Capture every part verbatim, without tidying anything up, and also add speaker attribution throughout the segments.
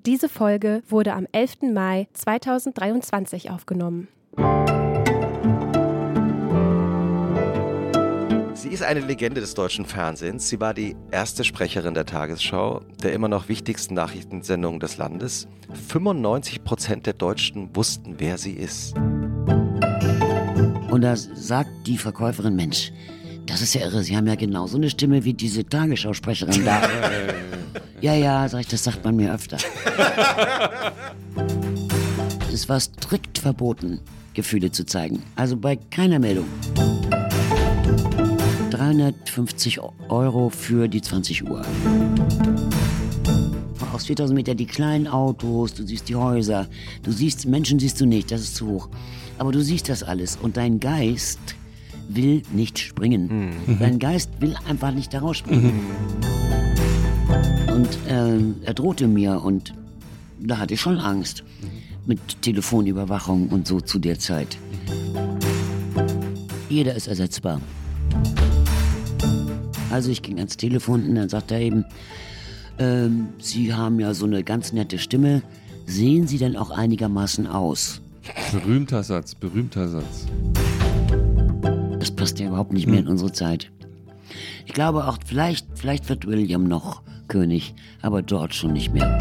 Speaker 1: Diese Folge wurde am elften Mai zweitausenddreiundzwanzig aufgenommen.
Speaker 2: Sie ist eine Legende des deutschen Fernsehens. Sie war die erste Sprecherin der Tagesschau, der immer noch wichtigsten Nachrichtensendung des Landes. fünfundneunzig Prozent der Deutschen wussten, wer sie ist.
Speaker 3: Und da sagt die Verkäuferin, Mensch, das ist ja irre, Sie haben ja genauso eine Stimme wie diese Tagesschausprecherin da. Ja, ja, sag ich, das sagt man mir öfter. Es war strikt verboten, Gefühle zu zeigen. Also bei keiner Meldung. dreihundertfünfzig Euro für die zwanzig Uhr. Aus viertausend Meter die kleinen Autos, du siehst die Häuser, du siehst, Menschen siehst du nicht, das ist zu hoch. Aber du siehst das alles und dein Geist will nicht springen. Mhm. Dein Geist will einfach nicht da rausspringen. Mhm. Und äh, er drohte mir und da hatte ich schon Angst. Mhm. Mit Telefonüberwachung und so zu der Zeit. Jeder ist ersetzbar. Also ich ging ans Telefon und dann sagte er eben, ähm, Sie haben ja so eine ganz nette Stimme. Sehen Sie denn auch einigermaßen aus?
Speaker 4: Berühmter Satz, berühmter Satz.
Speaker 3: Das passt ja überhaupt nicht mehr hm. in unsere Zeit. Ich glaube auch, vielleicht, vielleicht wird William noch König, aber dort schon nicht mehr.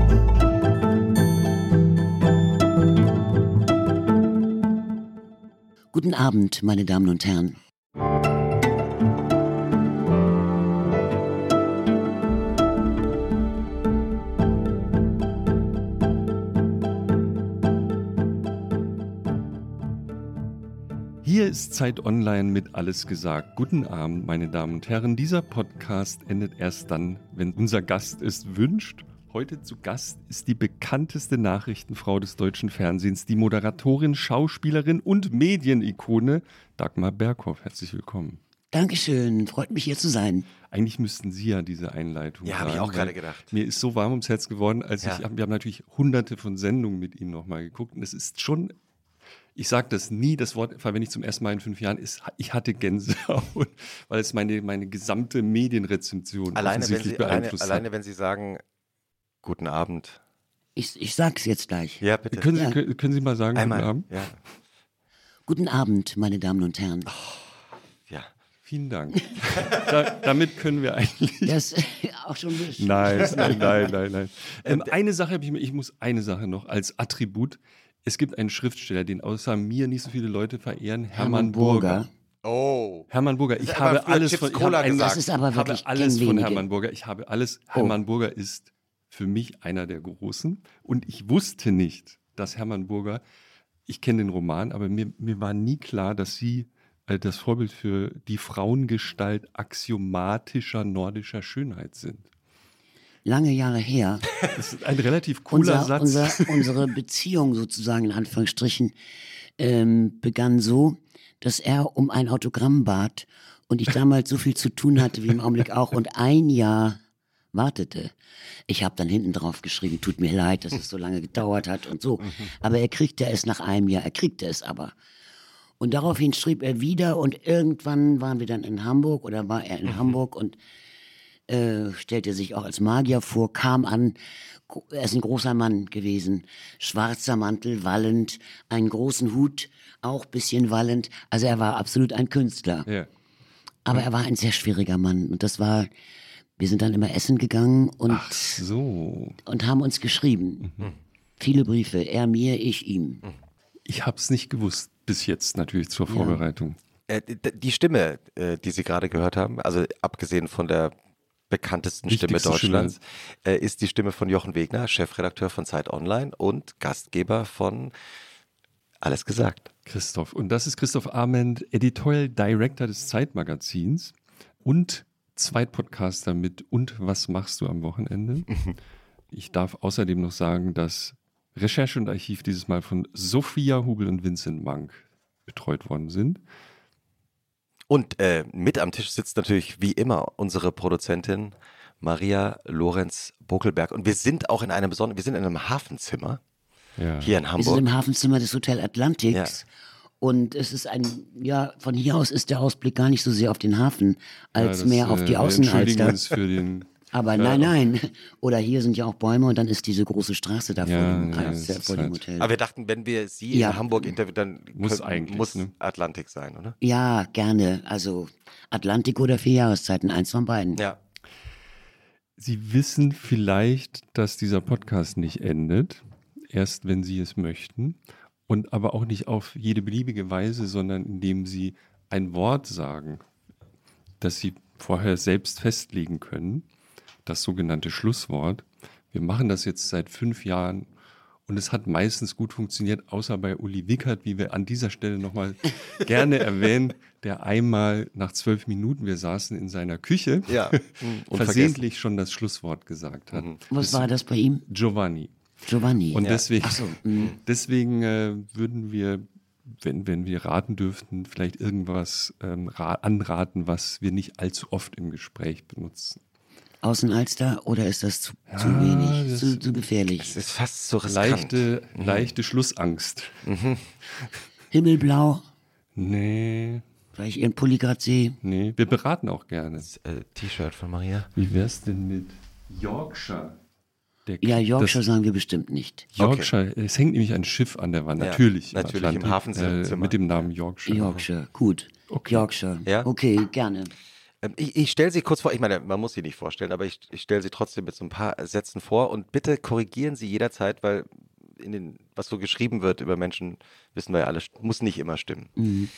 Speaker 3: Guten Abend, meine Damen und Herren.
Speaker 4: Hier ist Zeit Online mit Alles gesagt. Guten Abend, meine Damen und Herren. Dieser Podcast endet erst dann, wenn unser Gast es wünscht. Heute zu Gast ist die bekannteste Nachrichtenfrau des deutschen Fernsehens, die Moderatorin, Schauspielerin und Medienikone Dagmar Berghoff. Herzlich willkommen.
Speaker 3: Dankeschön, freut mich hier zu sein.
Speaker 4: Eigentlich müssten Sie ja diese Einleitung
Speaker 2: Ja, habe ich auch gerade gedacht.
Speaker 4: Mir ist so warm ums Herz geworden, als
Speaker 2: ja.
Speaker 4: ich, wir haben natürlich hunderte von Sendungen mit Ihnen nochmal geguckt und es ist schon... Ich sage das nie, das Wort verwende ich zum ersten Mal in fünf Jahren, ist, ich hatte Gänsehaut, weil es meine, meine gesamte Medienrezension
Speaker 2: alleine
Speaker 4: offensichtlich
Speaker 2: wenn Sie,
Speaker 4: beeinflusst
Speaker 2: alleine,
Speaker 4: hat.
Speaker 2: Alleine wenn Sie sagen, guten Abend.
Speaker 3: Ich, ich sag's jetzt gleich.
Speaker 2: Ja, bitte.
Speaker 4: Können Sie,
Speaker 3: ja.
Speaker 4: können, können Sie mal sagen,
Speaker 2: Einmal.
Speaker 4: guten Abend?
Speaker 2: Ja.
Speaker 3: Guten Abend, meine Damen und Herren.
Speaker 2: Oh, ja.
Speaker 4: Vielen Dank. da, damit können wir eigentlich...
Speaker 3: Das auch schon ein bisschen.
Speaker 4: Nein, nein, nein, nein. nein. Ähm, eine Sache habe ich mir, ich muss eine Sache noch als Attribut. Es gibt einen Schriftsteller, den außer mir nicht so viele Leute verehren, Hermann,
Speaker 3: Hermann
Speaker 4: Burger.
Speaker 3: Burger.
Speaker 2: Oh.
Speaker 4: Hermann Burger. Ich
Speaker 2: Das
Speaker 4: habe
Speaker 2: aber
Speaker 4: alles
Speaker 2: Chips
Speaker 4: von, ich
Speaker 2: Cola
Speaker 4: habe ein,
Speaker 2: gesagt.
Speaker 3: Das ist aber
Speaker 4: ich habe
Speaker 3: wirklich
Speaker 4: alles von
Speaker 3: wenige.
Speaker 4: Hermann Burger. Ich habe alles.
Speaker 3: Oh.
Speaker 4: Hermann Burger ist für mich einer der Großen. Und ich wusste nicht, dass Hermann Burger, ich kenne den Roman, aber mir, mir war nie klar, dass sie äh, das Vorbild für die Frauengestalt axiomatischer nordischer Schönheit sind.
Speaker 3: Lange Jahre her.
Speaker 4: Das ist ein relativ cooler
Speaker 3: unser,
Speaker 4: Satz.
Speaker 3: Unser, unsere Beziehung sozusagen in Anführungsstrichen ähm, begann so, dass er um ein Autogramm bat und ich damals so viel zu tun hatte wie im Augenblick auch und ein Jahr wartete. Ich habe dann hinten drauf geschrieben, tut mir leid, dass es so lange gedauert hat und so. Aber er kriegte es nach einem Jahr, er kriegte es aber. Und daraufhin schrieb er wieder und irgendwann waren wir dann in Hamburg oder war er in mhm. Hamburg und Äh, stellte sich auch als Magier vor, kam an, er ist ein großer Mann gewesen, schwarzer Mantel, wallend, einen großen Hut, auch ein bisschen wallend, also er war absolut ein Künstler.
Speaker 4: Ja.
Speaker 3: Aber er war ein sehr schwieriger Mann und das war, wir sind dann immer essen gegangen und,
Speaker 4: Ach so.
Speaker 3: und haben uns geschrieben. Mhm. Viele Briefe, er mir, ich ihm.
Speaker 4: Ich habe es nicht gewusst, bis jetzt natürlich zur Vorbereitung.
Speaker 2: Ja. Äh, die Stimme, äh, die Sie gerade gehört haben, also abgesehen von der bekanntesten Stimme Deutschlands, äh, ist die Stimme von Jochen Wegner, Chefredakteur von Zeit Online und Gastgeber von Alles gesagt.
Speaker 4: Christoph. Und das ist Christoph Arment, Editorial Director des Zeitmagazins und Zweitpodcaster mit Und was machst du am Wochenende? Ich darf außerdem noch sagen, dass Recherche und Archiv dieses Mal von Sophia Hubel und Vincent Mank betreut worden sind.
Speaker 2: Und äh, mit am Tisch sitzt natürlich wie immer unsere Produzentin Maria Lorenz Bokelberg. Und wir sind auch in einem besonderen, wir sind in einem Hafenzimmer ja. hier in Hamburg.
Speaker 3: Wir sind im Hafenzimmer des Hotel Atlantics. Ja. Und es ist ein, ja, von hier aus ist der Ausblick gar nicht so sehr auf den Hafen, als ja, das, mehr auf die
Speaker 4: äh,
Speaker 3: Außenalster.
Speaker 4: Entschuldigen uns für den
Speaker 3: Aber
Speaker 4: Ja.
Speaker 3: nein, nein. Oder hier sind ja auch Bäume und dann ist diese große Straße da vor
Speaker 4: Ja,
Speaker 3: dem,
Speaker 4: ja,
Speaker 3: Kreis,
Speaker 4: das
Speaker 3: äh, vor
Speaker 4: ist
Speaker 3: dem
Speaker 4: halt-
Speaker 3: Hotel.
Speaker 2: Aber wir dachten, wenn wir Sie
Speaker 3: Ja.
Speaker 2: in Hamburg interviewen, dann
Speaker 4: Muss
Speaker 2: können-
Speaker 4: eigentlich,
Speaker 2: muss
Speaker 4: ne?
Speaker 2: Atlantik sein, oder?
Speaker 3: Ja, gerne. Also Atlantik oder vier Jahreszeiten, eins von beiden.
Speaker 2: Ja.
Speaker 4: Sie wissen vielleicht, dass dieser Podcast nicht endet, erst wenn Sie es möchten. Und aber auch nicht auf jede beliebige Weise, sondern indem Sie ein Wort sagen, das Sie vorher selbst festlegen können, das sogenannte Schlusswort. Wir machen das jetzt seit fünf Jahren und es hat meistens gut funktioniert, außer bei Uli Wickert, wie wir an dieser Stelle nochmal gerne erwähnen, der einmal nach zwölf Minuten, wir saßen in seiner Küche,
Speaker 2: Ja. Mhm.
Speaker 4: versehentlich schon das Schlusswort gesagt hat.
Speaker 3: Was war das bei ihm?
Speaker 4: Giovanni.
Speaker 3: Giovanni.
Speaker 4: Und deswegen,
Speaker 3: Ach so, mm.
Speaker 4: deswegen äh, würden wir, wenn, wenn wir raten dürften, vielleicht irgendwas ähm, ra- anraten, was wir nicht allzu oft im Gespräch benutzen.
Speaker 3: Außenalster oder ist das zu, zu
Speaker 4: Ja,
Speaker 3: wenig,
Speaker 4: das-
Speaker 3: zu, zu gefährlich?
Speaker 2: Es ist fast so riskant.
Speaker 4: Leichte, leichte Schlussangst.
Speaker 3: Himmelblau,
Speaker 4: Nee,
Speaker 3: weil ich ihren Pulli gerade sehe.
Speaker 4: nee. Wir beraten auch gerne.
Speaker 2: Das äh, T-Shirt von Maria.
Speaker 4: Wie wär's denn mit Yorkshire? Der,
Speaker 3: Ja, Yorkshire
Speaker 4: das,
Speaker 3: sagen wir bestimmt nicht.
Speaker 4: Yorkshire, es hängt nämlich ein Schiff an der Wand,
Speaker 2: Ja,
Speaker 4: natürlich.
Speaker 2: natürlich, im
Speaker 4: Atlantik,
Speaker 2: Hafenzimmer.
Speaker 4: Äh, mit dem Namen Yorkshire.
Speaker 3: Yorkshire, gut.
Speaker 4: Okay.
Speaker 3: Yorkshire,
Speaker 2: Ja?
Speaker 3: okay, gerne.
Speaker 2: Ähm, Ich, ich stelle sie kurz vor, ich meine, man muss sie nicht vorstellen, aber ich, ich stelle sie trotzdem mit so ein paar Sätzen vor und bitte korrigieren Sie jederzeit, weil in den, was so geschrieben wird über Menschen, wissen wir ja alle, muss nicht immer stimmen.
Speaker 3: Mhm.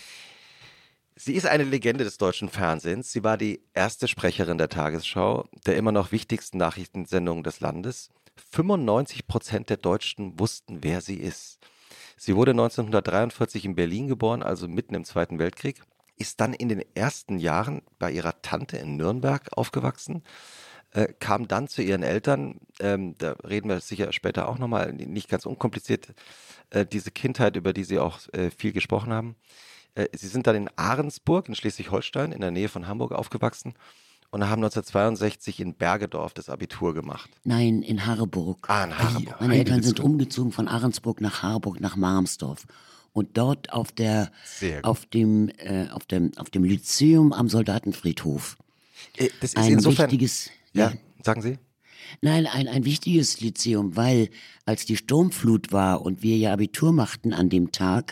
Speaker 2: Sie ist eine Legende des deutschen Fernsehens. Sie war die erste Sprecherin der Tagesschau, der immer noch wichtigsten Nachrichtensendung des Landes. fünfundneunzig Prozent der Deutschen wussten, wer sie ist. Sie wurde neunzehnhundertdreiundvierzig in Berlin geboren, also mitten im Zweiten Weltkrieg, ist dann in den ersten Jahren bei ihrer Tante in Nürnberg aufgewachsen, äh, kam dann zu ihren Eltern, ähm, da reden wir sicher später auch nochmal, nicht ganz unkompliziert, äh, diese Kindheit, über die Sie auch äh, viel gesprochen haben. Äh, Sie sind dann in Ahrensburg in Schleswig-Holstein in der Nähe von Hamburg aufgewachsen und haben neunzehnhundertzweiundsechzig in Bergedorf das Abitur gemacht.
Speaker 3: Nein, in Harburg.
Speaker 2: Ah, in Harburg.
Speaker 3: Meine Eltern sind
Speaker 4: Heidewitzka.
Speaker 3: umgezogen von Ahrensburg nach Harburg, nach Marmsdorf. Und dort auf der,
Speaker 2: Sehr gut.
Speaker 3: auf dem, äh, auf dem, auf dem Lyzeum am Soldatenfriedhof.
Speaker 2: Äh, Das ist
Speaker 3: Ein
Speaker 2: insofern.
Speaker 3: wichtiges,
Speaker 2: Ja,
Speaker 3: ja.
Speaker 2: sagen Sie?
Speaker 3: Nein, ein, ein wichtiges Lyzeum, weil als die Sturmflut war und wir ja Abitur machten an dem Tag,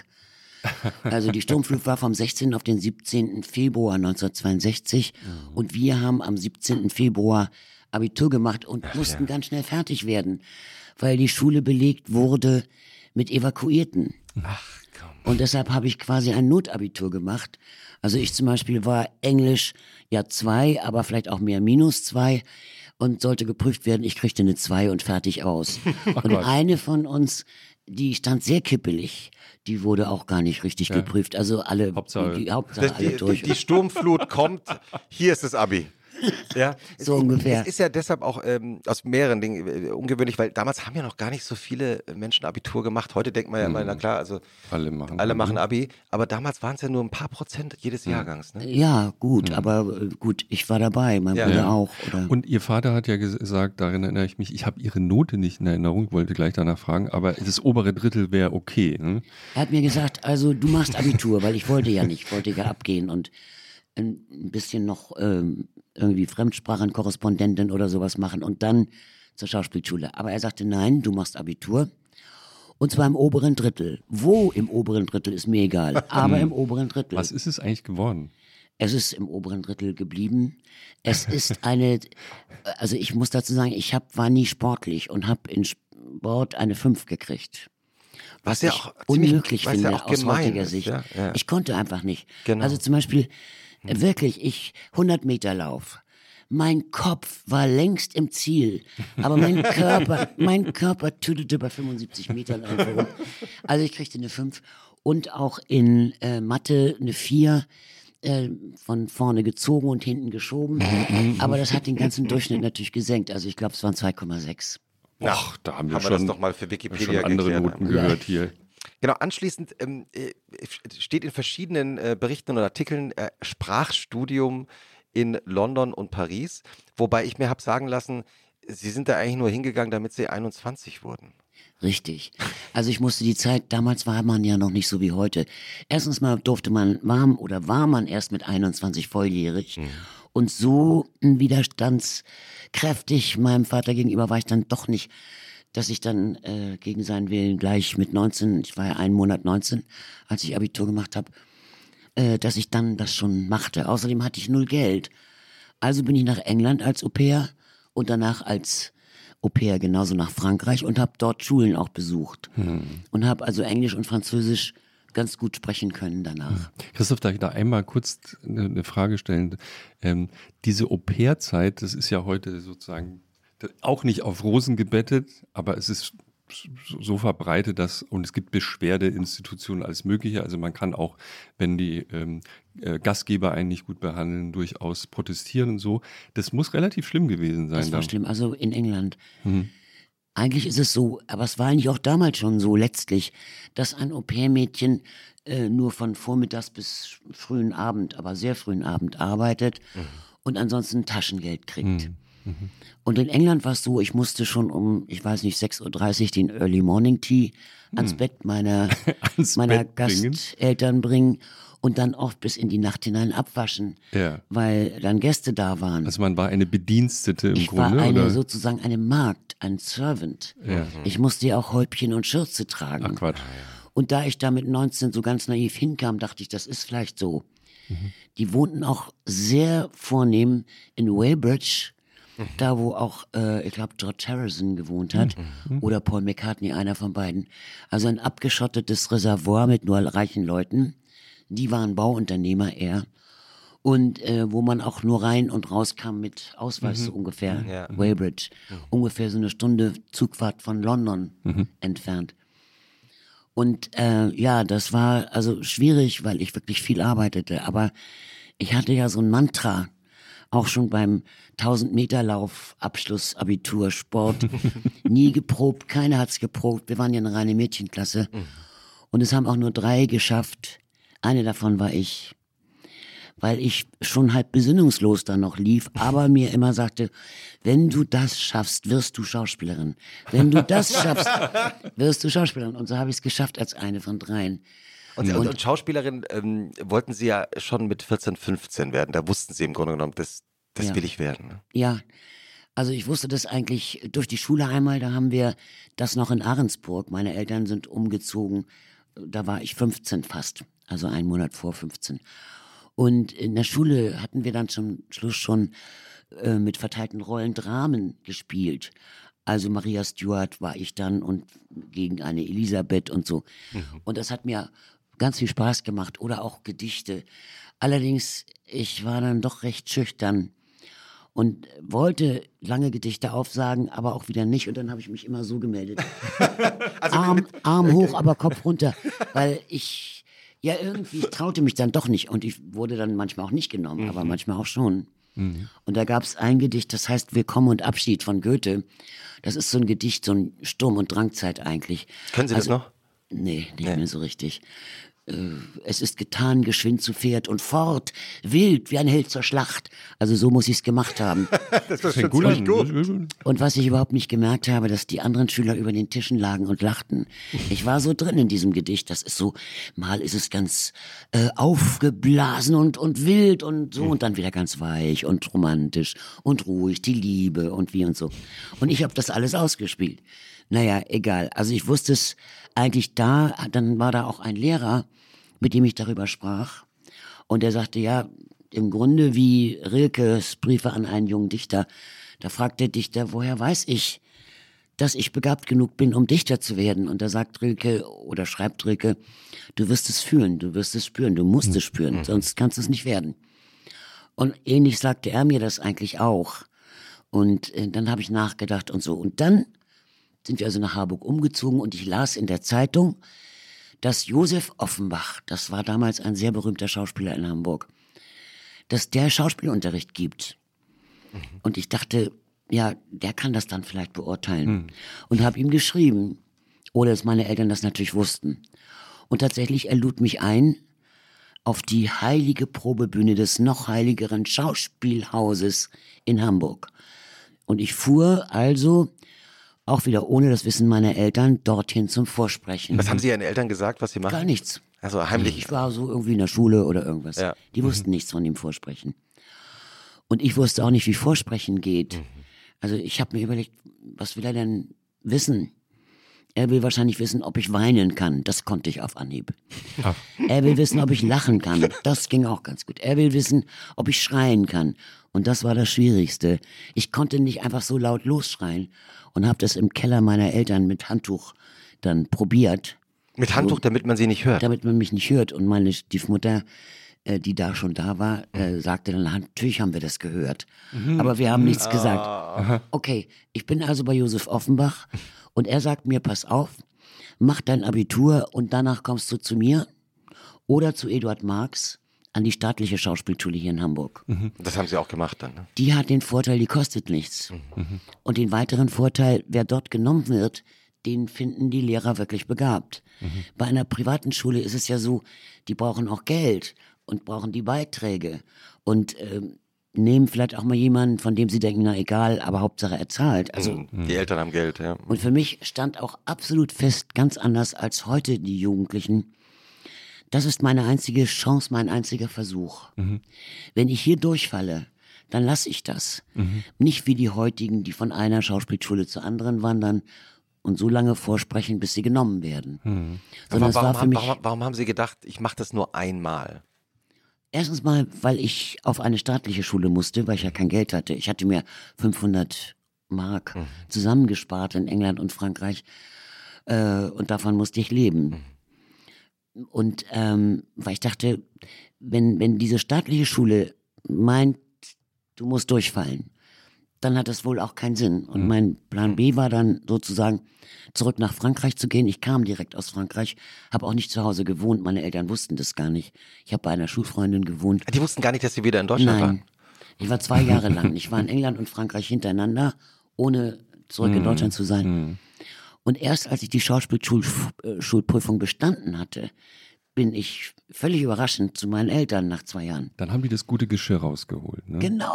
Speaker 3: also die Sturmflut war vom sechzehnten auf den siebzehnten Februar neunzehnhundertzweiundsechzig und wir haben am siebzehnten Februar Abitur gemacht und mussten ganz schnell fertig werden, weil die Schule belegt wurde mit Evakuierten.
Speaker 2: Ach komm.
Speaker 3: Und deshalb habe ich quasi ein Notabitur gemacht. Also ich zum Beispiel war Englisch ja zwei, aber vielleicht auch mehr minus zwei und sollte geprüft werden. Ich kriegte eine zwei und fertig aus. und
Speaker 4: Gott.
Speaker 3: eine von uns, die stand sehr kippelig. Die wurde auch gar nicht richtig geprüft. Also alle,
Speaker 4: Hauptsache-
Speaker 3: die, die Hauptsache
Speaker 2: Das,
Speaker 3: alle
Speaker 2: die,
Speaker 3: durch.
Speaker 2: die, die Sturmflut kommt, hier ist das Abi. Ja,
Speaker 3: So
Speaker 2: es,
Speaker 3: ungefähr.
Speaker 2: Es ist ja deshalb auch ähm, aus mehreren Dingen äh, ungewöhnlich, weil damals haben ja noch gar nicht so viele Menschen Abitur gemacht. Heute denkt man ja immer, na klar, also
Speaker 4: Alle machen
Speaker 2: alle
Speaker 4: Abi.
Speaker 2: machen Abi, aber damals waren es ja nur ein paar Prozent jedes Jahrgangs. Ne?
Speaker 3: Ja, gut, aber äh, gut, ich war dabei, mein
Speaker 2: Ja.
Speaker 3: Bruder
Speaker 4: Ja.
Speaker 3: auch. Oder?
Speaker 4: Und Ihr Vater hat ja ges- gesagt, darin erinnere ich mich, ich habe Ihre Note nicht in Erinnerung, wollte gleich danach fragen, aber das obere Drittel wäre okay. Ne?
Speaker 3: Er hat mir gesagt, also du machst Abitur, weil ich wollte ja nicht, ich wollte ja abgehen und ein bisschen noch ähm, irgendwie Fremdsprachenkorrespondentin oder sowas machen und dann zur Schauspielschule. Aber er sagte, nein, du machst Abitur und zwar im oberen Drittel. Wo im oberen Drittel ist mir egal, aber im oberen Drittel.
Speaker 4: Was ist es eigentlich geworden?
Speaker 3: Es ist im oberen Drittel geblieben. Es ist eine, also ich muss dazu sagen, ich hab, war nie sportlich und habe in Sport eine fünf gekriegt.
Speaker 2: Was
Speaker 3: Was
Speaker 2: ja
Speaker 3: ich
Speaker 2: auch ziemlich-
Speaker 3: unmöglich
Speaker 2: was
Speaker 3: finde
Speaker 2: ja auch
Speaker 3: aus
Speaker 2: gemein
Speaker 3: heutiger
Speaker 2: ist,
Speaker 3: Sicht.
Speaker 2: ja, ja.
Speaker 3: Ich konnte einfach nicht.
Speaker 2: Genau.
Speaker 3: Also zum Beispiel, äh, wirklich, ich, hundert Meter Lauf. Mein Kopf war längst im Ziel, aber mein Körper, mein Körper tüdete bei fünfundsiebzig Metern einfach rum. Also ich kriegte eine fünf und auch in äh, Mathe eine vier. Äh, von vorne gezogen und hinten geschoben. Aber das hat den ganzen Durchschnitt natürlich gesenkt. Also ich glaube, es waren zwei Komma sechs.
Speaker 4: Ach, da haben wir
Speaker 2: haben wir
Speaker 4: schon,
Speaker 2: das doch mal für
Speaker 4: schon
Speaker 2: Wikipedia
Speaker 4: andere
Speaker 2: geklärt.
Speaker 4: Noten gehört hier.
Speaker 2: Genau, anschließend ähm, äh, steht in verschiedenen äh, Berichten und Artikeln äh, Sprachstudium in London und Paris, wobei ich mir habe sagen lassen, Sie sind da eigentlich nur hingegangen, damit Sie einundzwanzig wurden.
Speaker 3: Richtig. Also ich musste die Zeit, damals war man ja noch nicht so wie heute. Erstens mal durfte man, war oder war man erst mit einundzwanzig volljährig. Und so widerstandskräftig meinem Vater gegenüber war ich dann doch nicht, dass ich dann äh, gegen seinen Willen gleich mit neunzehn, ich war ja einen Monat neunzehn, als ich Abitur gemacht habe, äh, dass ich dann das schon machte. Außerdem hatte ich null Geld. Also bin ich nach England als Au-pair und danach als Au-pair genauso nach Frankreich und habe dort Schulen auch besucht. Hm. Und habe also Englisch und Französisch ganz gut sprechen können danach.
Speaker 4: Christoph, darf ich da einmal kurz eine, eine Frage stellen? Ähm, diese Au-pair-Zeit, das ist ja heute sozusagen auch nicht auf Rosen gebettet, aber es ist so verbreitet, dass, und es gibt Beschwerdeinstitutionen, alles Mögliche. Also man kann auch, wenn die ähm, äh, Gastgeber einen nicht gut behandeln, durchaus protestieren und so. Das muss relativ schlimm gewesen sein.
Speaker 3: Das war
Speaker 4: dann.
Speaker 3: schlimm, also in England.
Speaker 4: Mhm.
Speaker 3: Eigentlich ist es so, aber es war eigentlich auch damals schon so letztlich, dass ein Au-pair-Mädchen äh, nur von vormittags bis frühen Abend, aber sehr frühen Abend arbeitet mhm. und ansonsten Taschengeld kriegt. Mhm. Mhm. Und in England war es so, ich musste schon um, ich weiß nicht, sechs Uhr dreißig den Early Morning Tea ans mhm. Bett meiner, meiner Bett Gasteltern bringen und dann oft bis in die Nacht hinein abwaschen, ja. weil dann Gäste da waren.
Speaker 4: Also man war eine Bedienstete im
Speaker 3: ich
Speaker 4: Grunde?
Speaker 3: Ich war eine,
Speaker 4: oder?
Speaker 3: sozusagen eine Magd, ein Servant.
Speaker 4: Ja.
Speaker 3: Ich musste ja auch Häubchen und Schürze tragen.
Speaker 4: Ach Quatsch.
Speaker 3: Und da ich da mit neunzehn so ganz naiv hinkam, dachte ich, das ist vielleicht so. Mhm. Die wohnten auch sehr vornehm in Weybridge, da wo auch, äh, ich glaube, George Harrison gewohnt hat mhm. oder Paul McCartney, einer von beiden. Also ein abgeschottetes Reservoir mit nur reichen Leuten. Die waren Bauunternehmer eher. Und äh, wo man auch nur rein und raus kam mit Ausweis, mhm. so ungefähr, ja. Weybridge. Mhm. Ungefähr so eine Stunde Zugfahrt von London mhm. entfernt. Und äh, ja, das war also schwierig, weil ich wirklich viel arbeitete. Aber ich hatte ja so ein Mantra, auch schon beim tausend-Meter-Lauf, Abschluss, Abitur, Sport, nie geprobt, keiner hat's geprobt. Wir waren ja eine reine Mädchenklasse. Mhm. Und es haben auch nur drei geschafft. Eine davon war ich, weil ich schon halb besinnungslos da noch lief, aber mir immer sagte, wenn du das schaffst, wirst du Schauspielerin. Wenn du das schaffst, wirst du Schauspielerin. Und so habe ich es geschafft als eine von dreien.
Speaker 2: Und, und, und Schauspielerin ähm, wollten Sie ja schon mit vierzehn, fünfzehn werden. Da wussten Sie im Grunde genommen, das, das
Speaker 3: ja.
Speaker 2: will ich werden. Ne?
Speaker 3: Ja, also ich wusste das eigentlich durch die Schule einmal. Da haben wir das noch in Ahrensburg. Meine Eltern sind umgezogen. Da war ich fünfzehn fast, also einen Monat vor fünfzehn. Und in der Schule hatten wir dann zum Schluss schon äh, mit verteilten Rollen Dramen gespielt. Also Maria Stuart war ich dann und gegen eine Elisabeth und so. Mhm. Und das hat mir ganz viel Spaß gemacht oder auch Gedichte. Allerdings, ich war dann doch recht schüchtern und wollte lange Gedichte aufsagen, aber auch wieder nicht. Und dann habe ich mich immer so gemeldet. also Arm, mit, mit, Arm hoch, aber Kopf runter. Weil ich, ja irgendwie, ich traute mich dann doch nicht. Und ich wurde dann manchmal auch nicht genommen, mhm. aber manchmal auch schon. Mhm. Und da gab es ein Gedicht, das heißt Willkommen und Abschied von Goethe. Das ist so ein Gedicht, so ein Sturm- und Drangzeit eigentlich.
Speaker 2: Können Sie
Speaker 3: also,
Speaker 2: das noch?
Speaker 3: Nee, nicht nee. mehr so richtig. Es ist getan, geschwind zu Pferd und fort, wild wie ein Held zur Schlacht. Also so muss ich es gemacht haben.
Speaker 2: Das war schon gut. gut.
Speaker 3: Und was ich überhaupt nicht gemerkt habe, dass die anderen Schüler über den Tischen lagen und lachten. Ich war so drin in diesem Gedicht. Das ist so, mal ist es ganz äh, aufgeblasen und, und wild und so und dann wieder ganz weich und romantisch und ruhig, die Liebe und wie und so. Und ich habe das alles ausgespielt. Naja, egal. Also ich wusste es eigentlich da, dann war da auch ein Lehrer, mit dem ich darüber sprach. Und der sagte, ja, im Grunde wie Rilkes Briefe an einen jungen Dichter. Da fragt der Dichter, woher weiß ich, dass ich begabt genug bin, um Dichter zu werden? Und da sagt Rilke oder schreibt Rilke, du wirst es fühlen, du wirst es spüren, du musst es spüren, sonst kannst du es nicht werden. Und ähnlich sagte er mir das eigentlich auch. Und äh, dann habe ich nachgedacht und so. Und dann sind wir also nach Harburg umgezogen und ich las in der Zeitung, dass Josef Offenbach, das war damals ein sehr berühmter Schauspieler in Hamburg, dass der Schauspielunterricht gibt. Mhm. Und ich dachte, ja, der kann das dann vielleicht beurteilen. Mhm. Und habe ihm geschrieben, ohne dass meine Eltern das natürlich wussten. Und tatsächlich, er lud mich ein auf die heilige Probebühne des noch heiligeren Schauspielhauses in Hamburg. Und ich fuhr also, auch wieder ohne das Wissen meiner Eltern, dorthin zum Vorsprechen.
Speaker 2: Was haben Sie Ihren Eltern gesagt, was Sie machen?
Speaker 3: Gar nichts.
Speaker 2: Also heimlich?
Speaker 3: Ich war so irgendwie in der Schule oder irgendwas.
Speaker 2: Ja.
Speaker 3: Die wussten mhm. nichts von dem Vorsprechen. Und ich wusste auch nicht, wie Vorsprechen geht. Mhm. Also ich habe mir überlegt, was will er denn wissen? Er will wahrscheinlich wissen, ob ich weinen kann. Das konnte ich auf Anhieb. Ach. Er will wissen, ob ich lachen kann. Das ging auch ganz gut. Er will wissen, ob ich schreien kann. Und das war das Schwierigste. Ich konnte nicht einfach so laut losschreien und habe das im Keller meiner Eltern mit Handtuch dann probiert.
Speaker 2: Mit Handtuch, so, damit man sie nicht hört?
Speaker 3: Damit man mich nicht hört. Und meine Stiefmutter, äh, die da schon da war, äh, sagte dann, natürlich haben wir das gehört. Mhm. Aber wir haben nichts ah. gesagt. Okay, ich bin also bei Josef Offenbach und er sagt mir, pass auf, mach dein Abitur und danach kommst du zu mir oder zu Eduard Marx an die staatliche Schauspielschule hier in Hamburg.
Speaker 2: Mhm. Das haben Sie auch gemacht dann, ne?
Speaker 3: Die hat den Vorteil, die kostet nichts. Mhm. Und den weiteren Vorteil, wer dort genommen wird, den finden die Lehrer wirklich begabt. Mhm. Bei einer privaten Schule ist es ja so, die brauchen auch Geld und brauchen die Beiträge und ähm, nehmen vielleicht auch mal jemanden, von dem sie denken, na egal, aber Hauptsache er zahlt. Also,
Speaker 2: die Eltern haben Geld, ja.
Speaker 3: Und für mich stand auch absolut fest, ganz anders als heute die Jugendlichen, das ist meine einzige Chance, mein einziger Versuch. Mhm. Wenn ich hier durchfalle, dann lasse ich das. Mhm. Nicht wie die heutigen, die von einer Schauspielschule zur anderen wandern und so lange vorsprechen, bis sie genommen werden.
Speaker 2: Mhm. Sondern warum, es war für mich, warum, warum haben Sie gedacht, ich mache das nur einmal?
Speaker 3: Erstens mal, weil ich auf eine staatliche Schule musste, weil ich ja kein Geld hatte. Ich hatte mir fünfhundert Mark mhm. zusammengespart in England und Frankreich äh, und davon musste ich leben. Mhm. Und ähm, weil ich dachte, wenn, wenn diese staatliche Schule meint, du musst durchfallen, dann hat das wohl auch keinen Sinn. Und mhm. mein Plan B war dann sozusagen, zurück nach Frankreich zu gehen. Ich kam direkt aus Frankreich, habe auch nicht zu Hause gewohnt. Meine Eltern wussten das gar nicht. Ich habe bei einer Schulfreundin gewohnt.
Speaker 2: Die wussten gar nicht, dass Sie wieder in Deutschland
Speaker 3: Nein.
Speaker 2: waren?
Speaker 3: Ich war zwei Jahre lang. Ich war in England und Frankreich hintereinander, ohne zurück mhm. in Deutschland zu sein. Mhm. Und erst als ich die Schauspielschulprüfung bestanden hatte, bin ich völlig überraschend zu meinen Eltern nach zwei Jahren.
Speaker 4: Dann haben die das gute Geschirr rausgeholt. Ne?
Speaker 3: Genau.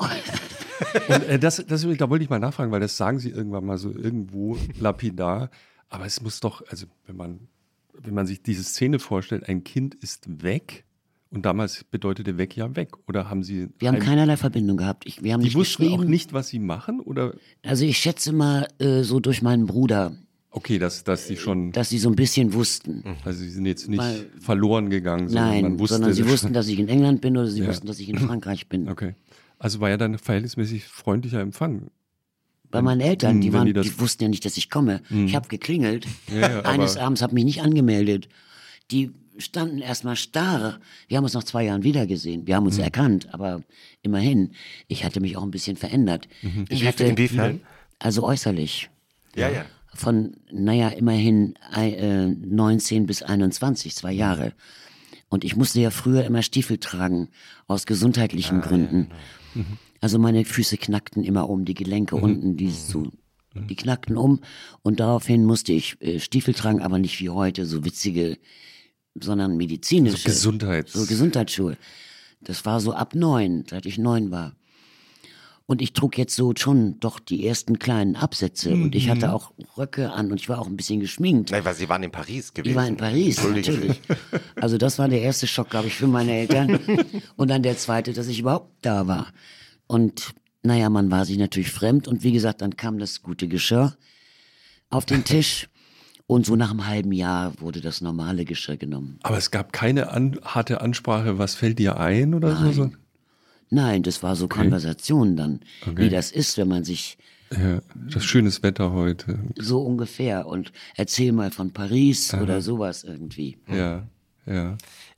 Speaker 4: Und äh, das, das, da wollte ich mal nachfragen, weil das sagen sie irgendwann mal so irgendwo lapidar. Aber es muss doch, also wenn man, wenn man sich diese Szene vorstellt, ein Kind ist weg. Und damals bedeutete weg ja weg. Oder haben Sie...
Speaker 3: Wir haben keinerlei Verbindung gehabt. Ich, wir haben
Speaker 4: die
Speaker 3: nicht
Speaker 4: wussten auch nicht, was Sie machen? Oder?
Speaker 3: Also ich schätze mal äh, so durch meinen Bruder.
Speaker 4: Okay, dass, dass Sie schon...
Speaker 3: Dass Sie so ein bisschen wussten.
Speaker 4: Also Sie sind jetzt nicht
Speaker 3: Weil,
Speaker 4: verloren gegangen, sondern
Speaker 3: nein,
Speaker 4: man wusste...
Speaker 3: sondern Sie wussten, dass ich in England bin oder Sie
Speaker 4: ja.
Speaker 3: wussten, dass ich in Frankreich bin.
Speaker 4: Okay. Also war ja dann ein verhältnismäßig freundlicher Empfang.
Speaker 3: Bei wenn, meinen Eltern, die, waren, die, die wussten ja nicht, dass ich komme. Mhm. Ich habe geklingelt. Ja, ja, Eines Abends habe mich nicht angemeldet. Die standen erstmal starr. Wir haben uns nach zwei Jahren wiedergesehen. Wir haben uns mhm. erkannt, aber immerhin. Ich hatte mich auch ein bisschen verändert.
Speaker 2: Mhm.
Speaker 3: Ich
Speaker 2: hatte, Inwiefern?
Speaker 3: Also äußerlich.
Speaker 2: Ja, ja.
Speaker 3: Von, naja, immerhin äh, neunzehn bis einundzwanzig, zwei Jahre. Und ich musste ja früher immer Stiefel tragen, aus gesundheitlichen ah, Gründen. Ja, mhm. Also meine Füße knackten immer um, die Gelenke mhm. unten, die so, mhm. die knackten um. Und daraufhin musste ich äh, Stiefel tragen, aber nicht wie heute, so witzige, sondern medizinische.
Speaker 4: So Gesundheits.
Speaker 3: So Gesundheitsschuhe. Das war so ab neun, seit ich neun war. Und ich trug jetzt so schon doch die ersten kleinen Absätze. Mhm. Und ich hatte auch Röcke an und ich war auch ein bisschen geschminkt.
Speaker 2: Nein, weil Sie waren in Paris gewesen.
Speaker 3: Ich war in Paris, natürlich. Also das war der erste Schock, glaube ich, für meine Eltern. Und dann der zweite, dass ich überhaupt da war. Und naja, man war sich natürlich fremd. Und wie gesagt, dann kam das gute Geschirr auf den Tisch. Und so nach einem halben Jahr wurde das normale Geschirr genommen.
Speaker 4: Aber es gab keine an, harte Ansprache, was fällt dir ein oder
Speaker 3: Nein.
Speaker 4: so?
Speaker 3: Nein, das war so okay. Konversation dann, okay. wie das ist, wenn man sich...
Speaker 4: Ja, das schönes Wetter heute.
Speaker 3: So ungefähr. Und erzähl mal von Paris Aha. oder sowas irgendwie.
Speaker 4: Ja, ja.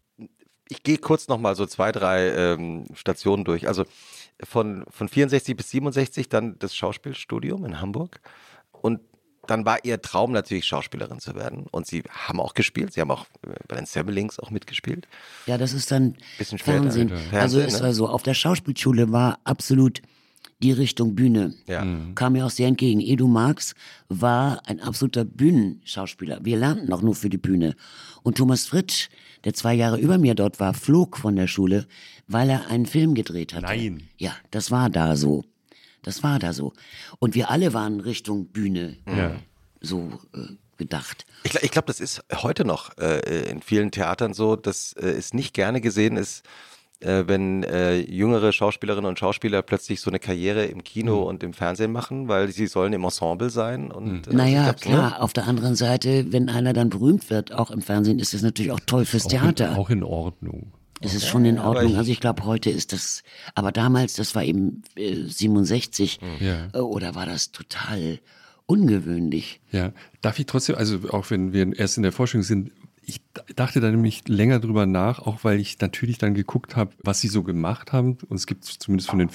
Speaker 2: Ich gehe kurz nochmal so zwei, drei ähm, Stationen durch. Also von, von vierundsechzig bis siebenundsechzig dann das Schauspielstudium in Hamburg. Und dann war Ihr Traum natürlich, Schauspielerin zu werden. Und Sie haben auch gespielt. Sie haben auch bei den Semmelings auch mitgespielt.
Speaker 3: Ja, das ist dann
Speaker 2: Bisschen später,
Speaker 3: Fernsehen.
Speaker 2: Fernsehen.
Speaker 3: Also es
Speaker 2: ne?
Speaker 3: war so, auf der Schauspielschule war absolut die Richtung Bühne.
Speaker 2: Ja.
Speaker 3: Mhm. Kam mir auch sehr entgegen. Edu Marx war ein absoluter Bühnenschauspieler. Wir lernten auch nur für die Bühne. Und Thomas Fritsch, der zwei Jahre über mir dort war, flog von der Schule, weil er einen Film gedreht hatte.
Speaker 4: Nein.
Speaker 3: Ja, das war da so. Das war da so. Und wir alle waren Richtung Bühne
Speaker 4: ja.
Speaker 3: so äh, gedacht.
Speaker 2: Ich, ich glaube, das ist heute noch äh, in vielen Theatern so, dass äh, es nicht gerne gesehen ist, äh, wenn äh, jüngere Schauspielerinnen und Schauspieler plötzlich so eine Karriere im Kino
Speaker 4: Mhm.
Speaker 2: und im Fernsehen machen, weil sie sollen im Ensemble sein. Und,
Speaker 4: Mhm.
Speaker 2: äh,
Speaker 3: Naja,
Speaker 2: also
Speaker 3: klar,
Speaker 2: ne?
Speaker 3: auf der anderen Seite, wenn einer dann berühmt wird, auch im Fernsehen, ist das natürlich auch toll fürs
Speaker 4: Auch
Speaker 3: Theater.
Speaker 4: in, auch in Ordnung.
Speaker 3: Es ist schon in
Speaker 2: aber
Speaker 3: Ordnung.
Speaker 2: ich-
Speaker 3: Also ich glaube, heute ist das, aber damals, das war eben äh, siebenundsechzig,
Speaker 4: Ja.
Speaker 3: äh, oder war das total ungewöhnlich?
Speaker 4: Ja, darf ich trotzdem, also auch wenn wir erst in der Forschung sind, ich dachte da nämlich länger drüber nach, auch weil ich natürlich dann geguckt habe, was sie so gemacht haben. Und es gibt zumindest von den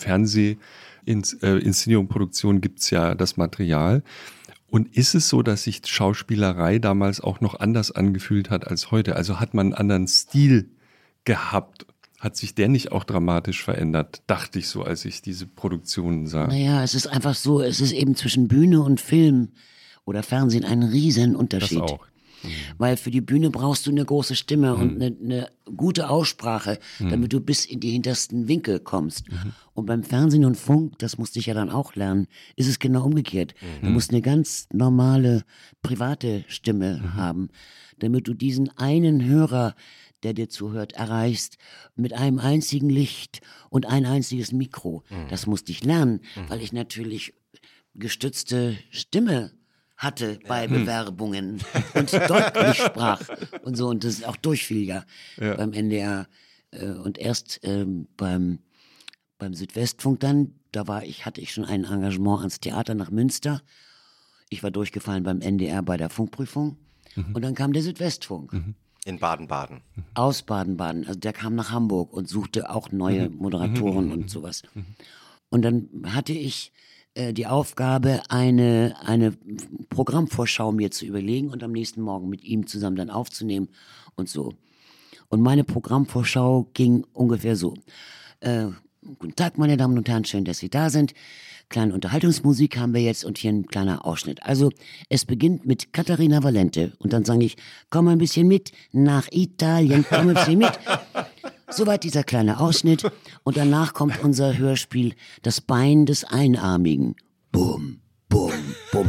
Speaker 4: Fernsehinszenierungen, Produktionen gibt es ja das Material. Und ist es so, dass sich Schauspielerei damals auch noch anders angefühlt hat als heute? Also hat man einen anderen Stil gehabt? Hat sich der nicht auch dramatisch verändert, dachte ich so, als ich diese Produktionen sah?
Speaker 3: Naja, es ist einfach so, es ist eben zwischen Bühne und Film oder Fernsehen ein riesen
Speaker 4: Das
Speaker 3: Unterschied.
Speaker 4: auch.
Speaker 3: Weil für die Bühne brauchst du eine große Stimme und eine, eine gute Aussprache, damit du bis in die hintersten Winkel kommst. Und beim Fernsehen und Funk, das musste ich ja dann auch lernen, ist es genau umgekehrt. Du musst eine ganz normale, private Stimme haben, damit du diesen einen Hörer, der dir zuhört, erreichst, mit einem einzigen Licht und ein einziges Mikro. Das musste ich lernen, weil ich natürlich gestützte Stimme hatte bei Bewerbungen und deutlich sprach und so, und das auch durchfiel ja,
Speaker 4: Ja.
Speaker 3: beim N D R äh, und erst ähm, beim beim Südwestfunk dann, da war ich, hatte ich schon ein Engagement ans Theater nach Münster. Ich war durchgefallen beim N D R bei der Funkprüfung und dann kam der Südwestfunk
Speaker 2: In Baden-Baden.
Speaker 3: aus Baden-Baden, also der kam nach Hamburg und suchte auch neue Moderatoren und sowas. Und dann hatte ich äh, die Aufgabe, eine, eine Programmvorschau mir zu überlegen und am nächsten Morgen mit ihm zusammen dann aufzunehmen und so. Und meine Programmvorschau ging ungefähr so. Äh, guten Tag, meine Damen und Herren, schön, dass Sie da sind. Kleine Unterhaltungsmusik haben wir jetzt und hier ein kleiner Ausschnitt. Also, es beginnt mit Katharina Valente und dann sage ich, komm ein bisschen mit nach Italien, komm ein bisschen mit. Soweit dieser kleine Ausschnitt und danach kommt unser Hörspiel Das Bein des Einarmigen. Bum, bum, bum.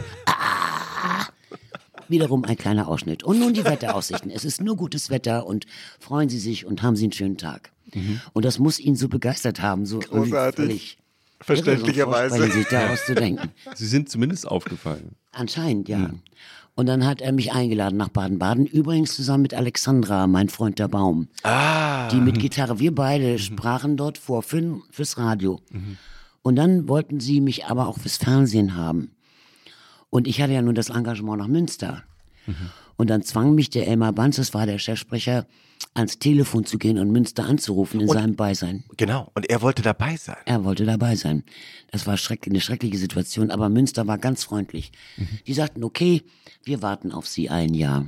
Speaker 3: Ah! Wiederum ein kleiner Ausschnitt. Und nun die Wetteraussichten. Es ist nur gutes Wetter und freuen Sie sich und haben Sie einen schönen Tag. Und das muss ihn so begeistert haben, so irgendwie
Speaker 2: Großartig.
Speaker 3: völlig
Speaker 2: Verständlicherweise.
Speaker 3: irre, so ein Vorsprechen, sich da auszudenken.
Speaker 4: Sie sind zumindest aufgefallen.
Speaker 3: Anscheinend, ja. Und dann hat er mich eingeladen nach Baden-Baden, übrigens zusammen mit Alexandra, mein Freund der Baum.
Speaker 2: Ah.
Speaker 3: Die mit Gitarre, wir beide sprachen dort vor für, fürs Radio. Und dann wollten sie mich aber auch fürs Fernsehen haben. Und ich hatte ja nun das Engagement nach Münster. Und dann zwang mich der Elmar Banz, das war der Chefsprecher, ans Telefon zu gehen und Münster anzurufen in
Speaker 2: Und-
Speaker 3: seinem Beisein.
Speaker 2: Genau. Und er wollte dabei sein.
Speaker 3: Er wollte dabei sein. Das war schreck, eine schreckliche Situation, aber Münster war ganz freundlich. Die sagten, okay, wir warten auf Sie ein Jahr.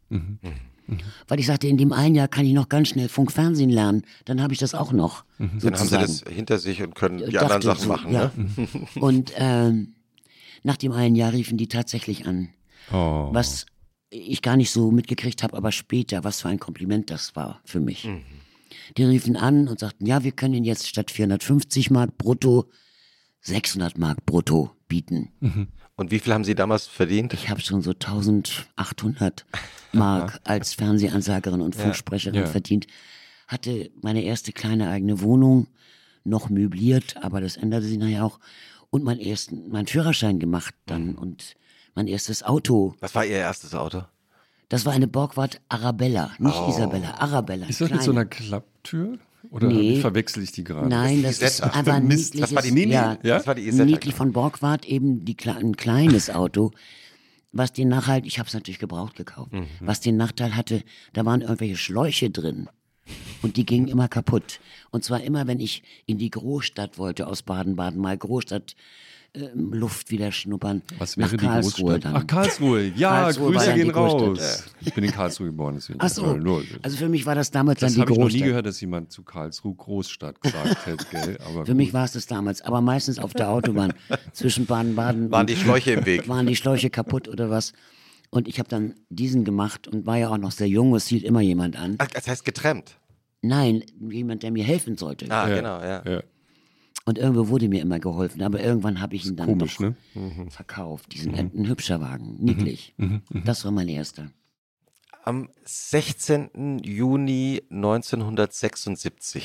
Speaker 3: Weil ich sagte, in dem einen Jahr kann ich noch ganz schnell Funk-Fernsehen lernen, dann habe ich das auch noch.
Speaker 2: Dann haben sie
Speaker 3: sozusagen.
Speaker 2: das hinter sich und können die
Speaker 3: Dachte
Speaker 2: anderen Sachen
Speaker 3: so,
Speaker 2: machen.
Speaker 3: ja.
Speaker 2: Ne?
Speaker 3: Und ähm, nach dem einen Jahr riefen die tatsächlich an.
Speaker 4: Oh.
Speaker 3: Was ich gar nicht so mitgekriegt habe, aber später, was für ein Kompliment das war für mich. Die riefen an und sagten, ja, wir können Ihnen jetzt statt vierhundertfünfzig Mark brutto sechshundert Mark brutto bieten.
Speaker 2: Und wie viel haben Sie damals verdient?
Speaker 3: Ich habe schon so eintausendachthundert Mark als Fernsehansagerin und Funksprecherin
Speaker 4: Ja.
Speaker 3: verdient. Hatte meine erste kleine eigene Wohnung, noch möbliert, aber das änderte sich nachher auch. Und meinen ersten, meinen Führerschein gemacht dann und mein erstes Auto.
Speaker 2: Was war Ihr erstes Auto?
Speaker 3: Das war eine Borgward Arabella, nicht Isabella, Arabella.
Speaker 4: Ist das
Speaker 3: kleine.
Speaker 4: mit so einer Klapptür? Oder
Speaker 3: Nee.
Speaker 4: verwechsel ich die gerade?
Speaker 3: Nein, das ist
Speaker 2: Isetta.
Speaker 3: einfach ein
Speaker 4: Mist,
Speaker 3: niedliches,
Speaker 2: das war die Nini?
Speaker 3: ja,
Speaker 4: Ja?
Speaker 2: Das war die Isetta.
Speaker 3: niedlich von Borgward, eben die, kle- ein kleines Auto, was den Nachteil, ich habe es natürlich gebraucht gekauft,
Speaker 2: Mhm.
Speaker 3: was den Nachteil hatte, da waren irgendwelche Schläuche drin und die gingen immer kaputt. Und zwar immer, wenn ich in die Großstadt wollte aus Baden-Baden, mal Großstadt, ähm, Luft wieder schnuppern,
Speaker 4: Was
Speaker 3: nach
Speaker 4: wäre die
Speaker 3: Karlsruhe
Speaker 4: Großstadt?
Speaker 3: dann.
Speaker 4: Ach, Karlsruhe. Ja,
Speaker 3: Karlsruhe war
Speaker 4: Grüße
Speaker 3: dann die
Speaker 4: gehen raus.
Speaker 3: Großstadt.
Speaker 4: Ich bin in Karlsruhe geboren, deswegen.
Speaker 3: Ach so,
Speaker 4: Äh, nur-
Speaker 3: also für mich war das damals
Speaker 4: das
Speaker 3: dann die
Speaker 4: habe ich noch nie
Speaker 3: Großstadt.
Speaker 4: gehört, dass jemand zu Karlsruhe Großstadt gesagt hätte, gell? Aber
Speaker 3: Für mich war es das damals, aber meistens auf der Autobahn zwischen Baden-Baden
Speaker 2: Waren
Speaker 3: und
Speaker 2: die Schläuche im Weg?
Speaker 3: waren die Schläuche kaputt oder was. Und ich habe dann diesen gemacht und war ja auch noch sehr jung, es hielt immer jemand an.
Speaker 2: Ach, das heißt getrennt.
Speaker 3: Nein, jemand, der mir helfen sollte.
Speaker 2: Ah,
Speaker 4: Ja,
Speaker 2: genau, ja.
Speaker 4: ja.
Speaker 3: Und irgendwo wurde mir immer geholfen, aber irgendwann habe ich ihn dann
Speaker 4: Komisch,
Speaker 3: doch
Speaker 4: ne?
Speaker 3: verkauft. Diesen ein hübscher Wagen, niedlich. Das war mein erster.
Speaker 2: Am sechzehnten Juni neunzehnhundertsechsundsiebzig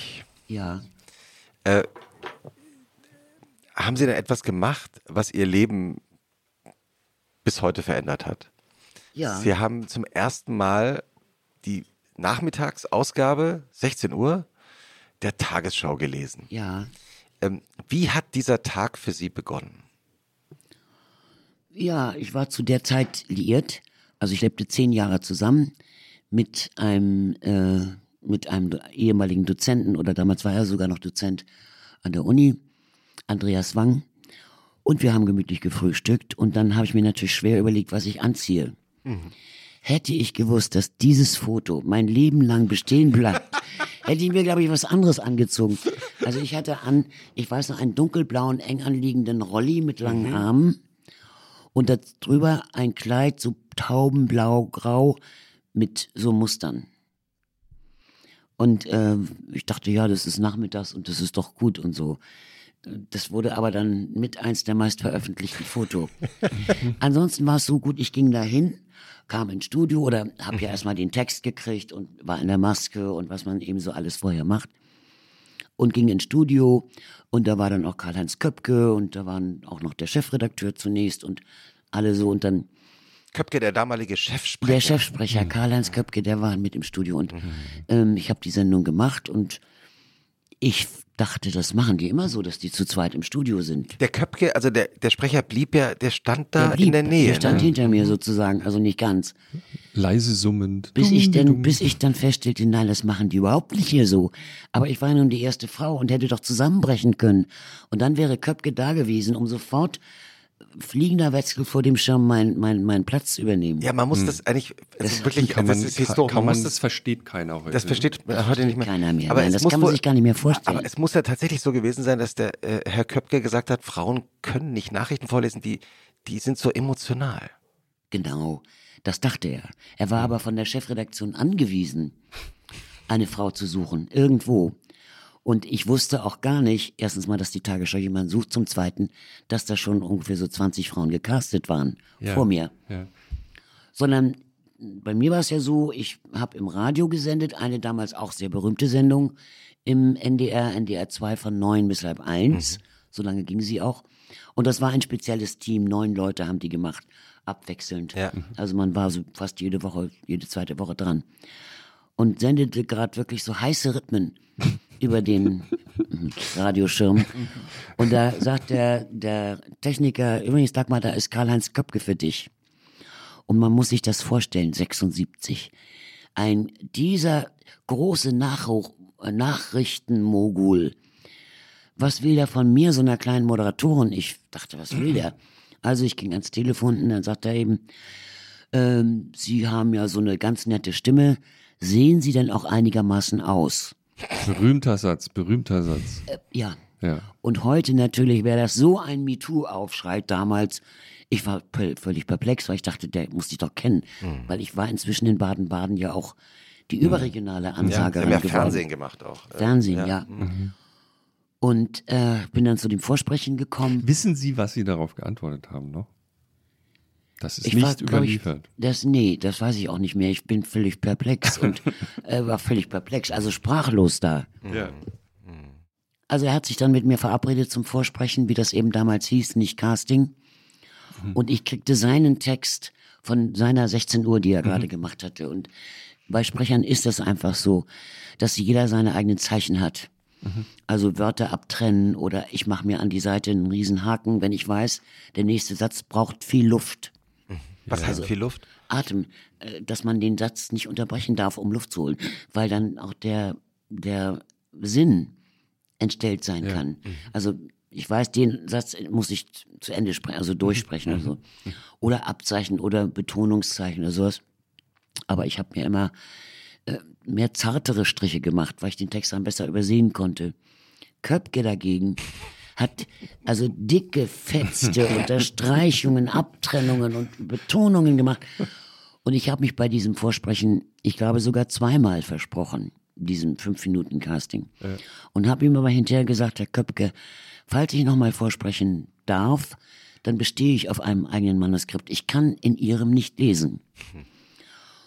Speaker 3: Ja.
Speaker 2: Äh, haben Sie denn etwas gemacht, was Ihr Leben bis heute verändert hat?
Speaker 3: Ja.
Speaker 2: Sie haben zum ersten Mal die Nachmittagsausgabe, sechzehn Uhr, der Tagesschau gelesen.
Speaker 3: Ja.
Speaker 2: Ähm, wie hat dieser Tag für Sie begonnen?
Speaker 3: Ja, ich war zu der Zeit liiert. Also ich lebte zehn Jahre zusammen mit einem, äh, mit einem ehemaligen Dozenten, oder damals war er sogar noch Dozent an der Uni, Andreas Wang. Und wir haben gemütlich gefrühstückt und dann habe ich mir natürlich schwer überlegt, was ich anziehe. Mhm. Hätte ich gewusst, dass dieses Foto mein Leben lang bestehen bleibt, hätte ich mir, glaube ich, was anderes angezogen. Also ich hatte an, ich weiß noch, einen dunkelblauen, eng anliegenden Rolli mit langen mhm. Armen und darüber ein Kleid, so taubenblau-grau mit so Mustern. Und äh, ich dachte, ja, das ist nachmittags und das ist doch gut und so. Das wurde aber dann mit eins der meist veröffentlichten Fotos. Ansonsten war es so gut, ich ging dahin, kam ins Studio oder habe ja erstmal den Text gekriegt und war in der Maske und was man eben so alles vorher macht. Und ging ins Studio und da war dann auch Karl-Heinz Köpke und da waren auch noch der Chefredakteur zunächst und alle so und dann...
Speaker 2: Köpke, der damalige Chefsprecher.
Speaker 3: Der Chefsprecher, mhm. Karl-Heinz Köpke, der war mit im Studio und mhm. ähm, ich habe die Sendung gemacht und ich dachte, das machen die immer so, dass die zu zweit im Studio sind.
Speaker 2: Der Köpke, also der, der Sprecher blieb ja, der stand da
Speaker 3: der blieb,
Speaker 2: in der Nähe.
Speaker 3: Der stand
Speaker 2: ne?
Speaker 3: hinter mir sozusagen, also nicht ganz.
Speaker 4: Leise summend.
Speaker 3: Bis ich dann, bis ich dann feststellte, nein, das machen die überhaupt nicht hier so. Aber ich war nun die erste Frau und hätte doch zusammenbrechen können. Und dann wäre Köpke da gewesen, um sofort fliegender Wechsel vor dem Schirm meinen mein, mein Platz zu übernehmen.
Speaker 2: Ja, man muss hm. das eigentlich, das ist wirklich,
Speaker 4: kann man,
Speaker 2: das ist historisch.
Speaker 4: Kann man,
Speaker 2: man
Speaker 4: das versteht keiner heute.
Speaker 2: Das versteht das heute nicht mehr.
Speaker 3: Keiner mehr.
Speaker 2: Aber
Speaker 3: Nein, das
Speaker 2: muss
Speaker 3: kann man
Speaker 2: wohl,
Speaker 3: sich gar nicht mehr vorstellen.
Speaker 2: Aber es muss ja tatsächlich so gewesen sein, dass der äh, Herr Köpke gesagt hat, Frauen können nicht Nachrichten vorlesen, die, die sind so emotional.
Speaker 3: Genau, das dachte er. Er war aber von der Chefredaktion angewiesen, eine Frau zu suchen, irgendwo. Und ich wusste auch gar nicht, erstens mal, dass die Tagesschau jemanden sucht, zum Zweiten, dass da schon ungefähr so zwanzig Frauen gecastet waren, ja, vor mir. Ja. Sondern bei mir war es ja so, ich habe im Radio gesendet, eine damals auch sehr berühmte Sendung im N D R, N D R zwei von neun bis halb eins, mhm. so lange ging sie auch. Und das war ein spezielles Team, neun Leute haben die gemacht, abwechselnd. Ja. Also man war so fast jede Woche, jede zweite Woche dran. Und sendete gerade wirklich so heiße Rhythmen über den Radioschirm. Und da sagt der, der Techniker, übrigens, sag mal, da ist Karl-Heinz Köpke für dich. Und man muss sich das vorstellen, sechsundsiebzig. Ein, dieser große Nachruch, Nachrichtenmogul. Was will der von mir, so einer kleinen Moderatorin? Ich dachte, was will der? Also ich ging ans Telefon und dann sagt er eben, ähm, Sie haben ja so eine ganz nette Stimme. Sehen Sie denn auch einigermaßen aus?
Speaker 4: Berühmter Satz, berühmter Satz.
Speaker 3: Äh, ja.
Speaker 4: ja.
Speaker 3: Und heute natürlich wäre das so ein MeToo-Aufschrei damals. Ich war p- völlig perplex, weil ich dachte, der muss dich doch kennen. Mhm. Weil ich war inzwischen in Baden-Baden ja auch die überregionale Ansagerin
Speaker 2: ja,
Speaker 3: geworden.
Speaker 2: Fernsehen gemacht auch.
Speaker 3: Fernsehen, ja.
Speaker 2: ja.
Speaker 3: Mhm. Und äh, bin dann zu dem Vorsprechen gekommen.
Speaker 4: Wissen Sie, was Sie darauf geantwortet haben noch? Das ist
Speaker 3: ich
Speaker 4: nicht
Speaker 3: war,
Speaker 4: überliefert.
Speaker 3: Ich, das, nee, das weiß ich auch nicht mehr. Ich bin völlig perplex und äh, war völlig perplex, also sprachlos da.
Speaker 4: Ja.
Speaker 3: Also er hat sich dann mit mir verabredet zum Vorsprechen, wie das eben damals hieß, nicht Casting. Mhm. Und ich kriegte seinen Text von seiner sechzehn Uhr, die er mhm. gerade gemacht hatte. Und bei Sprechern ist das einfach so, dass jeder seine eigenen Zeichen hat. Mhm. Also Wörter abtrennen oder ich mache mir an die Seite einen riesen Haken, wenn ich weiß, der nächste Satz braucht viel Luft.
Speaker 2: Was heißt also, viel Luft?
Speaker 3: Atem, äh, dass man den Satz nicht unterbrechen darf, um Luft zu holen, weil dann auch der, der Sinn entstellt sein ja. kann. Mhm. Also ich weiß, den Satz muss ich zu Ende sprechen, also durchsprechen mhm. oder so. Oder Abzeichen oder Betonungszeichen oder sowas. Aber ich habe mir immer äh, mehr zartere Striche gemacht, weil ich den Text dann besser übersehen konnte. Köpke dagegen hat also dicke, fetzte Unterstreichungen, Abtrennungen und Betonungen gemacht. Und ich habe mich bei diesem Vorsprechen, ich glaube sogar zweimal versprochen, diesem fünf-Minuten-Casting. Ja. Und habe ihm aber hinterher gesagt, Herr Köpke, falls ich nochmal vorsprechen darf, dann bestehe ich auf einem eigenen Manuskript. Ich kann in Ihrem nicht lesen.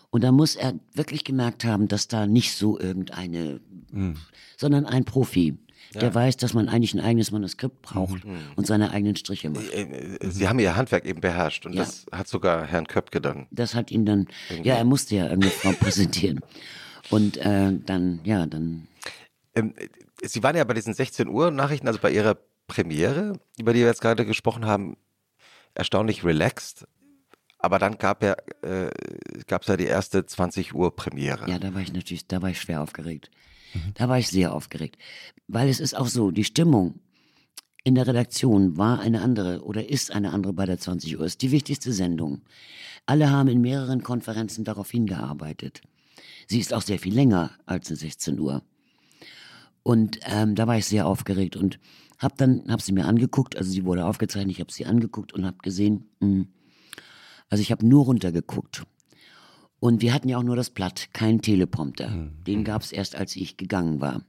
Speaker 3: Und da muss er wirklich gemerkt haben, dass da nicht so irgendeine, mhm. sondern ein Profi, der ja. weiß, dass man eigentlich ein eigenes Manuskript braucht mhm. und seine eigenen Striche macht.
Speaker 2: Sie haben Ihr Handwerk eben beherrscht und ja. das hat sogar Herrn Köpke dann.
Speaker 3: Das hat ihn dann, irgendwie. ja, er musste ja irgendeine Frau präsentieren. Und äh, dann, ja, dann.
Speaker 2: Ähm, Sie waren ja bei diesen sechzehn Uhr Nachrichten, also bei Ihrer Premiere, über die wir jetzt gerade gesprochen haben, erstaunlich relaxed. Aber dann gab ja, äh, gab es ja die erste zwanzig Uhr Premiere.
Speaker 3: Ja, da war ich natürlich, da war ich schwer aufgeregt. Mhm. Da war ich sehr aufgeregt. Weil es ist auch so, die Stimmung in der Redaktion war eine andere oder ist eine andere bei der zwanzig Uhr. Ist die wichtigste Sendung. Alle haben in mehreren Konferenzen darauf hingearbeitet. Sie ist auch sehr viel länger als eine sechzehn Uhr. Und ähm, da war ich sehr aufgeregt und hab dann, hab sie mir angeguckt, also sie wurde aufgezeichnet, ich habe sie angeguckt und hab gesehen, mh, also ich habe nur runtergeguckt. Und wir hatten ja auch nur das Blatt, keinen Teleprompter. Mhm. Den gab es erst, als ich gegangen war.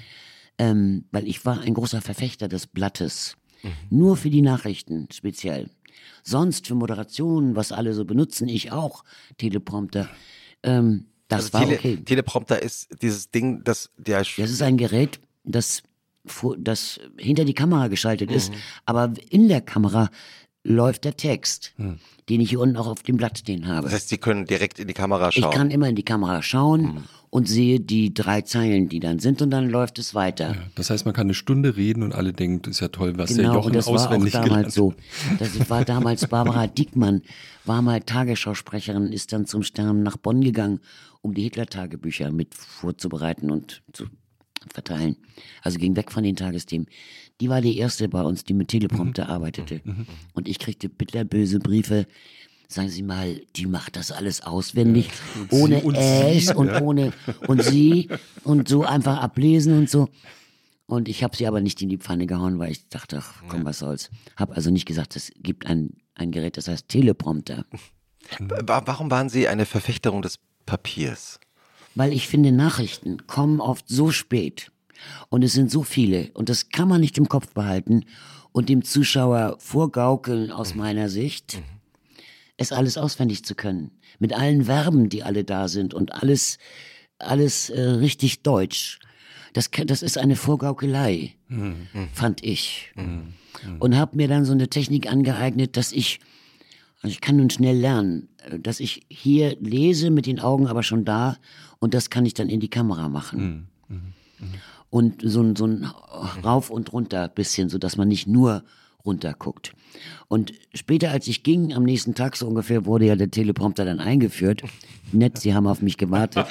Speaker 3: Ähm, weil ich war ein großer Verfechter des Blattes. Mhm. Nur für die Nachrichten speziell. Sonst für Moderationen, was alle so benutzen, ich auch, Teleprompter. Ähm, das also war
Speaker 2: Tele-
Speaker 3: okay.
Speaker 2: Teleprompter ist dieses Ding, das... Der
Speaker 3: das ist ein Gerät, das, das hinter die Kamera geschaltet mhm. ist, aber in der Kamera läuft der Text, hm. den ich hier unten auch auf dem Blatt stehen habe.
Speaker 2: Das heißt, Sie können direkt in die Kamera schauen?
Speaker 3: Ich kann immer in die Kamera schauen hm. und sehe die drei Zeilen, die dann sind und dann läuft es weiter.
Speaker 4: Ja, das heißt, man kann eine Stunde reden und alle denken, das ist ja toll, was
Speaker 3: genau,
Speaker 4: der Jochen
Speaker 3: und das
Speaker 4: auswendig
Speaker 3: war auch damals so.
Speaker 4: hat.
Speaker 3: Das war damals Barbara Diekmann, war mal Tagesschausprecherin, ist dann zum Stern nach Bonn gegangen, um die Hitler-Tagebücher mit vorzubereiten und zu verteilen. Also ging weg von den Tagesthemen. Die war die erste bei uns, die mit Teleprompter mhm. arbeitete. Mhm. Und ich kriegte bitterböse Briefe. Sagen Sie mal, die macht das alles auswendig, ja. ohne S und ja. ohne und sie und so einfach ablesen und so. Und ich habe sie aber nicht in die Pfanne gehauen, weil ich dachte, ach komm, was soll's. Habe also nicht gesagt, es gibt ein, ein Gerät, das heißt Teleprompter.
Speaker 2: Warum waren Sie eine Verfechterin des Papiers?
Speaker 3: Weil ich finde, Nachrichten kommen oft so spät und es sind so viele und das kann man nicht im Kopf behalten und dem Zuschauer vorgaukeln aus meiner Sicht, mhm. es alles auswendig zu können. Mit allen Verben, die alle da sind und alles, alles äh, richtig deutsch. Das, das ist eine Vorgaukelei, mhm. fand ich. Mhm. Mhm. Und habe mir dann so eine Technik angeeignet, dass ich, also ich kann nun schnell lernen, dass ich hier lese mit den Augen aber schon da und das kann ich dann in die Kamera machen. Mhm. Mhm. Mhm. Und so ein, so ein rauf und runter bisschen, so dass man nicht nur runter guckt. Und später, als ich ging, am nächsten Tag so ungefähr, wurde ja der Teleprompter dann eingeführt. Nett, sie haben auf mich gewartet.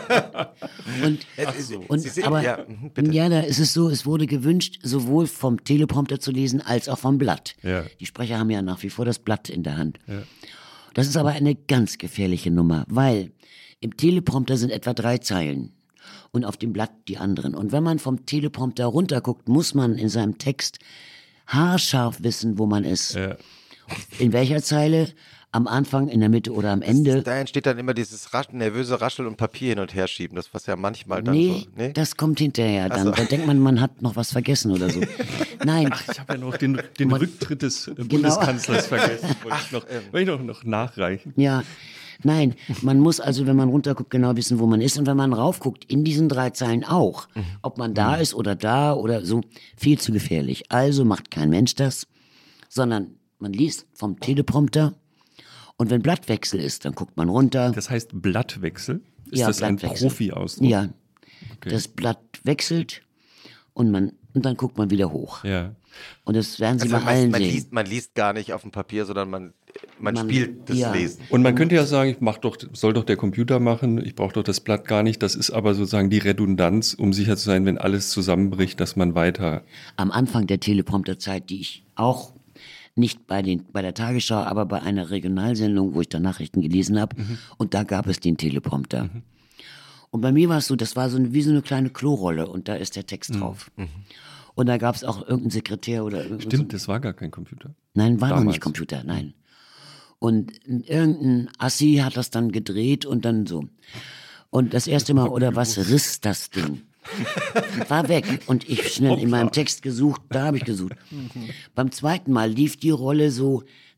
Speaker 3: und,
Speaker 2: so.
Speaker 3: und sehen, aber ja, ja, da ist es so, es wurde gewünscht, sowohl vom Teleprompter zu lesen, als auch vom Blatt. Ja. Die Sprecher haben ja nach wie vor das Blatt in der Hand. Ja. Das ist aber eine ganz gefährliche Nummer, weil im Teleprompter sind etwa drei Zeilen und auf dem Blatt die anderen. Und wenn man vom Teleprompter runterguckt, muss man in seinem Text haarscharf wissen, wo man ist. Ja. In welcher Zeile, am Anfang, in der Mitte oder am Ende.
Speaker 2: Das, da entsteht dann immer dieses rasch, nervöse Rascheln und Papier hin und her schieben, das was ja manchmal dann
Speaker 3: nee,
Speaker 2: so... Nee,
Speaker 3: das kommt hinterher dann.
Speaker 2: So.
Speaker 3: Da denkt man, man hat noch was vergessen oder so. Nein.
Speaker 4: Ach, ich habe ja noch den, den man, Rücktritt des genau. Bundeskanzlers vergessen. Wollte ich noch, ähm. wollte ich noch, noch nachreichen.
Speaker 3: Ja, nein, man muss also, wenn man runterguckt, genau wissen, wo man ist. Und wenn man raufguckt, in diesen drei Zeilen auch. Mhm. Ob man da mhm. ist oder da oder so, viel zu gefährlich. Also macht kein Mensch das, sondern man liest vom Teleprompter. Und wenn Blattwechsel ist, dann guckt man runter.
Speaker 4: Das heißt Blattwechsel? Ist
Speaker 3: ja,
Speaker 4: das ein Profi-Ausdruck?
Speaker 3: Ja, okay. Das Blatt wechselt und, man, und dann guckt man wieder hoch. Ja. Und das werden Sie
Speaker 2: also
Speaker 3: bei allen
Speaker 2: man
Speaker 3: sehen.
Speaker 2: Liest, man liest gar nicht auf dem Papier, sondern man, man, man spielt das
Speaker 3: ja.
Speaker 2: Lesen.
Speaker 4: Und man könnte ja sagen, ich mach doch, soll doch der Computer machen, ich brauche doch das Blatt gar nicht. Das ist aber sozusagen die Redundanz, um sicher zu sein, wenn alles zusammenbricht, dass man weiter...
Speaker 3: Am Anfang der Teleprompterzeit, die ich auch... Nicht bei, den, bei der Tagesschau, aber bei einer Regionalsendung, wo ich da Nachrichten gelesen habe. Mhm. Und da gab es den Teleprompter. Mhm. Und bei mir war es so, das war so eine, wie so eine kleine Klorolle und da ist der Text mhm. drauf. Mhm. Und da gab es auch irgendeinen Sekretär oder irgendwas.
Speaker 4: Stimmt, so. Das war gar kein Computer.
Speaker 3: Nein, war
Speaker 4: Damals.
Speaker 3: noch nicht Computer, nein. Und irgendein Assi hat das dann gedreht und dann so. Und das erste Mal, oder was, riss das Ding. War weg und ich schnell in meinem Text gesucht, da habe ich gesucht. Mhm. Beim zweiten Mal lief die Rolle so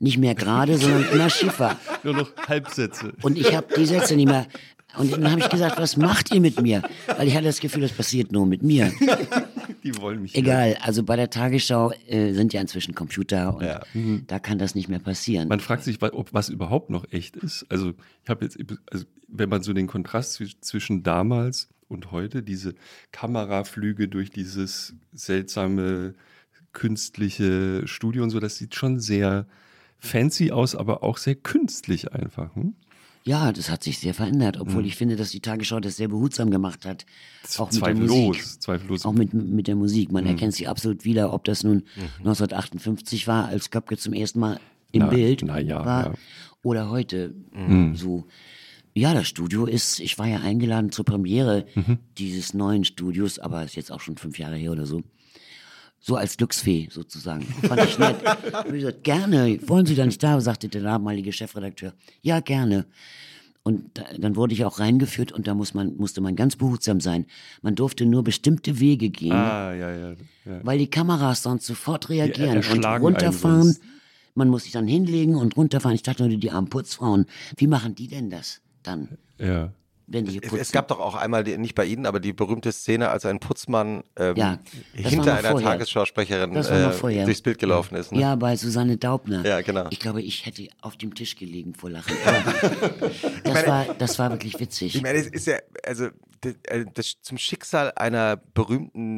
Speaker 3: nicht mehr gerade, sondern immer schiffer.
Speaker 4: Nur noch Halbsätze.
Speaker 3: Und ich habe die Sätze nicht mehr. Und dann habe ich gesagt, was macht ihr mit mir? Weil ich hatte das Gefühl, das passiert nur mit mir.
Speaker 4: Die wollen mich.
Speaker 3: Egal,
Speaker 4: hören.
Speaker 3: also bei der Tagesschau äh, sind ja inzwischen Computer und
Speaker 2: Ja.
Speaker 3: mhm. da kann das nicht mehr passieren.
Speaker 4: Man fragt sich, ob was überhaupt noch echt ist. Also ich habe jetzt, also wenn man so den Kontrast zwischen damals und heute, diese Kameraflüge durch dieses seltsame künstliche Studio und so, das sieht schon sehr fancy aus, aber auch sehr künstlich einfach. Hm?
Speaker 3: Ja, das hat sich sehr verändert, obwohl mhm. ich finde, dass die Tagesschau das sehr behutsam gemacht hat. Auch mit der Musik.
Speaker 4: Zweifellos.
Speaker 3: Auch mit, mit der Musik. Man mhm. erkennt sie absolut wieder, ob das nun mhm. neunzehnhundertachtundfünfzig war, als Köpke zum ersten Mal im
Speaker 4: na,
Speaker 3: Bild
Speaker 4: na ja,
Speaker 3: war,
Speaker 4: ja.
Speaker 3: oder heute
Speaker 4: mhm.
Speaker 3: so. Ja, das Studio ist, ich war ja eingeladen zur Premiere mhm. dieses neuen Studios, aber ist jetzt auch schon fünf Jahre her oder so. So als Glücksfee sozusagen. Fand ich nett. Ich gesagt, gerne. Wollen Sie da nicht da? Sagte der damalige Chefredakteur. Ja, gerne. Und da, dann wurde ich auch reingeführt und da muss man, musste man ganz behutsam sein. Man durfte nur bestimmte Wege gehen,
Speaker 4: ah, ja, ja, ja.
Speaker 3: weil die Kameras sonst sofort reagieren
Speaker 4: die
Speaker 3: und runterfahren. Man muss sich dann hinlegen und runterfahren. Ich dachte nur, die armen Putzfrauen, wie machen die denn das dann?
Speaker 4: Ja.
Speaker 3: Wenn die
Speaker 2: es, es gab doch auch einmal, die, nicht bei Ihnen, aber die berühmte Szene, als ein Putzmann ähm,
Speaker 3: ja,
Speaker 2: hinter einer vorher. Tagesschausprecherin äh, durchs Bild gelaufen ist. Ne?
Speaker 3: Ja, bei Susanne Daubner.
Speaker 2: Ja, genau.
Speaker 3: Ich glaube, ich hätte auf dem Tisch gelegen vor Lachen. Aber das, meine, war, das war wirklich witzig.
Speaker 2: Ich meine, es ist ja, also das, das zum Schicksal einer berühmten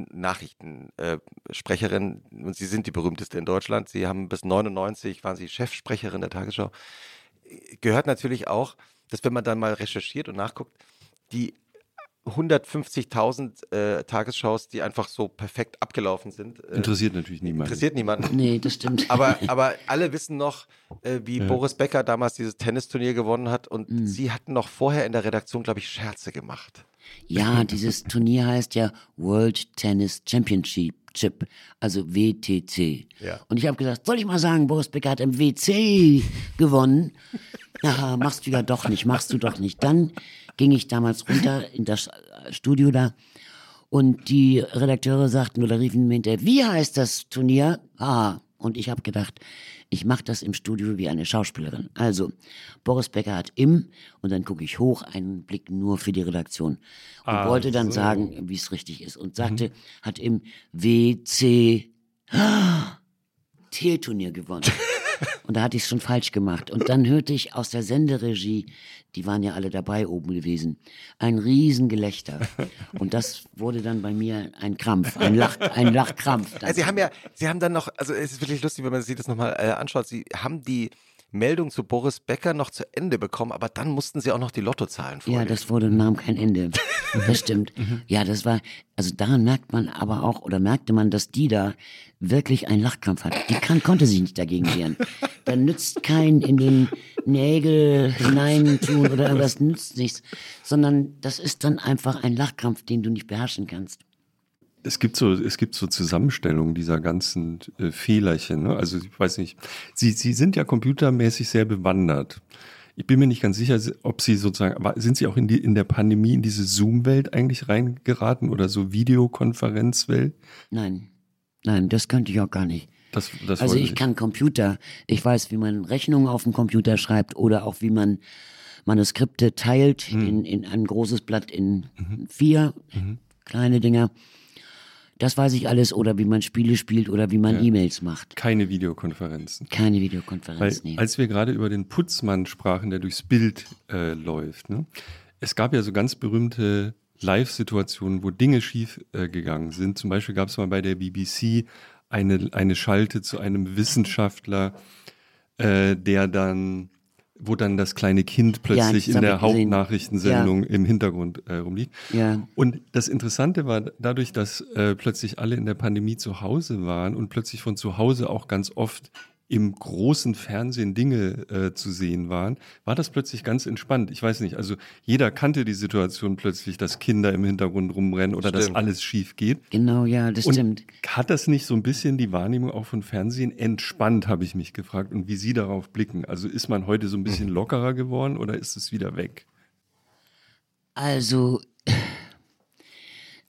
Speaker 2: Nachrichtensprecherin, äh, und Sie sind die berühmteste in Deutschland, Sie haben bis neunundneunzig, waren Sie Chefsprecherin der Tagesschau, gehört natürlich auch, dass wenn man dann mal recherchiert und nachguckt, die hundertfünfzigtausend äh, Tagesschaus, die einfach so perfekt abgelaufen sind. Äh,
Speaker 4: interessiert natürlich niemanden.
Speaker 2: Interessiert niemanden.
Speaker 3: Nee, das stimmt.
Speaker 2: Aber, aber alle wissen noch, äh, wie
Speaker 4: ja.
Speaker 2: Boris Becker damals dieses Tennisturnier gewonnen hat und
Speaker 3: mhm.
Speaker 2: Sie hatten noch vorher in der Redaktion, glaube ich, Scherze gemacht.
Speaker 3: Ja, dieses Turnier heißt ja World Tennis Championship. Chip, also W T C.
Speaker 2: Ja.
Speaker 3: Und ich habe gesagt, soll ich mal sagen, Boris Becker hat im W C gewonnen. Ja, machst du ja doch nicht, machst du doch nicht. Dann ging ich damals runter in das Studio da und die Redakteure sagten oder riefen mir hinterher, wie heißt das Turnier? Ah, und ich habe gedacht, ich mache das im Studio wie eine Schauspielerin. Also, Boris Becker hat im, und dann gucke ich hoch, einen Blick nur für die Redaktion. Und
Speaker 4: ah,
Speaker 3: wollte dann
Speaker 4: so.
Speaker 3: sagen, wie es richtig ist. Und sagte, mhm. hat im W C ah, T-Turnier gewonnen. Und da hatte ich es schon falsch gemacht. Und dann hörte ich aus der Senderegie, die waren ja alle dabei oben gewesen, ein Riesengelächter. Und das wurde dann bei mir ein Krampf, ein, Lach, ein Lachkrampf.
Speaker 2: Also Sie haben ja, Sie haben dann noch, also es ist wirklich lustig, wenn man sich das nochmal äh, anschaut, Sie haben die Meldung zu Boris Becker noch zu Ende bekommen, aber dann mussten Sie auch noch die Lottozahlen vorlesen.
Speaker 3: Ja, das wurde, nahm kein Ende. Das stimmt. Ja, das war, also daran merkt man aber auch, oder merkte man, dass die da wirklich einen Lachkrampf hat. Die kann, konnte sich nicht dagegen wehren. Da nützt kein in den Nägel hineintun oder irgendwas, nützt nichts, sondern das ist dann einfach ein Lachkrampf, den du nicht beherrschen kannst.
Speaker 4: Es gibt so, es gibt so Zusammenstellungen dieser ganzen äh, Fehlerchen. Ne? Also ich weiß nicht, Sie, Sie sind ja computermäßig sehr bewandert. Ich bin mir nicht ganz sicher, ob Sie sozusagen, sind Sie auch in, die, in der Pandemie in diese Zoom-Welt eigentlich reingeraten oder so Videokonferenzwelt?
Speaker 3: Nein, nein, das könnte ich auch gar nicht.
Speaker 4: Das, das
Speaker 3: also ich
Speaker 4: nicht.
Speaker 3: kann Computer, ich weiß, wie man Rechnungen auf dem Computer schreibt oder auch wie man Manuskripte teilt mhm. in, in ein großes Blatt in mhm. vier mhm. kleine Dinger. Das weiß ich alles, oder wie man Spiele spielt oder wie man ja. E-Mails macht.
Speaker 4: Keine Videokonferenzen.
Speaker 3: Keine Videokonferenzen,
Speaker 4: Weil,
Speaker 3: nee.
Speaker 4: Als wir gerade über den Putzmann sprachen, der durchs Bild äh, läuft, ne? Es gab ja so ganz berühmte Live-Situationen, wo Dinge schief äh, gegangen sind. Zum Beispiel gab es mal bei der B B C eine, eine Schalte zu einem Wissenschaftler, äh, der dann wo dann das kleine Kind plötzlich ja, in der Hauptnachrichtensendung ja. im Hintergrund äh, rumliegt.
Speaker 3: Ja.
Speaker 4: Und das Interessante war dadurch, dass äh, plötzlich alle in der Pandemie zu Hause waren und plötzlich von zu Hause auch ganz oft im großen Fernsehen Dinge äh, zu sehen waren, war das plötzlich ganz entspannt. Ich weiß nicht, also jeder kannte die Situation plötzlich, dass Kinder im Hintergrund rumrennen oder stimmt. dass alles schief geht.
Speaker 3: Genau, ja, das
Speaker 4: und
Speaker 3: stimmt.
Speaker 4: Hat das nicht so ein bisschen die Wahrnehmung auch von Fernsehen entspannt, habe ich mich gefragt, und wie Sie darauf blicken? Also ist man heute so ein bisschen lockerer geworden oder ist es wieder weg?
Speaker 3: Also,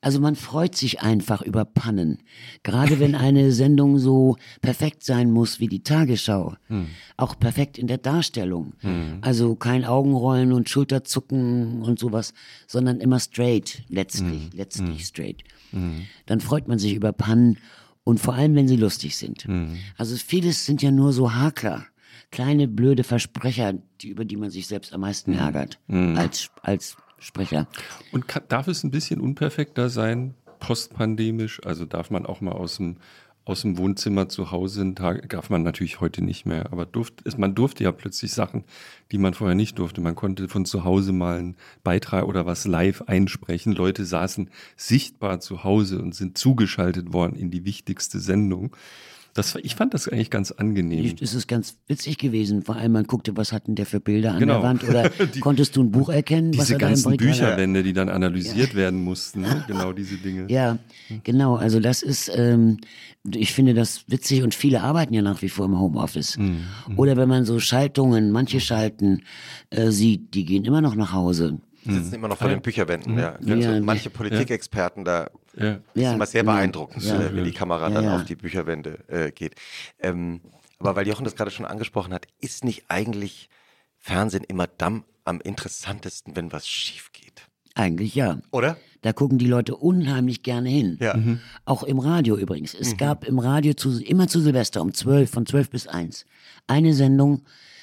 Speaker 3: Also man freut sich einfach über Pannen. Gerade wenn eine Sendung so perfekt sein muss wie die Tagesschau. Hm. Auch perfekt in der Darstellung. Hm. Also kein Augenrollen und Schulterzucken und sowas, sondern immer straight, letztlich, hm. letztlich straight. Hm. Dann freut man sich über Pannen und vor allem, wenn sie lustig sind. Hm. Also vieles sind ja nur so Hakler. Kleine, blöde Versprecher, die, über die man sich selbst am meisten ärgert, hm. als, als Sprecher.
Speaker 4: Und kann, darf es ein bisschen unperfekter sein, postpandemisch? Also darf man auch mal aus dem, aus dem Wohnzimmer zu Hause, einen Tag, darf man natürlich heute nicht mehr, aber durft, man durfte ja plötzlich Sachen, die man vorher nicht durfte. Man konnte von zu Hause mal einen Beitrag oder was live einsprechen. Leute saßen sichtbar zu Hause und sind zugeschaltet worden in die wichtigste Sendung. Das, ich fand das eigentlich ganz angenehm.
Speaker 3: Es ist ganz witzig gewesen. Vor allem, man guckte, was hatten der für Bilder an
Speaker 4: genau.
Speaker 3: der Wand oder die, konntest du ein Buch erkennen?
Speaker 4: Diese
Speaker 3: was er
Speaker 4: ganzen
Speaker 3: da
Speaker 4: Bücherwände, die dann analysiert ja. werden mussten, ne? Genau diese Dinge.
Speaker 3: Ja, genau. Also das ist, ähm, ich finde das witzig und viele arbeiten ja nach wie vor im Homeoffice. Mhm. Oder wenn man so Schaltungen, manche Schalten äh, sieht, die gehen immer noch nach Hause.
Speaker 2: Die sitzen immer noch vor den Bücherwänden, ja. ja. Also manche Politikexperten da,
Speaker 4: ja.
Speaker 2: das ist immer sehr beeindruckend,
Speaker 3: ja.
Speaker 2: äh, wenn die Kamera
Speaker 3: ja,
Speaker 2: dann
Speaker 3: ja.
Speaker 2: auf die Bücherwände äh, geht. Ähm, aber weil Jochen das gerade schon angesprochen hat, ist nicht eigentlich Fernsehen immer dann am interessantesten, wenn was schief geht?
Speaker 3: Eigentlich ja.
Speaker 2: Oder?
Speaker 3: Da gucken die Leute unheimlich gerne hin.
Speaker 2: Ja.
Speaker 3: Mhm. Auch im Radio übrigens. Es
Speaker 2: mhm.
Speaker 3: gab im Radio zu, immer zu Silvester um zwölf, von zwölf bis eins, eine Sendung,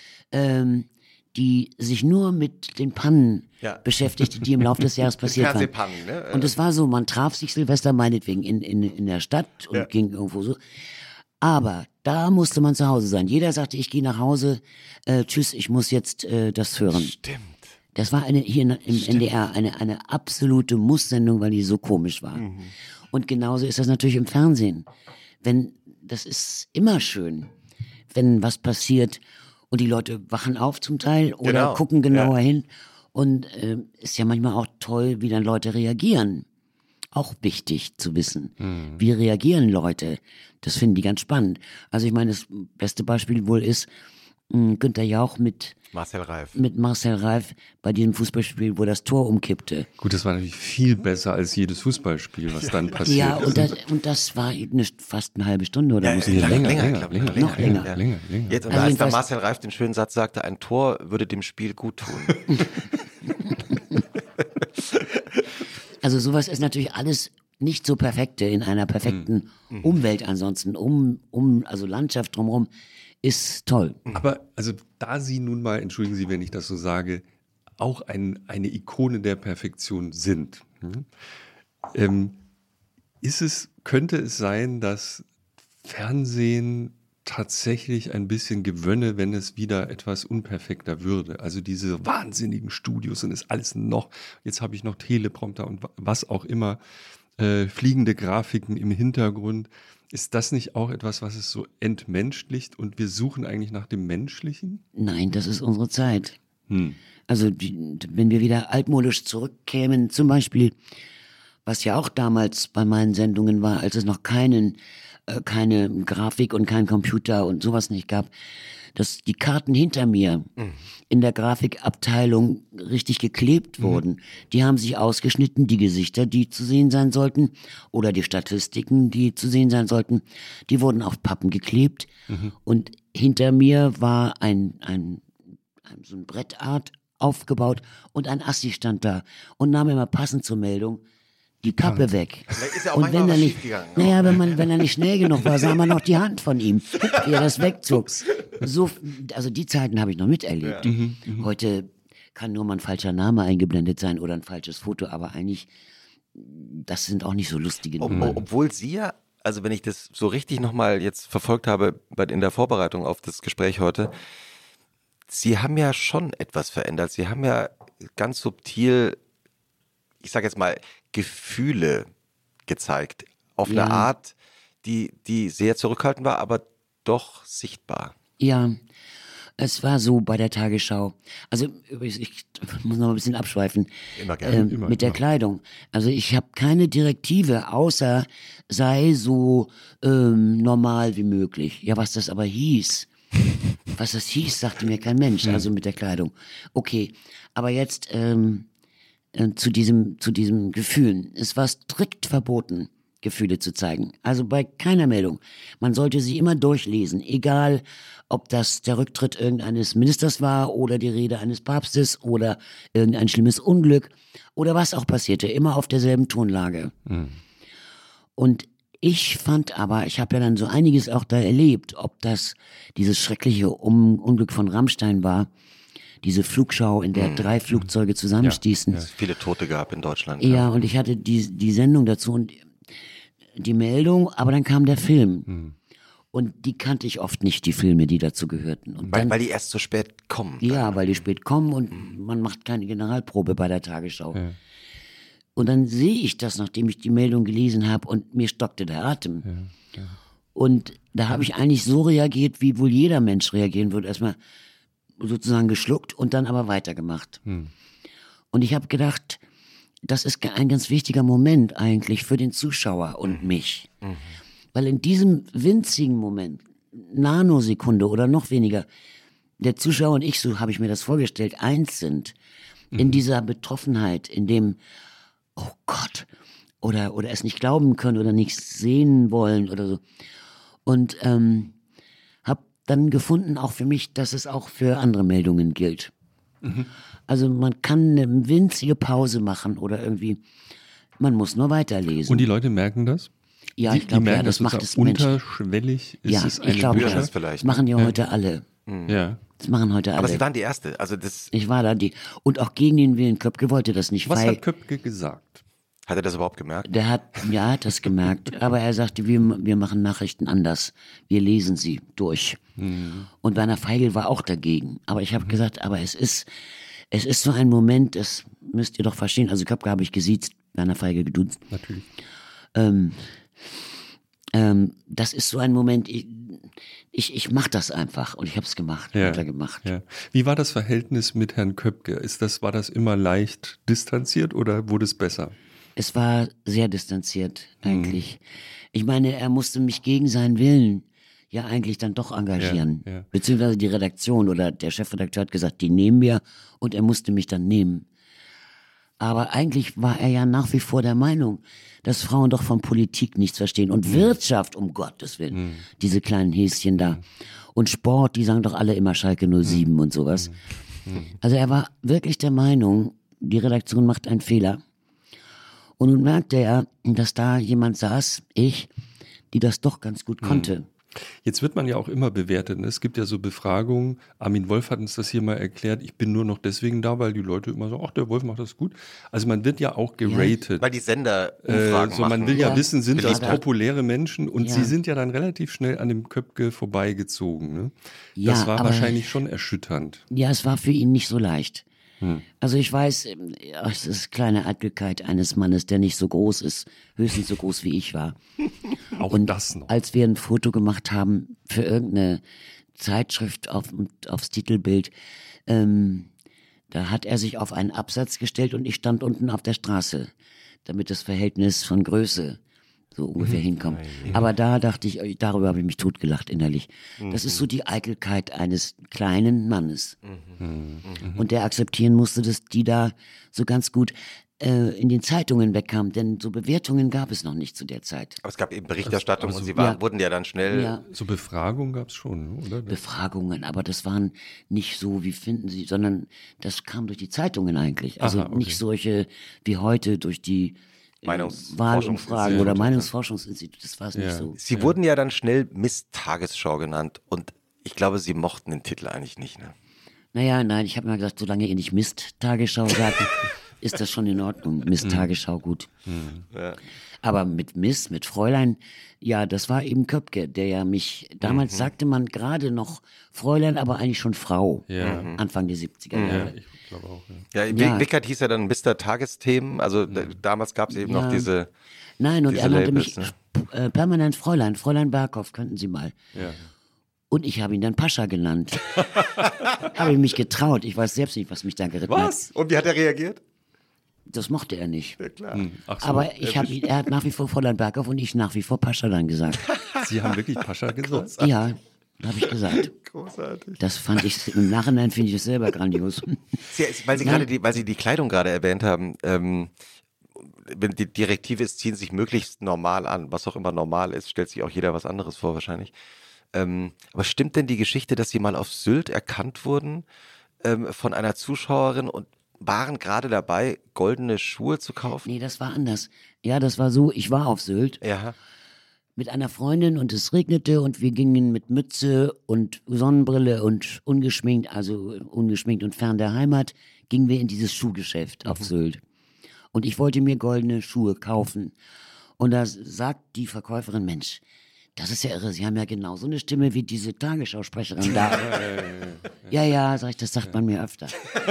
Speaker 3: ähm, die sich nur mit den Pannen ja. beschäftigte, die im Laufe des Jahres passiert waren.
Speaker 2: Fernsehpannen, ne?
Speaker 3: Und es war so, man traf sich Silvester meinetwegen in, in, in der Stadt und
Speaker 2: ja.
Speaker 3: ging irgendwo so. Aber da musste man zu Hause sein. Jeder sagte, ich gehe nach Hause, äh, tschüss, ich muss jetzt äh, das hören.
Speaker 2: Stimmt.
Speaker 3: Das war eine hier im Stimmt. N D R eine, eine absolute Muss-Sendung, weil die so komisch war. Mhm. Und genauso ist das natürlich im Fernsehen. Wenn, das ist immer schön, wenn was passiert und die Leute wachen auf zum Teil oder genau. gucken genauer ja. hin. Und äh, ist ja manchmal auch toll, wie dann Leute reagieren. Auch wichtig zu wissen. Mhm. Wie reagieren Leute? Das finden die ganz spannend. Also ich meine, das beste Beispiel wohl ist mh, Günther Jauch mit
Speaker 2: Marcel Reif.
Speaker 3: Mit Marcel Reif bei diesem Fußballspiel, wo das Tor umkippte.
Speaker 4: Gut, das war natürlich viel besser als jedes Fußballspiel, was dann passiert
Speaker 3: ja,
Speaker 4: ist.
Speaker 3: Und das, und das war eine, fast eine halbe Stunde oder
Speaker 2: ja,
Speaker 3: muss
Speaker 2: länger,
Speaker 3: länger,
Speaker 2: länger,
Speaker 3: länger,
Speaker 2: länger,
Speaker 3: länger,
Speaker 2: länger,
Speaker 3: noch länger.
Speaker 2: Ja.
Speaker 4: länger, länger.
Speaker 2: Jetzt, und
Speaker 3: also
Speaker 2: da als da Marcel Reif den schönen Satz sagte, ein Tor würde dem Spiel gut tun.
Speaker 3: Also sowas ist natürlich alles nicht so perfekte in einer perfekten mhm. Umwelt ansonsten, um, um, also Landschaft drumherum, ist toll.
Speaker 4: Aber also da Sie nun mal, entschuldigen Sie, wenn ich das so sage, auch ein, eine Ikone der Perfektion sind, hm? ähm, ist es, könnte es sein, dass Fernsehen tatsächlich ein bisschen gewönne, wenn es wieder etwas unperfekter würde. Also diese wahnsinnigen Studios und ist alles noch, jetzt habe ich noch Teleprompter und was auch immer, äh, fliegende Grafiken im Hintergrund. Ist das nicht auch etwas, was es so entmenschlicht und wir suchen eigentlich nach dem Menschlichen?
Speaker 3: Nein, das ist unsere Zeit.
Speaker 4: Hm.
Speaker 3: Also die, wenn wir wieder altmodisch zurückkämen, zum Beispiel, was ja auch damals bei meinen Sendungen war, als es noch keinen, äh, keine Grafik und kein Computer und sowas nicht gab, dass die Karten hinter mir mhm. in der Grafikabteilung richtig geklebt mhm. wurden. Die haben sich ausgeschnitten, die Gesichter, die zu sehen sein sollten, oder die Statistiken, die zu sehen sein sollten, die wurden auf Pappen geklebt. Mhm. Und hinter mir war ein, ein, ein so ein Brettart aufgebaut und ein Assi stand da und nahm immer passend zur Meldung die Pappe weg.
Speaker 2: Ist ja auch
Speaker 3: und wenn er nicht,
Speaker 2: ne?
Speaker 3: naja, wenn man, wenn er nicht schnell genug war, sah man noch die Hand von ihm, wie er das wegzog. So, also die Zeiten habe ich noch miterlebt.
Speaker 2: Ja.
Speaker 3: Mhm, Heute kann nur mal ein falscher Name eingeblendet sein oder ein falsches Foto, aber eigentlich, das sind auch nicht so lustige
Speaker 2: Ob,
Speaker 3: Nummern.
Speaker 2: Obwohl Sie ja, also wenn ich das so richtig nochmal jetzt verfolgt habe bei, in der Vorbereitung auf das Gespräch heute, Sie haben ja schon etwas verändert. Sie haben ja ganz subtil, ich sage jetzt mal, Gefühle gezeigt. Auf
Speaker 3: Ja.
Speaker 2: eine Art, die, die sehr zurückhaltend war, aber doch sichtbar.
Speaker 3: Ja, es war so bei der Tagesschau. Also übrigens, ich muss noch ein bisschen abschweifen.
Speaker 2: Immer gerne.
Speaker 3: Ähm,
Speaker 4: immer,
Speaker 3: mit der
Speaker 4: immer.
Speaker 3: Kleidung. Also ich habe keine Direktive, außer sei so ähm, normal wie möglich. Ja, was das aber hieß. Was das hieß, sagte mir kein Mensch. Also mit der Kleidung. Okay, aber jetzt... Ähm, äh, zu diesem, zu diesem Gefühlen. Es war strikt verboten, Gefühle zu zeigen. Also bei keiner Meldung. Man sollte sie immer durchlesen, egal ob das der Rücktritt irgendeines Ministers war oder die Rede eines Papstes oder irgendein schlimmes Unglück oder was auch passierte, immer auf derselben Tonlage. Mhm. Und ich fand aber, ich habe ja dann so einiges auch da erlebt, ob das dieses schreckliche um Unglück von Rammstein war, diese Flugschau, in der mhm. drei Flugzeuge zusammenstießen.
Speaker 2: Ja, ja. Es viele Tote gab in Deutschland.
Speaker 3: Ja, ja, und ich hatte die, die Sendung dazu und die Meldung, aber dann kam der Film. Mhm. Und die kannte ich oft nicht, die Filme, die dazu gehörten. Und
Speaker 2: weil,
Speaker 3: dann,
Speaker 2: weil die erst so spät kommen.
Speaker 3: Ja,
Speaker 2: dann.
Speaker 3: weil die spät kommen und mhm. man macht keine Generalprobe bei der Tagesschau. Ja. Und dann sehe ich das, nachdem ich die Meldung gelesen habe und mir stockte der Atem. Ja, ja. Und da habe ich eigentlich so reagiert, wie wohl jeder Mensch reagieren würde. Erstmal sozusagen geschluckt und dann aber weitergemacht. Hm. Und ich habe gedacht, das ist ein ganz wichtiger Moment eigentlich für den Zuschauer und mich. Mhm. Weil in diesem winzigen Moment, Nanosekunde oder noch weniger, der Zuschauer und ich, so habe ich mir das vorgestellt, eins sind. Mhm. In dieser Betroffenheit, in dem, oh Gott, oder, oder es nicht glauben können oder nicht sehen wollen oder so. Und ähm, habe dann gefunden, auch für mich, dass es auch für andere Meldungen gilt. Mhm. Also man kann eine winzige Pause machen oder irgendwie, man muss nur weiterlesen.
Speaker 4: Und die Leute merken das?
Speaker 3: Ja,
Speaker 4: die,
Speaker 3: ich glaube, ja, das
Speaker 4: das
Speaker 3: macht es
Speaker 4: unterschwellig ist
Speaker 3: ja,
Speaker 4: es eine
Speaker 3: ich glaube,
Speaker 2: ja,
Speaker 3: das
Speaker 2: vielleicht.
Speaker 3: Das machen ja,
Speaker 2: ja
Speaker 3: heute alle.
Speaker 2: Mhm.
Speaker 4: Ja.
Speaker 3: Das machen heute alle.
Speaker 2: Aber Sie waren die Erste. Also das
Speaker 3: ich war da die. Und auch gegen den Willen Köpke wollte das nicht.
Speaker 4: Was
Speaker 3: weil
Speaker 4: hat Köpke gesagt?
Speaker 2: Hat er das überhaupt gemerkt?
Speaker 3: Der hat, ja, hat das gemerkt. Aber er sagte, wir, wir machen Nachrichten anders. Wir lesen sie durch. Mhm. Und Werner Feigl war auch dagegen. Aber ich habe mhm. gesagt, aber es ist, es ist so ein Moment, das müsst ihr doch verstehen. Also Köpke habe ich gesiezt, Werner Feigl geduzt.
Speaker 4: Natürlich.
Speaker 3: Ähm, ähm, das ist so ein Moment, ich, ich, ich mache das einfach. Und ich habe es gemacht,
Speaker 4: ja,
Speaker 3: weitergemacht.
Speaker 4: Ja. Wie war das Verhältnis mit Herrn Köpke? Ist das, war das immer leicht distanziert oder wurde es besser?
Speaker 3: Es war sehr distanziert eigentlich. Mhm. Ich meine, er musste mich gegen seinen Willen ja eigentlich dann doch engagieren. Ja, ja. Beziehungsweise die Redaktion oder der Chefredakteur hat gesagt, die nehmen wir und er musste mich dann nehmen. Aber eigentlich war er ja nach wie vor der Meinung, dass Frauen doch von Politik nichts verstehen. Und mhm. Wirtschaft, um Gottes Willen, mhm. diese kleinen Häschen da. Und Sport, die sagen doch alle immer Schalke null sieben mhm. und sowas. Mhm. Also er war wirklich der Meinung, die Redaktion macht einen Fehler. Und nun merkte er, dass da jemand saß, ich, die das doch ganz gut konnte.
Speaker 4: Jetzt wird man ja auch immer bewertet. Es gibt ja so Befragungen. Armin Wolf hat uns das hier mal erklärt. Ich bin nur noch deswegen da, weil die Leute immer sagen, ach, der Wolf macht das gut. Also man wird ja auch geratet.
Speaker 2: Ja, weil die Sender Umfragen
Speaker 4: äh, so, Man will ja, ja wissen, sind das populäre Menschen? Und
Speaker 3: ja.
Speaker 4: sie sind ja dann relativ schnell an dem Köpke vorbeigezogen. Ne?
Speaker 3: Ja,
Speaker 4: das war
Speaker 3: aber,
Speaker 4: wahrscheinlich schon erschütternd.
Speaker 3: Ja, es war für ihn nicht so leicht. Also ich weiß, es ist kleine Eitelkeit eines Mannes, der nicht so groß ist, höchstens so groß wie ich war.
Speaker 4: Auch
Speaker 3: und
Speaker 4: das noch.
Speaker 3: Als wir ein Foto gemacht haben für irgendeine Zeitschrift auf, aufs Titelbild, ähm, da hat er sich auf einen Absatz gestellt und ich stand unten auf der Straße, damit das Verhältnis von Größe so ungefähr mhm. hinkommt. Mhm. Aber da dachte ich, darüber habe ich mich totgelacht innerlich. Mhm. Das ist so die Eitelkeit eines kleinen Mannes. Mhm. Mhm. Und der akzeptieren musste, dass die da so ganz gut äh, in den Zeitungen wegkamen, denn so Bewertungen gab es noch nicht zu der Zeit.
Speaker 2: Aber es gab eben Berichterstattung also, und sie waren, ja. wurden ja dann schnell... Ja.
Speaker 4: So Befragungen gab es schon, oder?
Speaker 3: Befragungen, aber das waren nicht so, wie finden Sie, sondern das kam durch die Zeitungen eigentlich. Also Aha, okay. nicht solche wie heute durch die Wahlumfragen oder Meinungsforschungsinstitut, das war es ja. nicht so.
Speaker 2: Sie ja. wurden ja dann schnell Miss Tagesschau genannt und ich glaube, Sie mochten den Titel eigentlich nicht, ne?
Speaker 3: Naja, nein, ich habe mir gesagt, solange ihr nicht Mist Tagesschau sagt, ist das schon in Ordnung. Miss Tagesschau, gut. Mhm. Ja. Aber mit Miss, mit Fräulein, ja, das war eben Köpke, der ja mich, damals mhm. sagte man gerade noch Fräulein, aber eigentlich schon Frau, ja. Anfang der siebziger Jahre.
Speaker 4: Ja, ich glaube auch.
Speaker 2: Ja, ja, ja. Wickert hieß ja dann Mister Tagesthemen, also ja. damals gab es eben ja. noch diese
Speaker 3: Nein, und
Speaker 2: diese
Speaker 3: er nannte
Speaker 2: Labels,
Speaker 3: mich
Speaker 2: ne?
Speaker 3: äh, permanent Fräulein, Fräulein Berghoff, könnten Sie mal.
Speaker 4: Ja.
Speaker 3: Und ich habe ihn dann Pascha genannt. Habe ich mich getraut, ich weiß selbst nicht, was mich da geritten
Speaker 2: was?
Speaker 3: hat.
Speaker 2: Was? Und wie hat er reagiert?
Speaker 3: Das mochte er nicht.
Speaker 2: Ja, klar.
Speaker 4: Hm, ach so,
Speaker 3: aber ich hab, er hat nach wie vor Fräulein Berghoff und ich nach wie vor Pascha dann gesagt.
Speaker 4: Sie haben wirklich Pascha gesagt?
Speaker 3: Ja. habe ich gesagt.
Speaker 2: Großartig.
Speaker 3: Das fand ich, im Nachhinein finde ich das selber grandios.
Speaker 2: Sie, weil, Sie gerade die, weil Sie die Kleidung gerade erwähnt haben, ähm, wenn die Direktive ist, ziehen Sie sich möglichst normal an. Was auch immer normal ist, stellt sich auch jeder was anderes vor wahrscheinlich. Ähm, aber stimmt denn die Geschichte, dass Sie mal auf Sylt erkannt wurden ähm, von einer Zuschauerin und waren gerade dabei, goldene Schuhe zu kaufen?
Speaker 3: Nee, das war anders. Ja, das war so, ich war auf Sylt.
Speaker 2: Ja.
Speaker 3: Mit einer Freundin und es regnete und wir gingen mit Mütze und Sonnenbrille und ungeschminkt, also ungeschminkt und fern der Heimat, gingen wir in dieses Schuhgeschäft auf Sylt. Und ich wollte mir goldene Schuhe kaufen. Und da sagt die Verkäuferin, Mensch, das ist ja irre, Sie haben ja genau so eine Stimme wie diese Tagesschausprecherin da. Ja, ja, sag ich, das sagt man mir öfter.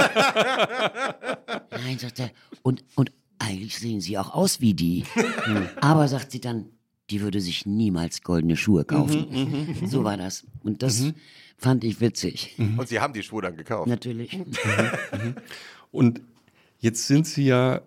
Speaker 3: Nein, sagt er, und, und eigentlich sehen Sie auch aus wie die. Aber, sagt sie dann, die würde sich niemals goldene Schuhe kaufen. Mhm, so war das. Und das mhm. fand ich witzig.
Speaker 2: Mhm. Und Sie haben die Schuhe dann gekauft?
Speaker 3: Natürlich.
Speaker 4: Mhm. Und jetzt sind Sie ja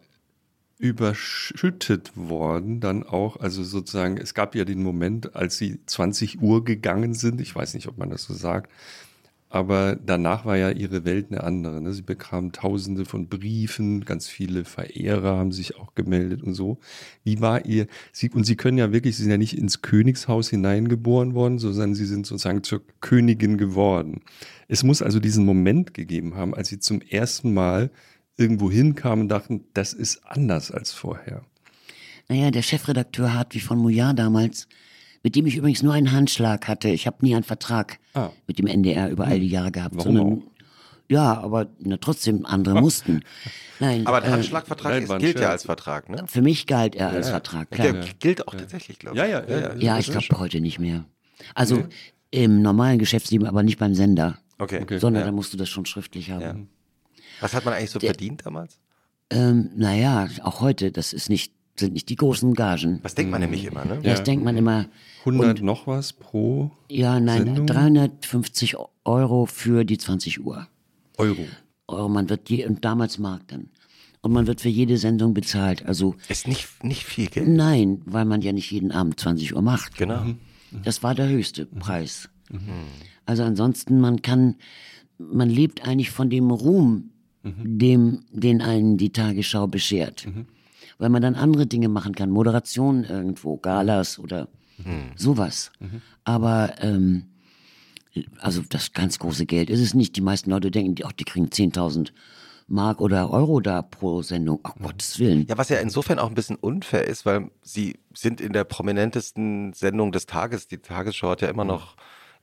Speaker 4: überschüttet worden dann auch, also sozusagen, es gab ja den Moment, als Sie zwanzig Uhr gegangen sind, ich weiß nicht, ob man das so sagt, aber danach war ja Ihre Welt eine andere. Ne? Sie bekamen tausende von Briefen, ganz viele Verehrer haben sich auch gemeldet und so. Wie war Ihr, Sie, und Sie können ja wirklich, Sie sind ja nicht ins Königshaus hineingeboren worden, sondern Sie sind sozusagen zur Königin geworden. Es muss also diesen Moment gegeben haben, als Sie zum ersten Mal irgendwo hinkamen und dachten, das ist anders als vorher.
Speaker 3: Naja, der Chefredakteur Hartwig von Mouillard damals, mit dem ich übrigens nur einen Handschlag hatte. Ich habe nie einen Vertrag ah. mit dem N D R über all die Jahre gehabt.
Speaker 4: Warum
Speaker 3: sondern,
Speaker 4: auch?
Speaker 3: Ja, aber na, trotzdem, andere mussten. Nein,
Speaker 2: aber der
Speaker 3: äh,
Speaker 2: Handschlagvertrag
Speaker 4: nein,
Speaker 2: ist, gilt ja als Vertrag, ne?
Speaker 3: Für mich galt er als
Speaker 2: ja,
Speaker 3: Vertrag, klar.
Speaker 2: Der gilt auch ja. tatsächlich, glaube ich.
Speaker 4: Ja, ja, ja.
Speaker 3: Ja, ja ich glaube heute nicht mehr. Also
Speaker 2: nee.
Speaker 3: im normalen Geschäftsleben, aber nicht beim Sender.
Speaker 2: Okay. okay.
Speaker 3: Sondern
Speaker 2: ja.
Speaker 3: da musst du das schon schriftlich haben.
Speaker 2: Ja. Was hat man eigentlich so
Speaker 3: der,
Speaker 2: verdient damals?
Speaker 3: Ähm, naja, auch heute, das ist nicht, sind nicht die großen Gagen.
Speaker 2: Das denkt man mhm. nämlich immer, ne?
Speaker 3: Das ja. denkt man immer.
Speaker 4: hundert
Speaker 3: und,
Speaker 4: noch was pro
Speaker 3: Ja, nein,
Speaker 4: Sendung?
Speaker 3: dreihundertfünfzig Euro für die zwanzig Uhr.
Speaker 4: Euro.
Speaker 3: Euro, man wird je, und damals Mark dann. Und man wird für jede Sendung bezahlt. Also
Speaker 2: ist nicht, nicht viel Geld?
Speaker 3: Nein, weil man ja nicht jeden Abend zwanzig Uhr macht.
Speaker 2: Genau. Mhm.
Speaker 3: Das war der höchste mhm. Preis. Mhm. Also ansonsten, man kann, man lebt eigentlich von dem Ruhm, mhm. dem, den einen die Tagesschau beschert. Mhm. Weil man dann andere Dinge machen kann, Moderation irgendwo, Galas oder mhm. sowas. Mhm. Aber ähm, also das ganz große Geld ist es nicht. Die meisten Leute denken, die, ach, die kriegen zehntausend Mark oder Euro da pro Sendung. Ach, Gottes Willen.
Speaker 2: Ja, was ja insofern auch ein bisschen unfair ist, weil sie sind in der prominentesten Sendung des Tages. Die Tagesschau hat ja immer noch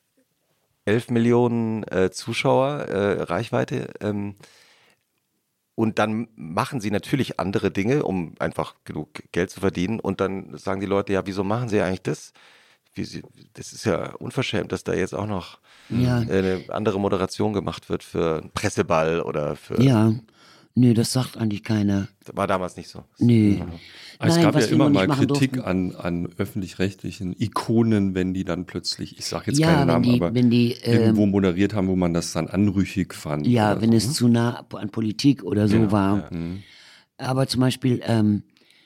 Speaker 2: elf Millionen äh, Zuschauer, äh, Reichweite. Ähm, und dann machen sie natürlich andere Dinge, um einfach genug Geld zu verdienen. Und dann sagen die Leute, ja, wieso machen sie eigentlich das? Wie sie, das ist ja unverschämt, dass da jetzt auch noch ja. eine andere Moderation gemacht wird für einen Presseball oder für...
Speaker 3: Ja, nee, das sagt eigentlich keiner.
Speaker 2: War damals nicht so.
Speaker 3: Nee.
Speaker 2: Ja.
Speaker 4: Es
Speaker 3: Nein,
Speaker 4: gab ja immer mal Kritik
Speaker 3: durften.
Speaker 4: an, an öffentlich-rechtlichen Ikonen, wenn die dann plötzlich, ich sage jetzt
Speaker 3: ja,
Speaker 4: keinen Namen,
Speaker 3: die,
Speaker 4: aber
Speaker 3: wenn die, äh,
Speaker 4: irgendwo moderiert haben, wo man das dann anrüchig fand.
Speaker 3: Ja, wenn
Speaker 4: so.
Speaker 3: es zu nah an Politik oder so
Speaker 2: ja,
Speaker 3: war.
Speaker 2: Ja.
Speaker 3: Aber zum Beispiel, ähm,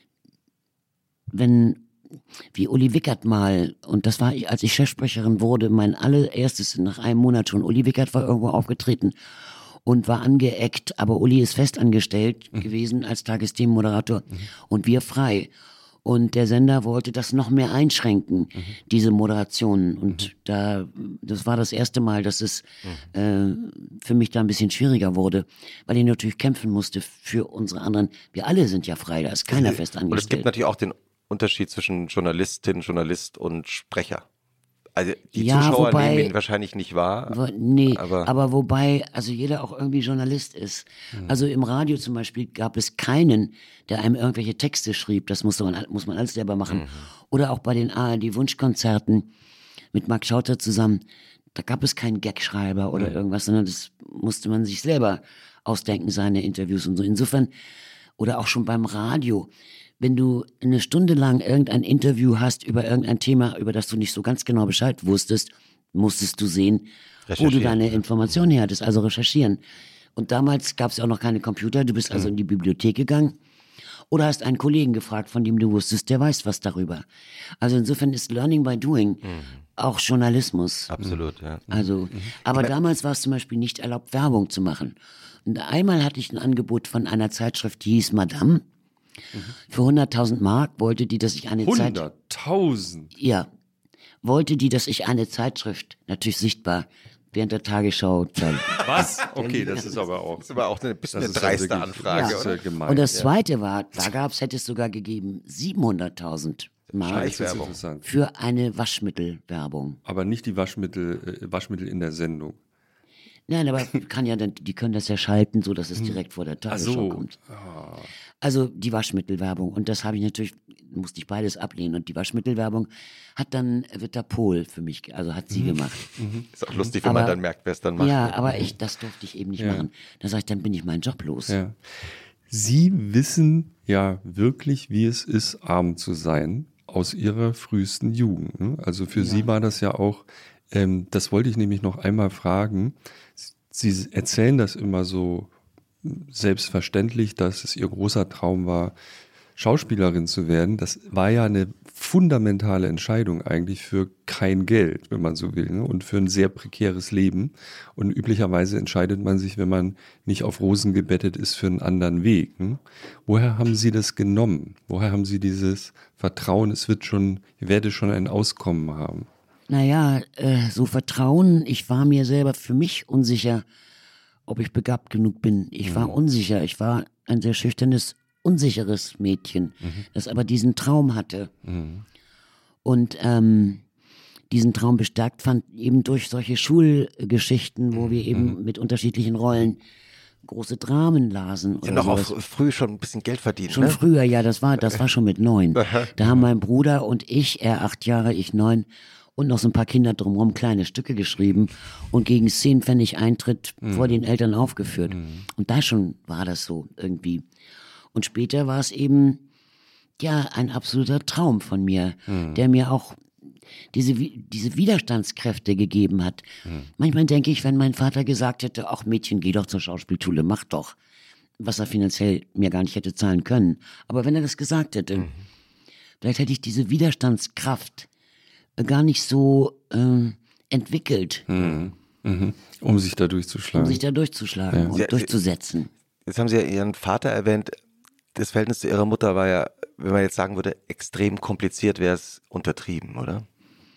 Speaker 3: wenn wie Uli Wickert mal, und das war, als ich Chefsprecherin wurde, mein allererstes, nach einem Monat schon, Uli Wickert war irgendwo aufgetreten und war angeeckt, aber Uli ist festangestellt mhm. gewesen als Tagesthemenmoderator mhm. und wir frei. Und der Sender wollte das noch mehr einschränken, mhm. diese Moderationen. Und mhm. da, das war das erste Mal, dass es mhm. äh, für mich da ein bisschen schwieriger wurde, weil ich natürlich kämpfen musste für unsere anderen. Wir alle sind ja frei, da ist keiner festangestellt.
Speaker 2: Und es gibt natürlich auch den Unterschied zwischen Journalistin, Journalist und Sprecher. Also die
Speaker 3: ja,
Speaker 2: Zuschauer
Speaker 3: wobei,
Speaker 2: nehmen ihn wahrscheinlich nicht wahr.
Speaker 3: Wo, nee,
Speaker 2: aber,
Speaker 3: aber wobei also jeder auch irgendwie Journalist ist. Mhm. Also im Radio zum Beispiel gab es keinen, der einem irgendwelche Texte schrieb. Das musste man, muss man alles selber machen. Mhm. Oder auch bei den A R D-Wunschkonzerten mit Marc Schauter zusammen. Da gab es keinen Gagschreiber oder mhm. irgendwas, sondern das musste man sich selber ausdenken, seine Interviews und so. Insofern, oder auch schon beim Radio. Wenn du eine Stunde lang irgendein Interview hast über irgendein Thema, über das du nicht so ganz genau Bescheid wusstest, musstest du sehen, wo du deine Informationen her hattest, also recherchieren. Und damals gab es auch noch keine Computer, du bist also in die Bibliothek gegangen Oder hast einen Kollegen gefragt, von dem du wusstest, der weiß was darüber. Also insofern ist Learning by Doing mhm. auch Journalismus.
Speaker 2: Absolut, ja.
Speaker 3: Also, mhm. aber ich mein, damals war es zum Beispiel nicht erlaubt, Werbung zu machen. Und einmal hatte ich ein Angebot von einer Zeitschrift, die hieß Madame. Mhm. Für hunderttausend Mark wollte die, dass ich eine Zeitschrift...
Speaker 4: hunderttausend?
Speaker 3: Ja. Wollte die, dass ich eine Zeitschrift, natürlich sichtbar, während der Tagesschau...
Speaker 4: Was? Okay, das ist aber auch...
Speaker 2: Das ist aber auch ein bisschen eine dreiste wirklich, Anfrage.
Speaker 3: Ja.
Speaker 2: Oder?
Speaker 3: Gemein, und das ja. Zweite war, da gab's, hätte es sogar gegeben, siebenhunderttausend Mark für eine Waschmittelwerbung.
Speaker 4: Aber nicht die Waschmittel, äh, Waschmittel in der Sendung.
Speaker 3: Nein, aber kann ja dann, die können das ja schalten, so dass es direkt vor der Tagesschau so. kommt. Oh. Also die Waschmittelwerbung. Und das habe ich natürlich, musste ich beides ablehnen. Und die Waschmittelwerbung hat dann Witter Pohl für mich, also hat sie mhm. gemacht.
Speaker 2: Mhm. Ist auch lustig, wenn aber, man dann merkt, wer es dann macht.
Speaker 3: Ja, aber ich, das durfte ich eben nicht ja. machen. Dann sage ich, dann bin ich meinen Job los.
Speaker 4: Ja. Sie wissen ja wirklich, wie es ist, arm zu sein, aus Ihrer frühesten Jugend. Ne? Also für ja. Sie war das ja auch, ähm, das wollte ich nämlich noch einmal fragen, Sie erzählen das immer so selbstverständlich, dass es Ihr großer Traum war, Schauspielerin zu werden. Das war ja eine fundamentale Entscheidung eigentlich für kein Geld, wenn man so will, ne? Und für ein sehr prekäres Leben. Und üblicherweise entscheidet man sich, wenn man nicht auf Rosen gebettet ist, für einen anderen Weg. Ne? Woher haben Sie das genommen? Woher haben Sie dieses Vertrauen, es wird schon, ich werde schon ein Auskommen haben?
Speaker 3: Naja, äh, so Vertrauen, ich war mir selber für mich unsicher, ob ich begabt genug bin. Ich mhm. war unsicher, ich war ein sehr schüchternes, unsicheres Mädchen, mhm. das aber diesen Traum hatte. Mhm. Und ähm, diesen Traum bestärkt fand eben durch solche Schulgeschichten, wo wir eben mhm. mit unterschiedlichen Rollen große Dramen lasen.
Speaker 2: Sie haben doch auch früh schon ein bisschen Geld verdient,
Speaker 3: Schon
Speaker 2: ne?
Speaker 3: früher, ja, das war, das war schon mit neun. Da haben mein Bruder und ich, er acht Jahre, ich neun, und noch so ein paar Kinder drumherum kleine Stücke geschrieben und gegen zehn Pfennig Eintritt mhm. vor den Eltern aufgeführt. Mhm. Und da schon war das so irgendwie. Und später war es eben, ja, ein absoluter Traum von mir, mhm. der mir auch diese, diese Widerstandskräfte gegeben hat. Mhm. Manchmal denke ich, wenn mein Vater gesagt hätte, ach Mädchen, geh doch zur Schauspielschule, mach doch. Was er finanziell mir gar nicht hätte zahlen können. Aber wenn er das gesagt hätte, mhm. vielleicht hätte ich diese Widerstandskraft gar nicht so äh, entwickelt.
Speaker 4: Mhm. Mhm. Um sich da durchzuschlagen.
Speaker 3: Um sich da durchzuschlagen ja. und Sie, durchzusetzen.
Speaker 2: Jetzt haben Sie ja Ihren Vater erwähnt. Das Verhältnis zu Ihrer Mutter war ja, wenn man jetzt sagen würde, extrem kompliziert, wäre es untertrieben, oder?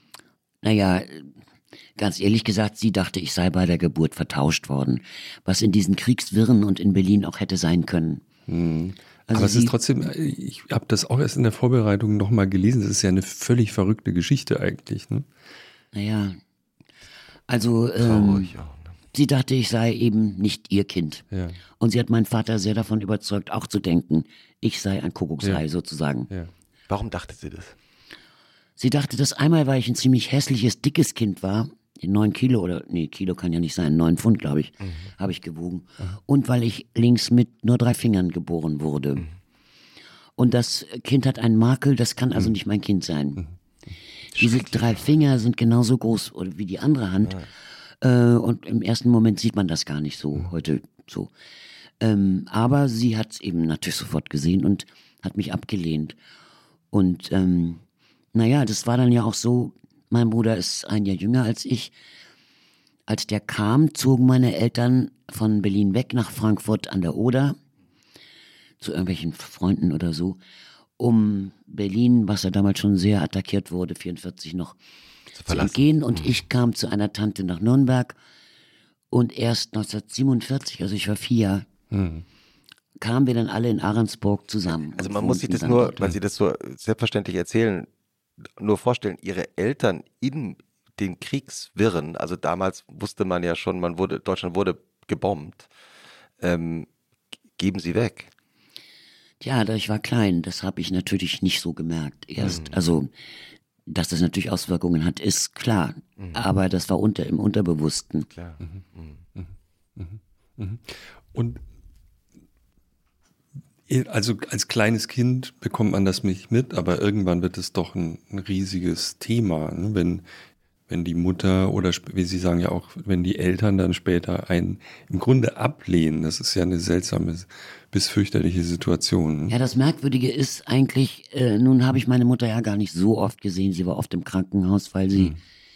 Speaker 3: Naja, ganz ehrlich gesagt, sie dachte, ich sei bei der Geburt vertauscht worden. Was in diesen Kriegswirren und in Berlin auch hätte sein können.
Speaker 4: Mhm. Also aber es ist trotzdem, ich habe das auch erst in der Vorbereitung nochmal gelesen, das ist ja eine völlig verrückte Geschichte eigentlich. Ne?
Speaker 3: Naja, also ähm, sie dachte, ich sei eben nicht ihr Kind. Ja. Und sie hat meinen Vater sehr davon überzeugt, auch zu denken, ich sei ein Kuckuckshai ja. sozusagen.
Speaker 2: Ja. Warum dachte sie das?
Speaker 3: Sie dachte das einmal, weil ich ein ziemlich hässliches, dickes Kind war. Neun Kilo oder, nee, Kilo kann ja nicht sein, neun Pfund, glaube ich, mhm. habe ich gewogen. Mhm. Und weil ich links mit nur drei Fingern geboren wurde. Mhm. Und das Kind hat einen Makel, das kann also mhm. nicht mein Kind sein. Mhm. Diese drei Finger sind genauso groß wie die andere Hand. Ja. Äh, und im ersten Moment sieht man das gar nicht so, mhm. heute so. Ähm, aber sie hat es eben natürlich sofort gesehen und hat mich abgelehnt. Und ähm, naja, das war dann ja auch so, mein Bruder ist ein Jahr jünger als ich. Als der kam, zogen meine Eltern von Berlin weg nach Frankfurt an der Oder, zu irgendwelchen Freunden oder so, um Berlin, was ja damals schon sehr attackiert wurde, vierundvierzig noch, zu, zu entgehen. Und mhm. ich kam zu einer Tante nach Nürnberg und erst neunzehnhundertsiebenundvierzig, also ich war vier, mhm. kamen wir dann alle in Ahrensburg zusammen.
Speaker 2: Also man muss sich das nur, weil Sie das so selbstverständlich erzählen, nur vorstellen, Ihre Eltern in den Kriegswirren, also damals wusste man ja schon, man wurde, Deutschland wurde gebombt, ähm, geben Sie weg.
Speaker 3: Tja, da ich war klein, das habe ich natürlich nicht so gemerkt erst. Mhm. Also, dass das natürlich Auswirkungen hat, ist klar. Mhm. Aber das war unter im Unterbewussten.
Speaker 2: Klar.
Speaker 4: Mhm. Mhm. Mhm. Mhm. Und also als kleines Kind bekommt man das nicht mit, aber irgendwann wird es doch ein, ein riesiges Thema, ne? Wenn wenn die Mutter oder wie Sie sagen ja auch, wenn die Eltern dann später einen im Grunde ablehnen. Das ist ja eine seltsame bis fürchterliche Situation.
Speaker 3: Ja, das Merkwürdige ist eigentlich, äh, nun habe ich meine Mutter ja gar nicht so oft gesehen. Sie war oft im Krankenhaus, weil sie hm.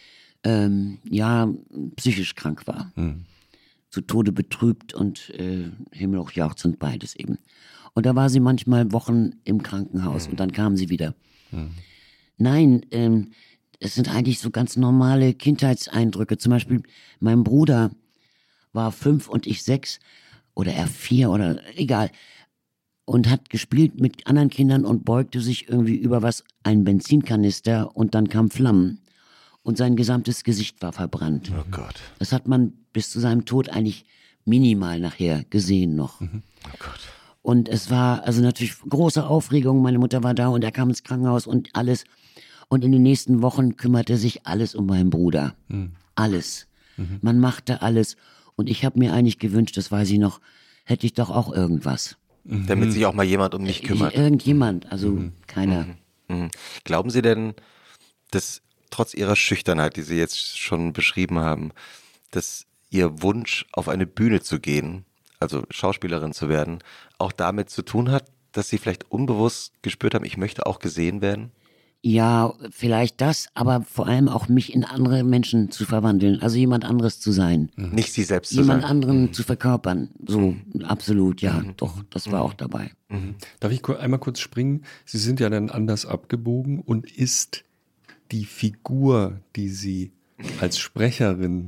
Speaker 3: ähm, ja psychisch krank war. Hm. Zu Tode betrübt und äh, himmelhoch jauchzend beides eben. Und da war sie manchmal Wochen im Krankenhaus hm. und dann kam sie wieder. Hm. Nein, ähm, es sind eigentlich so ganz normale Kindheitseindrücke. Zum Beispiel, mein Bruder war fünf und ich sechs oder er vier oder egal und hat gespielt mit anderen Kindern und beugte sich irgendwie über was, ein Benzinkanister und dann kam Flammen und sein gesamtes Gesicht war verbrannt.
Speaker 2: Oh Gott.
Speaker 3: Das hat man bis zu seinem Tod eigentlich minimal nachher gesehen noch.
Speaker 2: Mhm. Oh Gott.
Speaker 3: Und es war also natürlich große Aufregung. Meine Mutter war da und er kam ins Krankenhaus und alles. Und in den nächsten Wochen kümmerte sich alles um meinen Bruder. Mhm. Alles. Mhm. Man machte alles. Und ich habe mir eigentlich gewünscht, das weiß ich noch, hätte ich doch auch irgendwas.
Speaker 2: Mhm. Damit sich auch mal jemand um mich kümmert.
Speaker 3: Irgendjemand, also mhm. keiner.
Speaker 2: Mhm. Mhm. Glauben Sie denn, dass trotz Ihrer Schüchternheit, die Sie jetzt schon beschrieben haben, dass Ihr Wunsch, auf eine Bühne zu gehen, also Schauspielerin zu werden, auch damit zu tun hat, dass Sie vielleicht unbewusst gespürt haben, ich möchte auch gesehen werden?
Speaker 3: Ja, vielleicht das, aber vor allem auch mich in andere Menschen zu verwandeln, also jemand anderes zu sein.
Speaker 2: Mhm. Nicht Sie selbst zu
Speaker 3: jemand
Speaker 2: sein.
Speaker 3: Jemand anderen
Speaker 2: mhm.
Speaker 3: zu verkörpern, so absolut, ja, mhm. doch, das war mhm. auch dabei.
Speaker 4: Mhm. Darf ich einmal kurz springen? Sie sind ja dann anders abgebogen und ist die Figur, die Sie als Sprecherin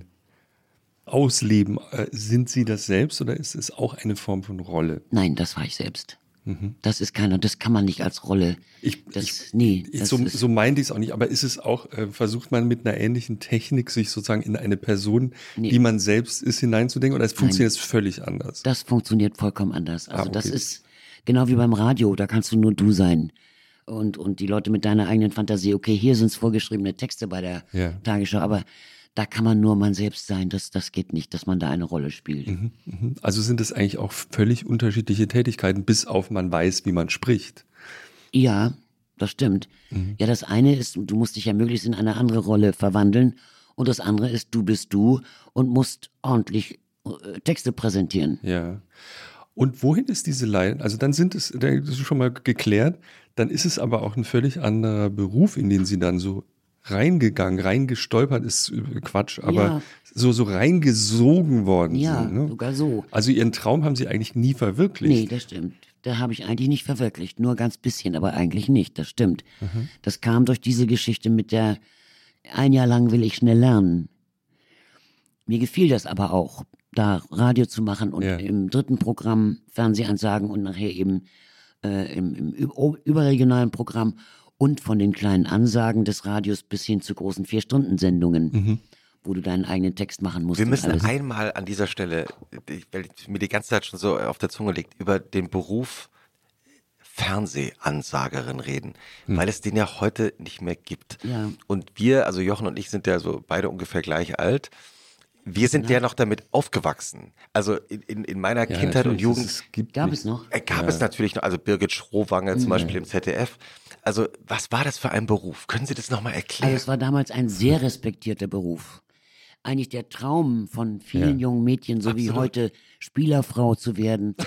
Speaker 4: ausleben, äh, sind Sie das selbst oder ist es auch eine Form von Rolle?
Speaker 3: Nein, das war ich selbst. Mhm. Das ist keiner, das kann man nicht als Rolle.
Speaker 4: Ich,
Speaker 3: das,
Speaker 4: ich,
Speaker 3: nee,
Speaker 4: ich,
Speaker 3: das
Speaker 4: so,
Speaker 3: ist,
Speaker 4: so meinte ich es auch nicht, aber ist es auch, äh, versucht man mit einer ähnlichen Technik sich sozusagen in eine Person, nee. die man selbst ist, hineinzudenken oder es funktioniert es völlig anders?
Speaker 3: Das funktioniert vollkommen anders. Also ah, okay. Das ist genau wie beim Radio, da kannst du nur du sein. Und, und die Leute mit deiner eigenen Fantasie, okay, hier sind es vorgeschriebene Texte bei der ja. Tagesschau, aber da kann man nur man selbst sein, das, das geht nicht, dass man da eine Rolle spielt.
Speaker 4: Mhm, mhm. Also sind es eigentlich auch völlig unterschiedliche Tätigkeiten, bis auf man weiß, wie man spricht.
Speaker 3: Ja, das stimmt. Mhm. Ja, das eine ist, du musst dich ja möglichst in eine andere Rolle verwandeln und das andere ist, du bist du und musst ordentlich äh, Texte präsentieren.
Speaker 4: Ja. Und wohin ist diese Leidenschaft? Also dann sind es, das ist schon mal geklärt, dann ist es aber auch ein völlig anderer Beruf, in den Sie dann so reingegangen, reingestolpert ist Quatsch, aber ja. so, so reingesogen worden
Speaker 3: ja,
Speaker 4: sind. Ne?
Speaker 3: Sogar so.
Speaker 4: Also Ihren Traum haben Sie eigentlich nie verwirklicht.
Speaker 3: Nee, das stimmt. Da habe ich eigentlich nicht verwirklicht, nur ganz bisschen, aber eigentlich nicht, das stimmt. Mhm. Das kam durch diese Geschichte mit der, ein Jahr lang will ich schnell lernen. Mir gefiel das aber auch, da Radio zu machen und ja. im dritten Programm Fernsehansagen und nachher eben äh, im, im überregionalen Programm und von den kleinen Ansagen des Radios bis hin zu großen Vier-Stunden-Sendungen, mhm. wo du deinen eigenen Text machen musst.
Speaker 2: Wir müssen einmal an dieser Stelle, weil mir die ganze Zeit schon so auf der Zunge liegt, über den Beruf Fernsehansagerin reden, mhm. weil es den ja heute nicht mehr gibt.
Speaker 3: Ja.
Speaker 2: Und wir, also Jochen und ich sind ja so beide ungefähr gleich alt. Wir sind ja, ja noch damit aufgewachsen. Also in, in, in meiner ja, Kindheit und Jugend
Speaker 3: es gibt gab nicht. es noch.
Speaker 2: Äh, gab
Speaker 3: ja.
Speaker 2: es natürlich noch, also Birgit Schrowange zum mhm. Beispiel im Z D F. Also was war das für ein Beruf? Können Sie das nochmal erklären?
Speaker 3: Also es war damals ein sehr respektierter Beruf. Eigentlich der Traum von vielen ja. jungen Mädchen, so Absolut. wie heute Spielerfrau zu werden.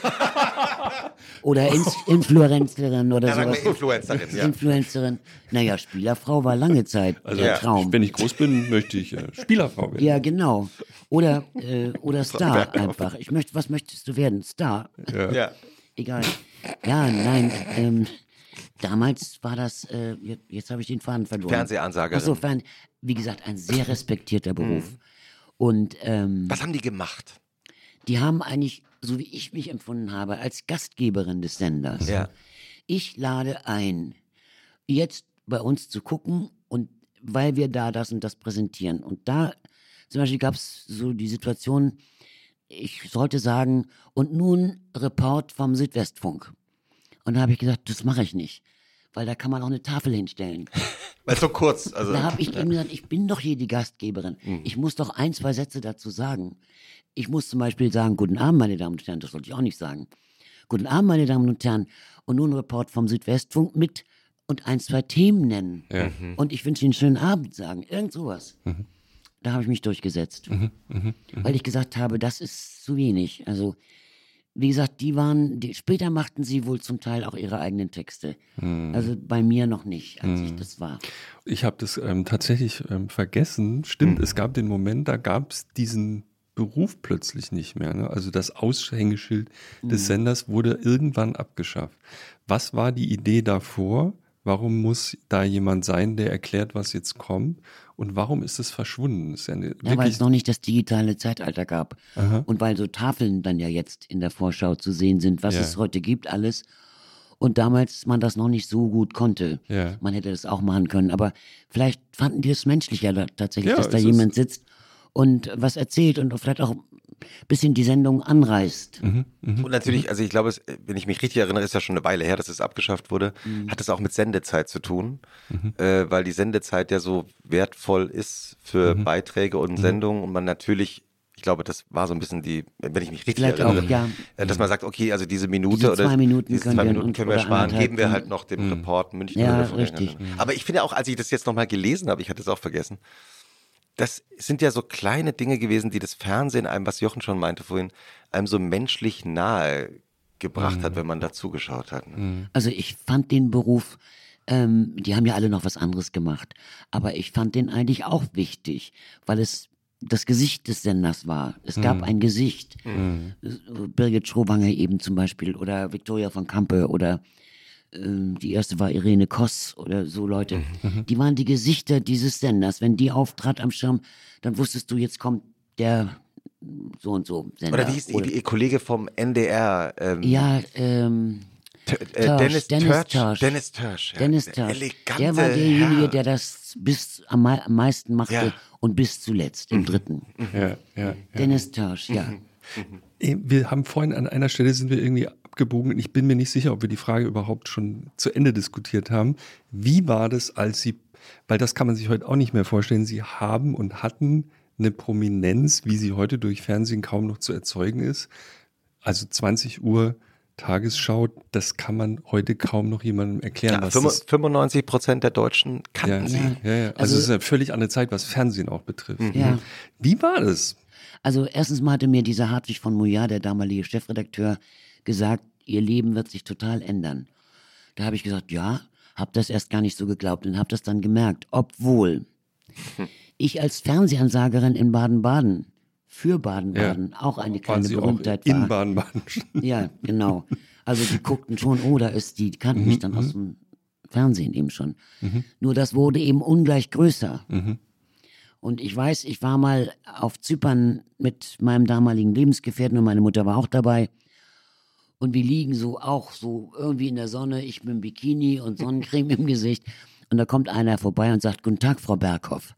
Speaker 3: Oder Inf- Influencerin oder
Speaker 2: ja,
Speaker 3: sowas.
Speaker 2: Influencerin, ja.
Speaker 3: Influencerin. Naja, Spielerfrau war lange Zeit
Speaker 4: also
Speaker 3: der
Speaker 4: ja.
Speaker 3: Traum.
Speaker 4: Wenn ich groß bin, möchte ich äh, Spielerfrau werden.
Speaker 3: Ja, genau. Oder, äh, oder Star einfach. Ich möchte, was möchtest du werden? Star.
Speaker 4: Ja. ja.
Speaker 3: Egal. Ja, nein, ähm, damals war das, äh, jetzt, jetzt habe ich den Faden verloren.
Speaker 2: Fernsehansagerin.
Speaker 3: Achso, Fern- wie gesagt, ein sehr respektierter Beruf. Und, ähm,
Speaker 2: was haben die gemacht?
Speaker 3: Die haben eigentlich, so wie ich mich empfunden habe, als Gastgeberin des Senders.
Speaker 2: Ja.
Speaker 3: Ich lade ein, jetzt bei uns zu gucken und weil wir da das und das präsentieren. Und da zum Beispiel gab es so die Situation, ich sollte sagen, und nun Report vom Südwestfunk. Und da habe ich gesagt, das mache ich nicht, weil da kann man auch eine Tafel hinstellen.
Speaker 2: Weil so kurz. Also,
Speaker 3: da habe ich eben gesagt, ich bin doch hier die Gastgeberin. Mhm. Ich muss doch ein, zwei Sätze dazu sagen. Ich muss zum Beispiel sagen, guten Abend, meine Damen und Herren, das sollte ich auch nicht sagen. Guten Abend, meine Damen und Herren. Und nun ein Report vom Südwestfunk mit und ein, zwei Themen nennen.
Speaker 4: Ja.
Speaker 3: Mhm. Und ich wünsche Ihnen einen schönen Abend sagen. Irgend sowas. Mhm. Da habe ich mich durchgesetzt. Mhm. Mhm. Weil ich gesagt habe, das ist zu wenig. Also, wie gesagt, die waren, die, später machten sie wohl zum Teil auch ihre eigenen Texte. Mhm. Also bei mir noch nicht, als mhm. ich das war.
Speaker 4: Ich habe das ähm, tatsächlich ähm, vergessen. Stimmt, mhm. es gab den Moment, da gab es diesen Beruf plötzlich nicht mehr. Ne? Also das Aushängeschild mhm. des Senders wurde irgendwann abgeschafft. Was war die Idee davor? Warum muss da jemand sein, der erklärt, was jetzt kommt? Und warum ist es verschwunden? Ist ja, eine,
Speaker 3: ja, weil es noch nicht das digitale Zeitalter gab.
Speaker 4: Aha.
Speaker 3: Und weil so Tafeln dann ja jetzt in der Vorschau zu sehen sind, was ja. es heute gibt, alles. Und damals man das noch nicht so gut konnte.
Speaker 4: Ja.
Speaker 3: Man hätte das auch machen können. Aber vielleicht fanden die es menschlicher da, tatsächlich,
Speaker 4: ja,
Speaker 3: dass da jemand sitzt und was erzählt und vielleicht auch ein bisschen die Sendung anreißt.
Speaker 2: Mhm, mh. Und natürlich, also ich glaube, es, wenn ich mich richtig erinnere, ist ja schon eine Weile her, dass es abgeschafft wurde, mhm. hat es auch mit Sendezeit zu tun, mhm. äh, weil die Sendezeit ja so wertvoll ist für mhm. Beiträge und mhm. Sendungen und man natürlich, ich glaube, das war so ein bisschen die, wenn ich mich richtig
Speaker 3: vielleicht
Speaker 2: erinnere,
Speaker 3: auch, ja.
Speaker 2: äh, dass man sagt, okay, also diese Minute
Speaker 3: diese zwei
Speaker 2: oder
Speaker 3: Minuten
Speaker 2: diese
Speaker 3: können
Speaker 2: zwei
Speaker 3: wir
Speaker 2: Minuten können wir sparen, geben wir halt noch dem mhm. Report München.
Speaker 3: Ja,
Speaker 2: oder
Speaker 3: richtig.
Speaker 2: Aber ich finde auch, als ich das jetzt nochmal gelesen habe, ich hatte es auch vergessen, das sind ja so kleine Dinge gewesen, die das Fernsehen einem, was Jochen schon meinte vorhin, einem so menschlich nahe gebracht mhm. hat, wenn man da zugeschaut hat. Ne?
Speaker 3: Also ich fand den Beruf, ähm, die haben ja alle noch was anderes gemacht, aber ich fand den eigentlich auch wichtig, weil es das Gesicht des Senders war. Es gab mhm. ein Gesicht. Mhm. Birgit Schrowanger eben zum Beispiel oder Viktoria von Kampe oder die erste war Irene Koss oder so Leute. Mhm. Die waren die Gesichter dieses Senders. Wenn die auftrat am Schirm, dann wusstest du, jetzt kommt der so und so Sender.
Speaker 2: Oder wie hieß die, die Kollege vom N D R? Ähm,
Speaker 3: ja, ähm...
Speaker 2: Äh, Dennis
Speaker 3: Dennis
Speaker 2: Törsch. Dennis Törsch. Ja.
Speaker 3: Dennis Törsch.
Speaker 2: Elegante
Speaker 3: der war derjenige,
Speaker 2: Herr.
Speaker 3: der das bis am, am meisten machte
Speaker 2: ja.
Speaker 3: und bis zuletzt, im dritten.
Speaker 4: Ja, ja, ja.
Speaker 3: Dennis Törsch, ja.
Speaker 4: Wir haben vorhin an einer Stelle sind wir irgendwie abgebogen und ich bin mir nicht sicher, ob wir die Frage überhaupt schon zu Ende diskutiert haben. Wie war das, als Sie, weil das kann man sich heute auch nicht mehr vorstellen, Sie haben und hatten eine Prominenz, wie sie heute durch Fernsehen kaum noch zu erzeugen ist. Also zwanzig Uhr Tagesschau, das kann man heute kaum noch jemandem erklären.
Speaker 2: Ja,
Speaker 4: was
Speaker 2: das fünfundneunzig Prozent der Deutschen kannten
Speaker 4: ja,
Speaker 2: sie.
Speaker 4: Ja, ja. Also, also es ist eine völlig andere Zeit, was Fernsehen auch betrifft.
Speaker 3: Mhm. Ja.
Speaker 4: Wie war das?
Speaker 3: Also erstens mal hatte mir dieser Hartwig von Moyat, der damalige Chefredakteur, gesagt, ihr Leben wird sich total ändern. Da habe ich gesagt, ja, habe das erst gar nicht so geglaubt und habe das dann gemerkt, obwohl ich als Fernsehansagerin in Baden-Baden für Baden-Baden ja. auch eine kleine Berühmtheit
Speaker 4: war.
Speaker 3: In
Speaker 4: Baden-Baden.
Speaker 3: Ja, genau. Also die guckten schon, oh, da ist die, die kannten
Speaker 4: mhm,
Speaker 3: mich dann
Speaker 4: mhm.
Speaker 3: aus dem Fernsehen eben schon.
Speaker 4: Mhm.
Speaker 3: Nur das wurde eben ungleich größer.
Speaker 4: Mhm.
Speaker 3: Und ich weiß, ich war mal auf Zypern mit meinem damaligen Lebensgefährten und meine Mutter war auch dabei. Und wir liegen so auch so irgendwie in der Sonne, ich mit dem Bikini und Sonnencreme im Gesicht. Und da kommt einer vorbei und sagt, guten Tag, Frau Berghoff.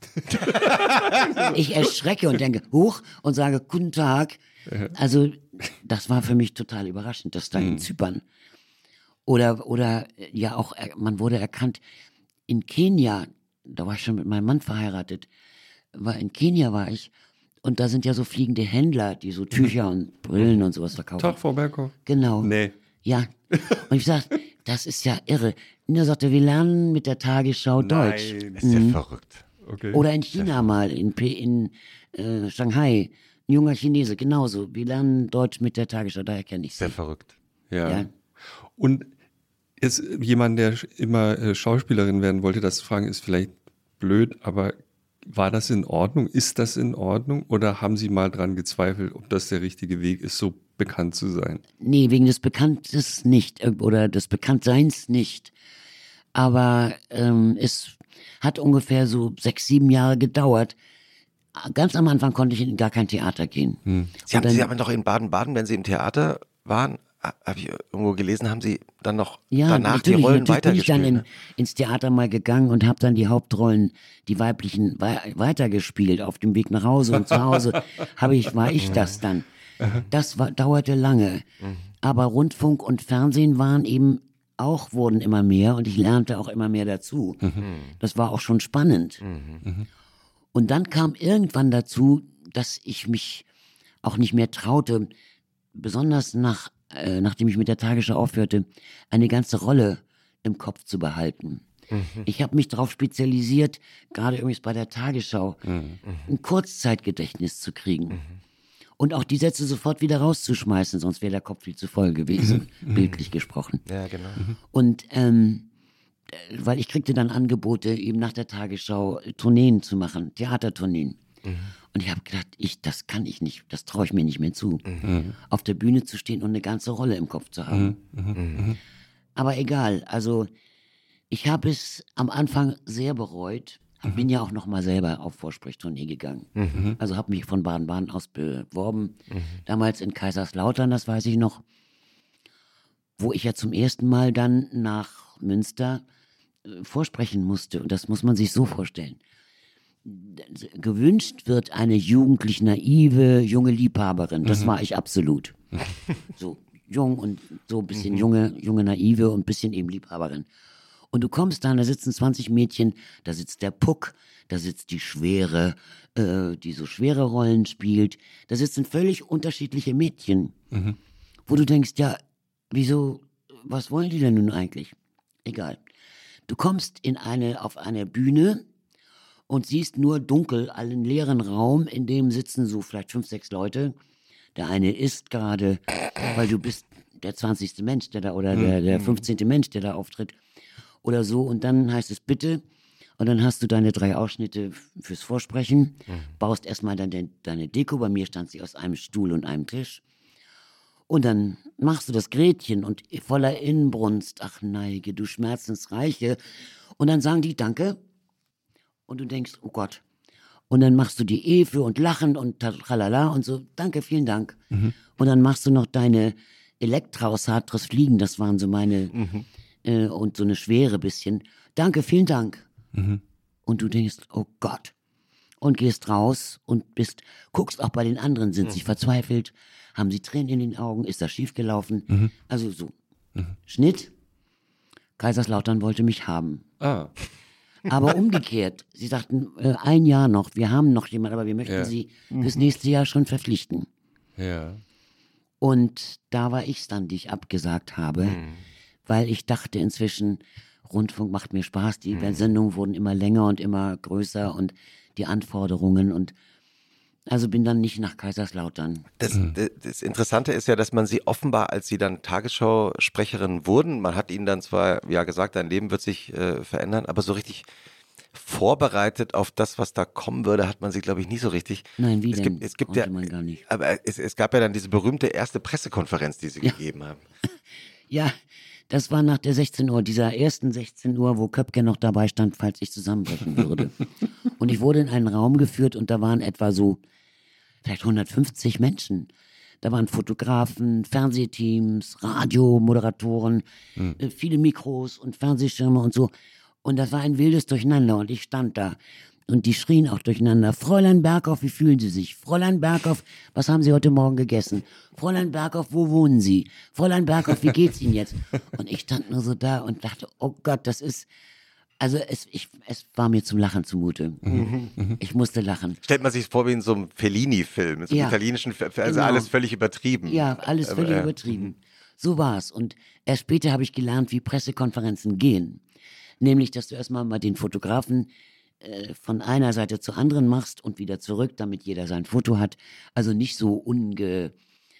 Speaker 3: Ich erschrecke und denke, huch, und sage, guten Tag. Also das war für mich total überraschend, das da in Zypern. Oder, oder ja auch, man wurde erkannt, in Kenia, da war ich schon mit meinem Mann verheiratet, war in Kenia war ich, und da sind ja so fliegende Händler, die so Tücher und Brillen und sowas verkaufen.
Speaker 4: Tag, Frau Berghoff.
Speaker 3: Genau.
Speaker 4: Nee.
Speaker 3: Ja. Und ich sag, das ist ja irre. Und er sagte, wir lernen mit der Tagesschau Deutsch.
Speaker 2: Nein, das ist ja mhm. verrückt.
Speaker 4: Okay.
Speaker 3: Oder in China mal, in, in äh, Shanghai, ein junger Chinese, genauso. Wir lernen Deutsch mit der Tagesschau, daher kenne ich sie.
Speaker 2: Sehr verrückt.
Speaker 4: Ja.
Speaker 3: Ja.
Speaker 4: Und ist jemand, der immer äh, Schauspielerin werden wollte, das zu fragen, ist vielleicht blöd, aber war das in Ordnung? Ist das in Ordnung? Oder haben Sie mal dran gezweifelt, ob das der richtige Weg ist, so bekannt zu sein?
Speaker 3: Nee, wegen des Bekanntes nicht oder des Bekanntseins nicht. Aber ähm, es hat ungefähr so sechs, sieben Jahre gedauert. Ganz am Anfang konnte ich in gar kein Theater gehen.
Speaker 2: Hm. Sie, haben, dann, Sie haben doch in Baden-Baden, wenn Sie im Theater waren, habe ich irgendwo gelesen, haben Sie dann noch
Speaker 3: ja,
Speaker 2: danach die Rollen
Speaker 3: weitergespielt. Ja, bin ich dann in,
Speaker 2: ne?
Speaker 3: ins Theater mal gegangen und habe dann die Hauptrollen, die weiblichen, we- weitergespielt. Auf dem Weg nach Hause und zu Hause habe ich, war ich das dann. Das war, dauerte lange. Aber Rundfunk und Fernsehen waren eben auch, wurden immer mehr und ich lernte auch immer mehr dazu. Das war auch schon spannend. Und dann kam irgendwann dazu, dass ich mich auch nicht mehr traute, besonders nach, äh, nachdem ich mit der Tagesschau aufhörte, eine ganze Rolle im Kopf zu behalten. Mhm. Ich habe mich darauf spezialisiert, gerade übrigens bei der Tagesschau, mhm. ein Kurzzeitgedächtnis zu kriegen. Mhm. Und auch die Sätze sofort wieder rauszuschmeißen, sonst wäre der Kopf viel zu voll gewesen, mhm. bildlich gesprochen.
Speaker 2: Ja, genau.
Speaker 3: Mhm. Und ähm, weil ich kriegte dann Angebote, eben nach der Tagesschau Tourneen zu machen, Theatertourneen. Mhm. Und ich habe gedacht, ich, das kann ich nicht, das traue ich mir nicht mehr zu, mhm. auf der Bühne zu stehen und eine ganze Rolle im Kopf zu haben. Mhm. Mhm. Aber egal, also ich habe es am Anfang sehr bereut. Mhm. Bin ja auch noch mal selber auf Vorsprechtournee gegangen. Mhm. Also habe mich von Baden-Baden aus beworben. Mhm. Damals in Kaiserslautern, das weiß ich noch. Wo ich ja zum ersten Mal dann nach Münster äh, vorsprechen musste. Und das muss man sich so vorstellen. Gewünscht wird eine jugendlich naive, junge Liebhaberin. Das mhm. war ich absolut. So jung und so ein bisschen mhm. junge, junge naive und ein bisschen eben Liebhaberin. Und du kommst da, da sitzen zwanzig Mädchen, da sitzt der Puck, da sitzt die Schwere, äh, die so schwere Rollen spielt. Da sitzen völlig unterschiedliche Mädchen, mhm. wo du denkst, ja, wieso, was wollen die denn nun eigentlich? Egal. Du kommst in eine, auf eine Bühne und siehst nur dunkel, einen leeren Raum, in dem sitzen so vielleicht fünf, sechs Leute. Der eine isst gerade, weil du bist der zwanzigste Mensch, der da, oder der, der fünfzehnte Mensch, der da auftritt. Oder so, und dann heißt es bitte, und dann hast du deine drei Ausschnitte fürs Vorsprechen, mhm. baust erstmal deine, deine Deko, bei mir stand sie aus einem Stuhl und einem Tisch, und dann machst du das Gretchen und voller Inbrunst, ach neige, du Schmerzensreiche, und dann sagen die Danke, und du denkst, oh Gott, und dann machst du die Efe und lachen und tralala und so, danke, vielen Dank, mhm. und dann machst du noch deine Elektra aus Hartres Fliegen, das waren so meine... Mhm. Und so eine Schwere bisschen. Danke, vielen Dank. Mhm. Und du denkst, oh Gott. Und gehst raus und bist, guckst auch bei den anderen, sind mhm. sie verzweifelt, haben sie Tränen in den Augen, ist das schiefgelaufen? Mhm. Also so. Mhm. Schnitt, Kaiserslautern wollte mich haben.
Speaker 4: Ah.
Speaker 3: Aber umgekehrt, sie sagten, äh, ein Jahr noch, wir haben noch jemanden, aber wir möchten ja. sie fürs nächste Jahr schon verpflichten.
Speaker 4: Ja.
Speaker 3: Und da war ich's dann, die ich abgesagt habe. Mhm. Weil ich dachte inzwischen, Rundfunk macht mir Spaß, die mhm. Sendungen wurden immer länger und immer größer und die Anforderungen und also bin dann nicht nach Kaiserslautern.
Speaker 2: Das, das Interessante ist ja, dass man sie offenbar, als sie dann Tagesschausprecherin wurden, man hat ihnen dann zwar ja gesagt, dein Leben wird sich äh, verändern, aber so richtig vorbereitet auf das, was da kommen würde, hat man sie, glaube ich, nie so richtig.
Speaker 3: Nein, wie
Speaker 2: es
Speaker 3: denn?
Speaker 2: Gibt, es gibt ja,
Speaker 3: man gar nicht.
Speaker 2: Aber es, es gab ja dann diese berühmte erste Pressekonferenz, die sie
Speaker 3: ja.
Speaker 2: gegeben haben.
Speaker 3: Ja, das war nach der sechzehn Uhr, dieser ersten sechzehn Uhr, wo Köpke noch dabei stand, falls ich zusammenbrechen würde. Und ich wurde in einen Raum geführt und da waren etwa so vielleicht hundertfünfzig Menschen. Da waren Fotografen, Fernsehteams, Radiomoderatoren, mhm. äh, viele Mikros und Fernsehschirme und so. Und das war ein wildes Durcheinander und ich stand da. Und die schrien auch durcheinander. Fräulein Berghoff, wie fühlen Sie sich? Fräulein Berghoff, was haben Sie heute Morgen gegessen? Fräulein Berghoff, wo wohnen Sie? Fräulein Berghoff, wie geht's Ihnen jetzt? Und ich stand nur so da und dachte, oh Gott, das ist, also es, ich, es war mir zum Lachen zumute. Mhm. Ich musste lachen.
Speaker 2: Stellt man sich vor wie in so einem Fellini-Film, in so einem
Speaker 3: ja,
Speaker 2: italienischen Film, also
Speaker 3: genau.
Speaker 2: alles völlig übertrieben.
Speaker 3: Ja, alles völlig äh, übertrieben. So war's. Und erst später habe ich gelernt, wie Pressekonferenzen gehen. Nämlich, dass du erstmal mal den Fotografen von einer Seite zur anderen machst und wieder zurück, damit jeder sein Foto hat. Also nicht so ungestüm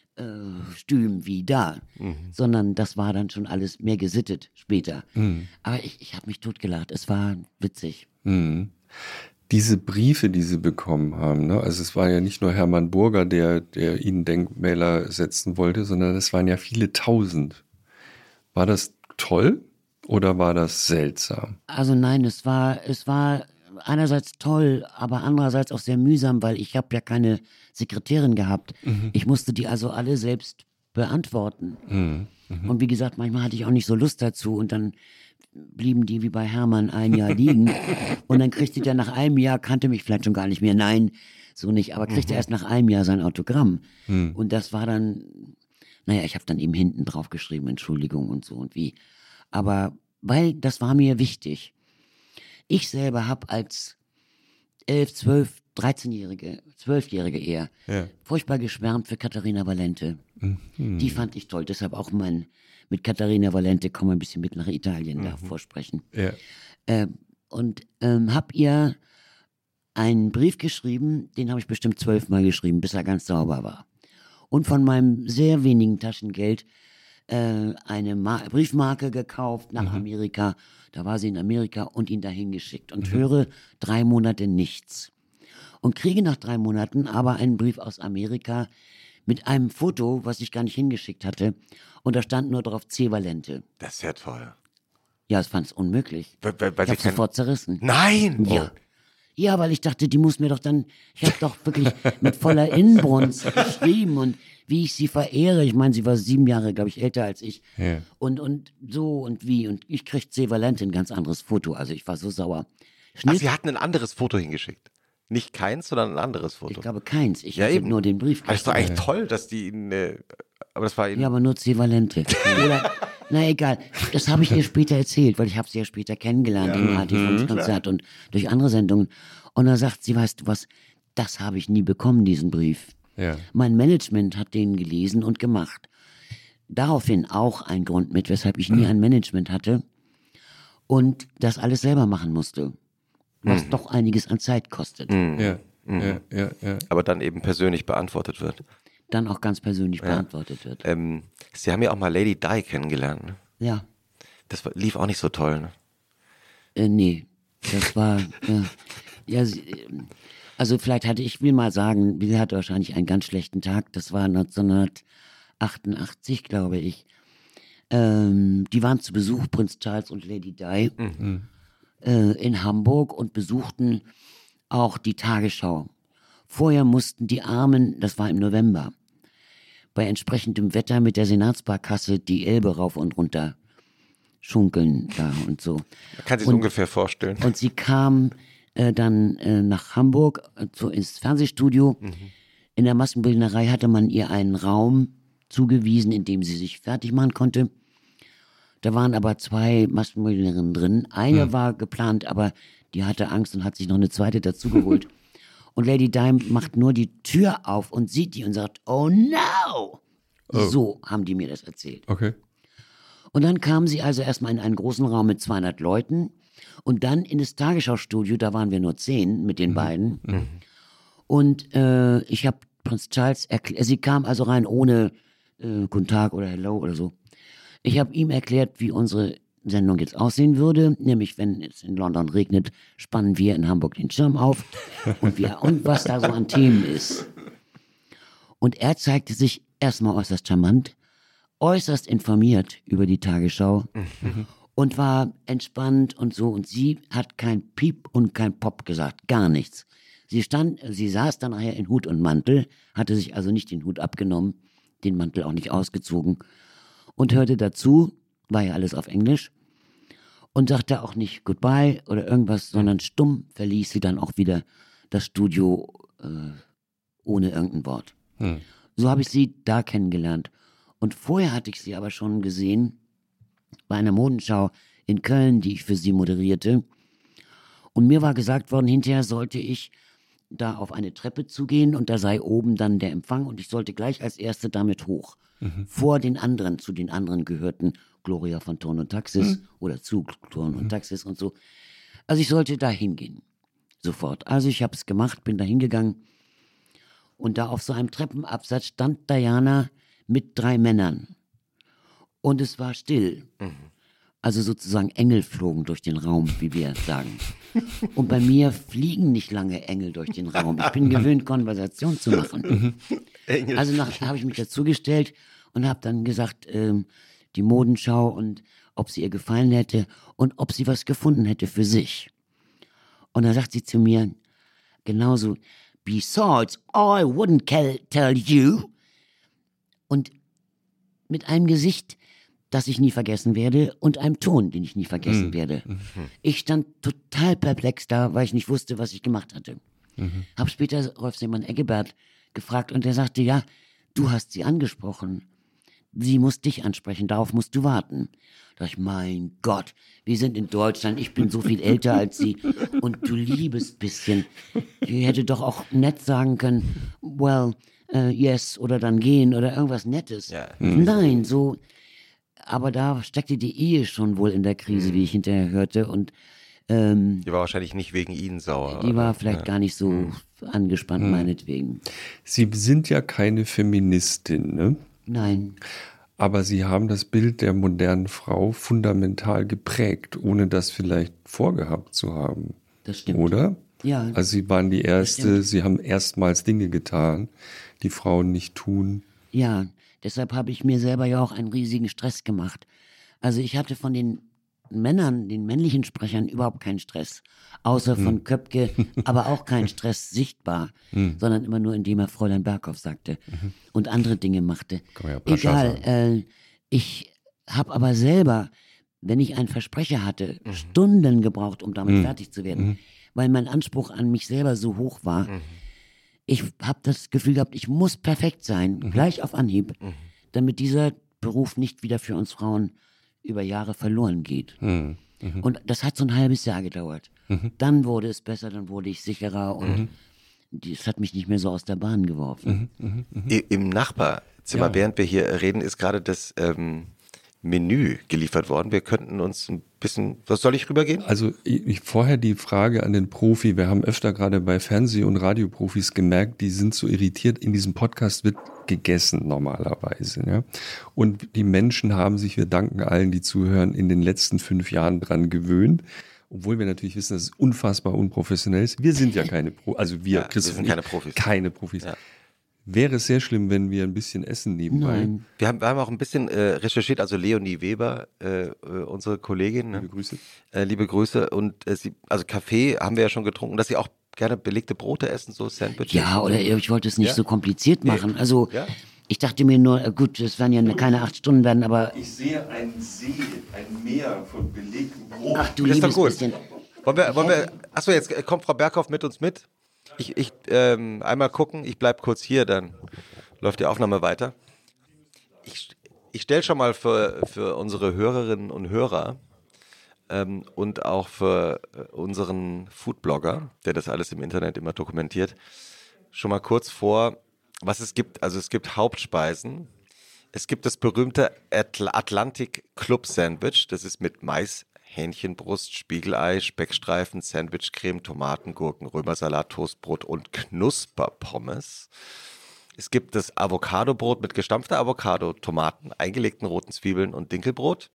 Speaker 3: wie da, mhm. sondern das war dann schon alles mehr gesittet später. Mhm. Aber ich, ich habe mich totgelacht. Es war witzig.
Speaker 4: Mhm. Diese Briefe, die Sie bekommen haben, ne? Also es war ja nicht nur Hermann Burger, der, der Ihnen Denkmäler setzen wollte, sondern es waren ja viele Tausend. War das toll oder war das seltsam?
Speaker 3: Also nein, es war, es war einerseits toll, aber andererseits auch sehr mühsam, weil ich habe ja keine Sekretärin gehabt. Mhm. Ich musste die also alle selbst beantworten. Mhm. Mhm. Und wie gesagt, manchmal hatte ich auch nicht so Lust dazu und dann blieben die wie bei Hermann ein Jahr liegen und dann kriegte der nach einem Jahr, kannte mich vielleicht schon gar nicht mehr, nein, so nicht, aber kriegte mhm. erst nach einem Jahr sein Autogramm. Mhm. Und das war dann, naja, ich habe dann eben hinten drauf geschrieben, Entschuldigung und so und wie. Aber weil das war mir wichtig. Ich selber habe als elf, zwölf, dreizehnjährige, zwölfjährige eher,
Speaker 4: Ja.
Speaker 3: furchtbar geschwärmt für Katharina Valente.
Speaker 4: Mhm.
Speaker 3: Die fand ich toll, deshalb auch mein, mit Katharina Valente kommen wir ein bisschen mit nach Italien da vorsprechen.
Speaker 4: Ja.
Speaker 3: Äh, und ähm, hab ihr einen Brief geschrieben, den habe ich bestimmt zwölfmal geschrieben, bis er ganz sauber war. Und von meinem sehr wenigen Taschengeld äh, eine Ma- Briefmarke gekauft nach Amerika. Da war sie in Amerika und ihn dahin geschickt. Und höre drei Monate nichts. Und kriege nach drei Monaten aber einen Brief aus Amerika mit einem Foto, was ich gar nicht hingeschickt hatte. Und da stand nur drauf C. Valente.
Speaker 2: Das ist ja toll.
Speaker 3: Ja, ich fand es unmöglich.
Speaker 2: Weil, weil, weil
Speaker 3: Ich
Speaker 2: sie
Speaker 3: habe
Speaker 2: kein...
Speaker 3: sofort zerrissen.
Speaker 2: Nein!
Speaker 3: Ja. Ja, weil ich dachte, die muss mir doch dann, ich habe doch wirklich mit voller Inbrunst geschrieben und wie ich sie verehre. Ich meine, sie war sieben Jahre, glaube ich, älter als ich.
Speaker 4: Ja.
Speaker 3: Und, und so und wie. Und ich kriegte C. Valente ein ganz anderes Foto. Also ich war so sauer.
Speaker 2: Ach,
Speaker 3: Schnitt,
Speaker 2: sie hatten ein anderes Foto hingeschickt. Nicht keins, sondern ein anderes Foto.
Speaker 3: ich glaube keins. Ich
Speaker 2: Ja,
Speaker 3: habe
Speaker 2: eben.
Speaker 3: nur den Brief
Speaker 2: Aber das ist doch
Speaker 3: gekriegt.
Speaker 2: eigentlich toll, dass die ihn... Äh, aber das war ihnen...
Speaker 3: Ja, aber nur C. Valente. Oder, na egal, das habe ich ihr später erzählt, weil ich habe sie ja später kennengelernt im R T fünf-Konzert und durch andere Sendungen. Und da sagt sie, weißt du was, das habe ich nie bekommen, diesen Brief.
Speaker 4: Ja.
Speaker 3: Mein Management hat den gelesen und gemacht. Daraufhin auch ein Grund mit, weshalb ich nie ein Management hatte und das alles selber machen musste, was doch einiges an Zeit kostet.
Speaker 4: Ja. Ja. Ja. Ja.
Speaker 2: aber dann eben persönlich beantwortet wird.
Speaker 3: Dann auch ganz persönlich beantwortet wird.
Speaker 2: Ähm, Sie haben ja auch mal Lady Di kennengelernt. Ne?
Speaker 3: Ja,
Speaker 2: Das war, lief auch nicht so toll. Ne?
Speaker 3: äh, nee, das war, äh, ja, sie, äh, also vielleicht hatte, ich will mal sagen, sie hatte wahrscheinlich einen ganz schlechten Tag, das war neunzehnhundertachtundachtzig, glaube ich. Ähm, die waren zu Besuch, Prinz Charles und Lady Di, äh, in Hamburg und besuchten auch die Tagesschau. Vorher mussten die Armen, das war im November, bei entsprechendem Wetter mit der Senatsbarkasse die Elbe rauf und runter schunkeln da und so.
Speaker 2: Man kann sich
Speaker 3: Und-
Speaker 2: ungefähr vorstellen.
Speaker 3: Und sie kam äh, dann äh, nach Hamburg äh, zu, ins Fernsehstudio. In der Maskenbildnerei hatte man ihr einen Raum zugewiesen, in dem sie sich fertig machen konnte. Da waren aber zwei Maskenbildnerinnen drin. Eine war geplant, aber die hatte Angst und hat sich noch eine zweite dazugeholt. Und Lady Di macht nur die Tür auf und sieht die und sagt, oh no! So haben die mir das erzählt.
Speaker 4: Okay.
Speaker 3: Und dann kam sie also erstmal in einen großen Raum mit zweihundert Leuten und dann in das Tagesschau-Studio, da waren wir nur zehn mit den beiden. Und äh, ich habe Prinz Charles erklärt, sie kam also rein ohne äh, Guten Tag oder Hello oder so. Ich habe ihm erklärt, wie unsere Sendung jetzt aussehen würde, nämlich wenn es in London regnet, spannen wir in Hamburg den Schirm auf und, wir, und was da so an Themen ist. Und er zeigte sich erstmal äußerst charmant, äußerst informiert über die Tagesschau und war entspannt und so. Und sie hat kein Piep und kein Pop gesagt, gar nichts. Sie stand, sie saß dann nachher in Hut und Mantel, hatte sich also nicht den Hut abgenommen, den Mantel auch nicht ausgezogen und hörte dazu, war ja alles auf Englisch, und sagte auch nicht Goodbye oder irgendwas, sondern stumm verließ sie dann auch wieder das Studio äh, ohne irgendein Wort.
Speaker 4: Hm.
Speaker 3: So habe ich sie da kennengelernt. Und vorher hatte ich sie aber schon gesehen bei einer Modenschau in Köln, die ich für sie moderierte. Und mir war gesagt worden, hinterher sollte ich da auf eine Treppe zugehen und da sei oben dann der Empfang und ich sollte gleich als Erste damit hoch. Vor den anderen, zu den anderen gehörten Gloria von Thurn und Taxis oder zu Thurn und Taxis und so. Also ich sollte da hingehen. Sofort. Also ich habe es gemacht, bin da hingegangen und da auf so einem Treppenabsatz stand Diana mit drei Männern. Und es war still. Also sozusagen Engel flogen durch den Raum, wie wir sagen. Und bei mir fliegen nicht lange Engel durch den Raum. Ich bin gewöhnt, Konversation zu machen. Also habe ich mich dazugestellt und habe dann gesagt, ähm, die Modenschau und ob sie ihr gefallen hätte und ob sie was gefunden hätte für sich. Und dann sagt sie zu mir genauso, besides, I wouldn't tell you. Und mit einem Gesicht, das ich nie vergessen werde und einem Ton, den ich nie vergessen
Speaker 4: Mhm.
Speaker 3: werde. Ich stand total perplex da, weil ich nicht wusste, was ich gemacht hatte.
Speaker 4: Mhm.
Speaker 3: Hab später Rolf Seemann Eggebert gefragt und der sagte, ja, du hast sie angesprochen. sie muss dich ansprechen, darauf musst du warten. Da dachte ich, mein Gott, wir sind in Deutschland, ich bin so viel älter als sie und du liebes bisschen. Die hätte doch auch nett sagen können, well, uh, yes, oder dann gehen oder irgendwas Nettes.
Speaker 2: Ja.
Speaker 3: Mhm. Nein, so, aber da steckte die Ehe schon wohl in der Krise, mhm. wie ich hinterher hörte und ähm,
Speaker 2: die war wahrscheinlich nicht wegen Ihnen sauer.
Speaker 3: Die
Speaker 2: oder?
Speaker 3: war vielleicht ja. gar nicht so mhm. angespannt, mhm. meinetwegen.
Speaker 4: Sie sind ja keine Feministin, ne?
Speaker 3: Nein.
Speaker 4: Aber Sie haben das Bild der modernen Frau fundamental geprägt, ohne das vielleicht vorgehabt zu haben.
Speaker 3: Das stimmt.
Speaker 4: Oder?
Speaker 3: Ja.
Speaker 4: Also Sie waren die Erste, Sie haben erstmals Dinge getan, die Frauen nicht tun.
Speaker 3: Ja, deshalb habe ich mir selber ja auch einen riesigen Stress gemacht. Also ich hatte von den Männern, den männlichen Sprechern überhaupt keinen Stress. Außer von hm. Köpke, aber auch kein Stress sichtbar, hm. sondern immer nur, indem er Fräulein Berghoff sagte mhm. und andere Dinge machte.
Speaker 2: Ja
Speaker 3: Egal, äh, ich habe aber selber, wenn ich einen Versprecher hatte, mhm. Stunden gebraucht, um damit mhm. fertig zu werden, mhm. weil mein Anspruch an mich selber so hoch war. Mhm. Ich habe das Gefühl gehabt, ich muss perfekt sein, mhm. gleich auf Anhieb, mhm. damit dieser Beruf nicht wieder für uns Frauen über Jahre verloren geht. Mhm. Mhm. Und das hat so ein halbes Jahr gedauert. Mhm. Dann wurde es besser, dann wurde ich sicherer und mhm. das hat mich nicht mehr so aus der Bahn geworfen.
Speaker 2: Mhm. Mhm. Mhm. Im Nachbarzimmer, ja. während wir hier reden, ist gerade das ähm, Menü geliefert worden. Wir könnten uns ein bisschen, was soll ich rübergehen?
Speaker 4: Also ich, vorher die Frage an den Profi. Wir haben öfter gerade bei Fernseh- und Radioprofis gemerkt, die sind so irritiert. In diesem Podcast wird gegessen normalerweise. Ja? Und die Menschen haben sich, wir danken allen, die zuhören, in den letzten fünf Jahren dran gewöhnt. Obwohl wir natürlich wissen, dass es unfassbar unprofessionell ist. Wir sind ja keine Profis, also wir,
Speaker 2: ja, wir sind keine Profis.
Speaker 4: Keine Profis. Ja. Wäre es sehr schlimm, wenn wir ein bisschen essen nebenbei.
Speaker 3: Nein.
Speaker 2: Wir haben, wir haben auch ein bisschen äh, recherchiert, also Leonie Weber, äh, unsere Kollegin. Ne?
Speaker 4: Liebe Grüße.
Speaker 2: Äh, liebe Grüße. Und äh, sie, also Kaffee haben wir ja schon getrunken, dass sie auch gerne belegte Brote essen, so Sandwiches.
Speaker 3: Ja, oder ich wollte es nicht
Speaker 2: ja?
Speaker 3: so kompliziert machen. Also
Speaker 2: ja?
Speaker 3: ich dachte mir nur, gut, es werden ja keine acht Stunden werden, aber...
Speaker 4: Ich sehe einen See, ein Meer von belegten Broten.
Speaker 3: Ach du
Speaker 2: das ist
Speaker 3: liebes
Speaker 2: doch gut.
Speaker 3: bisschen.
Speaker 2: Wollen wir, wollen wir, achso, jetzt kommt Frau Berghoff mit uns mit. Ich, ich ähm, einmal gucken, ich bleib kurz hier, dann läuft die Aufnahme weiter. Ich, ich stelle schon mal für, für unsere Hörerinnen und Hörer ähm, und auch für unseren Foodblogger, der das alles im Internet immer dokumentiert, schon mal kurz vor, was es gibt. Also es gibt Hauptspeisen. Es gibt das berühmte Atl- Atlantic Club Sandwich, das ist mit Mais, Hähnchenbrust, Spiegelei, Speckstreifen, Sandwichcreme, Tomaten, Gurken, Römersalat, Toastbrot und Knusperpommes. Es gibt das Avocadobrot mit gestampfter Avocado, Tomaten, eingelegten roten Zwiebeln und Dinkelbrot.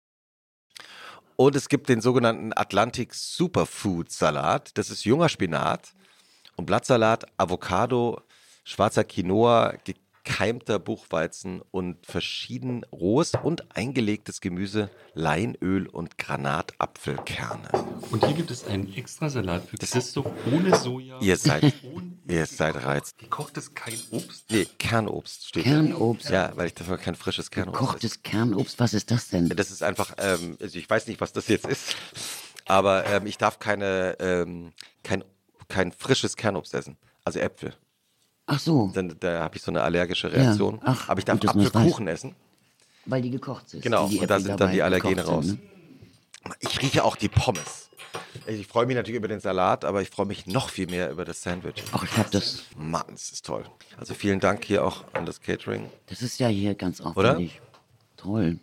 Speaker 2: Und es gibt den sogenannten Atlantic Superfood Salat. Das ist junger Spinat und Blattsalat, Avocado, schwarzer Quinoa, gekeimter Buchweizen und verschieden rohes und eingelegtes Gemüse, Leinöl und Granatapfelkerne.
Speaker 4: Und hier gibt es einen extra Salat für Christoph ohne Soja.
Speaker 2: Ihr seid, ihr seid reiz.
Speaker 4: Gekochtes kein Obst?
Speaker 2: Nee, Kernobst steht.
Speaker 3: Kernobst?
Speaker 2: Ja, weil ich dafür kein frisches Kernobst
Speaker 3: Gekochtes
Speaker 2: esse.
Speaker 3: Kernobst, was ist das denn?
Speaker 2: Das ist einfach, ähm, also ich weiß nicht, was das jetzt ist, aber ähm, ich darf keine, ähm, kein, kein frisches Kernobst essen, also Äpfel.
Speaker 3: Ach so.
Speaker 2: Dann, da habe ich so eine allergische Reaktion.
Speaker 3: Ja. Ach,
Speaker 2: aber ich darf
Speaker 3: gut, dass man das
Speaker 2: Apfelkuchen
Speaker 3: weiß.
Speaker 2: essen.
Speaker 3: Weil die gekocht sind.
Speaker 2: Genau,
Speaker 3: die
Speaker 2: und da
Speaker 3: Äpfel
Speaker 2: sind dann die
Speaker 3: dabei
Speaker 2: Allergene
Speaker 3: gekocht
Speaker 2: raus.
Speaker 3: sind, ne?
Speaker 2: Ich rieche auch die Pommes. Ich freue mich natürlich über den Salat, aber ich freue mich noch viel mehr über das Sandwich.
Speaker 3: Ach, ich hab das.
Speaker 2: Mann, das ist toll. Also vielen Dank hier auch an das Catering.
Speaker 3: Das ist ja hier ganz aufwendig. Toll.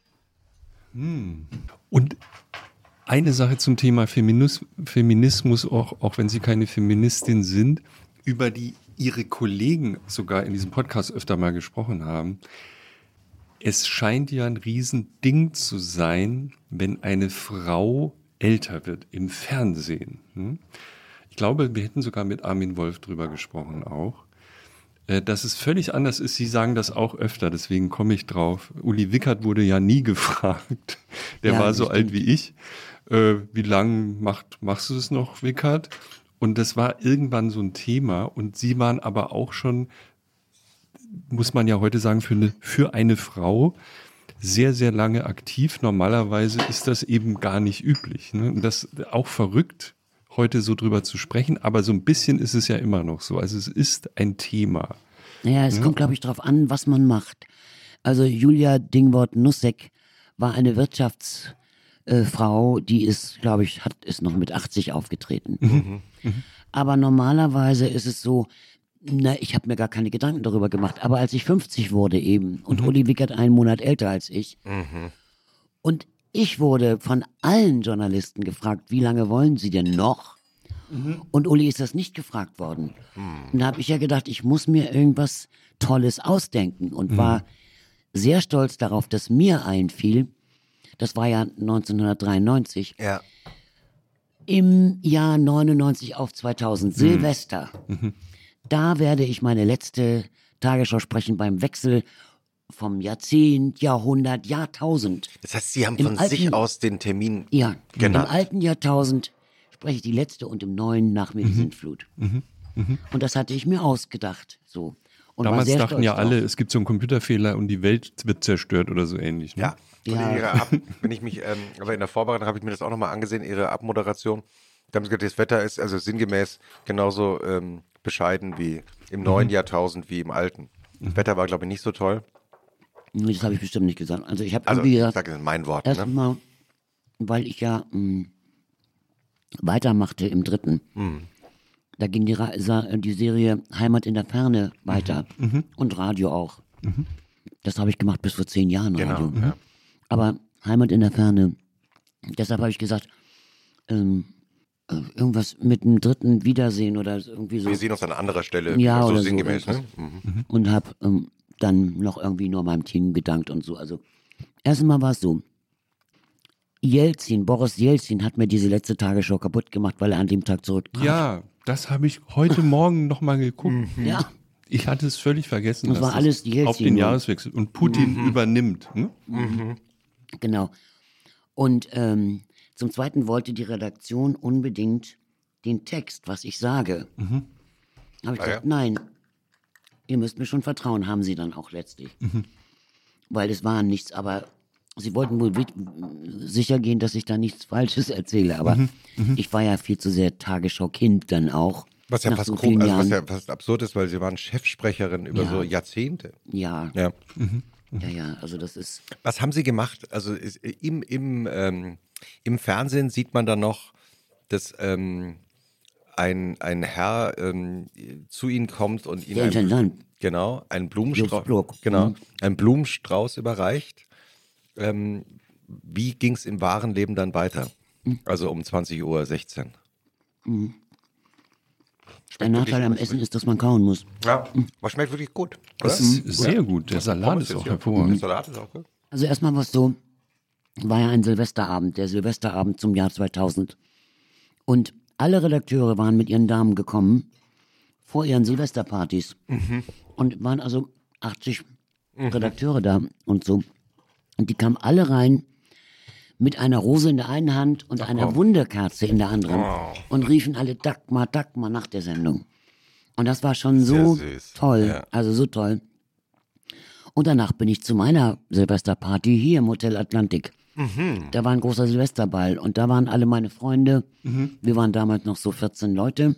Speaker 4: Hm. Und eine Sache zum Thema Feminis- Feminismus, auch, auch wenn Sie keine Feministin sind, über die Ihre Kollegen sogar in diesem Podcast öfter mal gesprochen haben. Es scheint ja ein Riesending zu sein, wenn eine Frau älter wird im Fernsehen. Ich glaube, wir hätten sogar mit Armin Wolf drüber gesprochen auch. Dass es völlig anders ist, Sie sagen das auch öfter, deswegen komme ich drauf. Uli Wickert wurde ja nie gefragt. Der
Speaker 3: ja,
Speaker 4: war so
Speaker 3: stimmt.
Speaker 4: alt wie ich. Wie lange macht, machst du es noch, Wickert? Und das war irgendwann so ein Thema und sie waren aber auch schon, muss man ja heute sagen, für eine, für eine Frau sehr, sehr lange aktiv. Normalerweise ist das eben gar nicht üblich. Ne? Und das auch verrückt, heute so drüber zu sprechen, aber so ein bisschen ist es ja immer noch so. Also es ist ein Thema.
Speaker 3: Naja, es
Speaker 4: Ja.
Speaker 3: kommt, glaube ich, darauf an, was man macht. Also Julia Dingwort-Nussek war eine Wirtschaftsfrau, äh, die ist, glaube ich, hat ist noch mit achtzig aufgetreten.
Speaker 2: Mhm. Mhm.
Speaker 3: Aber normalerweise ist es so, na, ich habe mir gar keine Gedanken darüber gemacht. Aber als ich fünfzig wurde eben und mhm. Uli Wickert einen Monat älter als ich
Speaker 2: Mhm.
Speaker 3: und ich wurde von allen Journalisten gefragt, wie lange wollen Sie denn noch? Mhm. Und Uli ist das nicht gefragt worden. Mhm. Und da habe ich ja gedacht, ich muss mir irgendwas Tolles ausdenken und mhm. war sehr stolz darauf, dass mir einfiel, das war ja neunzehnhundertdreiundneunzig,
Speaker 2: ja.
Speaker 3: im Jahr neunundneunzig auf zweitausend, mhm. Silvester, mhm. da werde ich meine letzte Tagesschau sprechen beim Wechsel vom Jahrzehnt, Jahrhundert, Jahrtausend.
Speaker 2: Das heißt, Sie haben Im von alten, sich aus den Termin
Speaker 3: ja,
Speaker 2: genannt.
Speaker 3: Im alten Jahrtausend spreche ich die letzte und im neuen nach mir die mhm. Sintflut. Mhm. Mhm. Und das hatte ich mir ausgedacht, so. Und
Speaker 4: damals dachten ja alle, drauf. Es gibt so einen Computerfehler und die Welt wird zerstört oder so ähnlich. Ne?
Speaker 2: Ja, ja. Ihre Ab- wenn ich mich, ähm, aber in der Vorbereitung habe ich mir das auch nochmal angesehen, Ihre Abmoderation. Da haben Sie gesagt, das Wetter ist also sinngemäß genauso ähm, bescheiden wie im neuen mhm. Jahrtausend wie im alten. Das mhm. Wetter war, glaube ich, nicht so toll.
Speaker 3: Das habe ich bestimmt nicht gesagt. Also ich habe
Speaker 2: also,
Speaker 3: irgendwie
Speaker 2: gesagt, das sind mein Wort.
Speaker 3: Erstmal, ne? weil ich ja mh, weitermachte im dritten. Mhm. Da ging die, die Serie Heimat in der Ferne weiter mhm. und Radio auch. Mhm. Das habe ich gemacht bis vor zehn Jahren Radio.
Speaker 2: Genau, ja.
Speaker 3: Aber Heimat in der Ferne, deshalb habe ich gesagt, ähm, irgendwas mit dem dritten Wiedersehen oder irgendwie so.
Speaker 2: Wir sehen uns an anderer Stelle,
Speaker 3: ja,
Speaker 2: so
Speaker 3: oder
Speaker 2: sinngemäß.
Speaker 3: So,
Speaker 2: ne? mhm.
Speaker 3: Und habe ähm, dann noch irgendwie nur meinem Team gedankt und so. Also erstmal war es so, Jelzin, Boris Jelzin hat mir diese letzte Tagesschau kaputt gemacht, weil er an dem Tag zurücktrat.
Speaker 4: Ja, das habe ich heute Morgen nochmal geguckt.
Speaker 3: Mhm. Ja.
Speaker 4: Ich hatte es völlig vergessen,
Speaker 3: das
Speaker 4: dass
Speaker 3: war alles Jelzin
Speaker 4: auf den Jahreswechsel und Putin mhm. übernimmt. Hm?
Speaker 3: Mhm. Genau. Und ähm, zum Zweiten wollte die Redaktion unbedingt den Text, was ich sage. Mhm. Habe ich
Speaker 2: ah,
Speaker 3: gesagt,
Speaker 2: ja.
Speaker 3: nein, ihr müsst mir schon vertrauen, haben sie dann auch letztlich. Mhm. Weil es war nichts, aber sie wollten wohl sicher gehen, dass ich da nichts Falsches erzähle. Aber mhm. Mhm. ich war ja viel zu sehr Tagesschau-Kind dann auch.
Speaker 2: Was ja fast so grob, also was ja fast absurd ist, weil sie waren Chefsprecherin über ja. so Jahrzehnte.
Speaker 3: Ja.
Speaker 2: Ja.
Speaker 3: Mhm. ja, ja, also das ist...
Speaker 2: Was haben Sie gemacht? Also ist, im, im, ähm, im Fernsehen sieht man dann noch, dass ähm, ein, ein Herr ähm, zu Ihnen kommt und Ihnen ein, genau, einen Blumenstrauß, genau, mhm. einen Blumenstrauß überreicht. Ähm, wie ging es im wahren Leben dann weiter? Mhm. Also um zwanzig Uhr sechzehn.
Speaker 3: Mhm. Der Nachteil am Essen ist, dass man kauen muss.
Speaker 2: Ja, aber schmeckt wirklich gut. Oder?
Speaker 4: Das ist sehr gut. Der Salat ist auch hervorragend.
Speaker 2: Der Salat ist auch gut.
Speaker 3: Also erstmal war es so, war ja ein Silvesterabend, der Silvesterabend zum Jahr zweitausend. Und alle Redakteure waren mit ihren Damen gekommen vor ihren Silvesterpartys. Mhm. Und waren also achtzig mhm. Redakteure da und so. Und die kamen alle rein mit einer Rose in der einen Hand und Ach, einer komm. Wunderkerze in der anderen oh. und riefen alle Dagmar, Dagmar nach der Sendung. Und das war schon so toll, ja. also so toll. Und danach bin ich zu meiner Silvesterparty hier im Hotel Atlantik. Mhm. Da war ein großer Silvesterball und da waren alle meine Freunde. Mhm. Wir waren damals noch so vierzehn Leute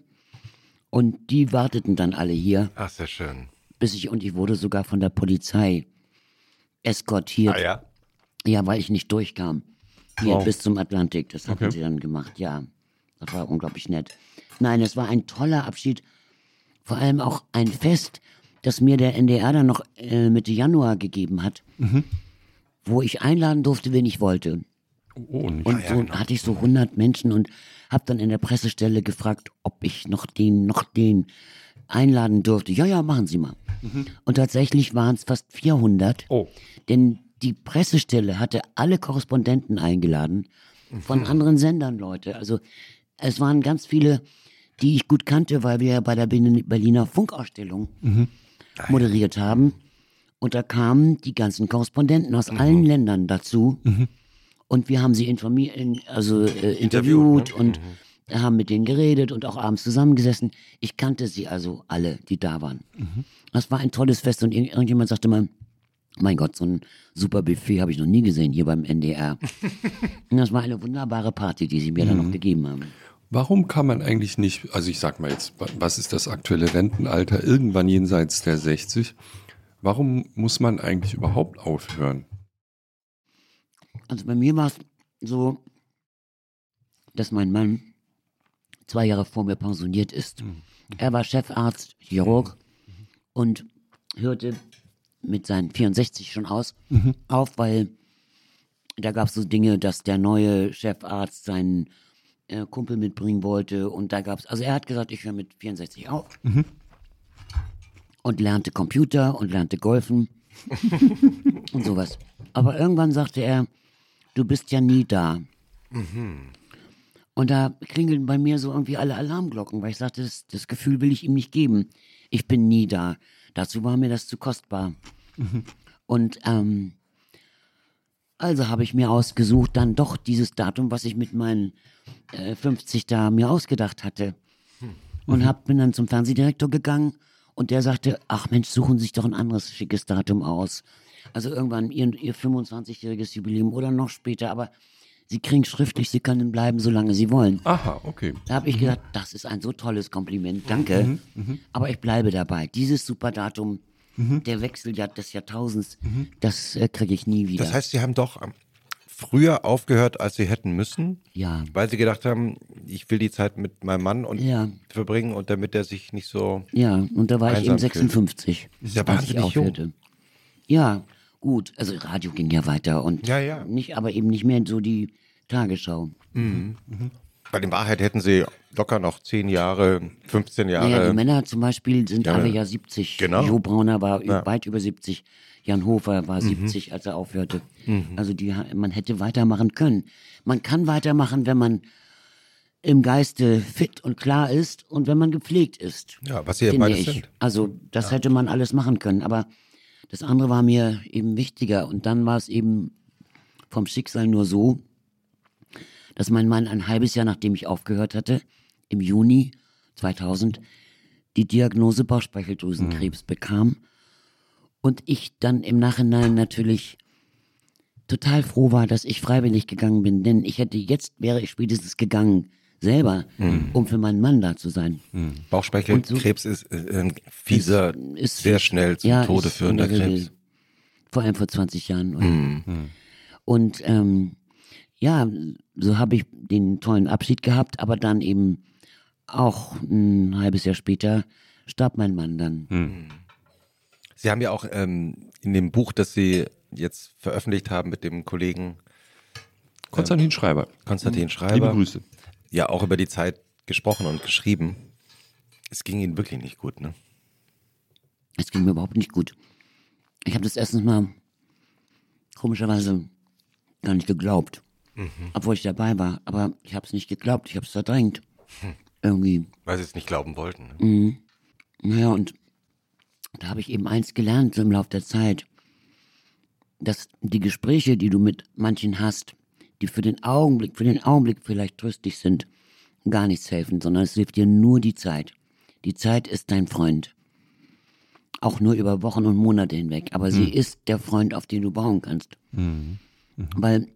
Speaker 3: und die warteten dann alle hier.
Speaker 2: Ach, sehr schön.
Speaker 3: Bis ich, und ich wurde sogar von der Polizei eskortiert.
Speaker 2: Ah ja?
Speaker 3: Ja, weil ich nicht durchkam. Hier
Speaker 2: wow.
Speaker 3: bis zum Atlantik, das hatten okay. sie dann gemacht, ja. Das war unglaublich nett. Nein, es war ein toller Abschied. Vor allem auch ein Fest, das mir der N D R dann noch äh, Mitte Januar gegeben hat, mhm. wo ich einladen durfte, wen ich wollte.
Speaker 4: Oh, nicht.
Speaker 3: Und so hatte ich so hundert Menschen und habe dann in der Pressestelle gefragt, ob ich noch den, noch den einladen durfte. Ja, ja, machen Sie mal. Mhm. Und tatsächlich waren es fast vierhundert,
Speaker 4: oh.
Speaker 3: denn die Pressestelle hatte alle Korrespondenten eingeladen, von mhm. anderen Sendern Leute. Also es waren ganz viele, die ich gut kannte, weil wir ja bei der Berliner Funkausstellung mhm. moderiert haben. Und da kamen die ganzen Korrespondenten aus mhm. allen Ländern dazu. Mhm. Und wir haben sie informiert, also äh, interviewt ne? und mhm. haben mit denen geredet und auch abends zusammengesessen. Ich kannte sie also alle, die da waren. Mhm. Das war ein tolles Fest und irgendjemand sagte mal, mein Gott, so ein super Buffet habe ich noch nie gesehen hier beim N D R. Und das war eine wunderbare Party, die sie mir mhm. dann noch gegeben haben.
Speaker 4: Warum kann man eigentlich nicht, also ich sag mal jetzt, was ist das aktuelle Rentenalter, irgendwann jenseits der sechzig, Warum muss man eigentlich überhaupt aufhören?
Speaker 3: Also bei mir war es so, dass mein Mann zwei Jahre vor mir pensioniert ist. Mhm. Er war Chefarzt, Chirurg mhm. und hörte mit seinen vierundsechzig schon aus, mhm. auf, weil da gab es so Dinge, dass der neue Chefarzt seinen äh, Kumpel mitbringen wollte und da gab es, also er hat gesagt, ich höre mit vierundsechzig auf mhm. und lernte Computer und lernte Golfen und sowas. Aber irgendwann sagte er, du bist ja nie da. Mhm. Und da klingeln bei mir so irgendwie alle Alarmglocken, weil ich sagte, das, das Gefühl will ich ihm nicht geben. Ich bin nie da. Dazu war mir das zu kostbar. Mhm. Und ähm, also habe ich mir ausgesucht, dann doch dieses Datum, was ich mit meinen äh, fünfzig da mir ausgedacht hatte. Mhm. Und hab, bin dann zum Fernsehdirektor gegangen und der sagte, ach Mensch, suchen Sie sich doch ein anderes schickes Datum aus. Also irgendwann ihr, ihr fünfundzwanzigjähriges Jubiläum oder noch später, aber Sie kriegen schriftlich, Sie können bleiben, solange Sie wollen.
Speaker 4: Aha, okay.
Speaker 3: Da habe ich mhm. gedacht, das ist ein so tolles Kompliment, danke. Mhm, mh. Aber ich bleibe dabei. Dieses Superdatum, mhm. der Wechsel des Jahrtausends, mhm. das äh, kriege ich nie wieder.
Speaker 2: Das heißt, Sie haben doch früher aufgehört, als Sie hätten müssen?
Speaker 3: Ja.
Speaker 2: Weil Sie gedacht haben, ich will die Zeit mit meinem Mann und
Speaker 3: ja.
Speaker 2: verbringen und damit er sich nicht so
Speaker 3: Ja, und da war ich eben sechsundfünfzig.
Speaker 2: Das ist ja wahnsinnig jung.
Speaker 3: Ja, gut, also Radio ging ja weiter und
Speaker 2: ja, ja.
Speaker 3: nicht, aber eben nicht mehr so die Tagesschau.
Speaker 2: Mhm. Mhm. Weil in Wahrheit hätten Sie locker noch zehn Jahre, fünfzehn Jahre.
Speaker 3: Naja, die Männer zum Beispiel sind ja, alle ja siebzig.
Speaker 2: Genau.
Speaker 3: Jo Brauner war ja. weit über siebzig. Jan Hofer war mhm. siebzig, als er aufhörte. Mhm. Also die, man hätte weitermachen können. Man kann weitermachen, wenn man im Geiste fit und klar ist und wenn man gepflegt ist.
Speaker 2: Ja, was Sie ja beide sind.
Speaker 3: Also das
Speaker 2: ja.
Speaker 3: hätte man alles machen können, aber das andere war mir eben wichtiger. Und dann war es eben vom Schicksal nur so, dass mein Mann ein halbes Jahr, nachdem ich aufgehört hatte, im Juni zweitausend, die Diagnose Bauchspeicheldrüsenkrebs mhm. bekam. Und ich dann im Nachhinein natürlich total froh war, dass ich freiwillig gegangen bin. Denn ich hätte jetzt, wäre ich spätestens gegangen, selber, mhm. um für meinen Mann da zu sein.
Speaker 2: Mhm. Bauchspeicheldrüsenkrebs so, ist äh, ein fieser, ist, ist sehr schnell zum ja, Tode führender Krebs.
Speaker 3: Vor allem vor zwanzig Jahren.
Speaker 2: Mhm.
Speaker 3: Und ähm, ja, so habe ich den tollen Abschied gehabt, aber dann eben auch ein halbes Jahr später starb mein Mann dann.
Speaker 2: Mhm. Sie haben ja auch ähm, in dem Buch, das Sie jetzt veröffentlicht haben mit dem Kollegen
Speaker 4: Konstantin Schreiber.
Speaker 2: Konstantin Schreiber.
Speaker 4: Liebe Grüße.
Speaker 2: Ja, auch über die Zeit gesprochen und geschrieben. Es ging Ihnen wirklich nicht gut, ne?
Speaker 3: Es ging mir überhaupt nicht gut. Ich habe das erstens mal komischerweise gar nicht geglaubt. Mhm. Obwohl ich dabei war. Aber ich habe es nicht geglaubt. Ich habe es verdrängt. Hm. Irgendwie.
Speaker 2: Weil Sie es nicht glauben wollten. Ne?
Speaker 3: Mhm. Naja, und da habe ich eben eins gelernt so im Laufe der Zeit. Dass die Gespräche, die du mit manchen hast, die für den Augenblick, für den Augenblick vielleicht tröstlich sind, gar nichts helfen, sondern es hilft dir nur die Zeit. Die Zeit ist dein Freund. Auch nur über Wochen und Monate hinweg. Aber mhm. sie ist der Freund, auf den du bauen kannst.
Speaker 4: Mhm. Mhm.
Speaker 3: Weil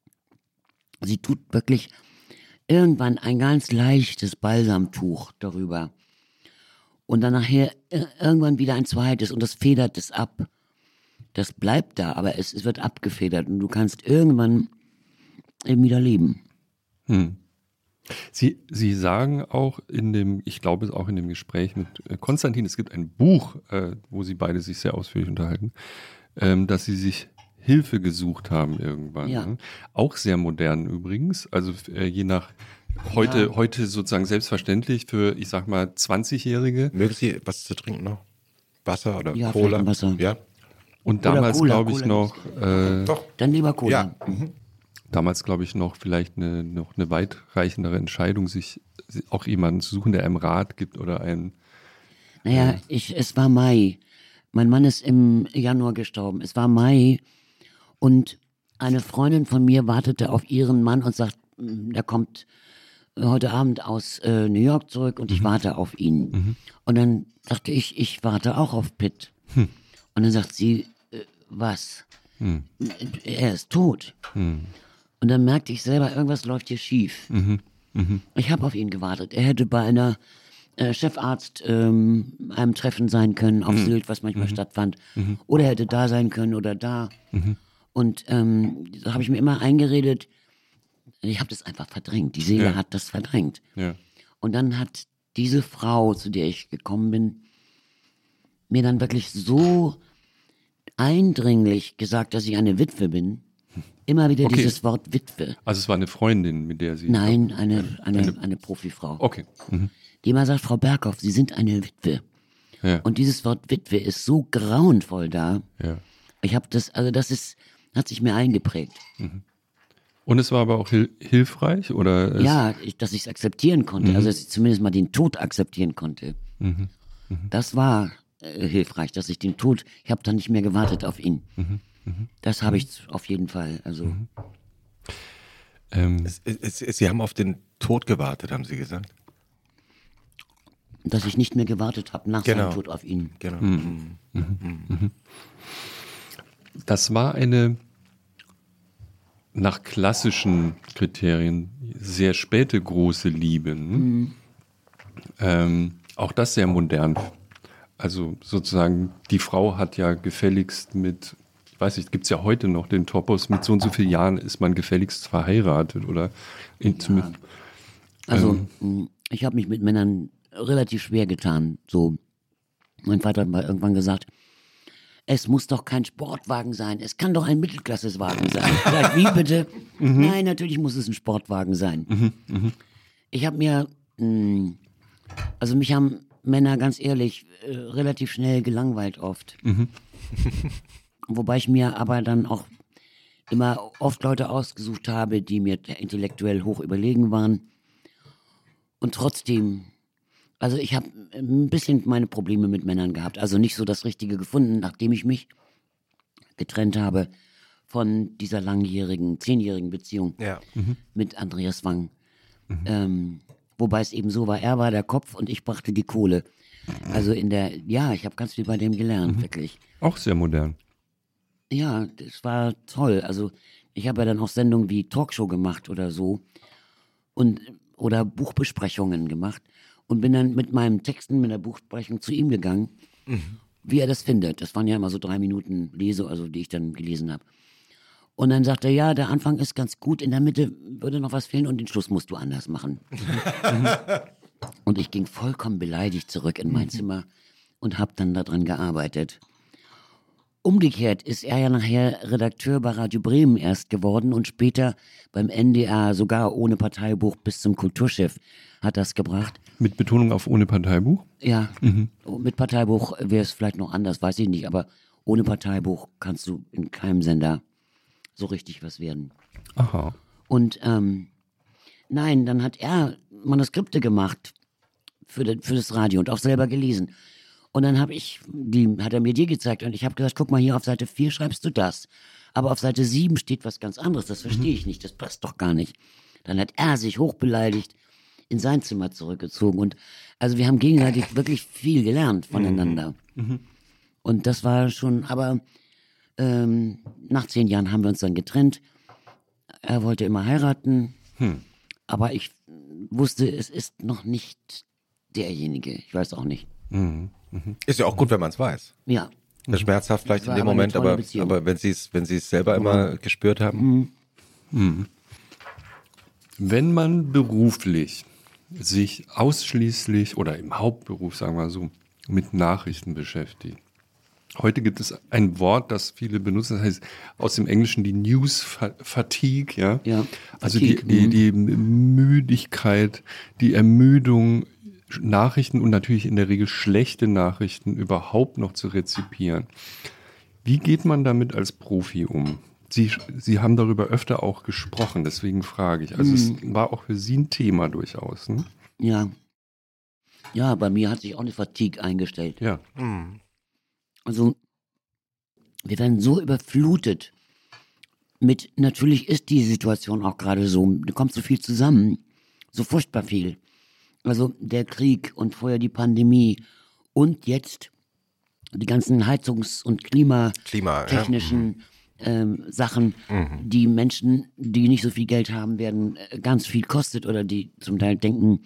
Speaker 3: sie tut wirklich irgendwann ein ganz leichtes Balsamtuch darüber. Und dann nachher irgendwann wieder ein zweites und das federt es ab. Das bleibt da, aber es, es wird abgefedert und du kannst irgendwann eben wieder leben.
Speaker 4: Hm. Sie, Sie sagen auch in dem, ich glaube auch in dem Gespräch mit Konstantin, es gibt ein Buch, äh, wo Sie beide sich sehr ausführlich unterhalten, ähm, dass Sie sich Hilfe gesucht haben irgendwann.
Speaker 3: Ja.
Speaker 4: Ne? Auch sehr modern übrigens, also äh, je nach heute, ja. heute sozusagen selbstverständlich für, ich sag mal, zwanzigjährige.
Speaker 2: Mögen Sie was zu trinken noch? Wasser oder
Speaker 3: ja,
Speaker 2: Cola?
Speaker 3: Wasser.
Speaker 2: Ja.
Speaker 4: Und damals glaube ich noch. Äh,
Speaker 2: Doch.
Speaker 3: Dann lieber Cola.
Speaker 2: Ja. Mhm.
Speaker 4: Damals glaube ich noch vielleicht eine, noch eine weitreichendere Entscheidung, sich auch jemanden zu suchen, der einem Rat gibt oder einen.
Speaker 3: Naja, äh, ich, es war Mai. Mein Mann ist im Januar gestorben. Es war Mai und eine Freundin von mir wartete auf ihren Mann und sagt, der kommt heute Abend aus äh, New York zurück und mhm. ich warte auf ihn. Mhm. Und dann dachte ich, ich warte auch auf Pitt.
Speaker 4: Hm.
Speaker 3: Und dann sagt sie, äh, was?
Speaker 4: Hm.
Speaker 3: Er ist tot.
Speaker 4: Hm.
Speaker 3: Und dann merkte ich selber, irgendwas läuft hier schief.
Speaker 4: Mhm. Mhm.
Speaker 3: Ich habe auf ihn gewartet. Er hätte bei einer äh, Chefarzt ähm, einem Treffen sein können auf mhm. Sylt, was manchmal mhm. stattfand. Mhm. Oder er hätte da sein können oder da. Mhm. Und ähm, da habe ich mir immer eingeredet, ich habe das einfach verdrängt. Die Seele ja. hat das verdrängt.
Speaker 4: Ja.
Speaker 3: Und dann hat diese Frau, zu der ich gekommen bin, mir dann wirklich so eindringlich gesagt, dass ich eine Witwe bin. Immer wieder okay. dieses Wort Witwe.
Speaker 4: Also es war eine Freundin, mit der Sie...
Speaker 3: Nein, eine, eine, eine, eine Profifrau.
Speaker 4: Okay. Mhm.
Speaker 3: Die immer sagt, Frau Berghoff, Sie sind eine Witwe.
Speaker 4: Ja.
Speaker 3: Und dieses Wort Witwe ist so grauenvoll da.
Speaker 4: Ja.
Speaker 3: Ich habe das, also das ist, hat sich mir eingeprägt.
Speaker 4: Mhm. Und es war aber auch hil- hilfreich, oder?
Speaker 3: Ja, ich, dass ich es akzeptieren konnte, mhm. also dass ich zumindest mal den Tod akzeptieren konnte.
Speaker 4: Mhm. Mhm.
Speaker 3: Das war äh, hilfreich, dass ich den Tod, ich habe dann nicht mehr gewartet auf ihn.
Speaker 4: Mhm. Mhm.
Speaker 3: Das habe ich auf jeden Fall. Also.
Speaker 4: Mhm. Ähm.
Speaker 2: Es, es, es, Sie haben auf den Tod gewartet, haben Sie gesagt?
Speaker 3: Dass ich nicht mehr gewartet habe nach
Speaker 2: genau.
Speaker 3: seinem Tod auf ihn.
Speaker 2: Genau.
Speaker 4: Mhm. Mhm. Mhm. Das war eine nach klassischen Kriterien sehr späte große Liebe. Ne? Mhm. Ähm, auch das sehr modern. Also sozusagen, die Frau hat ja gefälligst mit, ich weiß nicht, gibt es ja heute noch den Topos, mit so und so vielen Jahren ist man gefälligst verheiratet oder intim.
Speaker 3: Ja. Also ähm, ich habe mich mit Männern relativ schwer getan. So, mein Vater hat mal irgendwann gesagt, es muss doch kein Sportwagen sein, es kann doch ein Mittelklasseswagen sein. Ich sag, wie bitte? Mhm. Nein, natürlich muss es ein Sportwagen sein.
Speaker 4: Mhm. Mhm.
Speaker 3: Ich habe mir, mh, also mich haben Männer, ganz ehrlich, äh, relativ schnell gelangweilt oft.
Speaker 4: Mhm.
Speaker 3: Wobei ich mir aber dann auch immer oft Leute ausgesucht habe, die mir intellektuell hoch überlegen waren. Und trotzdem, also ich habe ein bisschen meine Probleme mit Männern gehabt. Also nicht so das Richtige gefunden, nachdem ich mich getrennt habe von dieser langjährigen, zehnjährigen Beziehung
Speaker 2: ja.
Speaker 3: mhm. mit Andreas Wang. Mhm. Ähm, wobei es eben so war, er war der Kopf und ich brachte die Kohle. Also in der, ja, ich habe ganz viel bei dem gelernt, mhm. wirklich.
Speaker 4: Auch sehr modern.
Speaker 3: Ja, das war toll. Also ich habe ja dann auch Sendungen wie Talkshow gemacht oder so und oder Buchbesprechungen gemacht und bin dann mit meinen Texten, mit der Buchbesprechung zu ihm gegangen, mhm. wie er das findet. Das waren ja immer so drei Minuten Lese, also die ich dann gelesen habe. Und dann sagt er, ja, der Anfang ist ganz gut, in der Mitte würde noch was fehlen und den Schluss musst du anders machen. Und ich ging vollkommen beleidigt zurück in mein Zimmer und habe dann daran gearbeitet. Umgekehrt ist er ja nachher Redakteur bei Radio Bremen erst geworden und später beim N D R sogar ohne Parteibuch bis zum Kulturchef hat das gebracht.
Speaker 4: Mit Betonung auf ohne Parteibuch?
Speaker 3: Ja, mhm. mit Parteibuch wäre es vielleicht noch anders, weiß ich nicht, aber ohne Parteibuch kannst du in keinem Sender so richtig was werden.
Speaker 4: Aha.
Speaker 3: Und ähm, nein, dann hat er Manuskripte gemacht für, de, für das Radio und auch selber gelesen. Und dann habe ich, die hat er mir die gezeigt und ich habe gesagt, guck mal, hier auf Seite vier schreibst du das. Aber auf Seite sieben steht was ganz anderes, das verstehe ich nicht, das passt doch gar nicht. Dann hat er sich hochbeleidigt in sein Zimmer zurückgezogen und also wir haben gegenseitig wirklich viel gelernt voneinander.
Speaker 4: Mhm.
Speaker 3: Und das war schon, aber ähm, nach zehn Jahren haben wir uns dann getrennt. Er wollte immer heiraten,
Speaker 4: hm.
Speaker 3: aber ich wusste, es ist noch nicht derjenige, ich weiß auch nicht.
Speaker 4: Mhm. Mhm.
Speaker 2: Ist ja auch gut, wenn man es weiß.
Speaker 3: Ja.
Speaker 2: Das ist schmerzhaft vielleicht in dem Moment, aber, aber wenn Sie es wenn Sie es selber immer mhm. gespürt haben.
Speaker 3: Mhm.
Speaker 4: Mhm. Wenn man beruflich sich ausschließlich oder im Hauptberuf, sagen wir so, mit Nachrichten beschäftigt. Heute gibt es ein Wort, das viele benutzen, das heißt aus dem Englischen die News Fatigue, ja.
Speaker 3: ja
Speaker 4: also
Speaker 3: Fatigue.
Speaker 4: Die, die, die Müdigkeit, die Ermüdung, Nachrichten und natürlich in der Regel schlechte Nachrichten überhaupt noch zu rezipieren. Wie geht man damit als Profi um? Sie, Sie haben darüber öfter auch gesprochen, deswegen frage ich. Also mhm. es war auch für Sie ein Thema durchaus, ne?
Speaker 3: Ja. Ja, bei mir hat sich auch eine Fatigue eingestellt.
Speaker 4: Ja.
Speaker 2: Mhm.
Speaker 3: Also wir werden so überflutet mit, natürlich ist die Situation auch gerade so, da kommt so viel zusammen, so furchtbar viel. Also der Krieg und vorher die Pandemie und jetzt die ganzen Heizungs- und klimatechnischen
Speaker 2: Klima, ja.
Speaker 3: ähm, Sachen,
Speaker 2: mhm.
Speaker 3: die Menschen, die nicht so viel Geld haben, werden äh, ganz viel kostet oder die zum Teil denken,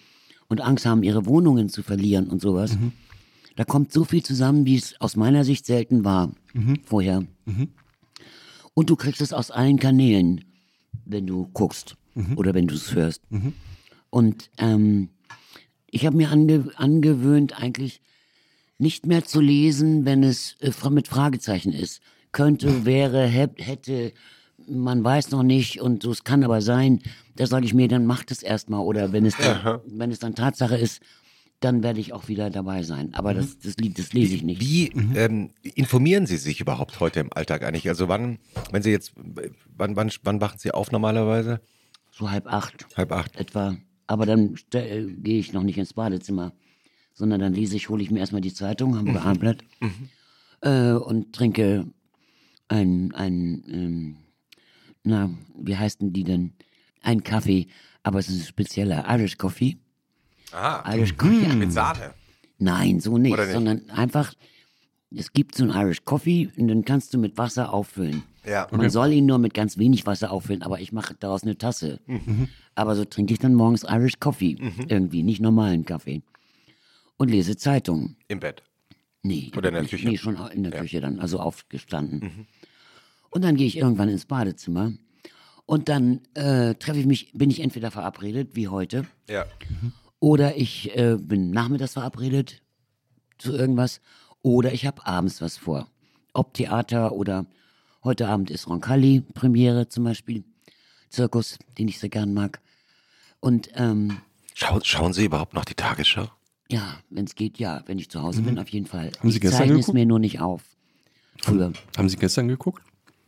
Speaker 3: und Angst haben, ihre Wohnungen zu verlieren und sowas. Mhm. Da kommt so viel zusammen, wie es aus meiner Sicht selten war mhm. vorher. Mhm. Und du kriegst es aus allen Kanälen, wenn du guckst mhm. oder wenn du es hörst. Mhm. Und ähm, ich habe mir ange- angewöhnt, eigentlich nicht mehr zu lesen, wenn es äh, mit Fragezeichen ist. Könnte, wäre, hätte, man weiß noch nicht und so, es kann aber sein. Da sage ich mir, dann mach das erstmal. Oder wenn es dann, wenn es dann Tatsache ist, dann werde ich auch wieder dabei sein. Aber das, das, das lese ich nicht.
Speaker 2: Wie, wie mhm. ähm, informieren Sie sich überhaupt heute im Alltag eigentlich? Also wann, wenn Sie jetzt, wann, wann, wann wachen Sie auf normalerweise?
Speaker 3: So halb acht.
Speaker 2: Halb acht.
Speaker 3: Etwa. Aber dann äh, gehe ich noch nicht ins Badezimmer, sondern dann lese ich, hole ich mir erstmal die Zeitung, Hamburger mhm. Abendblatt, mhm. äh, und trinke ein, ein ähm, na, wie heißt denn die denn? Ein Kaffee, aber es ist ein spezieller Irish Coffee.
Speaker 2: Ah,
Speaker 3: Irish Coffee.
Speaker 2: Mhm. Mit Sahne?
Speaker 3: Nein, so nicht,
Speaker 2: nicht,
Speaker 3: sondern einfach, es gibt so einen Irish Coffee und dann kannst du mit Wasser auffüllen.
Speaker 2: Ja.
Speaker 3: Okay. Man soll ihn nur mit ganz wenig Wasser auffüllen, aber ich mache daraus eine Tasse. Mhm. Aber so trinke ich dann morgens Irish Coffee, mhm. irgendwie, nicht normalen Kaffee. Und lese Zeitungen.
Speaker 2: Im Bett?
Speaker 3: Nee.
Speaker 2: Oder in der Küche?
Speaker 3: Nee, schon in der ja. Küche dann, also aufgestanden.
Speaker 2: Mhm.
Speaker 3: Und dann gehe ich irgendwann ins Badezimmer und dann äh, treffe ich mich, bin ich entweder verabredet, wie heute,
Speaker 2: ja.
Speaker 3: mhm. oder ich äh, bin nachmittags verabredet zu irgendwas, oder ich habe abends was vor. Ob Theater oder heute Abend ist Roncalli Premiere zum Beispiel, Zirkus, den ich sehr gern mag. Und ähm,
Speaker 2: Schau, schauen Sie überhaupt noch die Tagesschau?
Speaker 3: Ja, wenn es geht, ja. Wenn ich zu Hause mhm. bin, auf jeden Fall.
Speaker 4: Haben Sie
Speaker 3: ich
Speaker 4: gestern
Speaker 3: zeichne
Speaker 4: geguckt?
Speaker 3: es mir nur nicht auf. Früher.
Speaker 4: Haben Sie gestern geguckt?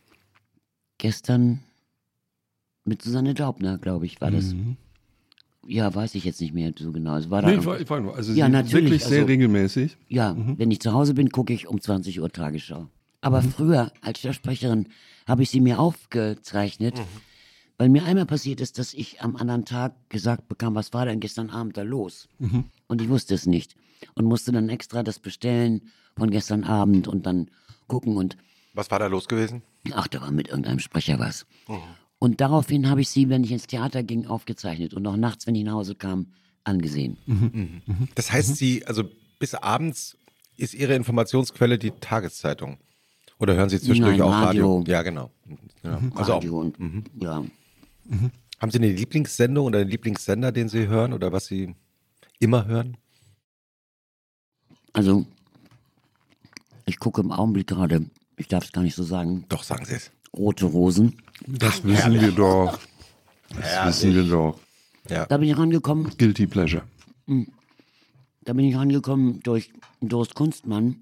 Speaker 3: Gestern mit Susanne Daubner, glaube ich, war das. Mhm. Ja, weiß ich jetzt nicht mehr so genau. Es war
Speaker 4: nee,
Speaker 3: da
Speaker 4: ich war, ich war nur. Also
Speaker 3: ja,
Speaker 4: Sie
Speaker 3: natürlich,
Speaker 4: wirklich sehr
Speaker 3: also,
Speaker 4: regelmäßig.
Speaker 3: Ja,
Speaker 4: mhm.
Speaker 3: wenn ich zu Hause bin, gucke ich um zwanzig Uhr Tagesschau. Aber mhm. früher, als Sprecherin, habe ich sie mir aufgezeichnet, mhm. weil mir einmal passiert ist, dass ich am anderen Tag gesagt bekam, was war denn gestern Abend da los? Mhm. Und ich wusste es nicht. Und musste dann extra das bestellen von gestern Abend und dann gucken und...
Speaker 2: Was war da los gewesen?
Speaker 3: Ach, da war mit irgendeinem Sprecher was. Mhm. Und daraufhin habe ich sie, wenn ich ins Theater ging, aufgezeichnet und auch nachts, wenn ich nach Hause kam, angesehen.
Speaker 2: Mhm. Mhm. Das heißt, mhm. Sie, also bis abends ist Ihre Informationsquelle die Tageszeitung? Oder hören Sie zwischendurch
Speaker 3: Nein,
Speaker 2: auch Radio?
Speaker 3: Radio?
Speaker 2: Ja, genau. Ja.
Speaker 3: Mhm.
Speaker 2: Also
Speaker 3: Radio
Speaker 2: auch,
Speaker 3: und,
Speaker 2: mhm.
Speaker 3: ja.
Speaker 2: Mhm. Haben Sie eine Lieblingssendung oder einen Lieblingssender, den Sie hören oder was Sie immer hören?
Speaker 3: Also, ich gucke im Augenblick gerade, ich darf es gar nicht so sagen.
Speaker 2: Doch, sagen Sie es.
Speaker 3: Rote Rosen.
Speaker 4: Das wissen Herrlich. wir doch. Das Herrlich. wissen wir doch.
Speaker 3: Ja. Da bin ich rangekommen.
Speaker 4: Guilty Pleasure.
Speaker 3: Da bin ich rangekommen durch Doris Kunstmann,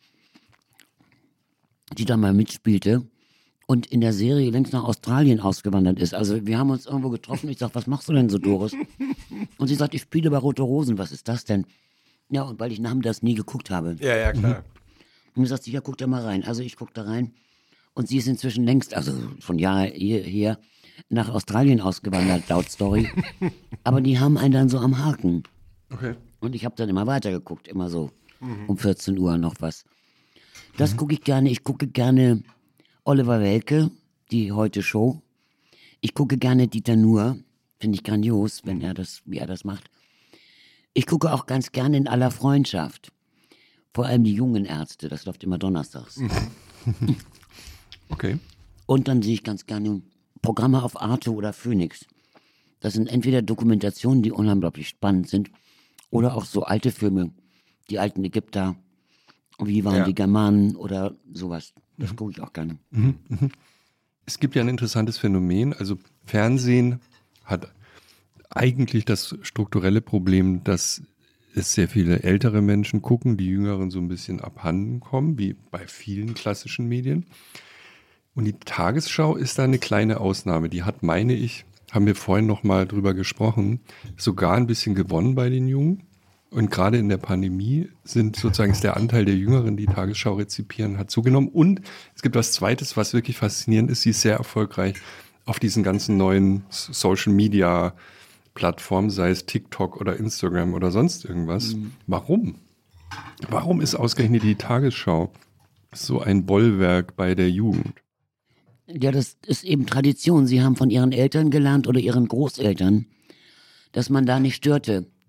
Speaker 3: die da mal mitspielte und in der Serie längst nach Australien ausgewandert ist. Also wir haben uns irgendwo getroffen. Ich sag, was machst du denn so, Doris? Und sie sagt, ich spiele bei Rote Rosen. Was ist das denn? Ja, und weil ich nachmittags nie geguckt habe.
Speaker 2: Ja, ja, klar.
Speaker 3: Und sie sagt, ja, guck da mal rein. Also ich guck da rein. Und sie ist inzwischen längst, also von Jahr her, nach Australien ausgewandert, laut Story. Aber die haben einen dann so am Haken.
Speaker 4: Okay.
Speaker 3: Und ich habe dann immer weitergeguckt, immer so. Mhm. Um vierzehn Uhr noch was. Das mhm. gucke ich gerne. Ich gucke gerne Oliver Welke, die Heute-Show. Ich gucke gerne Dieter Nuhr. Finde ich grandios, wenn er das, wie er das macht. Ich gucke auch ganz gerne In aller Freundschaft. Vor allem die jungen Ärzte, das läuft immer donnerstags.
Speaker 4: Okay.
Speaker 3: Und dann sehe ich ganz gerne Programme auf Arte oder Phoenix. Das sind entweder Dokumentationen, die unglaublich spannend sind, oder auch so alte Filme, die alten Ägypter, wie waren ja. die Germanen oder sowas. Das gucke ich auch gerne.
Speaker 4: Mhm. Mhm. Es gibt ja ein interessantes Phänomen, also Fernsehen hat eigentlich das strukturelle Problem, dass es sehr viele ältere Menschen gucken, die Jüngeren so ein bisschen abhanden kommen, wie bei vielen klassischen Medien. Und die Tagesschau ist da eine kleine Ausnahme. Die hat, meine ich, haben wir vorhin noch mal drüber gesprochen, sogar ein bisschen gewonnen bei den Jungen. Und gerade in der Pandemie sind sozusagen ist der Anteil der Jüngeren, die Tagesschau rezipieren, hat zugenommen. Und es gibt was Zweites, was wirklich faszinierend ist. Sie ist sehr erfolgreich auf diesen ganzen neuen Social-Media-Plattformen, sei es TikTok oder Instagram oder sonst irgendwas. Mhm. Warum? Warum ist ausgerechnet die Tagesschau so ein Bollwerk bei der Jugend?
Speaker 3: Ja, das ist eben Tradition. Sie haben von ihren Eltern gelernt oder ihren Großeltern, dass man da nicht störte,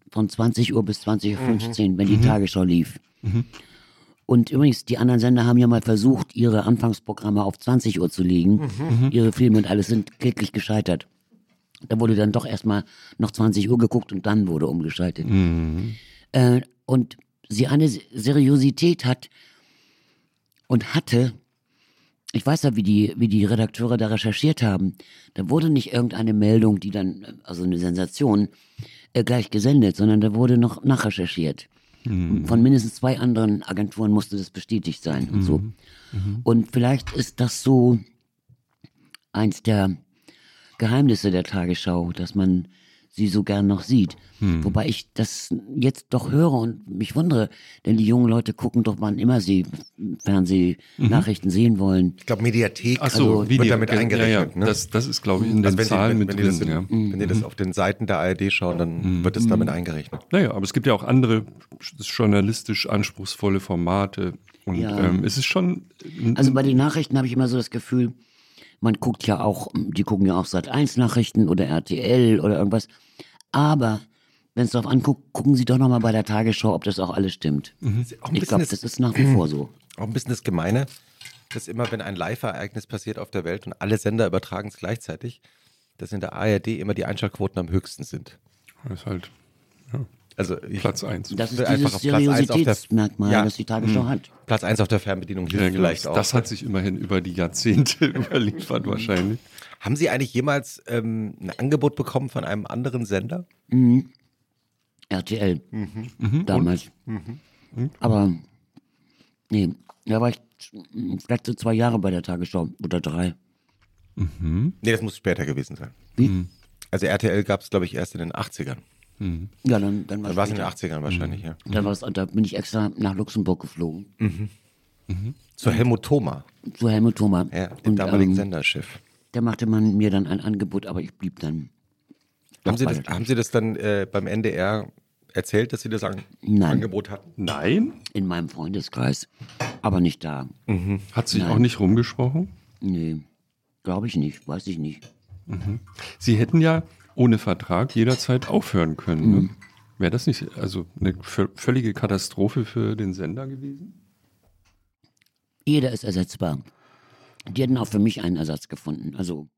Speaker 3: von zwanzig Uhr bis zwanzig Uhr fünfzehn, mhm. wenn die mhm. Tagesschau lief.
Speaker 4: Mhm.
Speaker 3: Und übrigens, die anderen Sender haben ja mal versucht, ihre Anfangsprogramme auf zwanzig Uhr zu legen. Mhm. Ihre Filme und alles sind kläglich gescheitert. Da wurde dann doch erstmal noch zwanzig Uhr geguckt und dann wurde umgeschaltet.
Speaker 4: Mhm.
Speaker 3: Äh, und sie eine Seriosität hat und hatte, ich weiß ja, wie die, wie die Redakteure da recherchiert haben, da wurde nicht irgendeine Meldung, die dann, also eine Sensation, äh, gleich gesendet, sondern da wurde noch nachrecherchiert. Mhm. Von mindestens zwei anderen Agenturen musste das bestätigt sein und so. Mhm. Und vielleicht ist das so eins der Geheimnisse der Tagesschau, dass man sie so gern noch sieht. Hm. Wobei ich das jetzt doch höre und mich wundere, denn die jungen Leute gucken doch, wann immer sie Fernsehnachrichten mhm. sehen wollen.
Speaker 2: Ich glaube, Mediathek
Speaker 4: Ach so,
Speaker 2: also
Speaker 4: Video,
Speaker 2: wird damit eingerechnet.
Speaker 4: Ja, ja.
Speaker 2: Ne?
Speaker 4: Das, das ist, glaube ich, in den
Speaker 2: also
Speaker 4: Zahlen
Speaker 2: die, wenn,
Speaker 4: mit
Speaker 2: wenn
Speaker 4: drin.
Speaker 2: Die das,
Speaker 4: ja.
Speaker 2: Wenn
Speaker 4: mhm.
Speaker 2: die das auf den Seiten der A R D schauen, dann mhm. wird es damit eingerechnet.
Speaker 4: Naja, aber es gibt ja auch andere journalistisch anspruchsvolle Formate. Und
Speaker 3: ja.
Speaker 4: ähm, es ist schon...
Speaker 3: Also bei den Nachrichten habe ich immer so das Gefühl, man guckt ja auch, die gucken ja auch Sat eins Nachrichten oder R T L oder irgendwas. Aber wenn es darauf anguckt, gucken Sie doch nochmal bei der Tagesschau, ob das auch alles stimmt. Mhm. Ich glaube, das ist nach wie vor so.
Speaker 2: Auch ein bisschen das Gemeine, dass immer, wenn ein Live-Ereignis passiert auf der Welt und alle Sender übertragen es gleichzeitig, dass in der A R D immer die Einschaltquoten am höchsten sind.
Speaker 4: Das ist halt, ja.
Speaker 2: Also ich,
Speaker 4: Platz eins.
Speaker 3: Das ist dieses Seriositätsmerkmal,
Speaker 2: ja,
Speaker 3: das die Tagesschau
Speaker 2: mh.
Speaker 3: hat.
Speaker 2: Platz eins auf der Fernbedienung hilft
Speaker 4: ja, genau.
Speaker 2: vielleicht auch.
Speaker 4: Das hat sich immerhin über die Jahrzehnte überliefert wahrscheinlich.
Speaker 2: Haben Sie eigentlich jemals ähm, ein Angebot bekommen von einem anderen Sender?
Speaker 3: Mhm. R T L. Mhm. Damals. Mhm. Aber nee, da war ich vielleicht so zwei Jahre bei der Tagesschau oder drei.
Speaker 4: Mhm.
Speaker 2: Nee, das muss später gewesen sein.
Speaker 3: Wie?
Speaker 2: Mhm. Also R T L gab es, glaube ich, erst in den achtzigern.
Speaker 4: Mhm.
Speaker 3: Ja, dann, dann war
Speaker 2: es in den achtzigern wahrscheinlich,
Speaker 3: mhm.
Speaker 2: ja.
Speaker 3: Da, war's, da bin ich extra nach Luxemburg geflogen.
Speaker 2: Mhm. Mhm. Zu Helmut Thoma.
Speaker 3: Zu Helmut Thoma.
Speaker 2: Ja, dem damaligen ähm, Senderchef.
Speaker 3: Da machte man mir dann ein Angebot, aber ich blieb dann.
Speaker 2: Haben Sie, das, haben Sie das dann äh, beim N D R erzählt, dass Sie das An-
Speaker 3: Nein.
Speaker 2: Angebot hatten?
Speaker 4: Nein?
Speaker 3: In meinem Freundeskreis, aber nicht da.
Speaker 4: Mhm. Hat sich
Speaker 3: Nein.
Speaker 4: auch nicht rumgesprochen?
Speaker 3: Nee, glaube ich nicht, weiß ich nicht.
Speaker 4: Mhm. Sie hätten ja ohne Vertrag jederzeit aufhören können. Mhm. Ne? Wäre das nicht also eine v- völlige Katastrophe für den Sender gewesen?
Speaker 3: Jeder ist ersetzbar. Die hätten auch für mich einen Ersatz gefunden. Also,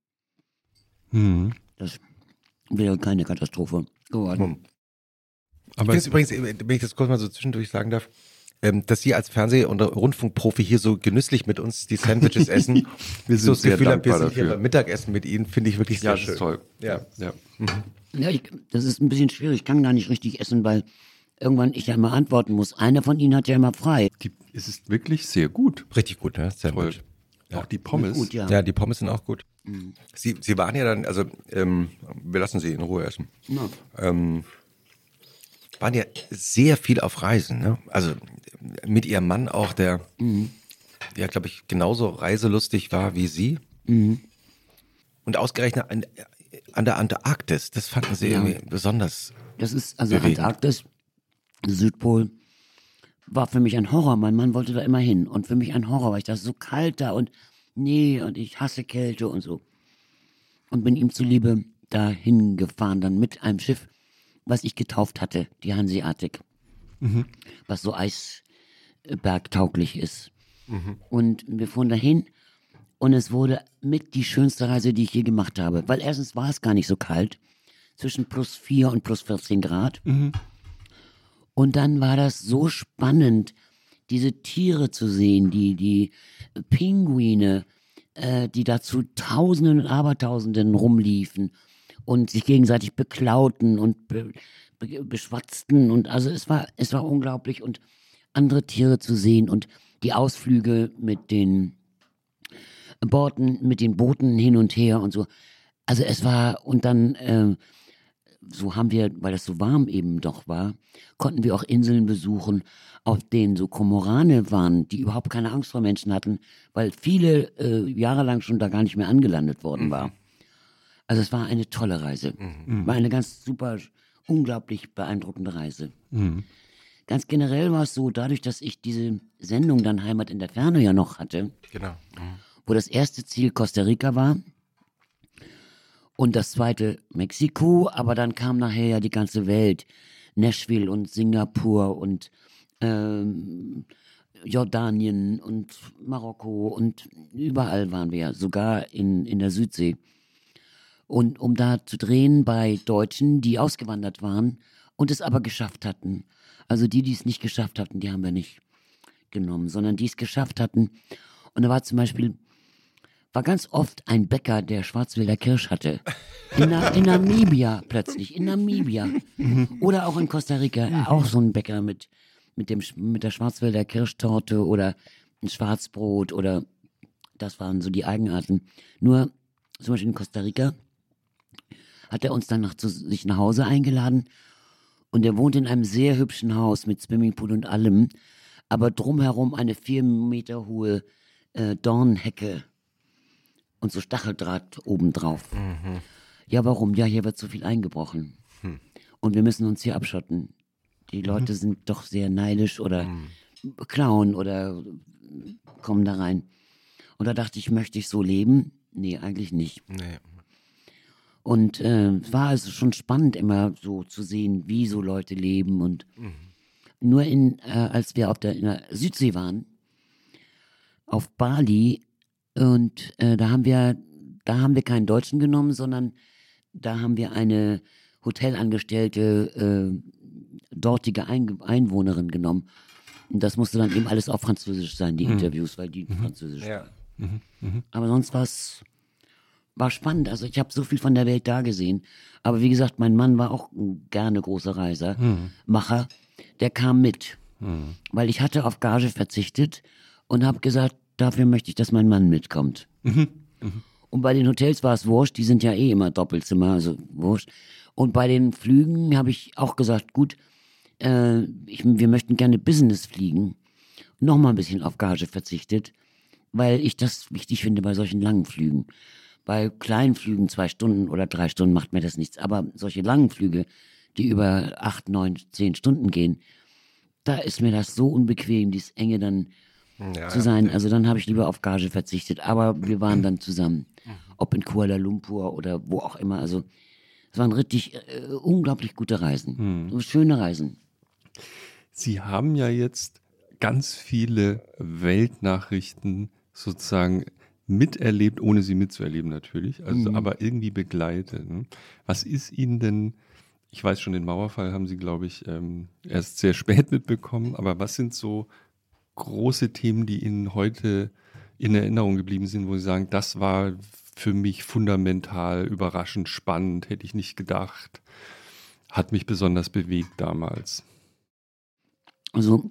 Speaker 4: mhm.
Speaker 3: das wäre keine Katastrophe geworden.
Speaker 2: Mhm. Aber ich finde übrigens, wenn ich das kurz mal so zwischendurch sagen darf, ähm, dass Sie als Fernseh- und Rundfunkprofi hier so genüsslich mit uns die Sandwiches essen.
Speaker 4: Wir sind
Speaker 2: so das
Speaker 4: sehr
Speaker 2: Gefühl
Speaker 4: dankbar
Speaker 2: habe, wir sind
Speaker 4: dafür.
Speaker 2: hier beim Mittagessen mit Ihnen, finde ich wirklich sehr
Speaker 4: Ja, das
Speaker 2: schön.
Speaker 4: ist toll.
Speaker 2: Ja.
Speaker 4: Ja.
Speaker 2: Mhm.
Speaker 3: Ja, ich, das ist ein bisschen schwierig. Ich kann gar nicht richtig essen, weil irgendwann ich ja immer antworten muss. Einer von Ihnen hat ja immer frei.
Speaker 4: Die, es ist wirklich sehr gut.
Speaker 2: Richtig gut, ne? Sandwich.
Speaker 4: Toll. Ja. Auch die Pommes.
Speaker 3: Gut, ja.
Speaker 2: Ja, die Pommes sind auch gut.
Speaker 3: Mhm.
Speaker 2: Sie, Sie waren ja dann, also ähm, wir lassen Sie in Ruhe essen.
Speaker 3: Ja.
Speaker 2: Ähm, waren ja sehr viel auf Reisen, ne? Also mit Ihrem Mann auch, der
Speaker 3: Mhm.
Speaker 2: ja, glaube ich, genauso reiselustig war wie Sie.
Speaker 3: Mhm.
Speaker 2: Und ausgerechnet an, an der Antarktis, das fanden Sie
Speaker 3: Ja.
Speaker 2: irgendwie besonders.
Speaker 3: Das ist, also
Speaker 2: Bewegend.
Speaker 3: Antarktis, Südpol, war für mich ein Horror. Mein Mann wollte da immer hin. Und für mich ein Horror, weil ich dachte, so kalt da und nee, und ich hasse Kälte und so. Und bin ihm zuliebe dahin gefahren, dann mit einem Schiff, was ich getauft hatte, die Hanseatic.
Speaker 4: Mhm.
Speaker 3: Was so eisbergtauglich ist. Mhm. Und wir fuhren dahin und es wurde mit die schönste Reise, die ich je gemacht habe. Weil erstens war es gar nicht so kalt, zwischen plus vier und plus vierzehn Grad.
Speaker 4: Mhm.
Speaker 3: Und dann war das so spannend, diese Tiere zu sehen, die, die Pinguine, äh, die da zu Tausenden und Abertausenden rumliefen und sich gegenseitig beklauten und be, be, beschwatzten. Und also es war, es war unglaublich. Und andere Tiere zu sehen und die Ausflüge mit den Booten, mit den Booten hin und her und so. Also es war, und dann, äh, so haben wir, weil das so warm eben doch war, konnten wir auch Inseln besuchen, auf denen so Kormorane waren, die überhaupt keine Angst vor Menschen hatten, weil viele äh, Jahre lang schon da gar nicht mehr angelandet worden
Speaker 2: Mhm.
Speaker 3: war. Also es war eine tolle Reise.
Speaker 2: Mhm.
Speaker 3: War eine ganz super, unglaublich beeindruckende Reise.
Speaker 4: Mhm.
Speaker 3: Ganz generell war es so, dadurch, dass ich diese Sendung dann Heimat in der Ferne ja noch hatte,
Speaker 2: Genau. Mhm.
Speaker 3: wo das erste Ziel Costa Rica war und das zweite Mexiko, aber dann kam nachher ja die ganze Welt. Nashville und Singapur und ähm, Jordanien und Marokko und überall waren wir, sogar in, in der Südsee. Und um da zu drehen bei Deutschen, die ausgewandert waren und es aber geschafft hatten. Also die, die es nicht geschafft hatten, die haben wir nicht genommen, sondern die es geschafft hatten. Und da war zum Beispiel, war ganz oft ein Bäcker, der Schwarzwälder Kirsch hatte. In, Na, in Namibia plötzlich, in Namibia. Oder auch in Costa Rica, auch so ein Bäcker mit, mit, dem, mit der Schwarzwälder Kirschtorte oder ein Schwarzbrot oder das waren so die Eigenarten. Nur zum Beispiel in Costa Rica hat er uns dann noch zu sich nach Hause eingeladen und er wohnt in einem sehr hübschen Haus mit Swimmingpool und allem, aber drumherum eine vier Meter hohe äh, Dornhecke und so Stacheldraht obendrauf. Mhm. Ja, warum? Ja, hier wird so viel eingebrochen. Hm. Und wir müssen uns hier abschotten. Die Leute mhm. sind doch sehr neidisch oder mhm. klauen oder kommen da rein. Und da dachte ich, möchte ich so leben? Nee, eigentlich nicht.
Speaker 2: Nee.
Speaker 3: Und äh, es war also schon spannend, immer so zu sehen, wie so Leute leben. Und mhm. nur in, äh, als wir auf der, in der Südsee waren, auf Bali, und äh, da haben wir, da haben wir keinen Deutschen genommen, sondern da haben wir eine Hotelangestellte, äh, dortige Ein- Einwohnerin genommen. Und das musste dann eben alles auf Französisch sein, die mhm. Interviews, weil die mhm. Französisch
Speaker 2: ja.
Speaker 3: waren. Mhm. Aber sonst war es war spannend. Also ich habe so viel von der Welt da gesehen. Aber wie gesagt, mein Mann war auch ein gerne großer Reiser, mhm. Macher. Der kam mit, mhm. weil ich hatte auf Gage verzichtet und habe gesagt, dafür möchte ich, dass mein Mann mitkommt. Mhm. Mhm. Und bei den Hotels war es wurscht, die sind ja eh immer Doppelzimmer, also wurscht. Und bei den Flügen habe ich auch gesagt, gut, äh, ich, wir möchten gerne Business fliegen. Nochmal ein bisschen auf Gage verzichtet, weil ich das wichtig finde bei solchen langen Flügen. Bei kleinen Flügen, zwei Stunden oder drei Stunden, macht mir das nichts. Aber solche langen Flüge, die über acht, neun, zehn Stunden gehen, da ist mir das so unbequem, dieses Enge dann ja, zu sein. Ja. Also dann habe ich lieber auf Gage verzichtet. Aber wir waren dann zusammen, ob in Kuala Lumpur oder wo auch immer. Also es waren richtig äh, unglaublich gute Reisen, hm. so schöne Reisen.
Speaker 4: Sie haben ja jetzt ganz viele Weltnachrichten sozusagen miterlebt, ohne sie mitzuerleben natürlich, also mhm. aber irgendwie begleitet. Ne? Was ist Ihnen denn, ich weiß schon, den Mauerfall haben Sie, glaube ich, ähm, erst sehr spät mitbekommen, aber was sind so große Themen, die Ihnen heute in Erinnerung geblieben sind, wo Sie sagen, das war für mich fundamental, überraschend, spannend, hätte ich nicht gedacht, hat mich besonders bewegt damals?
Speaker 3: Also,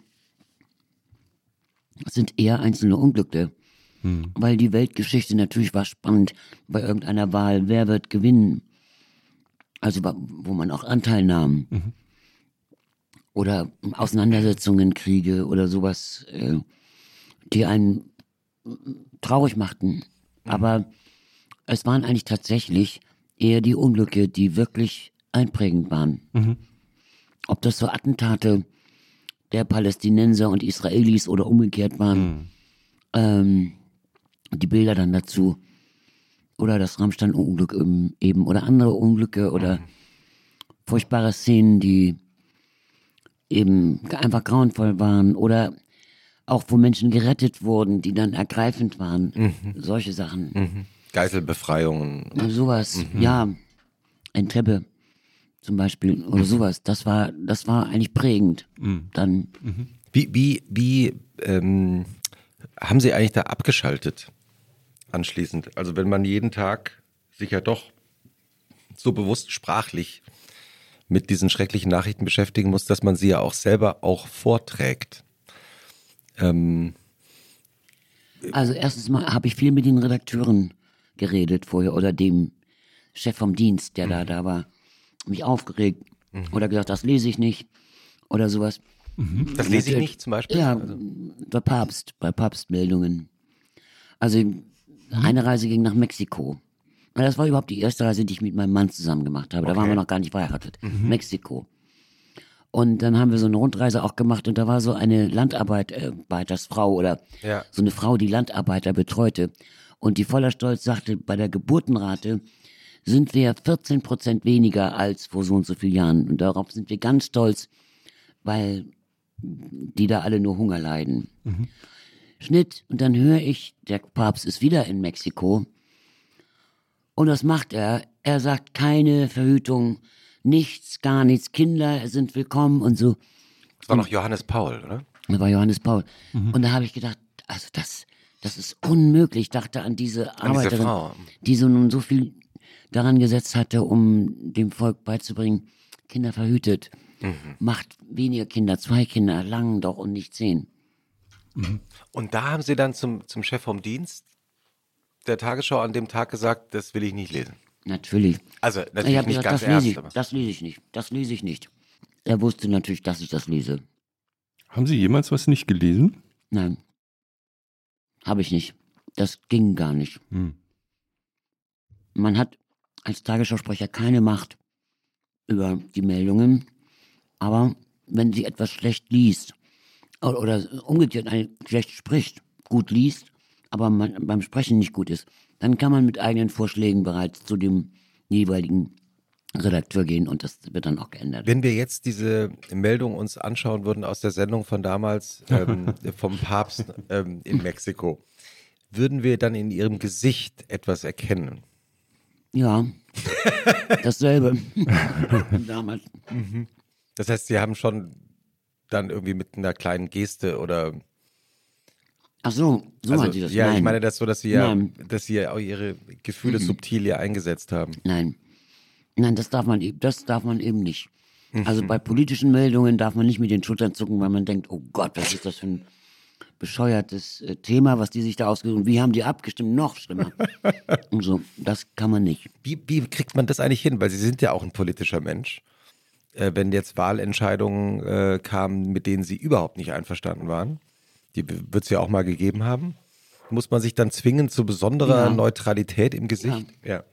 Speaker 3: es sind eher einzelne Unglücke. Hm. Weil die Weltgeschichte natürlich war spannend bei irgendeiner Wahl, wer wird gewinnen, also wo man auch Anteil nahm mhm. oder Auseinandersetzungen, Kriege oder sowas, äh, die einen traurig machten, mhm. aber es waren eigentlich tatsächlich eher die Unglücke, die wirklich einprägend waren. Mhm. Ob das so Attentate der Palästinenser und Israelis oder umgekehrt waren, mhm. ähm, die Bilder dann dazu oder das Rammstein-Unglück eben oder andere Unglücke oder mhm. furchtbare Szenen, die eben einfach grauenvoll waren oder auch wo Menschen gerettet wurden, die dann ergreifend waren, mhm. solche Sachen.
Speaker 2: Mhm. Geiselbefreiungen.
Speaker 3: Sowas, mhm. ja, Entebbe zum Beispiel oder mhm. sowas, das war, das war eigentlich prägend. Mhm. Dann.
Speaker 2: Mhm. Wie, wie, wie ähm, haben Sie eigentlich da abgeschaltet? Anschließend. Also wenn man jeden Tag sich ja doch so bewusst sprachlich mit diesen schrecklichen Nachrichten beschäftigen muss, dass man sie ja auch selber auch vorträgt. Ähm
Speaker 3: also erstens mal habe ich viel mit den Redakteuren geredet vorher oder dem Chef vom Dienst, der mhm. da da war, mich aufgeregt mhm. oder gesagt, das lese ich nicht oder sowas.
Speaker 2: Mhm. Das lese ich nicht zum Beispiel?
Speaker 3: Ja, also. Der Papst, bei Papstmeldungen. Also eine Reise ging nach Mexiko. Und das war überhaupt die erste Reise, die ich mit meinem Mann zusammen gemacht habe. Da okay. waren wir noch gar nicht verheiratet. Mhm. Mexiko. Und dann haben wir so eine Rundreise auch gemacht und da war so eine Landarbeitersfrau oder ja. so eine Frau, die Landarbeiter betreute. Und die voller Stolz sagte, bei der Geburtenrate sind wir vierzehn Prozent weniger als vor so und so vielen Jahren. Und darauf sind wir ganz stolz, weil die da alle nur Hunger leiden. Mhm. Schnitt, und dann höre ich, der Papst ist wieder in Mexiko. Und was macht er? Er sagt, keine Verhütung, nichts, gar nichts, Kinder sind willkommen und so.
Speaker 2: Das war noch Johannes Paul, oder?
Speaker 3: Das war Johannes Paul. Mhm. Und da habe ich gedacht, also das, das ist unmöglich. Ich dachte an diese an Arbeiterin, diese Frau. Die so nun so viel daran gesetzt hatte, um dem Volk beizubringen, Kinder verhütet, mhm. macht weniger Kinder, zwei Kinder, lang doch und nicht zehn.
Speaker 2: Mhm. Und da haben Sie dann zum, zum Chef vom Dienst der Tagesschau an dem Tag gesagt, das will ich nicht lesen.
Speaker 3: Natürlich.
Speaker 2: Also natürlich
Speaker 3: ich nicht
Speaker 2: gesagt,
Speaker 3: ganz
Speaker 2: das
Speaker 3: ernst.
Speaker 2: lese
Speaker 3: ich, das lese ich nicht. Das lese ich nicht. Er wusste natürlich, dass ich das lese.
Speaker 4: Haben Sie jemals was nicht gelesen?
Speaker 3: Nein. Habe ich nicht. Das ging gar nicht. Hm. Man hat als Tagesschausprecher keine Macht über die Meldungen, aber wenn sie etwas schlecht liest oder, oder umgekehrt eine schlecht spricht, gut liest, aber man beim Sprechen nicht gut ist, dann kann man mit eigenen Vorschlägen bereits zu dem jeweiligen Redakteur gehen und das wird dann auch geändert.
Speaker 2: Wenn wir jetzt diese Meldung uns anschauen würden aus der Sendung von damals ähm, vom Papst ähm, in Mexiko, würden wir dann in Ihrem Gesicht etwas erkennen?
Speaker 3: Ja, dasselbe. Damals.
Speaker 2: Mhm. Das heißt, Sie haben schon dann irgendwie mit einer kleinen Geste oder...
Speaker 3: Ach so, so
Speaker 2: also,
Speaker 3: meint Sie das?
Speaker 2: Ja,
Speaker 3: Nein.
Speaker 2: ich meine das so, dass Sie ja,
Speaker 3: Nein.
Speaker 2: dass Sie ja auch Ihre Gefühle mhm. subtil ja eingesetzt haben.
Speaker 3: Nein, nein, das darf man, das darf man eben nicht. Mhm. Also bei politischen Meldungen darf man nicht mit den Schultern zucken, weil man denkt, oh Gott, was ist das für ein bescheuertes äh, Thema, was die sich da ausgesucht haben. Wie haben die abgestimmt? Noch schlimmer. Und so, das kann man nicht.
Speaker 2: Wie, wie kriegt man das eigentlich hin? Weil Sie sind ja auch ein politischer Mensch. Äh, wenn jetzt Wahlentscheidungen äh, kamen, mit denen Sie überhaupt nicht einverstanden waren, die wird es ja auch mal gegeben haben, muss man sich dann zwingen zu besonderer ja. Neutralität im Gesicht? Ja. ja.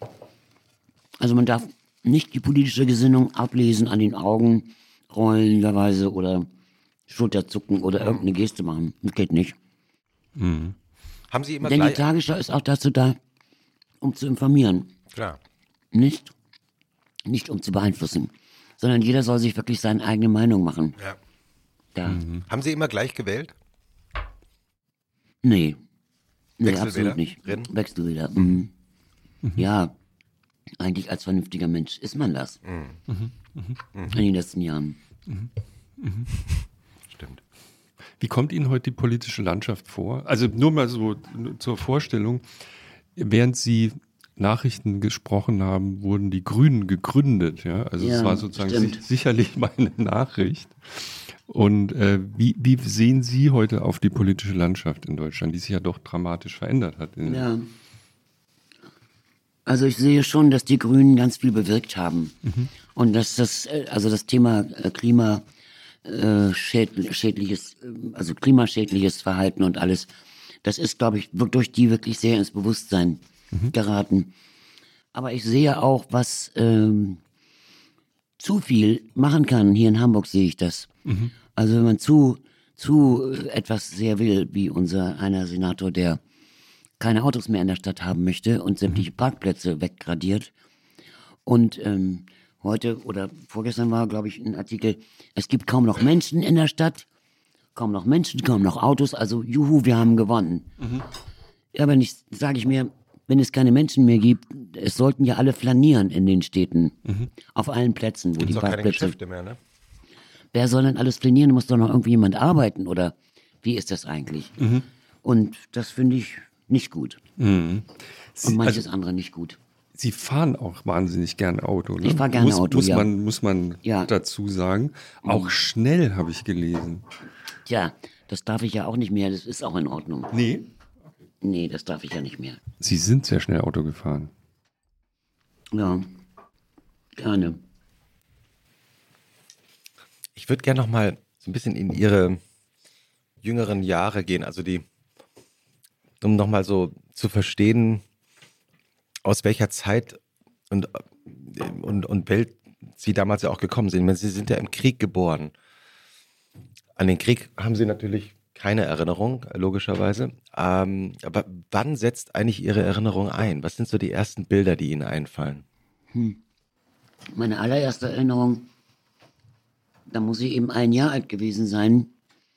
Speaker 3: Also man darf nicht die politische Gesinnung ablesen an den Augen, rollenderweise oder Schulterzucken oder mhm. irgendeine Geste machen. Das geht nicht.
Speaker 2: Mhm. Haben Sie immer
Speaker 3: Denn
Speaker 2: gleich...
Speaker 3: die Tagesschau ist auch dazu da, um zu informieren.
Speaker 2: Klar.
Speaker 3: Nicht, nicht um zu beeinflussen, sondern jeder soll sich wirklich seine eigene Meinung machen.
Speaker 2: Ja.
Speaker 3: Da.
Speaker 2: Mhm. Haben Sie immer gleich gewählt?
Speaker 3: Nee. Nee, absolut nicht.
Speaker 2: Drin?
Speaker 3: Wechselwähler. Mhm. Mhm. Ja, eigentlich als vernünftiger Mensch ist man das. Mhm. Mhm. In den letzten Jahren.
Speaker 4: Mhm. Mhm. Stimmt. Wie kommt Ihnen heute die politische Landschaft vor? Also nur mal so zur Vorstellung, während Sie Nachrichten gesprochen haben, wurden die Grünen gegründet. Ja? Also es
Speaker 3: ja,
Speaker 4: war sozusagen si- sicherlich mal eine Nachricht. Und äh, wie, wie sehen Sie heute auf die politische Landschaft in Deutschland, die sich ja doch dramatisch verändert hat?
Speaker 3: Ja. Also ich sehe schon, dass die Grünen ganz viel bewirkt haben. Mhm. Und dass das, also das Thema Klima äh, schädliches, also klimaschädliches Verhalten und alles, das ist, glaube ich, durch die wirklich sehr ins Bewusstsein mhm. geraten. Aber ich sehe auch, was ähm, zu viel machen kann. Hier in Hamburg sehe ich das. Mhm. Also wenn man zu, zu etwas sehr will, wie unser einer Senator, der keine Autos mehr in der Stadt haben möchte und sämtliche mhm. Parkplätze weggradiert. Und ähm, heute oder vorgestern war, glaube ich, ein Artikel, es gibt kaum noch Menschen in der Stadt, kaum noch Menschen, kaum noch Autos, also juhu, wir haben gewonnen. Mhm. Ja, aber nicht, sage ich mir, wenn es keine Menschen mehr gibt, es sollten ja alle flanieren in den Städten, mhm. auf allen Plätzen, wo Gibt's die Parkplätze... Keine
Speaker 2: Geschäfte mehr, ne?
Speaker 3: Wer soll denn alles flanieren? Muss doch noch irgendwie jemand arbeiten, oder wie ist das eigentlich? Mhm. Und das finde ich nicht gut. Mhm. Sie, und manches also, andere nicht gut.
Speaker 4: Sie fahren auch wahnsinnig gerne Auto, ne?
Speaker 3: Ich fahre gerne
Speaker 4: muss,
Speaker 3: Auto,
Speaker 4: muss
Speaker 3: ja.
Speaker 4: Man, muss man ja. dazu sagen. Auch mhm. schnell, habe ich gelesen.
Speaker 3: Tja, das darf ich ja auch nicht mehr. Das ist auch in Ordnung.
Speaker 4: Nee?
Speaker 3: Nee, das darf ich ja nicht mehr.
Speaker 4: Sie sind sehr schnell Auto gefahren.
Speaker 3: Ja, gerne.
Speaker 2: Ich würde gerne noch mal so ein bisschen in Ihre jüngeren Jahre gehen, also die, um noch mal so zu verstehen, aus welcher Zeit und, und, und Welt Sie damals ja auch gekommen sind. Ich meine, Sie sind ja im Krieg geboren. An den Krieg haben Sie natürlich keine Erinnerung, logischerweise. Ähm, aber wann setzt eigentlich Ihre Erinnerung ein? Was sind so die ersten Bilder, die Ihnen einfallen?
Speaker 3: Hm. Meine allererste Erinnerung, da muss ich eben ein Jahr alt gewesen sein,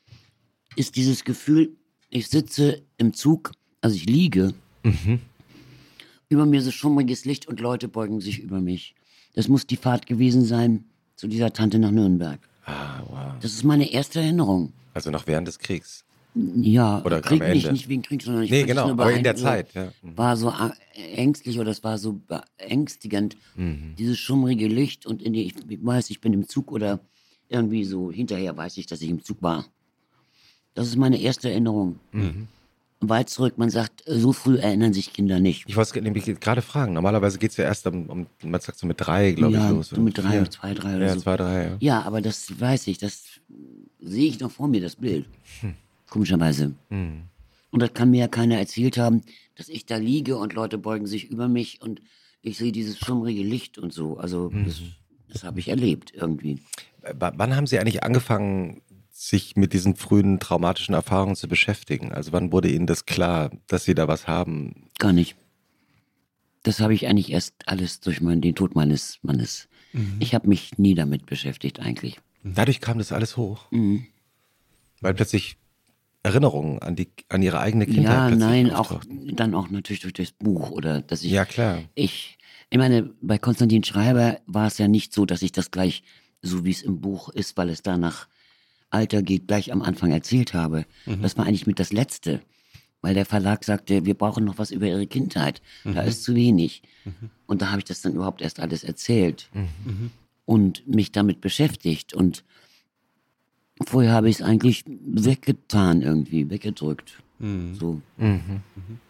Speaker 3: ist dieses Gefühl, ich sitze im Zug, also ich liege, mhm. über mir so schummriges Licht und Leute beugen sich über mich. Das muss die Fahrt gewesen sein zu dieser Tante nach Nürnberg.
Speaker 2: Ah, wow.
Speaker 3: Das ist meine erste Erinnerung.
Speaker 2: Also noch während des Kriegs?
Speaker 3: Ja,
Speaker 2: oder
Speaker 3: Krieg
Speaker 2: am Ende?
Speaker 3: Nicht, nicht wegen Krieg, sondern ich
Speaker 2: nee,
Speaker 3: fand
Speaker 2: genau,
Speaker 3: es nur
Speaker 2: aber in der
Speaker 3: so,
Speaker 2: Zeit. Ja.
Speaker 3: War so ängstlich oder es war so beängstigend, mhm. dieses schummrige Licht und in die, ich weiß, ich bin im Zug oder irgendwie so, hinterher weiß ich, dass ich im Zug war. Das ist meine erste Erinnerung. Mhm. Weit zurück, man sagt, so früh erinnern sich Kinder nicht.
Speaker 2: Ich wollte nämlich gerade fragen, normalerweise geht es ja erst um, um, man sagt so mit drei, glaube
Speaker 3: ja,
Speaker 2: ich, los.
Speaker 3: So mit drei, ja. zwei, drei oder
Speaker 2: ja,
Speaker 3: so.
Speaker 2: Zwei, drei, ja.
Speaker 3: ja, aber das weiß ich, das sehe ich noch vor mir, das Bild. Hm. Komischerweise. Hm. Und das kann mir ja keiner erzählt haben, dass ich da liege und Leute beugen sich über mich und ich sehe dieses schummrige Licht und so. Also mhm. das, das habe ich erlebt irgendwie.
Speaker 2: W- wann haben Sie eigentlich angefangen, sich mit diesen frühen traumatischen Erfahrungen zu beschäftigen? Also wann wurde Ihnen das klar, dass Sie da was haben?
Speaker 3: Gar nicht. Das habe ich eigentlich erst alles durch mein, den Tod meines Mannes. Mhm. Ich habe mich nie damit beschäftigt eigentlich.
Speaker 2: Dadurch kam das alles hoch?
Speaker 3: Mhm.
Speaker 2: Weil plötzlich Erinnerungen an die an ihre eigene Kindheit
Speaker 3: ja,
Speaker 2: plötzlich
Speaker 3: nein,
Speaker 2: auftauchten.
Speaker 3: auch dann auch natürlich durch das Buch oder dass ich
Speaker 2: ja klar
Speaker 3: ich ich meine bei Konstantin Schreiber war es ja nicht so, dass ich das gleich so wie es im Buch ist, weil es da nach Alter geht, gleich am Anfang erzählt habe. Mhm. Das war eigentlich mit das Letzte, weil der Verlag sagte, wir brauchen noch was über ihre Kindheit. Mhm. Da ist zu wenig. Mhm. Und da habe ich das dann überhaupt erst alles erzählt mhm. und mich damit beschäftigt und vorher habe ich es eigentlich weggetan irgendwie, weggedrückt. Mhm. So.
Speaker 2: Mhm.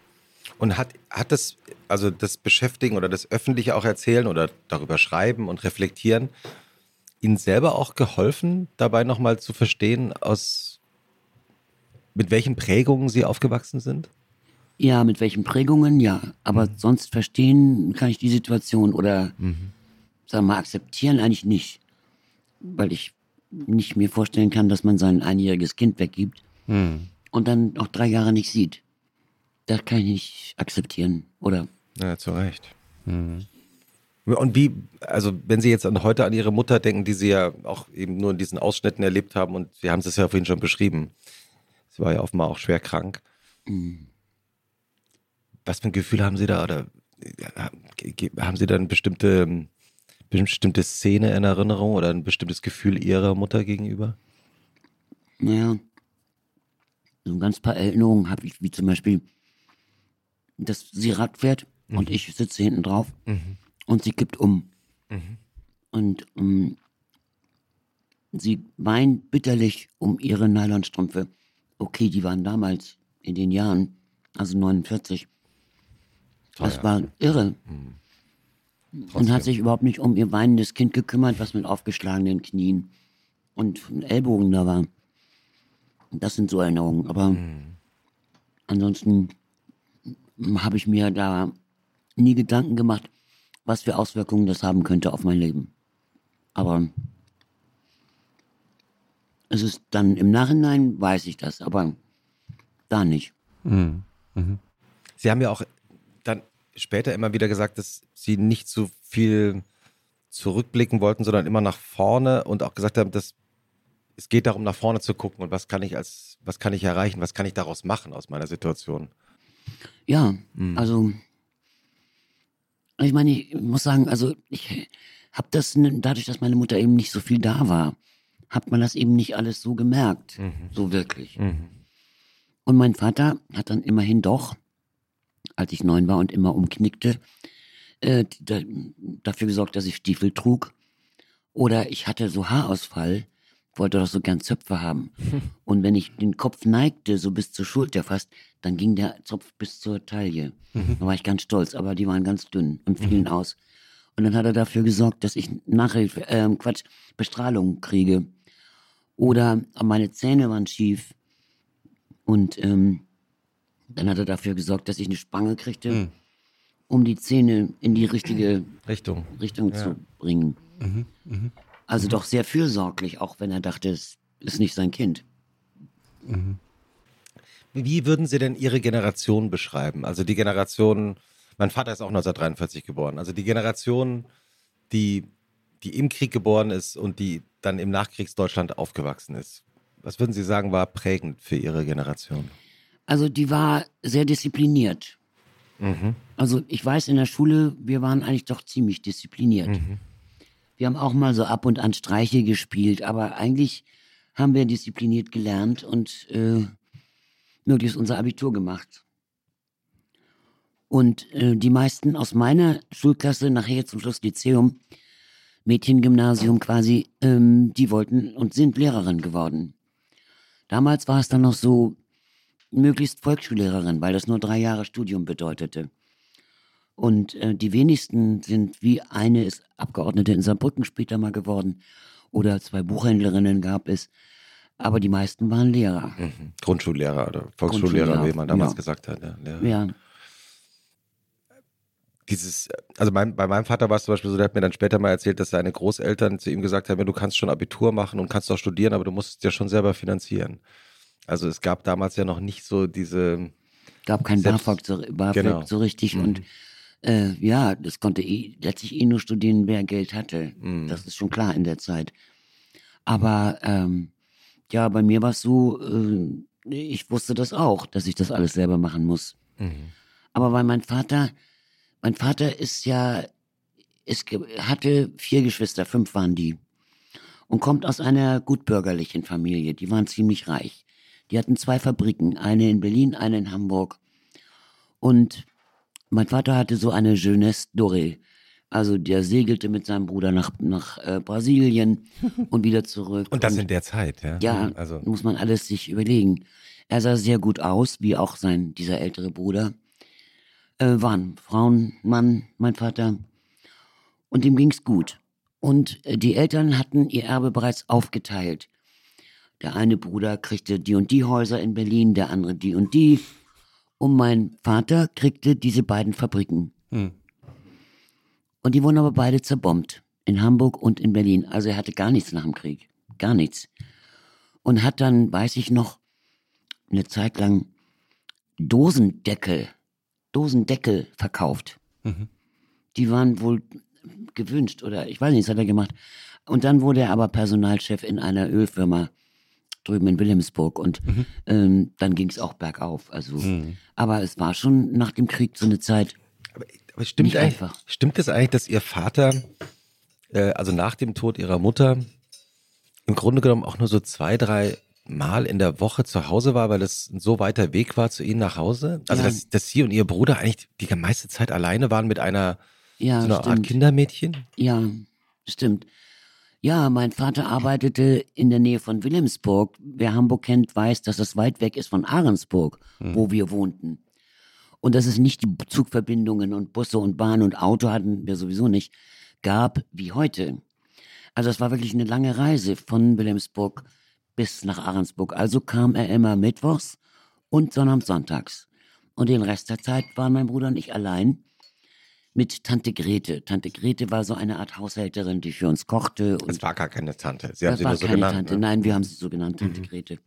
Speaker 2: Und hat, hat das, also das Beschäftigen oder das öffentliche auch erzählen oder darüber schreiben und reflektieren, Ihnen selber auch geholfen, dabei nochmal zu verstehen, aus mit welchen Prägungen Sie aufgewachsen sind?
Speaker 3: Ja, mit welchen Prägungen, ja. Aber mhm. sonst verstehen kann ich die Situation oder, mhm. sagen wir mal, akzeptieren eigentlich nicht. Weil ich nicht mir vorstellen kann, dass man sein einjähriges Kind weggibt hm. und dann noch drei Jahre nicht sieht. Das kann ich nicht akzeptieren, oder?
Speaker 2: Ja, zu Recht. Hm. Und wie, also wenn Sie jetzt an, heute an Ihre Mutter denken, die Sie ja auch eben nur in diesen Ausschnitten erlebt haben und Sie haben es ja vorhin schon beschrieben, sie war ja offenbar auch schwer krank. Hm. Was für ein Gefühl haben Sie da, oder haben Sie da eine bestimmte bestimmte Szene in Erinnerung oder ein bestimmtes Gefühl Ihrer Mutter gegenüber?
Speaker 3: Naja, so ein ganz paar Erinnerungen habe ich, wie zum Beispiel, dass sie Rad fährt mhm. und ich sitze hinten drauf mhm. und sie kippt um. Mhm. Und um, sie weint bitterlich um ihre Nylonstrümpfe. Okay, die waren damals in den Jahren, also neunundvierzig. Das ja. war irre. Mhm. Trotzdem. Und hat sich überhaupt nicht um ihr weinendes Kind gekümmert, was mit aufgeschlagenen Knien und Ellbogen da war. Das sind so Erinnerungen. Aber mhm. ansonsten habe ich mir da nie Gedanken gemacht, was für Auswirkungen das haben könnte auf mein Leben. Aber es ist dann im Nachhinein, weiß ich das, aber da nicht.
Speaker 2: Mhm. Mhm. Sie haben ja auch dann später immer wieder gesagt, dass Sie nicht so viel zurückblicken wollten, sondern immer nach vorne und auch gesagt haben, dass es geht darum, nach vorne zu gucken und was kann ich als, was kann ich erreichen, was kann ich daraus machen aus meiner Situation.
Speaker 3: Ja, mhm. also ich meine, ich muss sagen, also ich habe das, dadurch, dass meine Mutter eben nicht so viel da war, hat man das eben nicht alles so gemerkt, mhm. so wirklich. Mhm. Und mein Vater hat dann immerhin doch, als ich neun war und immer umknickte, äh, da, dafür gesorgt, dass ich Stiefel trug. Oder ich hatte so Haarausfall, wollte doch so gern Zöpfe haben. Und wenn ich den Kopf neigte, so bis zur Schulter fast, dann ging der Zopf bis zur Taille. Mhm. Da war ich ganz stolz, aber die waren ganz dünn und fielen mhm. aus. Und dann hat er dafür gesorgt, dass ich Nachhilfe, äh, Quatsch, Bestrahlung kriege. Oder meine Zähne waren schief. Und ähm, dann hat er dafür gesorgt, dass ich eine Spange kriegte, mhm. um die Zähne in die richtige
Speaker 2: Richtung,
Speaker 3: Richtung ja. zu bringen. Mhm. Mhm. Also mhm. doch sehr fürsorglich, auch wenn er dachte, es ist nicht sein Kind.
Speaker 2: Mhm. Wie würden Sie denn Ihre Generation beschreiben? Also die Generation, mein Vater ist auch neunzehnhundertdreiundvierzig geboren, also die Generation, die, die im Krieg geboren ist und die dann im Nachkriegsdeutschland aufgewachsen ist. Was würden Sie sagen, war prägend für Ihre Generation?
Speaker 3: Also die war sehr diszipliniert. Mhm. Also ich weiß, in der Schule, wir waren eigentlich doch ziemlich diszipliniert. Mhm. Wir haben auch mal so ab und an Streiche gespielt, aber eigentlich haben wir diszipliniert gelernt und äh, möglichst unser Abitur gemacht. Und äh, die meisten aus meiner Schulklasse, nachher zum Schluss Lyzeum, Mädchengymnasium quasi, ähm, die wollten und sind Lehrerin geworden. Damals war es dann noch so, möglichst Volksschullehrerin, weil das nur drei Jahre Studium bedeutete. Und äh, die wenigsten sind, wie eine ist Abgeordnete in Saarbrücken später mal geworden oder zwei Buchhändlerinnen gab es, aber die meisten waren Lehrer.
Speaker 2: Mhm. Grundschullehrer oder Volksschullehrer, wie man damals ja. gesagt hat. Ja. Lehrer.
Speaker 3: ja.
Speaker 2: Dieses, also mein, bei meinem Vater war es zum Beispiel so, der hat mir dann später mal erzählt, dass seine Großeltern zu ihm gesagt haben, ja, du kannst schon Abitur machen und kannst auch studieren, aber du musst es ja schon selber finanzieren. Also es gab damals ja noch nicht so diese...
Speaker 3: gab kein Selbst- BAföG so, BAföG genau. so richtig mhm. und äh, ja, das konnte eh, letztlich eh nur studieren, wer Geld hatte. Mhm. Das ist schon klar in der Zeit. Aber ähm, ja, bei mir war es so, äh, ich wusste das auch, dass ich das alles selber machen muss. Mhm. Aber weil mein Vater, mein Vater ist ja, ist, hatte vier Geschwister, fünf waren die. Und kommt aus einer gutbürgerlichen Familie, die waren ziemlich reich. Die hatten zwei Fabriken, eine in Berlin, eine in Hamburg. Und mein Vater hatte so eine Jeunesse dorée. Also der segelte mit seinem Bruder nach, nach äh, Brasilien und wieder zurück.
Speaker 2: Und das und, in der Zeit, ja?
Speaker 3: Ja, also. muss man alles sich überlegen. Er sah sehr gut aus, wie auch sein, dieser ältere Bruder. Äh, waren Frauen, Mann, mein Vater. Und ihm ging's gut. Und äh, die Eltern hatten ihr Erbe bereits aufgeteilt. Der eine Bruder kriegte die und die Häuser in Berlin, der andere die und die. Und mein Vater kriegte diese beiden Fabriken. Hm. Und die wurden aber beide zerbombt. In Hamburg und in Berlin. Also er hatte gar nichts nach dem Krieg. Gar nichts. Und hat dann, weiß ich noch, eine Zeit lang Dosendeckel, Dosendeckel verkauft. Mhm. Die waren wohl gewünscht oder ich weiß nicht, was hat er gemacht. Und dann wurde er aber Personalchef in einer Ölfirma drüben in Wilhelmsburg und mhm. ähm, dann ging es auch bergauf. Also, mhm. aber es war schon nach dem Krieg so eine Zeit.
Speaker 2: Aber, aber stimmt nicht einfach. Stimmt es eigentlich, dass Ihr Vater, äh, also nach dem Tod Ihrer Mutter, im Grunde genommen auch nur so zwei, drei Mal in der Woche zu Hause war, weil es ein so weiter Weg war zu Ihnen nach Hause? Also ja. dass, dass Sie und Ihr Bruder eigentlich die meiste Zeit alleine waren mit einer ja, so einer Art Kindermädchen?
Speaker 3: Ja, stimmt. Ja, mein Vater arbeitete in der Nähe von Wilhelmsburg. Wer Hamburg kennt, weiß, dass es weit weg ist von Ahrensburg, hm. wo wir wohnten. Und dass es nicht die Zugverbindungen und Busse und Bahn und Auto hatten wir sowieso nicht, gab wie heute. Also es war wirklich eine lange Reise von Wilhelmsburg bis nach Ahrensburg. Also kam er immer mittwochs und sonnabends. Und den Rest der Zeit waren mein Bruder und ich allein mit Tante Grete. Tante Grete war so eine Art Haushälterin, die für uns kochte.
Speaker 2: Es war gar keine Tante. Sie haben sie nur so genannt.
Speaker 3: Tante.
Speaker 2: Ne?
Speaker 3: Nein, wir haben sie so genannt, Tante mhm. Grete.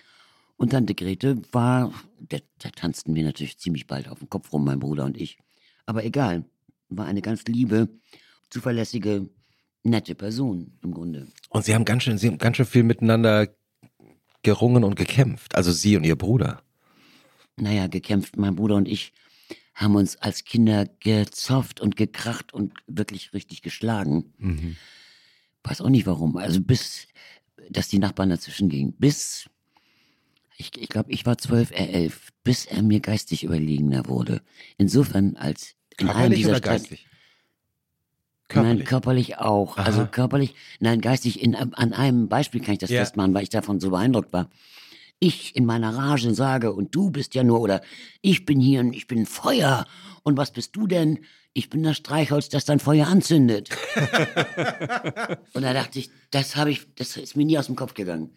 Speaker 3: Und Tante Grete war, da, da tanzten wir natürlich ziemlich bald auf dem Kopf rum, mein Bruder und ich. Aber egal, war eine ganz liebe, zuverlässige, nette Person im Grunde.
Speaker 2: Und Sie haben ganz schön, Sie haben ganz schön viel miteinander gerungen und gekämpft. Also Sie und Ihr Bruder.
Speaker 3: Naja, gekämpft. Mein Bruder und ich haben uns als Kinder gezofft und gekracht und wirklich richtig geschlagen. Mhm. Weiß auch nicht warum. Also bis, dass die Nachbarn dazwischen gingen. Bis, ich, ich glaube, ich war zwölf, er elf, bis er mir geistig überlegener wurde. Insofern als in einem dieser
Speaker 2: oder geistig?
Speaker 3: Körperlich? Nein, körperlich auch. Aha. Also körperlich, nein, geistig. In, an einem Beispiel kann ich das ja. festmachen, weil ich davon so beeindruckt war. Ich in meiner Rage sage, und du bist ja nur, oder ich bin hier und ich bin Feuer. Und was bist du denn? Ich bin das Streichholz, das dein Feuer anzündet. Und da dachte ich, das habe ich, das ist mir nie aus dem Kopf gegangen.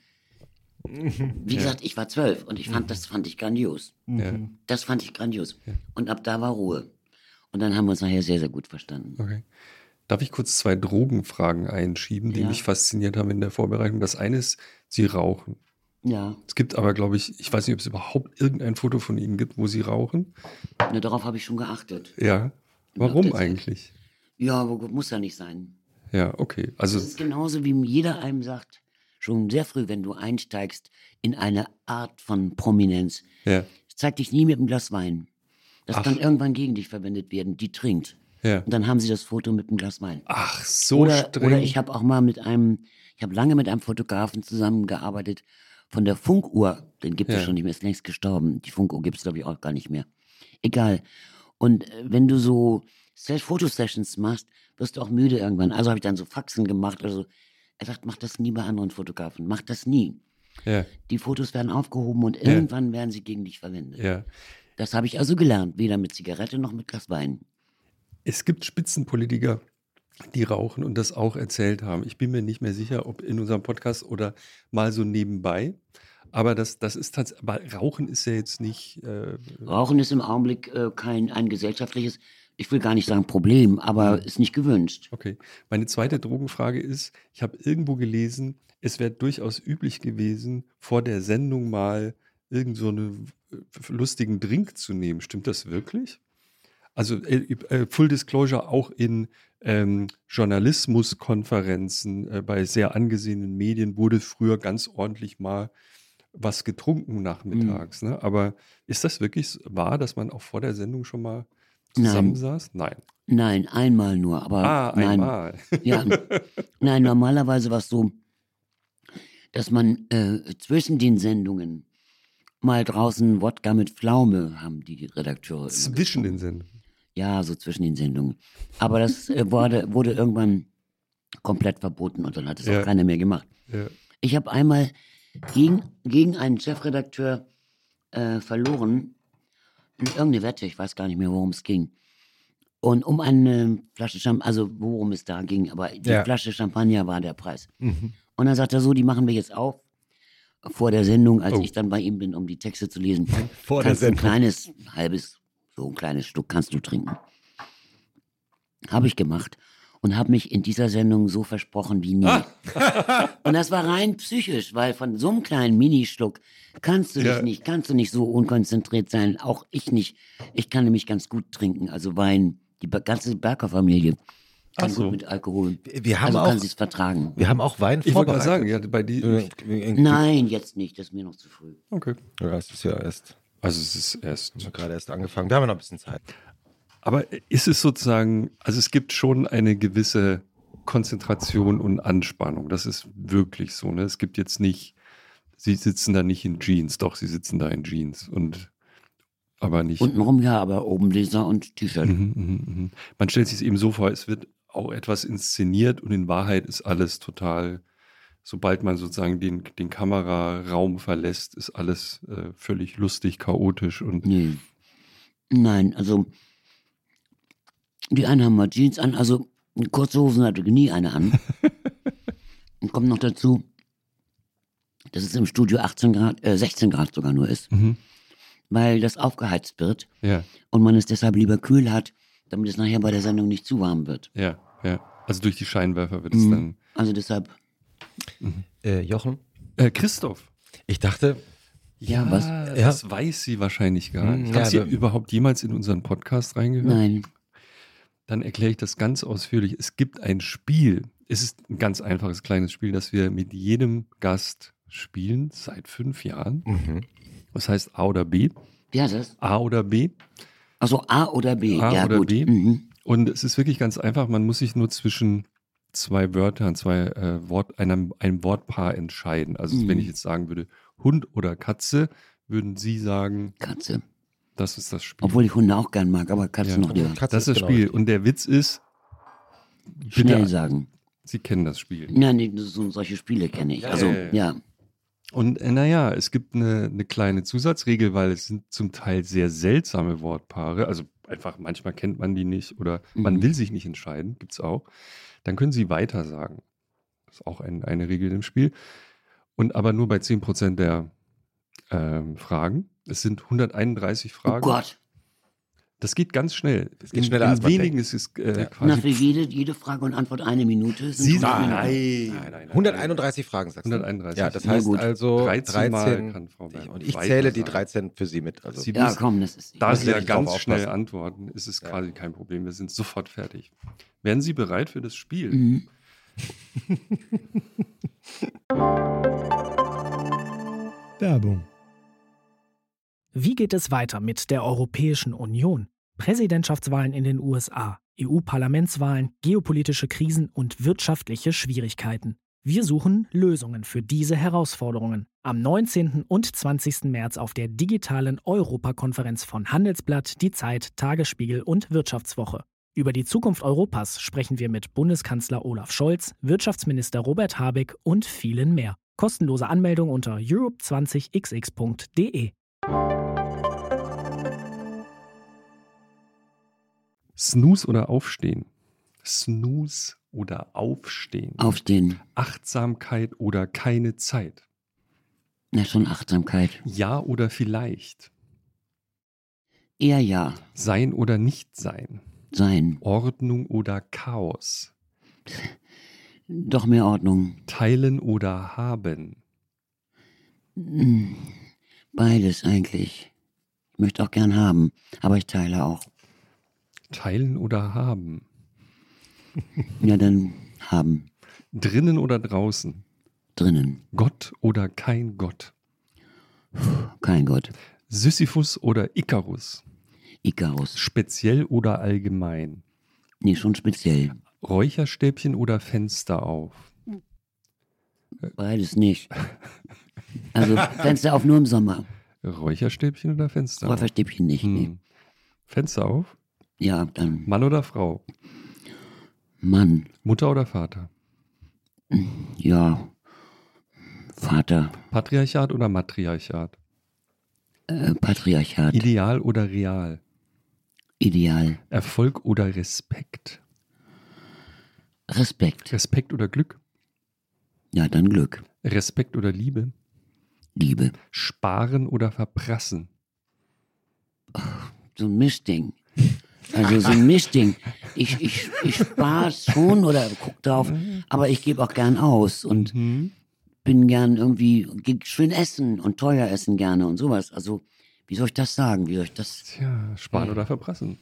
Speaker 3: Wie gesagt, ich war zwölf und ich fand, das fand ich grandios. Ja. Das fand ich grandios. Ja. Und ab da war Ruhe. Und dann haben wir uns nachher sehr, sehr gut verstanden.
Speaker 4: Okay. Darf ich kurz zwei Drogenfragen einschieben, die ja. mich fasziniert haben in der Vorbereitung? Das eine ist, Sie rauchen.
Speaker 3: Ja.
Speaker 4: Es gibt aber, glaube ich, ich weiß nicht, ob es überhaupt irgendein Foto von Ihnen gibt, wo Sie rauchen.
Speaker 3: Na, darauf habe ich schon geachtet.
Speaker 4: Ja. Warum eigentlich?
Speaker 3: Ja, aber muss ja nicht sein.
Speaker 4: Ja, okay. Also
Speaker 3: das ist genauso, wie jeder einem sagt, schon sehr früh, wenn du einsteigst in eine Art von Prominenz.
Speaker 4: Ja.
Speaker 3: Zeig dich nie mit einem Glas Wein. Das
Speaker 4: Ach.
Speaker 3: kann irgendwann gegen dich verwendet werden. Die trinkt.
Speaker 4: Ja.
Speaker 3: Und dann haben sie das Foto mit einem Glas Wein.
Speaker 4: Ach, so
Speaker 3: oder,
Speaker 4: streng.
Speaker 3: Oder ich habe auch mal mit einem, ich habe lange mit einem Fotografen zusammengearbeitet von der Funkuhr. Den gibt es
Speaker 4: Ja.
Speaker 3: schon nicht mehr, ist längst gestorben. Die Funkuhr gibt es, glaube ich, auch gar nicht mehr. Egal. Und äh, wenn du so Fotosessions machst, wirst du auch müde irgendwann. Also habe ich dann so Faxen gemacht oder so. Er sagt, mach das nie bei anderen Fotografen. Mach das nie.
Speaker 4: Ja.
Speaker 3: Die Fotos werden aufgehoben und irgendwann werden sie gegen dich verwendet.
Speaker 4: Ja.
Speaker 3: Das habe ich also gelernt. Weder mit Zigarette noch mit Glas Wein.
Speaker 4: Es gibt Spitzenpolitiker, die rauchen und das auch erzählt haben. Ich bin mir nicht mehr sicher, ob in unserem Podcast oder mal so nebenbei. Aber das, das ist tatsächlich, aber Rauchen ist ja jetzt nicht. Äh,
Speaker 3: Rauchen ist im Augenblick äh, kein ein gesellschaftliches, ich will gar nicht sagen Problem, aber ist nicht gewünscht.
Speaker 4: Okay. Meine zweite Drogenfrage ist, ich habe irgendwo gelesen, es wäre durchaus üblich gewesen, vor der Sendung mal irgend so einen lustigen Drink zu nehmen. Stimmt das wirklich? Also äh, äh, Full Disclosure, auch in ähm, Journalismuskonferenzen äh, bei sehr angesehenen Medien wurde früher ganz ordentlich mal was getrunken nachmittags. Mhm. Ne? Aber ist das wirklich wahr, dass man auch vor der Sendung schon mal zusammensaß? Nein.
Speaker 3: Nein, einmal nur. Aber
Speaker 4: ah,
Speaker 3: nein.
Speaker 4: einmal.
Speaker 3: Ja, nein, normalerweise war es so, dass man äh, zwischen den Sendungen mal draußen Wodka mit Pflaume haben die Redakteure.
Speaker 4: Zwischen den Sendungen?
Speaker 3: Ja, so zwischen den Sendungen. Aber das äh, wurde, wurde irgendwann komplett verboten und dann hat es
Speaker 4: Ja.
Speaker 3: auch keiner mehr gemacht.
Speaker 4: Ja.
Speaker 3: Ich habe einmal gegen, gegen einen Chefredakteur äh, verloren, irgendeine Wette, ich weiß gar nicht mehr, worum es ging. Und um eine Flasche Champagner, also worum es da ging, aber die
Speaker 2: Ja.
Speaker 3: Flasche Champagner war der Preis.
Speaker 2: Mhm.
Speaker 3: Und dann sagt er so, die machen wir jetzt auf. Vor der Sendung, als
Speaker 4: Oh.
Speaker 3: ich dann bei ihm bin, um die Texte zu lesen.
Speaker 2: Vor der
Speaker 3: kannst du
Speaker 2: Sendung.
Speaker 3: ein kleines, halbes, so ein kleines Stück kannst du trinken. Habe ich gemacht und habe mich in dieser Sendung so versprochen wie nie.
Speaker 4: Ah.
Speaker 3: Und das war rein psychisch, weil von so einem kleinen Ministück kannst du
Speaker 4: Ja.
Speaker 3: dich nicht, kannst du nicht so unkonzentriert sein. Auch ich nicht. Ich kann nämlich ganz gut trinken, also Wein. Die be- ganze Berger-Familie kann
Speaker 4: Ach so.
Speaker 3: gut mit Alkohol.
Speaker 2: Wir haben
Speaker 3: also
Speaker 2: auch,
Speaker 3: kann sie es vertragen.
Speaker 2: wir haben auch Wein
Speaker 4: Ich wollte gerade
Speaker 2: vorbereitet.
Speaker 4: sagen, ja, bei die.
Speaker 2: Äh,
Speaker 3: Nein, jetzt nicht, das ist mir noch zu früh.
Speaker 4: Okay.
Speaker 2: Ja, es ist ja erst,
Speaker 4: Also es ist erst.
Speaker 2: wir haben gerade erst angefangen. Wir haben ja noch ein bisschen Zeit.
Speaker 4: Aber ist es sozusagen, also es gibt schon eine gewisse Konzentration und Anspannung. Das ist wirklich so. Ne? Es gibt jetzt nicht, Sie sitzen da nicht in Jeans, doch, Sie sitzen da in Jeans und aber nicht.
Speaker 3: Untenrum ja, aber oben Blazer und T-Shirt.
Speaker 4: Mhm, mhm, mhm. Man stellt sich es eben so vor, es wird auch etwas inszeniert und in Wahrheit ist alles total, sobald man sozusagen den, den Kameraraum verlässt, ist alles äh, völlig lustig, chaotisch und
Speaker 3: Nee. Nein, also die einen haben mal Jeans an, also kurze Hosen hatte nie eine an. Und kommt noch dazu, dass es im Studio achtzehn Grad, äh, sechzehn Grad sogar nur ist,
Speaker 4: mhm.
Speaker 3: weil das aufgeheizt wird
Speaker 4: ja,
Speaker 3: und man es deshalb lieber kühl hat, damit es nachher bei der Sendung nicht zu warm wird.
Speaker 4: ja, ja. Also durch die Scheinwerfer wird es
Speaker 3: Mhm.
Speaker 4: dann.
Speaker 3: Also deshalb,
Speaker 2: Äh, Jochen,
Speaker 4: Äh, Christoph.
Speaker 2: ich dachte,
Speaker 3: Ja, was?
Speaker 4: Das weiß sie wahrscheinlich gar nicht.
Speaker 2: Ja,
Speaker 4: Hat sie
Speaker 2: aber-
Speaker 4: überhaupt jemals in unseren Podcast reingehört?
Speaker 3: nein,
Speaker 4: Dann erkläre ich das ganz ausführlich. Es gibt ein Spiel. Es ist ein ganz einfaches kleines Spiel, das wir mit jedem Gast spielen seit fünf Jahren.
Speaker 2: mhm.
Speaker 4: Das heißt A oder B.
Speaker 3: wie heißt das?
Speaker 4: A oder B.
Speaker 3: Also A oder B,
Speaker 4: A
Speaker 3: ja
Speaker 4: oder
Speaker 3: gut.
Speaker 4: B.
Speaker 3: Mhm.
Speaker 4: Und es ist wirklich ganz einfach. Man muss sich nur zwischen zwei Wörtern, zwei äh, Wort, einem, einem Wortpaar entscheiden. Also
Speaker 3: Mhm.
Speaker 4: wenn ich jetzt sagen würde Hund oder Katze, würden Sie sagen,
Speaker 3: Katze.
Speaker 4: das ist das Spiel.
Speaker 3: Obwohl ich Hunde auch gern mag, aber Katze
Speaker 4: Ja.
Speaker 3: noch lieber.
Speaker 2: Katze
Speaker 4: Das ist das
Speaker 2: genau
Speaker 4: Spiel.
Speaker 2: richtig.
Speaker 4: Und der Witz ist, bitte,
Speaker 3: Schnell sagen.
Speaker 4: Sie kennen das Spiel.
Speaker 3: Nein, nee, so, solche Spiele kenne ich.
Speaker 4: Ja,
Speaker 3: Also,
Speaker 4: ja, ja.
Speaker 3: ja.
Speaker 4: Und äh, naja, es gibt eine, eine kleine Zusatzregel, weil es sind zum Teil sehr seltsame Wortpaare. Also einfach manchmal kennt man die nicht oder man
Speaker 3: Mhm.
Speaker 4: will sich nicht entscheiden, gibt es auch. Dann können Sie weiter sagen. Das ist auch ein, eine Regel im Spiel. Und aber nur bei zehn Prozent der ähm, Fragen. Es sind hunderteinunddreißig
Speaker 3: Oh
Speaker 4: Fragen.
Speaker 3: Gott.
Speaker 4: Das geht ganz schnell.
Speaker 2: Das geht
Speaker 4: in,
Speaker 2: schneller
Speaker 4: in
Speaker 2: als man
Speaker 4: wenigen
Speaker 2: denkt.
Speaker 4: ist es äh,
Speaker 2: Ja.
Speaker 4: quasi
Speaker 3: Na, für jede, jede Frage und Antwort eine Minute. Sind
Speaker 4: Sie
Speaker 3: fünf
Speaker 4: sagen-
Speaker 3: Minuten.
Speaker 4: Nein, nein, nein, nein.
Speaker 2: hunderteinunddreißig Fragen, sagst du?
Speaker 4: hunderteinunddreißig.
Speaker 2: Ja, das
Speaker 3: Na
Speaker 2: heißt
Speaker 3: gut.
Speaker 2: also
Speaker 4: dreizehn Mal
Speaker 2: dreizehn.
Speaker 4: kann Frau Bernd
Speaker 2: Und ich
Speaker 4: weiter
Speaker 2: zähle die
Speaker 4: sagen.
Speaker 2: dreizehn für Sie mit. Also.
Speaker 4: Sie
Speaker 3: Ja,
Speaker 4: müssen-
Speaker 3: komm, das ist.
Speaker 4: Da
Speaker 2: müssen
Speaker 4: Sie
Speaker 2: wir
Speaker 4: ja
Speaker 2: nicht drauf
Speaker 4: ganz schnell
Speaker 2: aufpassen.
Speaker 4: antworten, ist es
Speaker 2: Ja.
Speaker 4: quasi kein Problem. Wir sind sofort fertig. Wären Sie bereit für das Spiel?
Speaker 3: Mhm.
Speaker 5: Werbung.
Speaker 6: Wie geht es weiter mit der Europäischen Union? Präsidentschaftswahlen in den U S A, E U-Parlamentswahlen, geopolitische Krisen und wirtschaftliche Schwierigkeiten. Wir suchen Lösungen für diese Herausforderungen. Am neunzehnten und zwanzigsten März auf der digitalen Europakonferenz von Handelsblatt, Die Zeit, Tagesspiegel und Wirtschaftswoche. Über die Zukunft Europas sprechen wir mit Bundeskanzler Olaf Scholz, Wirtschaftsminister Robert Habeck und vielen mehr. Kostenlose Anmeldung unter europe zwanzig x x punkt de.
Speaker 4: Snooze oder Aufstehen? Snooze oder Aufstehen?
Speaker 3: Aufstehen.
Speaker 4: Achtsamkeit oder keine Zeit?
Speaker 3: Na, schon Achtsamkeit.
Speaker 4: Ja oder vielleicht?
Speaker 3: Eher ja.
Speaker 4: Sein oder nicht sein?
Speaker 3: Sein.
Speaker 4: Ordnung oder Chaos?
Speaker 3: Doch mehr Ordnung.
Speaker 4: Teilen oder haben?
Speaker 3: Hm, Beides eigentlich. Ich möchte auch gern haben, aber ich teile auch.
Speaker 4: Teilen oder haben?
Speaker 3: Ja, dann haben.
Speaker 4: Drinnen oder draußen?
Speaker 3: Drinnen.
Speaker 4: Gott oder kein Gott?
Speaker 3: Kein Gott.
Speaker 4: Sisyphus oder Ikarus?
Speaker 3: Ikarus.
Speaker 4: Speziell oder allgemein?
Speaker 3: Nee, schon speziell.
Speaker 4: Räucherstäbchen oder Fenster auf?
Speaker 3: Beides nicht. Also Fenster auf nur im Sommer.
Speaker 4: Räucherstäbchen oder Fenster auf?
Speaker 3: Räucherstäbchen nicht. Nee.
Speaker 4: Hm. Fenster auf?
Speaker 3: Ja, dann
Speaker 4: Mann oder Frau?
Speaker 3: Mann.
Speaker 4: Mutter oder Vater?
Speaker 3: Ja. Vater.
Speaker 4: Patriarchat oder Matriarchat?
Speaker 3: Äh, Patriarchat.
Speaker 4: Ideal oder real?
Speaker 3: Ideal.
Speaker 4: Erfolg oder Respekt?
Speaker 3: Respekt.
Speaker 4: Respekt oder Glück?
Speaker 3: Ja, dann Glück.
Speaker 4: Respekt oder Liebe?
Speaker 3: Liebe.
Speaker 4: Sparen oder verprassen?
Speaker 3: So ein Mischding. Also so ein Mischding. Ich, ich, ich spare schon oder guck drauf, aber ich gebe auch gern aus und
Speaker 4: Mhm.
Speaker 3: bin gern irgendwie, geh schön essen und teuer essen gerne und sowas. Also, wie soll ich das sagen? Wie soll ich das?
Speaker 4: Tja, sparen oder verprassen?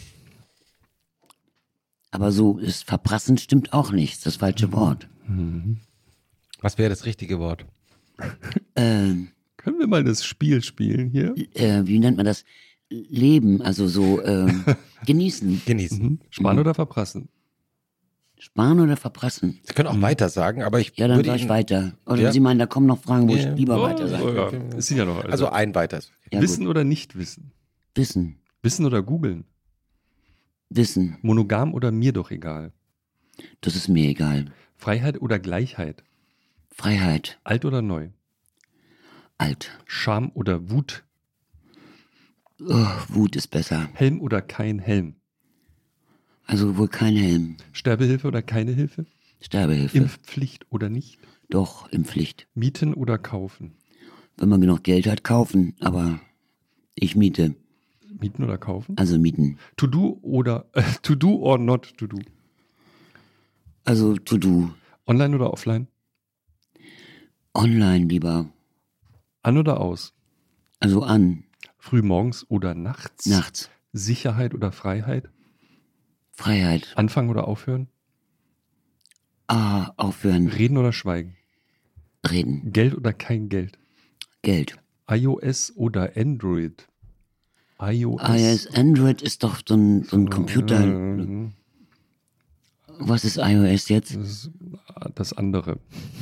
Speaker 3: Aber so ist verprassen stimmt auch nicht. Ist das falsche Wort.
Speaker 2: Was wäre das richtige Wort?
Speaker 3: Ähm,
Speaker 4: Können wir mal das Spiel spielen hier?
Speaker 3: äh, wie nennt man das? Leben, also so ähm, genießen.
Speaker 2: Genießen.
Speaker 4: Mhm. Sparen oder verprassen?
Speaker 3: Sparen oder verprassen?
Speaker 2: Sie können auch weiter sagen, aber ich
Speaker 3: Ja, dann
Speaker 2: würde
Speaker 3: sag ich
Speaker 2: Ihnen-
Speaker 3: weiter. Oder
Speaker 2: Ja.
Speaker 3: wenn Sie meinen, da kommen noch Fragen, wo
Speaker 2: Ja.
Speaker 3: ich lieber
Speaker 4: Oh,
Speaker 3: weiter sage.
Speaker 4: oh ja. Es sind ja noch
Speaker 2: Also ein weiter. ist okay.
Speaker 3: Ja,
Speaker 4: Wissen
Speaker 3: gut.
Speaker 4: oder nicht wissen?
Speaker 3: Wissen.
Speaker 4: Wissen oder googeln?
Speaker 3: Wissen.
Speaker 4: Monogam oder mir doch egal?
Speaker 3: Das ist mir egal.
Speaker 4: Freiheit oder Gleichheit?
Speaker 3: Freiheit.
Speaker 4: Alt oder neu?
Speaker 3: Alt.
Speaker 4: Scham oder Wut?
Speaker 3: Oh, Wut ist besser.
Speaker 4: Helm oder kein Helm?
Speaker 3: Also wohl kein Helm.
Speaker 4: Sterbehilfe oder keine Hilfe?
Speaker 3: Sterbehilfe.
Speaker 4: Impfpflicht oder nicht?
Speaker 3: Doch, Impfpflicht.
Speaker 4: Mieten oder kaufen?
Speaker 3: Wenn man genug Geld hat, kaufen. Aber ich miete.
Speaker 4: Mieten oder kaufen?
Speaker 3: Also mieten.
Speaker 4: To do oder äh, to do or not to do?
Speaker 3: Also to do.
Speaker 4: Online oder offline?
Speaker 3: Online lieber.
Speaker 4: An oder aus?
Speaker 3: Also an.
Speaker 4: Frühmorgens oder nachts?
Speaker 3: Nachts.
Speaker 4: Sicherheit oder Freiheit?
Speaker 3: Freiheit.
Speaker 4: Anfangen oder aufhören?
Speaker 3: Ah, aufhören.
Speaker 4: Reden oder schweigen?
Speaker 3: Reden.
Speaker 4: Geld oder kein Geld?
Speaker 3: Geld.
Speaker 4: iOS oder Android? iOS.
Speaker 3: iOS, Android ist doch so ein, so ein Computer.
Speaker 4: Mhm.
Speaker 3: Was ist iOS jetzt?
Speaker 4: Das ist das andere.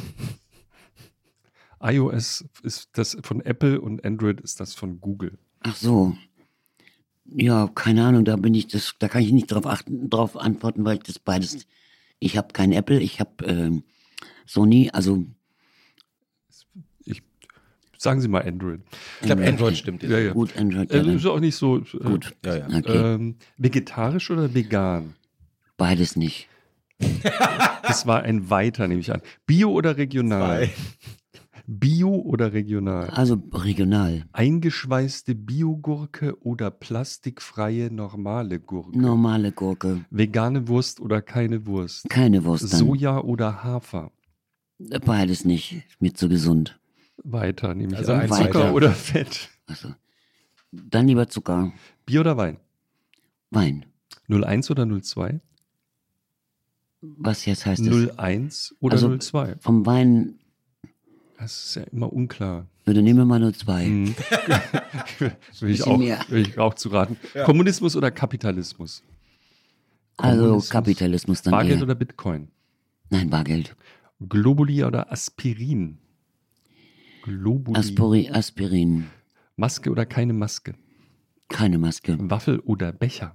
Speaker 4: iOS ist das von Apple und Android ist das von Google.
Speaker 3: Ach so. Ja, keine Ahnung, da bin ich, das, da kann ich nicht drauf achten, drauf antworten, weil ich das beides, ich habe kein Apple, ich habe ähm, Sony, also
Speaker 4: Ich, sagen Sie mal Android.
Speaker 2: Ich glaube,
Speaker 3: Ähm,
Speaker 2: Android
Speaker 3: okay.
Speaker 2: stimmt.
Speaker 4: Ja, ja.
Speaker 3: gut, Android.
Speaker 4: Äh,
Speaker 3: Ja, dann.
Speaker 4: ist auch nicht so. Äh,
Speaker 3: Gut,
Speaker 2: Ja, ja.
Speaker 3: okay.
Speaker 4: Ähm, vegetarisch oder vegan?
Speaker 3: Beides nicht.
Speaker 4: Das war ein weiter, nehme ich an. Bio oder regional?
Speaker 2: Zwei.
Speaker 4: Bio oder regional?
Speaker 3: Also regional.
Speaker 4: Eingeschweißte Biogurke oder plastikfreie normale Gurke?
Speaker 3: Normale Gurke.
Speaker 4: Vegane Wurst oder keine Wurst?
Speaker 3: Keine Wurst dann.
Speaker 4: Soja oder Hafer?
Speaker 3: Beides nicht. Ist mir zu gesund.
Speaker 4: Weiter, nehme ich
Speaker 2: Also
Speaker 4: an.
Speaker 2: ein
Speaker 4: Zucker
Speaker 2: weiter.
Speaker 4: oder Fett?
Speaker 3: Also, dann lieber Zucker.
Speaker 4: Bier oder Wein?
Speaker 3: Wein.
Speaker 4: null eins oder null zwei?
Speaker 3: Was jetzt heißt das?
Speaker 4: null eins oder
Speaker 3: Also-
Speaker 4: null zwei?
Speaker 3: Vom Wein
Speaker 4: Das ist ja immer unklar.
Speaker 3: würde nehmen wir mal nur zwei.
Speaker 4: Hm. will, ich
Speaker 3: Bisschen
Speaker 4: auch,
Speaker 3: mehr.
Speaker 4: will ich auch zu raten. Kommunismus oder Kapitalismus?
Speaker 3: Also
Speaker 4: Kommunismus.
Speaker 3: Kapitalismus dann
Speaker 4: Bargeld
Speaker 3: eher.
Speaker 4: oder Bitcoin?
Speaker 3: Nein, Bargeld.
Speaker 4: Globuli oder Aspirin? Globuli.
Speaker 3: Aspiri, Aspirin.
Speaker 4: Maske oder keine Maske?
Speaker 3: Keine Maske.
Speaker 4: Waffel oder Becher?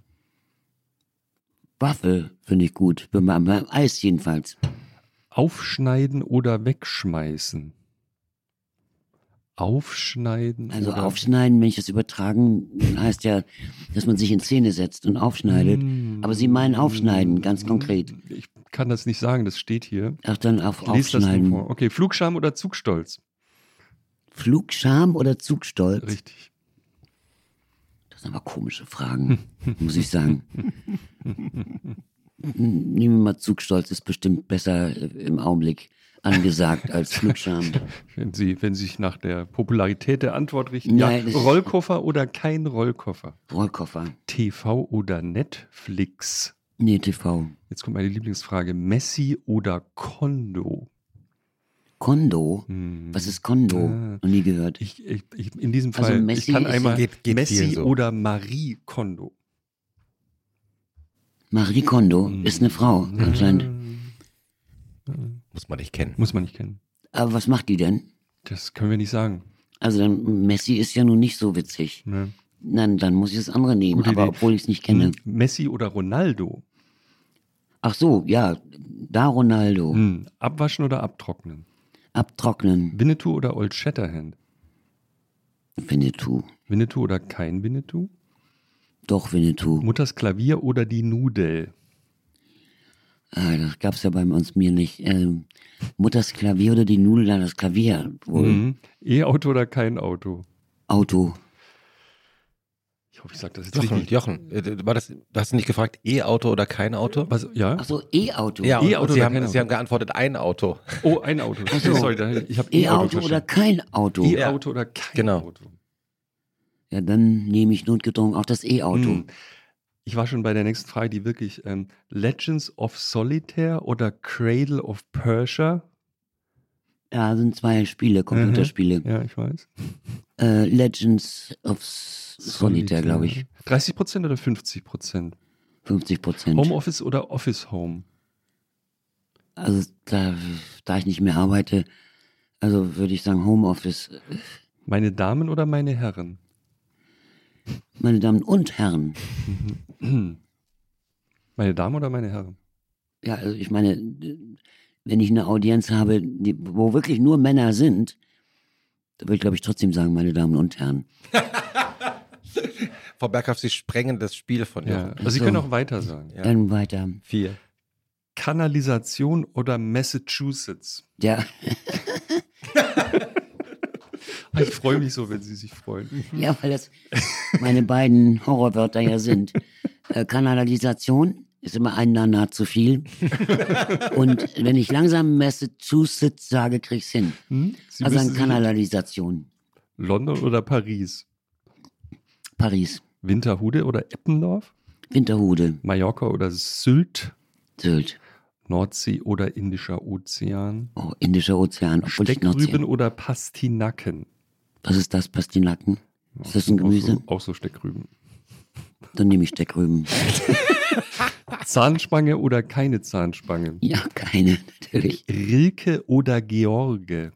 Speaker 3: Waffel finde ich gut. Beim, beim Eis jedenfalls.
Speaker 4: Aufschneiden oder wegschmeißen? Aufschneiden
Speaker 3: Also
Speaker 4: oder
Speaker 3: aufschneiden, wenn ich das übertragen, heißt ja, dass man sich in Szene setzt und aufschneidet.
Speaker 4: Mm.
Speaker 3: Aber Sie meinen aufschneiden, ganz konkret.
Speaker 4: Ich kann das nicht sagen, das steht hier.
Speaker 3: Auch dann auf
Speaker 4: Ich lese das nur
Speaker 3: aufschneiden.
Speaker 4: vor. Okay, Flugscham oder Zugstolz?
Speaker 3: Flugscham oder Zugstolz?
Speaker 4: Richtig.
Speaker 3: Das sind aber komische Fragen, muss ich sagen. Nehmen wir mal Zugstolz, ist bestimmt besser im Augenblick angesagt als Flugscham.
Speaker 4: Wenn Sie, wenn Sie sich nach der Popularität der Antwort richten.
Speaker 3: Nein,
Speaker 4: ja,
Speaker 3: das-
Speaker 4: Rollkoffer oder kein Rollkoffer?
Speaker 3: Rollkoffer.
Speaker 4: T V oder Netflix?
Speaker 3: Nee, T V.
Speaker 4: Jetzt kommt meine Lieblingsfrage. Messi oder Kondo?
Speaker 3: Kondo?
Speaker 4: Hm.
Speaker 3: Was ist Kondo?
Speaker 4: Ah.
Speaker 3: Noch nie gehört.
Speaker 4: Ich, ich, ich, in diesem
Speaker 3: Also
Speaker 4: Fall,
Speaker 3: Messi
Speaker 4: ich kann
Speaker 3: ist-
Speaker 4: einmal
Speaker 2: Geht- geht
Speaker 4: Messi
Speaker 2: vielen so.
Speaker 4: oder Marie Kondo.
Speaker 3: Marie Kondo ist eine Frau anscheinend.
Speaker 2: Muss man nicht kennen.
Speaker 4: Muss man nicht kennen.
Speaker 3: Aber was macht die denn?
Speaker 4: Das können wir nicht sagen.
Speaker 3: Also dann, Messi ist ja nun nicht so witzig.
Speaker 4: Ne?
Speaker 3: Nein, dann muss ich das andere nehmen,
Speaker 4: Gute
Speaker 3: aber
Speaker 4: Idee.
Speaker 3: obwohl ich es nicht kenne.
Speaker 4: Hm, Messi oder Ronaldo?
Speaker 3: Ach so, ja, da Ronaldo.
Speaker 4: Hm, Abwaschen oder abtrocknen?
Speaker 3: Abtrocknen.
Speaker 4: Winnetou oder Old Shatterhand?
Speaker 3: Winnetou.
Speaker 4: Winnetou oder kein Winnetou?
Speaker 3: Doch, Winnetou.
Speaker 4: Mutters Klavier oder die Nudel?
Speaker 3: Ah, das gab's ja bei uns mir nicht. Ähm, Mutters Klavier oder die Nudel, dann das Klavier. Wohl.
Speaker 4: Mhm. E-Auto oder kein Auto?
Speaker 3: Auto.
Speaker 4: Ich hoffe, ich sage das jetzt
Speaker 2: Jochen,
Speaker 4: richtig.
Speaker 2: Jochen, äh, war das, du hast nicht gefragt, E-Auto oder kein Auto?
Speaker 4: Was, ja?
Speaker 3: Ach so, E-Auto.
Speaker 2: Ja, und
Speaker 4: E-Auto
Speaker 2: Sie
Speaker 4: oder
Speaker 2: haben,
Speaker 4: kein
Speaker 2: Sie
Speaker 4: Auto?
Speaker 2: haben geantwortet, ein Auto.
Speaker 4: Oh, ein Auto.
Speaker 3: so.
Speaker 4: Sorry, da- ich habe E-Auto
Speaker 3: E-Auto oder
Speaker 4: verstanden.
Speaker 3: kein Auto.
Speaker 4: E-Auto oder kein
Speaker 2: Genau.
Speaker 4: Auto?
Speaker 3: Ja, dann nehme ich notgedrungen auch das E-Auto.
Speaker 4: Hm. Ich war schon bei der nächsten Frage, die wirklich ähm, Legends of Solitaire oder Cradle of Persia?
Speaker 3: Ja, sind zwei Spiele, Computerspiele.
Speaker 4: Ja, ich weiß.
Speaker 3: Äh, Legends of Solitaire, glaube ich.
Speaker 4: dreißig Prozent oder fünfzig Prozent?
Speaker 3: fünfzig Prozent.
Speaker 4: Homeoffice oder Office Home?
Speaker 3: Also da, da ich nicht mehr arbeite, also würde ich sagen Homeoffice.
Speaker 4: Meine Damen oder meine Herren?
Speaker 3: Meine Damen und Herren.
Speaker 4: Meine Damen oder meine Herren?
Speaker 3: Ja, also ich meine, wenn ich eine Audienz habe, die, wo wirklich nur Männer sind, da würde ich glaube ich trotzdem sagen, meine Damen und Herren.
Speaker 2: Frau Berghoff, Sie sprengen das Spiel von
Speaker 4: Ja.
Speaker 2: Jochen.
Speaker 4: Also Sie
Speaker 3: so.
Speaker 4: können auch weiter sagen.
Speaker 2: Ja.
Speaker 3: Dann weiter.
Speaker 2: Vier.
Speaker 4: Kanalisation oder Massachusetts?
Speaker 3: Ja,
Speaker 4: Ah, Ich freue mich so, wenn Sie sich freuen.
Speaker 3: ja, weil das meine beiden Horrorwörter ja sind. Äh, Kanalisation ist immer ein Nana zu viel. Und wenn ich langsam Massachusetts sage, krieg's hin.
Speaker 4: Hm? Sie
Speaker 3: Also
Speaker 4: müssen
Speaker 3: dann
Speaker 4: sich-
Speaker 3: Kanalisation.
Speaker 4: London oder Paris?
Speaker 3: Paris,
Speaker 4: Winterhude oder Eppendorf?
Speaker 3: Winterhude,
Speaker 4: Mallorca oder Sylt?
Speaker 3: Sylt,
Speaker 4: Nordsee oder Indischer Ozean?
Speaker 3: oh, Indischer Ozean, obwohl ich Nordsee.
Speaker 4: Steckrüben oder Pastinaken?
Speaker 3: Was ist das, Pastinaken? Ist das ein Gemüse?
Speaker 4: Auch so, auch so Steckrüben.
Speaker 3: Dann nehme ich Steckrüben.
Speaker 4: Zahnspange oder keine Zahnspange?
Speaker 3: Ja, keine, natürlich.
Speaker 4: Rilke oder George?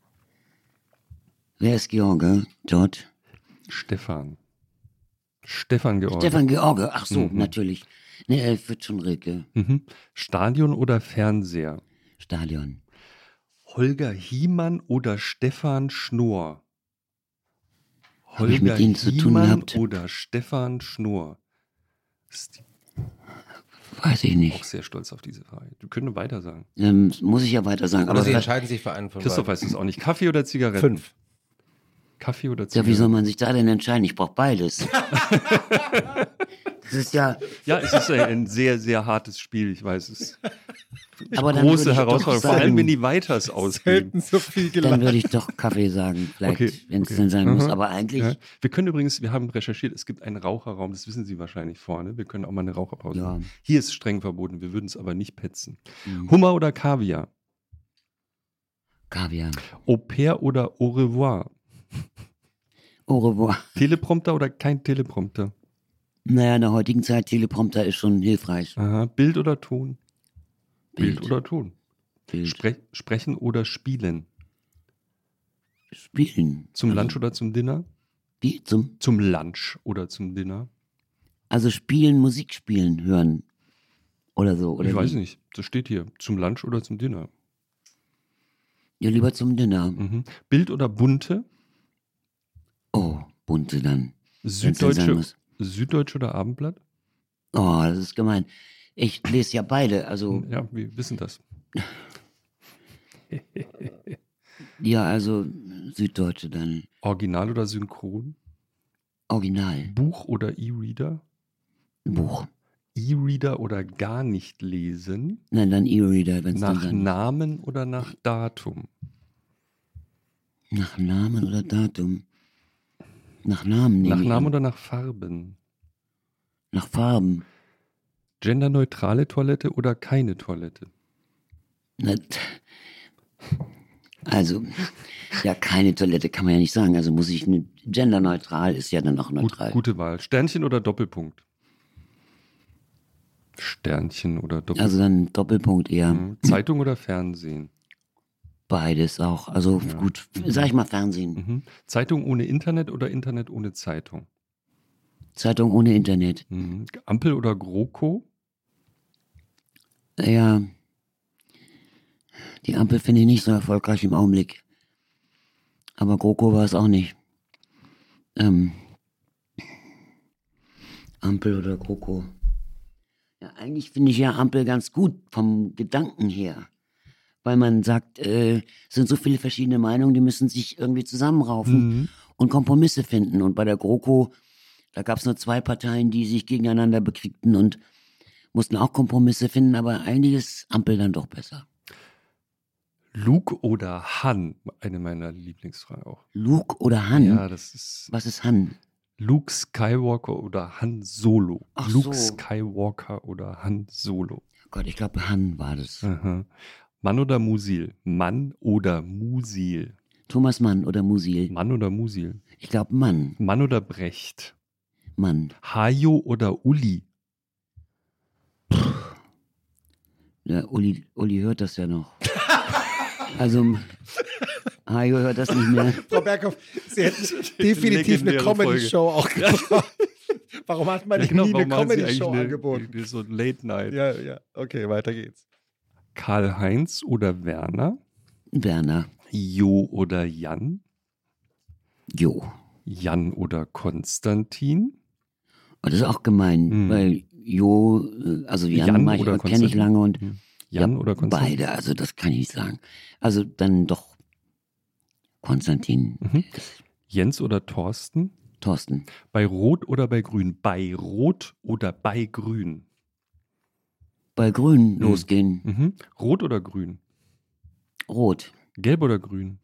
Speaker 3: Wer ist George? George?
Speaker 4: Stefan. Stefan George.
Speaker 3: Stefan George, ach so,
Speaker 4: Mhm.
Speaker 3: natürlich. Nee, er wird schon Rilke.
Speaker 4: Mhm. Stadion oder Fernseher?
Speaker 3: Stadion.
Speaker 4: Holger Hiemann oder Stefan Schnorr?
Speaker 3: Hab ich mit Ihnen zu tun gehabt?
Speaker 4: oder Stefan Schnorr? Das ist die
Speaker 3: Weiß ich
Speaker 4: Auch
Speaker 3: nicht.
Speaker 4: sehr stolz auf diese Frage. Du könntest weiter sagen.
Speaker 3: Ähm, muss ich ja weiter sagen.
Speaker 2: Oder
Speaker 3: Aber
Speaker 2: Sie
Speaker 3: was-
Speaker 2: entscheiden sich für einen von
Speaker 4: Christoph
Speaker 2: beiden.
Speaker 4: weiß es auch nicht. Kaffee oder Zigaretten?
Speaker 2: Fünf.
Speaker 4: Kaffee oder
Speaker 3: ja,
Speaker 4: Zigaretten?
Speaker 3: wie soll man sich da denn entscheiden? Ich brauche beides. Das ist ja,
Speaker 4: Ja, es ist ein sehr, sehr hartes Spiel. Ich weiß es.
Speaker 3: aber dann würde
Speaker 4: Große
Speaker 3: ich doch
Speaker 4: Herausforderung. Vor allem,
Speaker 3: sagen-
Speaker 4: wenn die Weiters ausgeben.
Speaker 2: so viel
Speaker 3: Dann würde ich doch Kaffee sagen, vielleicht,
Speaker 4: Okay,
Speaker 3: wenn es
Speaker 4: okay.
Speaker 3: denn sein muss.
Speaker 4: Aha.
Speaker 3: Aber eigentlich,
Speaker 4: Ja. Wir können übrigens, wir haben recherchiert, es gibt einen Raucherraum, das wissen Sie wahrscheinlich vorne. Wir können auch mal eine Raucherpause
Speaker 3: Ja.
Speaker 4: machen. Hier ist streng verboten, wir würden es aber nicht petzen.
Speaker 3: Mhm.
Speaker 4: Hummer oder Kaviar?
Speaker 3: Kaviar.
Speaker 4: Au pair oder au revoir?
Speaker 3: Au revoir.
Speaker 4: Teleprompter oder kein Teleprompter?
Speaker 3: Naja, in der heutigen Zeit, Teleprompter ist schon hilfreich.
Speaker 4: Aha. Bild oder Ton? Bild,
Speaker 3: Bild.
Speaker 4: oder Ton?
Speaker 3: Bild.
Speaker 4: Spre sprechen oder spielen?
Speaker 3: Spielen.
Speaker 4: Zum
Speaker 3: also,
Speaker 4: Lunch oder zum Dinner?
Speaker 3: Wie? Zum,
Speaker 4: Zum Lunch oder zum Dinner?
Speaker 3: also spielen, Musik spielen, hören. Oder so. Oder
Speaker 4: ich
Speaker 3: wie?
Speaker 4: weiß nicht, das steht hier. Zum Lunch oder zum Dinner?
Speaker 3: Ja, lieber zum Dinner.
Speaker 4: Mhm. Bild oder bunte?
Speaker 3: Oh, bunte dann. wenn's denn sein
Speaker 4: Süddeutsche,
Speaker 3: muss.
Speaker 4: Süddeutsche oder Abendblatt?
Speaker 3: Oh, das ist gemein. Ich lese ja beide. Also,
Speaker 4: Ja, wir wissen das.
Speaker 3: ja, also Süddeutsche dann.
Speaker 4: Original oder Synchron?
Speaker 3: Original.
Speaker 4: Buch oder E-Reader?
Speaker 3: Buch.
Speaker 4: E-Reader oder gar nicht lesen?
Speaker 3: Nein, dann E-Reader, wenn es dann
Speaker 4: Nach
Speaker 3: sein
Speaker 4: Namen oder nach Datum?
Speaker 3: Nach Namen oder Datum? Nach Namen nehme
Speaker 4: Nach
Speaker 3: ich
Speaker 4: Namen
Speaker 3: an.
Speaker 4: oder nach Farben?
Speaker 3: Nach Farben.
Speaker 4: Genderneutrale Toilette oder keine Toilette?
Speaker 3: Na, t- Also, ja, keine Toilette kann man ja nicht sagen. Also muss ich, ne, genderneutral ist ja dann auch
Speaker 4: Gut,
Speaker 3: neutral.
Speaker 4: gute Wahl. Sternchen oder Doppelpunkt? Sternchen oder Doppelpunkt?
Speaker 3: Also dann Doppelpunkt eher.
Speaker 4: Mhm. Zeitung oder Fernsehen?
Speaker 3: Beides auch. Also
Speaker 4: Ja.
Speaker 3: gut, sag ich mal Fernsehen.
Speaker 4: Mhm. Zeitung ohne Internet oder Internet ohne Zeitung?
Speaker 3: Zeitung ohne Internet.
Speaker 4: Mhm. Ampel oder GroKo?
Speaker 3: Ja, die Ampel finde ich nicht so erfolgreich im Augenblick. Aber GroKo war es auch nicht. Ähm, Ampel oder GroKo. Ja, eigentlich finde ich ja Ampel ganz gut vom Gedanken her. Weil man sagt, äh, es sind so viele verschiedene Meinungen, die müssen sich irgendwie zusammenraufen
Speaker 4: Mhm.
Speaker 3: und Kompromisse finden. Und bei der GroKo, da gab es nur zwei Parteien, die sich gegeneinander bekriegten und mussten auch Kompromisse finden, aber eigentlich ist Ampel dann doch besser.
Speaker 4: Luke oder Han? Eine meiner Lieblingsfragen auch.
Speaker 3: Luke oder Han?
Speaker 4: Ja, das ist
Speaker 3: Was ist Han?
Speaker 4: Luke Skywalker oder Han Solo.
Speaker 3: Ach
Speaker 4: Luke
Speaker 3: so.
Speaker 4: Skywalker oder Han Solo.
Speaker 3: Gott, ich glaube, Han war das.
Speaker 4: Aha. Mann oder Musil? Mann oder Musil?
Speaker 3: Thomas Mann oder Musil?
Speaker 4: Mann oder Musil?
Speaker 3: Ich glaube, Mann.
Speaker 4: Mann oder Brecht?
Speaker 3: Mann.
Speaker 4: Hajo oder Uli?
Speaker 3: Der Uli, Uli hört das ja noch. Also, Hajo hört das nicht mehr.
Speaker 2: Frau Berghoff, Sie hätten definitiv eine
Speaker 4: Legendäre
Speaker 2: Comedy-Show auch gebraucht. Warum hat man
Speaker 4: Ja,
Speaker 2: Ihnen
Speaker 4: genau,
Speaker 2: nie eine
Speaker 4: warum machen Sie
Speaker 2: Comedy-Show
Speaker 4: eigentlich
Speaker 2: angeboten?
Speaker 4: eine, so ein Late Night.
Speaker 2: Ja, ja, okay, weiter geht's.
Speaker 4: Karl-Heinz oder Werner?
Speaker 3: Werner.
Speaker 4: Jo oder Jan?
Speaker 3: Jo.
Speaker 4: Jan oder Konstantin?
Speaker 3: Und das ist auch gemein,
Speaker 4: Hm.
Speaker 3: weil Jo, äh, also Jan,
Speaker 4: Jan
Speaker 3: Jan
Speaker 4: oder
Speaker 3: kenne ich
Speaker 4: Konstantin?
Speaker 3: lange und
Speaker 4: Hm. Jan
Speaker 3: ja,
Speaker 4: oder Konstantin?
Speaker 3: beide, also das kann ich nicht sagen. Also dann doch Konstantin,
Speaker 4: Mhm. Jens oder Thorsten?
Speaker 3: Thorsten.
Speaker 4: Bei Rot oder bei Grün? Bei Rot oder bei Grün?
Speaker 3: Bei Grün
Speaker 4: Hm.
Speaker 3: losgehen,
Speaker 4: Mhm. Rot oder Grün?
Speaker 3: Rot,
Speaker 4: Gelb oder Grün?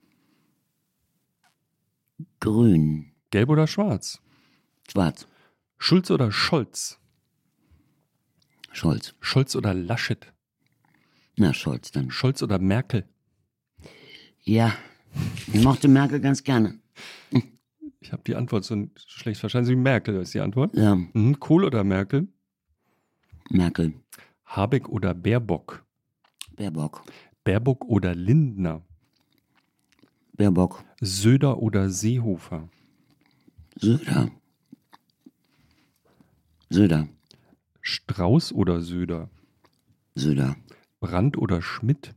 Speaker 3: Grün,
Speaker 4: Gelb oder Schwarz?
Speaker 3: Schwarz,
Speaker 4: Schulz oder Scholz?
Speaker 3: Scholz.
Speaker 4: Scholz oder Laschet?
Speaker 3: Na, Scholz dann.
Speaker 4: Scholz oder Merkel?
Speaker 3: Ja, ich mochte Merkel ganz gerne.
Speaker 4: Ich habe die Antwort so schlecht verstanden. Sie Merkel ist die Antwort.
Speaker 3: Ja,
Speaker 4: Mhm. Kohl oder Merkel?
Speaker 3: Merkel,
Speaker 4: Habeck oder Baerbock?
Speaker 3: Baerbock,
Speaker 4: Baerbock oder Lindner?
Speaker 3: Baerbock,
Speaker 4: Söder oder Seehofer?
Speaker 3: Söder, Söder,
Speaker 4: Strauß oder Söder?
Speaker 3: Söder.
Speaker 4: Brandt oder Schmidt?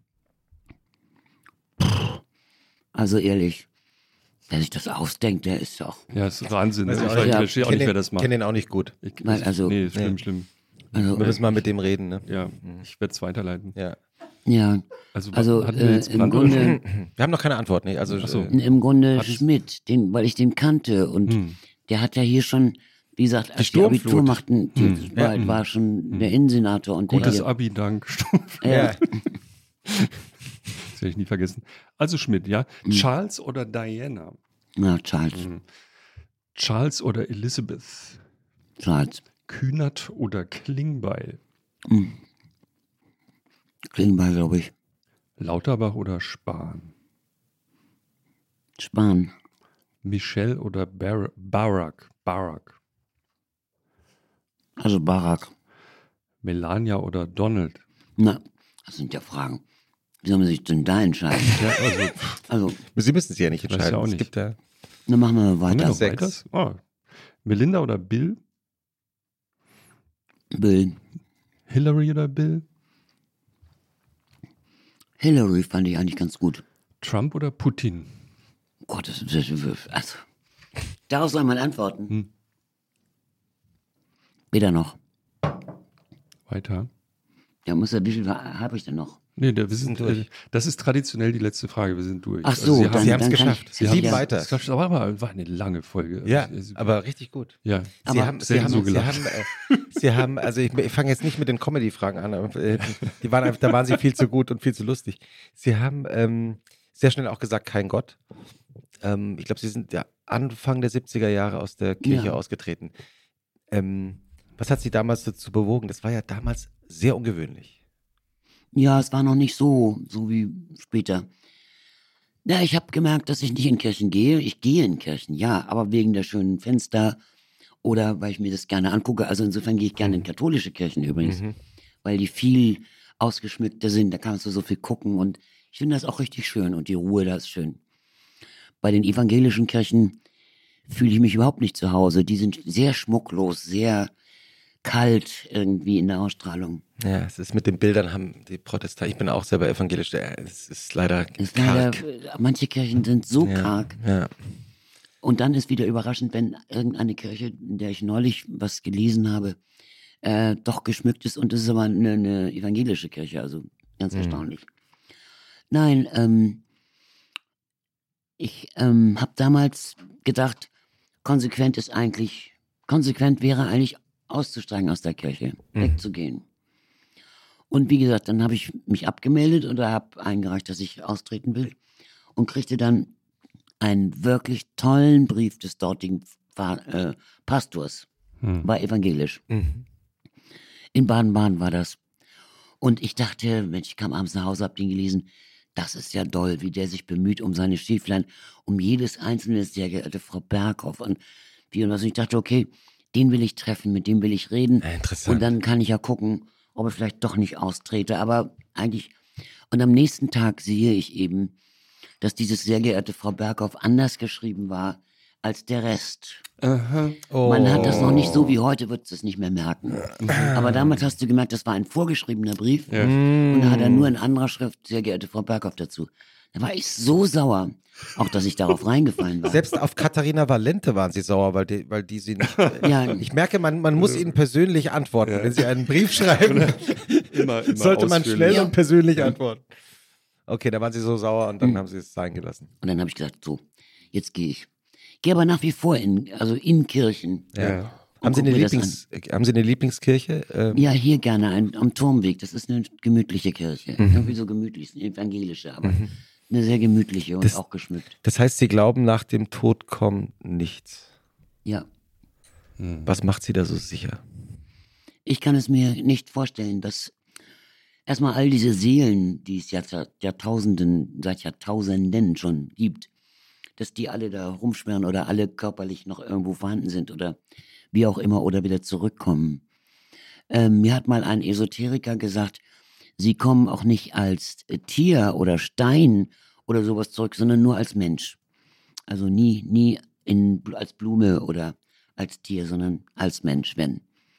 Speaker 3: Also ehrlich, wer sich das ausdenkt, der ist doch.
Speaker 4: Ja, ist Wahnsinn.
Speaker 2: Weiß
Speaker 4: Ich,
Speaker 2: ich auch
Speaker 4: ich
Speaker 2: nicht.
Speaker 3: Ja,
Speaker 4: verstehe auch nicht,
Speaker 2: Kenn
Speaker 4: wer
Speaker 2: den-
Speaker 4: das macht.
Speaker 2: kenn den auch nicht gut.
Speaker 4: Ich,
Speaker 3: Nein,
Speaker 4: ich,
Speaker 3: also-
Speaker 4: nee, schlimm,
Speaker 2: Nee.
Speaker 4: schlimm.
Speaker 3: Also,
Speaker 2: Wir müssen mal mit dem reden, ne?
Speaker 4: Ja, ich werde es weiterleiten.
Speaker 2: Ja.
Speaker 3: ja,
Speaker 4: Also,
Speaker 3: also
Speaker 4: hatten wir
Speaker 3: äh,
Speaker 4: jetzt
Speaker 3: im
Speaker 4: Brand oder
Speaker 3: Grunde,
Speaker 2: Wir haben noch keine Antwort, ne? Also,
Speaker 4: Ach so.
Speaker 2: äh,
Speaker 3: im Grunde
Speaker 4: Hatten's-
Speaker 3: Schmidt, den, weil ich den kannte und
Speaker 4: Hm.
Speaker 3: der hat ja hier schon, wie gesagt, als die,
Speaker 2: Sturmflut.
Speaker 3: Abitur machten, die,
Speaker 4: Hm.
Speaker 3: war,
Speaker 2: Ja.
Speaker 3: war schon der Innensenator und
Speaker 4: Gutes
Speaker 3: der hier,
Speaker 4: Abi, dank.
Speaker 3: ja,
Speaker 2: ja.
Speaker 4: Das werde ich nie vergessen. Also Schmidt, ja. Charles oder Diana?
Speaker 3: na, Charles,
Speaker 4: Mhm. Charles oder Elizabeth?
Speaker 3: Charles,
Speaker 4: Kühnert oder Klingbeil?
Speaker 3: Klingbeil, glaube ich,
Speaker 4: Lauterbach oder Spahn?
Speaker 3: Spahn,
Speaker 4: Michelle oder Bar Barack? Barack.
Speaker 3: also Barack.
Speaker 4: Melania oder Donald?
Speaker 3: Na, das sind ja Fragen. Wie soll man sich denn da entscheiden?
Speaker 4: Ja, also,
Speaker 3: Also,
Speaker 2: Sie müssen sich ja nicht
Speaker 4: Weiß ja
Speaker 2: entscheiden.
Speaker 4: auch
Speaker 2: Es
Speaker 4: nicht.
Speaker 2: gibt ja
Speaker 3: dann machen wir mal
Speaker 4: haben wir
Speaker 3: weiter.
Speaker 4: noch
Speaker 2: Sechs.
Speaker 4: weiters? Oh. Melinda oder Bill?
Speaker 3: Bill.
Speaker 4: Hillary oder Bill?
Speaker 3: Hillary fand ich eigentlich ganz gut.
Speaker 4: Trump oder Putin?
Speaker 3: Gott, das ist, also, darauf soll man antworten.
Speaker 4: Hm.
Speaker 3: Weder noch.
Speaker 4: Weiter.
Speaker 3: Ja, muss ja, wie viel habe ich denn noch?
Speaker 4: Nee, der, wir sind,
Speaker 2: Sind durch.
Speaker 4: äh, das ist traditionell die letzte Frage. Wir sind durch.
Speaker 3: Ach so,
Speaker 4: Sie
Speaker 3: dann,
Speaker 4: haben,
Speaker 2: Sie haben es
Speaker 3: dann kann
Speaker 2: geschafft.
Speaker 3: ich,
Speaker 2: Sie
Speaker 3: ja,
Speaker 2: sieben
Speaker 3: ja.
Speaker 2: weiter.
Speaker 4: das war aber war eine lange Folge.
Speaker 2: Ja,
Speaker 4: Also,
Speaker 2: aber richtig gut.
Speaker 4: ja.
Speaker 2: Sie
Speaker 3: Aber
Speaker 2: haben, Sie
Speaker 4: selten
Speaker 2: haben,
Speaker 4: so
Speaker 2: Sie
Speaker 4: gelacht.
Speaker 2: haben, äh, Sie haben, also ich, ich fange jetzt nicht mit den Comedy-Fragen an, aber, äh, die waren einfach, da waren Sie viel zu gut und viel zu lustig. Sie haben ähm, sehr schnell auch gesagt, kein Gott. Ähm, ich glaube, Sie sind ja Anfang der siebziger Jahre aus der Kirche
Speaker 3: Ja.
Speaker 2: ausgetreten. Ähm, was hat Sie damals dazu bewogen? Das war ja damals sehr ungewöhnlich.
Speaker 3: Ja, es war noch nicht so, so wie später. Ja, ich habe gemerkt, dass ich nicht in Kirchen gehe. Ich gehe in Kirchen, ja, aber wegen der schönen Fenster oder weil ich mir das gerne angucke. Also insofern gehe ich gerne in katholische Kirchen übrigens,
Speaker 2: Mhm.
Speaker 3: weil die viel ausgeschmückter sind. Da kannst du so viel gucken und ich finde das auch richtig schön und die Ruhe da ist schön. Bei den evangelischen Kirchen fühle ich mich überhaupt nicht zu Hause. Die sind sehr schmucklos, sehr kalt irgendwie in der Ausstrahlung.
Speaker 2: Ja, es ist mit den Bildern haben die Protestanten, ich bin auch selber evangelisch, äh, es ist leider
Speaker 3: Ist leider,
Speaker 2: karg.
Speaker 3: manche Kirchen sind so
Speaker 2: Ja,
Speaker 3: karg.
Speaker 2: ja.
Speaker 3: Und dann ist wieder überraschend, wenn irgendeine Kirche, in der ich neulich was gelesen habe, äh, doch geschmückt ist und es ist aber eine, eine evangelische Kirche, also ganz
Speaker 2: Mhm.
Speaker 3: erstaunlich. Nein, ähm, ich ähm, habe damals gedacht, konsequent ist eigentlich, konsequent wäre eigentlich auszusteigen aus der Kirche,
Speaker 2: Mhm.
Speaker 3: wegzugehen. Und wie gesagt, dann habe ich mich abgemeldet oder habe eingereicht, dass ich austreten will und kriegte dann einen wirklich tollen Brief des dortigen Pfarr- äh, Pastors,
Speaker 4: Hm.
Speaker 3: war evangelisch.
Speaker 2: Mhm.
Speaker 3: In Baden-Baden war das. Und ich dachte, Mensch, ich kam abends nach Hause, hab den gelesen, das ist ja doll, wie der sich bemüht um seine Stieflein, um jedes einzelne, sehr geehrte Frau Berghoff und wie und was. Und ich dachte, okay, den will ich treffen, mit dem will ich reden.
Speaker 2: Ja, interessant.
Speaker 3: Und dann kann ich ja gucken, ob ich vielleicht doch nicht austrete. Aber eigentlich, und am nächsten Tag sehe ich eben, dass dieses sehr geehrte Frau Berghoff anders geschrieben war als der Rest.
Speaker 4: Aha.
Speaker 2: Oh.
Speaker 3: Man hat das noch nicht so wie heute, wird es nicht mehr merken. Aber damals hast du gemerkt, das war ein vorgeschriebener Brief.
Speaker 4: Ja.
Speaker 3: Und da hat er nur in anderer Schrift, sehr geehrte Frau Berghoff dazu. Da war ich so sauer, auch dass ich darauf reingefallen war.
Speaker 2: Selbst auf Katharina Valente waren sie sauer, weil die, weil die sie nicht.
Speaker 3: Ja.
Speaker 2: Ich merke, man, man muss ihnen persönlich antworten.
Speaker 4: Ja.
Speaker 2: Wenn sie einen Brief schreiben,
Speaker 4: Immer, immer
Speaker 2: sollte man
Speaker 4: ausführlich.
Speaker 2: schnell
Speaker 3: Ja.
Speaker 2: und persönlich antworten. Okay, da waren sie so sauer und dann haben sie es sein gelassen.
Speaker 3: Und dann habe ich gesagt, so, jetzt gehe ich. Gehe aber nach wie vor in, also in Kirchen.
Speaker 2: Ja.
Speaker 3: Und
Speaker 2: Haben Sie,
Speaker 3: guck
Speaker 2: eine
Speaker 3: mir das
Speaker 2: Lieblings, haben sie eine Lieblingskirche? Ähm,
Speaker 3: Ja, hier gerne, ein, am Turmweg. Das ist eine gemütliche Kirche. Irgendwie so gemütlich, eine evangelische, aber eine sehr gemütliche und
Speaker 2: Das-
Speaker 3: auch geschmückt.
Speaker 2: Das heißt, Sie glauben, nach dem Tod kommt nichts.
Speaker 3: Ja.
Speaker 2: Was macht Sie da so sicher?
Speaker 3: Ich kann es mir nicht vorstellen, dass erstmal all diese Seelen, die es ja seit Jahrtausenden, seit Jahrtausenden schon gibt, dass die alle da rumschwirren oder alle körperlich noch irgendwo vorhanden sind oder wie auch immer oder wieder zurückkommen. Ähm, mir hat mal ein Esoteriker gesagt, sie kommen auch nicht als äh, Tier oder Stein oder sowas zurück, sondern nur als Mensch. Also nie, nie in, als Blume oder als Tier, sondern als Mensch, wenn.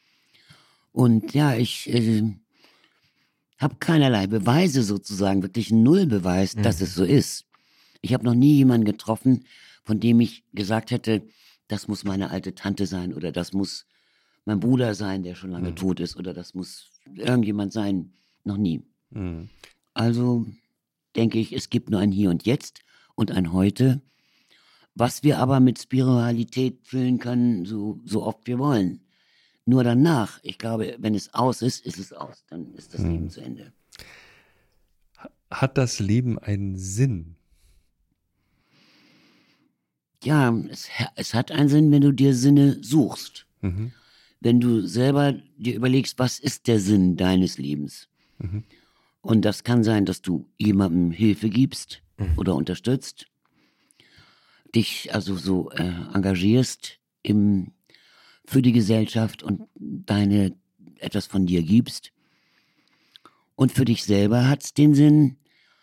Speaker 3: Und ja, ich äh, habe keinerlei Beweise sozusagen, wirklich null Beweis, dass es so ist. Ich habe noch nie jemanden getroffen, von dem ich gesagt hätte, das muss meine alte Tante sein oder das muss mein Bruder sein, der schon lange mhm. tot ist, oder das muss irgendjemand sein, noch nie. Mhm. Also denke ich, es gibt nur ein Hier und Jetzt und ein Heute, was wir aber mit Spiritualität füllen können, so, so oft wir wollen. Nur danach, ich glaube, wenn es aus ist, ist es aus, dann ist das mhm. Leben zu Ende.
Speaker 4: Hat das Leben einen Sinn?
Speaker 3: Ja, es, es hat einen Sinn, wenn du dir Sinne suchst. Mhm. Wenn du selber dir überlegst, was ist der Sinn deines Lebens? Mhm. Und das kann sein, dass du jemandem Hilfe gibst mhm. oder unterstützt, dich also so äh, engagierst im, für die Gesellschaft und deine etwas von dir gibst. Und für dich selber hat es den Sinn,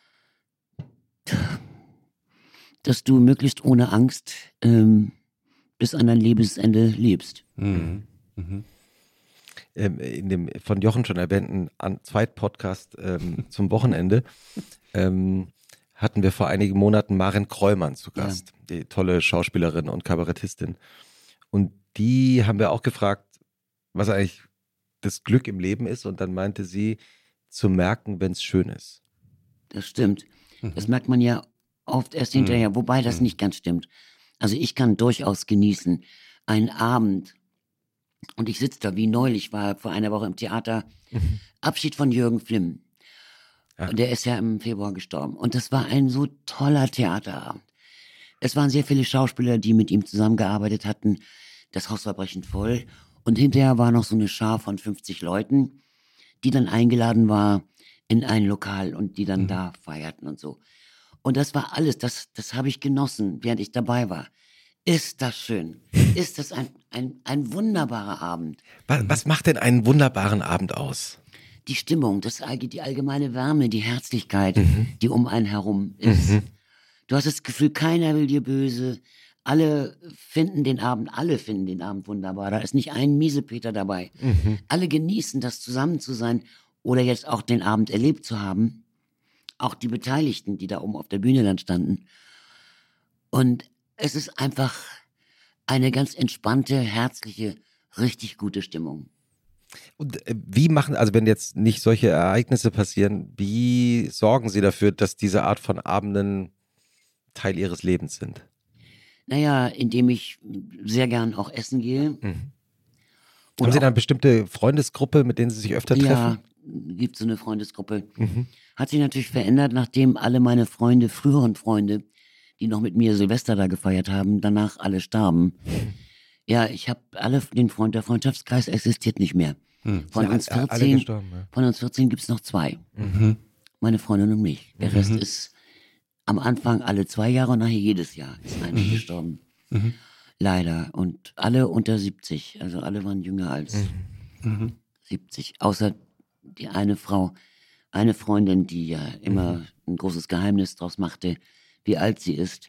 Speaker 3: dass du möglichst ohne Angst ähm, bis an dein Lebensende lebst.
Speaker 2: Mhm. Mhm. Ähm, in dem von Jochen schon erwähnten Zweitpodcast ähm, zum Wochenende ähm, hatten wir vor einigen Monaten Maren Kräumann zu Gast, ja. Die tolle Schauspielerin und Kabarettistin. Und die haben wir auch gefragt, was eigentlich das Glück im Leben ist. Und dann meinte sie, zu merken, wenn es schön ist.
Speaker 3: Das stimmt. Mhm. Das merkt man ja oft erst hinterher, mhm. wobei das mhm. nicht ganz stimmt. Also ich kann durchaus genießen, einen Abend, und ich sitze da, wie neulich war vor einer Woche im Theater, mhm. Abschied von Jürgen Flimm. Ja. Der ist ja im Februar gestorben. Und das war ein so toller Theaterabend. Es waren sehr viele Schauspieler, die mit ihm zusammengearbeitet hatten. Das Haus war brechend voll. Und hinterher war noch so eine Schar von fünfzig Leuten, die dann eingeladen war in ein Lokal und die dann mhm. da feierten und so. Und das war alles, das, das habe ich genossen, während ich dabei war. Ist das schön? Ist das ein, ein, ein wunderbarer Abend?
Speaker 2: Was, was macht denn einen wunderbaren Abend aus?
Speaker 3: Die Stimmung, das, die allgemeine Wärme, die Herzlichkeit, mhm. die um einen herum ist. Mhm. Du hast das Gefühl, keiner will dir böse. Alle finden den Abend, alle finden den Abend wunderbar. Da ist nicht ein Miesepeter dabei. Mhm. Alle genießen das, zusammen zu sein oder jetzt auch den Abend erlebt zu haben. Auch die Beteiligten, die da oben auf der Bühne dann standen. Und es ist einfach eine ganz entspannte, herzliche, richtig gute Stimmung.
Speaker 2: Und wie machen, also wenn jetzt nicht solche Ereignisse passieren, wie sorgen Sie dafür, dass diese Art von Abenden Teil Ihres Lebens sind?
Speaker 3: Naja, indem ich sehr gern auch essen gehe.
Speaker 2: Mhm. Haben Sie da eine bestimmte Freundesgruppe, mit denen Sie sich öfter treffen?
Speaker 3: Ja, gibt so eine Freundesgruppe. Mhm. Hat sich natürlich verändert, nachdem alle meine Freunde, früheren Freunde, die noch mit mir Silvester da gefeiert haben, danach alle starben. Ja, ich habe alle, den Freund, der Freundschaftskreis existiert nicht mehr. Hm. Von, uns vierzehn, ja. von uns vierzehn gibt es noch zwei. Mhm. Meine Freundin und mich. Der mhm. Rest ist am Anfang alle zwei Jahre und nachher jedes Jahr ist einer mhm. gestorben. Mhm. Leider. Und alle unter siebzig. Also alle waren jünger als mhm. siebzig. Außer die eine Frau, eine Freundin, die ja immer mhm. ein großes Geheimnis draus machte, wie alt sie ist.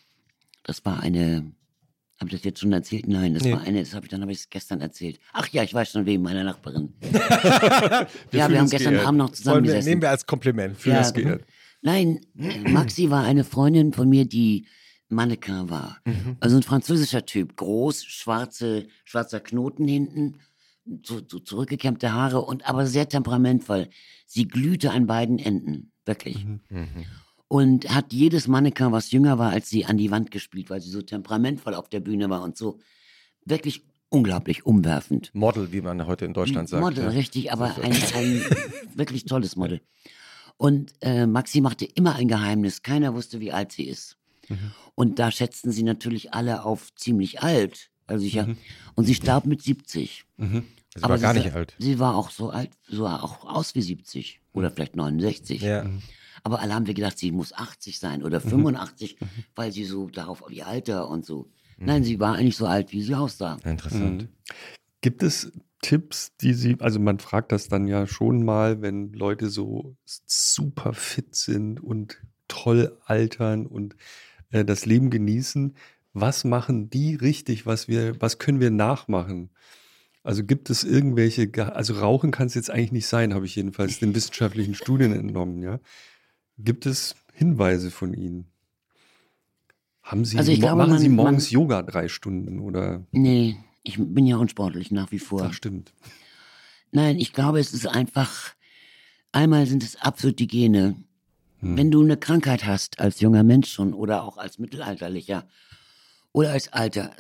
Speaker 3: Das war eine... Habe ich das jetzt schon erzählt? Nein, das nee. war eine, das habe ich, dann habe ich es gestern erzählt. Ach ja, ich weiß schon wegen meiner Nachbarin. wir ja, wir haben gestern geehrt. Abend noch zusammengesessen.
Speaker 2: Nehmen wir als Kompliment. Für
Speaker 3: ja,
Speaker 2: das geehrt.
Speaker 3: Nein, Maxi war eine Freundin von mir, die Mannequin war. Mhm. Also ein französischer Typ. Groß, schwarze, schwarzer Knoten hinten, so, so zurückgekämmte Haare und aber sehr temperamentvoll. Sie glühte an beiden Enden. Wirklich. Mhm. Mhm. Und hat jedes Mannequin, was jünger war als sie, an die Wand gespielt, weil sie so temperamentvoll auf der Bühne war und so wirklich unglaublich umwerfend.
Speaker 2: Model, wie man heute in Deutschland sagt.
Speaker 3: Model, ja. Richtig, aber ein, ein wirklich tolles Model. Und äh, Maxi machte immer ein Geheimnis. Keiner wusste, wie alt sie ist. Mhm. Und da schätzten sie natürlich alle auf ziemlich alt. Also ich, mhm. Und sie starb mit siebzig.
Speaker 2: Mhm. Sie aber war gar
Speaker 3: sie,
Speaker 2: nicht alt.
Speaker 3: Sie war auch so alt, so auch aus wie siebzig. Oder vielleicht neunundsechzig.
Speaker 2: Ja. Mhm.
Speaker 3: Aber alle haben wir gedacht, sie muss achtzig sein oder fünfundachtzig, mhm. weil sie so darauf auf ihr Alter und so. Mhm. Nein, sie war eigentlich so alt, wie sie aussah.
Speaker 2: Interessant. Mhm.
Speaker 4: Gibt es Tipps, die Sie, also man fragt das dann ja schon mal, wenn Leute so super fit sind und toll altern und äh, das Leben genießen, was machen die richtig, was wir, was können wir nachmachen? Also gibt es irgendwelche, also Rauchen kann es jetzt eigentlich nicht sein, habe ich jedenfalls den wissenschaftlichen Studien entnommen, ja. Gibt es Hinweise von Ihnen? Haben Sie,
Speaker 3: also ich glaube,
Speaker 4: machen
Speaker 3: man,
Speaker 4: Sie morgens
Speaker 3: man,
Speaker 4: Yoga drei Stunden oder?
Speaker 3: Nee, Ich bin ja unsportlich nach wie vor.
Speaker 4: Das stimmt.
Speaker 3: Nein, ich glaube, es ist einfach, einmal sind es absolut die Gene.
Speaker 4: Hm.
Speaker 3: Wenn du eine Krankheit hast, als junger Mensch schon oder auch als Mittelalterlicher oder als Alter,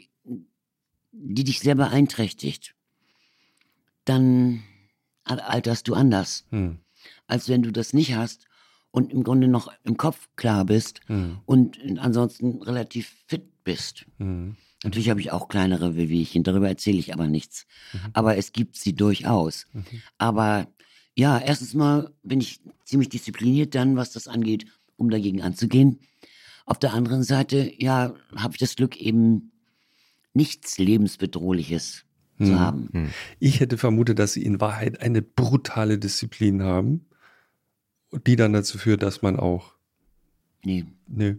Speaker 3: die dich sehr beeinträchtigt, dann alterst du anders,
Speaker 4: Hm.
Speaker 3: als wenn du das nicht hast und im Grunde noch im Kopf klar bist
Speaker 4: Hm.
Speaker 3: und ansonsten relativ fit bist.
Speaker 4: Hm.
Speaker 3: Natürlich habe ich auch kleinere Wehwehchen, darüber erzähle ich aber nichts. Mhm. Aber es gibt sie durchaus. Mhm. Aber ja, erstens mal bin ich ziemlich diszipliniert dann, was das angeht, um dagegen anzugehen. Auf der anderen Seite, ja, habe ich das Glück, eben nichts Lebensbedrohliches mhm. zu haben.
Speaker 4: Mhm. Ich hätte vermutet, dass Sie in Wahrheit eine brutale Disziplin haben, die dann dazu führt, dass man auch...
Speaker 3: Nee.
Speaker 4: Nee.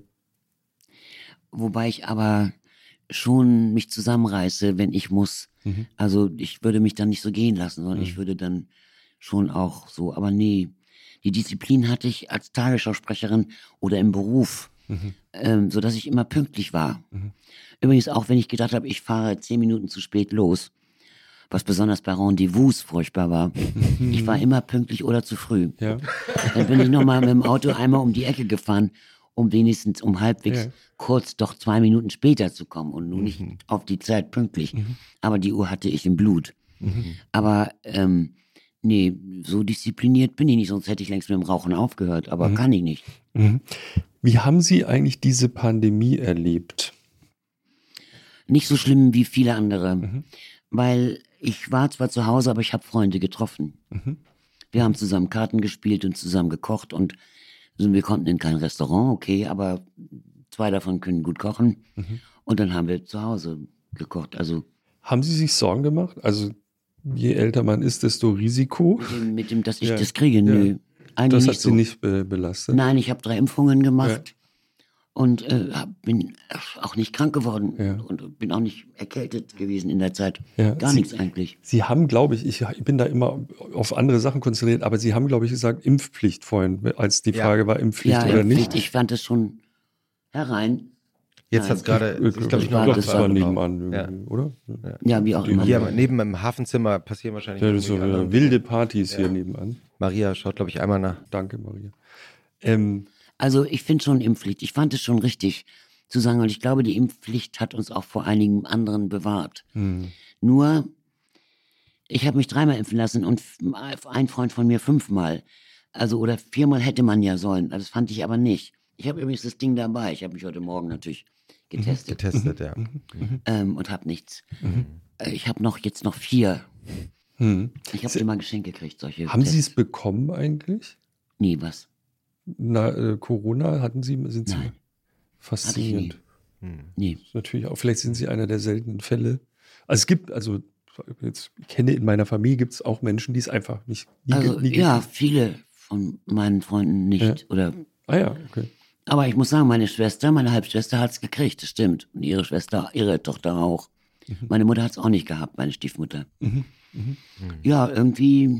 Speaker 3: Wobei ich aber schon mich zusammenreiße, wenn ich muss. Mhm. Also ich würde mich dann nicht so gehen lassen, sondern mhm. ich würde dann schon auch so, aber nee, die Disziplin hatte ich als Tagesschausprecherin oder im Beruf, mhm. ähm, sodass ich immer pünktlich war. Mhm. Übrigens auch, wenn ich gedacht habe, ich fahre zehn Minuten zu spät los, was besonders bei Rendezvous furchtbar war. Mhm. Ich war immer pünktlich oder zu früh.
Speaker 4: Ja.
Speaker 3: Dann bin ich nochmal mit dem Auto einmal um die Ecke gefahren, um wenigstens um halbwegs ja. kurz doch zwei Minuten später zu kommen und nun nicht mhm. auf die Zeit pünktlich. Mhm. Aber die Uhr hatte ich im Blut. Mhm. Aber ähm, nee, so diszipliniert bin ich nicht, sonst hätte ich längst mit dem Rauchen aufgehört, aber mhm. kann ich nicht.
Speaker 4: Mhm. Wie haben Sie eigentlich diese Pandemie erlebt?
Speaker 3: Nicht so schlimm wie viele andere, mhm. weil ich war zwar zu Hause, aber ich habe Freunde getroffen. Mhm. Wir haben zusammen Karten gespielt und zusammen gekocht und also wir konnten in kein Restaurant, okay, aber zwei davon können gut kochen. Mhm. Und dann haben wir zu Hause gekocht. Also
Speaker 4: haben Sie sich Sorgen gemacht? Also je älter man ist, desto Risiko?
Speaker 3: Mit dem, mit dem dass ich ja. das kriege, nö.
Speaker 4: Ja.
Speaker 3: Eigentlich
Speaker 4: das hat
Speaker 3: nicht
Speaker 4: Sie
Speaker 3: so.
Speaker 4: nicht be- belastet?
Speaker 3: Nein, ich habe drei Impfungen gemacht ja. und äh, bin auch nicht krank geworden ja. und bin auch nicht erkältet gewesen in der Zeit. Ja. Gar Sie, nichts eigentlich.
Speaker 4: Sie haben, glaube ich, ich bin da immer auf andere Sachen konzentriert, aber Sie haben, glaube ich, gesagt Impfpflicht vorhin, als die Frage ja. war Impfpflicht
Speaker 3: ja,
Speaker 4: oder
Speaker 3: Impfpflicht.
Speaker 4: nicht.
Speaker 3: Ich fand es schon herein.
Speaker 2: Jetzt hat es gerade, ich, ich glaube, ich
Speaker 4: noch
Speaker 2: noch
Speaker 4: das war nebenan, ja. oder?
Speaker 3: Ja. ja, wie auch immer.
Speaker 2: Hier neben im Hafenzimmer passieren wahrscheinlich
Speaker 4: ja, das so wilde Partys ja. hier nebenan.
Speaker 2: Maria schaut, glaube ich, einmal nach.
Speaker 4: Danke, Maria. Ähm,
Speaker 3: also ich finde schon Impfpflicht. Ich fand es schon richtig zu sagen, und ich glaube, die Impfpflicht hat uns auch vor einigen anderen bewahrt. Hm. Nur, ich habe mich dreimal impfen lassen und ein Freund von mir fünfmal. Also oder viermal hätte man ja sollen. Das fand ich aber nicht. Ich habe übrigens das Ding dabei. Ich habe mich heute Morgen natürlich getestet.
Speaker 2: Getestet, ja.
Speaker 3: Ähm, und habe nichts. Mhm. Äh, ich habe noch jetzt noch vier. Mhm. Ich habe immer Geschenke gekriegt, solche
Speaker 4: Haben
Speaker 3: Tests.
Speaker 4: Sie es bekommen eigentlich?
Speaker 3: Nee, was?
Speaker 4: Na, äh, Corona hatten Sie, sind Sie
Speaker 3: Nein.
Speaker 4: faszinierend.
Speaker 3: Hm. Nee.
Speaker 4: Natürlich auch, vielleicht sind Sie einer der seltenen Fälle. Also es gibt, also jetzt, ich kenne in meiner Familie gibt es auch Menschen, die es einfach nicht. Nie,
Speaker 3: also
Speaker 4: nie
Speaker 3: ja, viele von meinen Freunden nicht.
Speaker 4: Ja.
Speaker 3: Oder
Speaker 4: ah ja, okay.
Speaker 3: Aber ich muss sagen, meine Schwester, meine Halbschwester hat es gekriegt, das stimmt. Und ihre Schwester, ihre Tochter auch. Mhm. Meine Mutter hat es auch nicht gehabt, meine Stiefmutter. Mhm. Mhm. Ja, irgendwie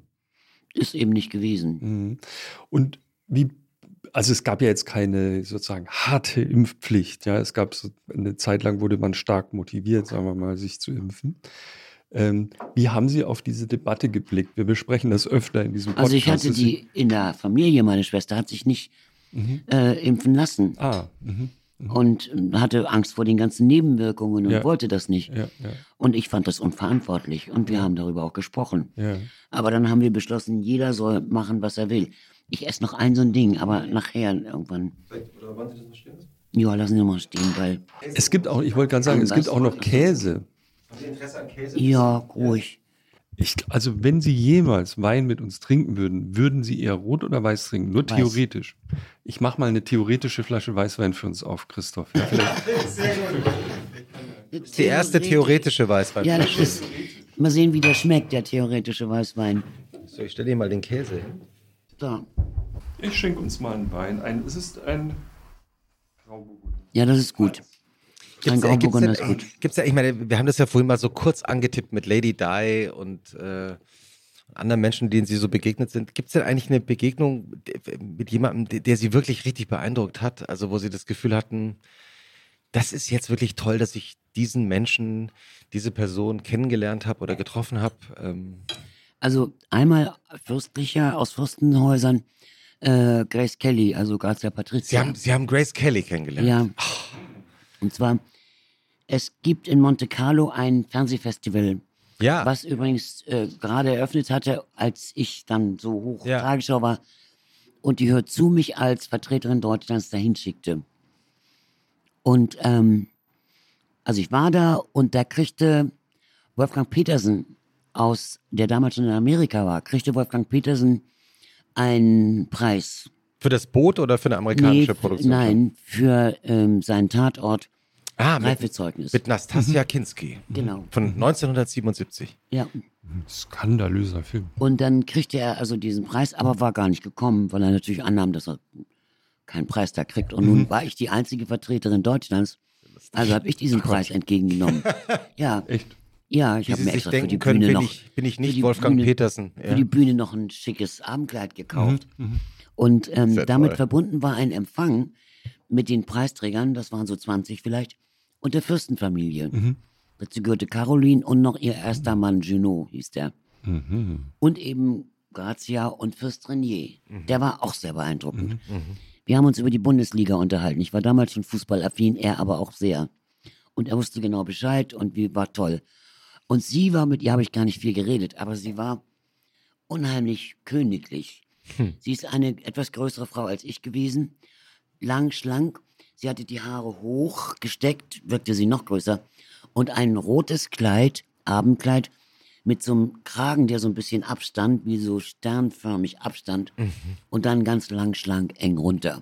Speaker 3: ist eben nicht gewesen.
Speaker 4: Mhm. Und wie, also es gab ja jetzt keine sozusagen harte Impfpflicht. Ja, es gab so eine Zeit lang, wurde man stark motiviert, sagen wir mal, sich zu impfen. Ähm, wie haben Sie auf diese Debatte geblickt? Wir besprechen das öfter in diesem Podcast.
Speaker 3: Also ich hatte die in der Familie, meine Schwester hat sich nicht Mhm. Äh, impfen lassen.
Speaker 4: Ah, mhm, mhm.
Speaker 3: Und hatte Angst vor den ganzen Nebenwirkungen und
Speaker 4: ja.
Speaker 3: wollte das nicht.
Speaker 4: Ja, ja.
Speaker 3: Und ich fand das unverantwortlich und wir haben darüber auch gesprochen.
Speaker 4: Ja.
Speaker 3: Aber dann haben wir beschlossen, jeder soll machen, was er will. Ich esse noch ein so ein Ding, aber nachher irgendwann. Oder wollen Sie das mal stehen? Ja, lassen Sie mal stehen, weil...
Speaker 4: Es gibt auch, ich wollte gerade sagen, es gibt auch noch Käse.
Speaker 2: Haben Sie Interesse an Käse?
Speaker 3: Ja, ruhig.
Speaker 4: Ich, also wenn Sie jemals Wein mit uns trinken würden, würden Sie eher rot oder weiß trinken? Nur weiß. Theoretisch. Ich mache mal eine theoretische Flasche Weißwein für uns auf, Christoph. Ja,
Speaker 2: Sehr gut. Das ist die erste theoretische Weißwein.
Speaker 3: Ja, das ist. Mal sehen, wie der schmeckt, der theoretische Weißwein.
Speaker 2: So, ich stelle dir mal den Käse hin.
Speaker 3: So.
Speaker 4: Ich schenke uns mal einen Wein ein. Es ist ein Grauburgunder.
Speaker 3: Ja, das ist gut.
Speaker 2: Gibt's, äh, gibt's, denn, äh, gibt's ja, ich meine, wir haben das ja vorhin mal so kurz angetippt mit Lady Di und äh, anderen Menschen, denen Sie so begegnet sind. Gibt es denn eigentlich eine Begegnung mit jemandem, der, der Sie wirklich richtig beeindruckt hat? Also wo Sie das Gefühl hatten, das ist jetzt wirklich toll, dass ich diesen Menschen, diese Person kennengelernt habe oder getroffen habe? Ähm
Speaker 3: Also einmal fürstlicher aus Fürstenhäusern, äh, Grace Kelly, also Grazia Patricia.
Speaker 2: Sie haben, Sie haben Grace Kelly kennengelernt?
Speaker 3: Ja. Und zwar, es gibt in Monte Carlo ein Fernsehfestival,
Speaker 2: ja.
Speaker 3: was übrigens äh, gerade eröffnet hatte, als ich dann so hoch
Speaker 2: ja.
Speaker 3: Tagesschau war und die Hört zu mich als Vertreterin Deutschlands dahin schickte. Und ähm, also ich war da und da kriegte Wolfgang Petersen aus, der damals schon in Amerika war, kriegte Wolfgang Petersen einen Preis.
Speaker 2: Für das Boot oder für eine amerikanische
Speaker 3: nee,
Speaker 2: Produktion?
Speaker 3: Nein, für ähm, seinen Tatort
Speaker 2: ah,
Speaker 3: Reifezeugnis.
Speaker 2: Mit, mit Nastassja mhm. Kinski.
Speaker 3: Genau.
Speaker 2: Von neunzehnhundertsiebenundsiebzig.
Speaker 3: Ja.
Speaker 4: Skandalöser Film.
Speaker 3: Und dann kriegte er also diesen Preis, aber war gar nicht gekommen, weil er natürlich annahm, dass er keinen Preis da kriegt. Und nun war ich die einzige Vertreterin Deutschlands, also habe ich diesen Preis entgegengenommen. Ja.
Speaker 4: Echt?
Speaker 3: Ja, ich habe mir extra für die
Speaker 2: können,
Speaker 3: Bühne
Speaker 2: bin
Speaker 3: noch,
Speaker 2: ich, bin ich nicht Wolfgang
Speaker 3: Bühne,
Speaker 2: Petersen. Ja.
Speaker 3: Für die Bühne noch ein schickes Abendkleid gekauft. Mhm, und ähm, damit toll. Verbunden war ein Empfang mit den Preisträgern, das waren so zwanzig vielleicht, und der Fürstenfamilie. Mhm. Dazu gehörte Caroline und noch ihr erster Mann Junot, hieß der. Mhm. Und eben Grazia und Fürst Renier. Mhm. Der war auch sehr beeindruckend. Mhm. Wir haben uns über die Bundesliga unterhalten. Ich war damals schon fußballaffin, er aber auch sehr. Und er wusste genau Bescheid und wie war toll. Und sie war, mit ihr habe ich gar nicht viel geredet, aber sie war unheimlich königlich. Hm. Sie ist eine etwas größere Frau als ich gewesen, lang, schlank. Sie hatte die Haare hoch gesteckt, wirkte sie noch größer. Und ein rotes Kleid, Abendkleid, mit so einem Kragen, der so ein bisschen abstand, wie so sternförmig abstand. Mhm. Und dann ganz lang, schlank, eng runter.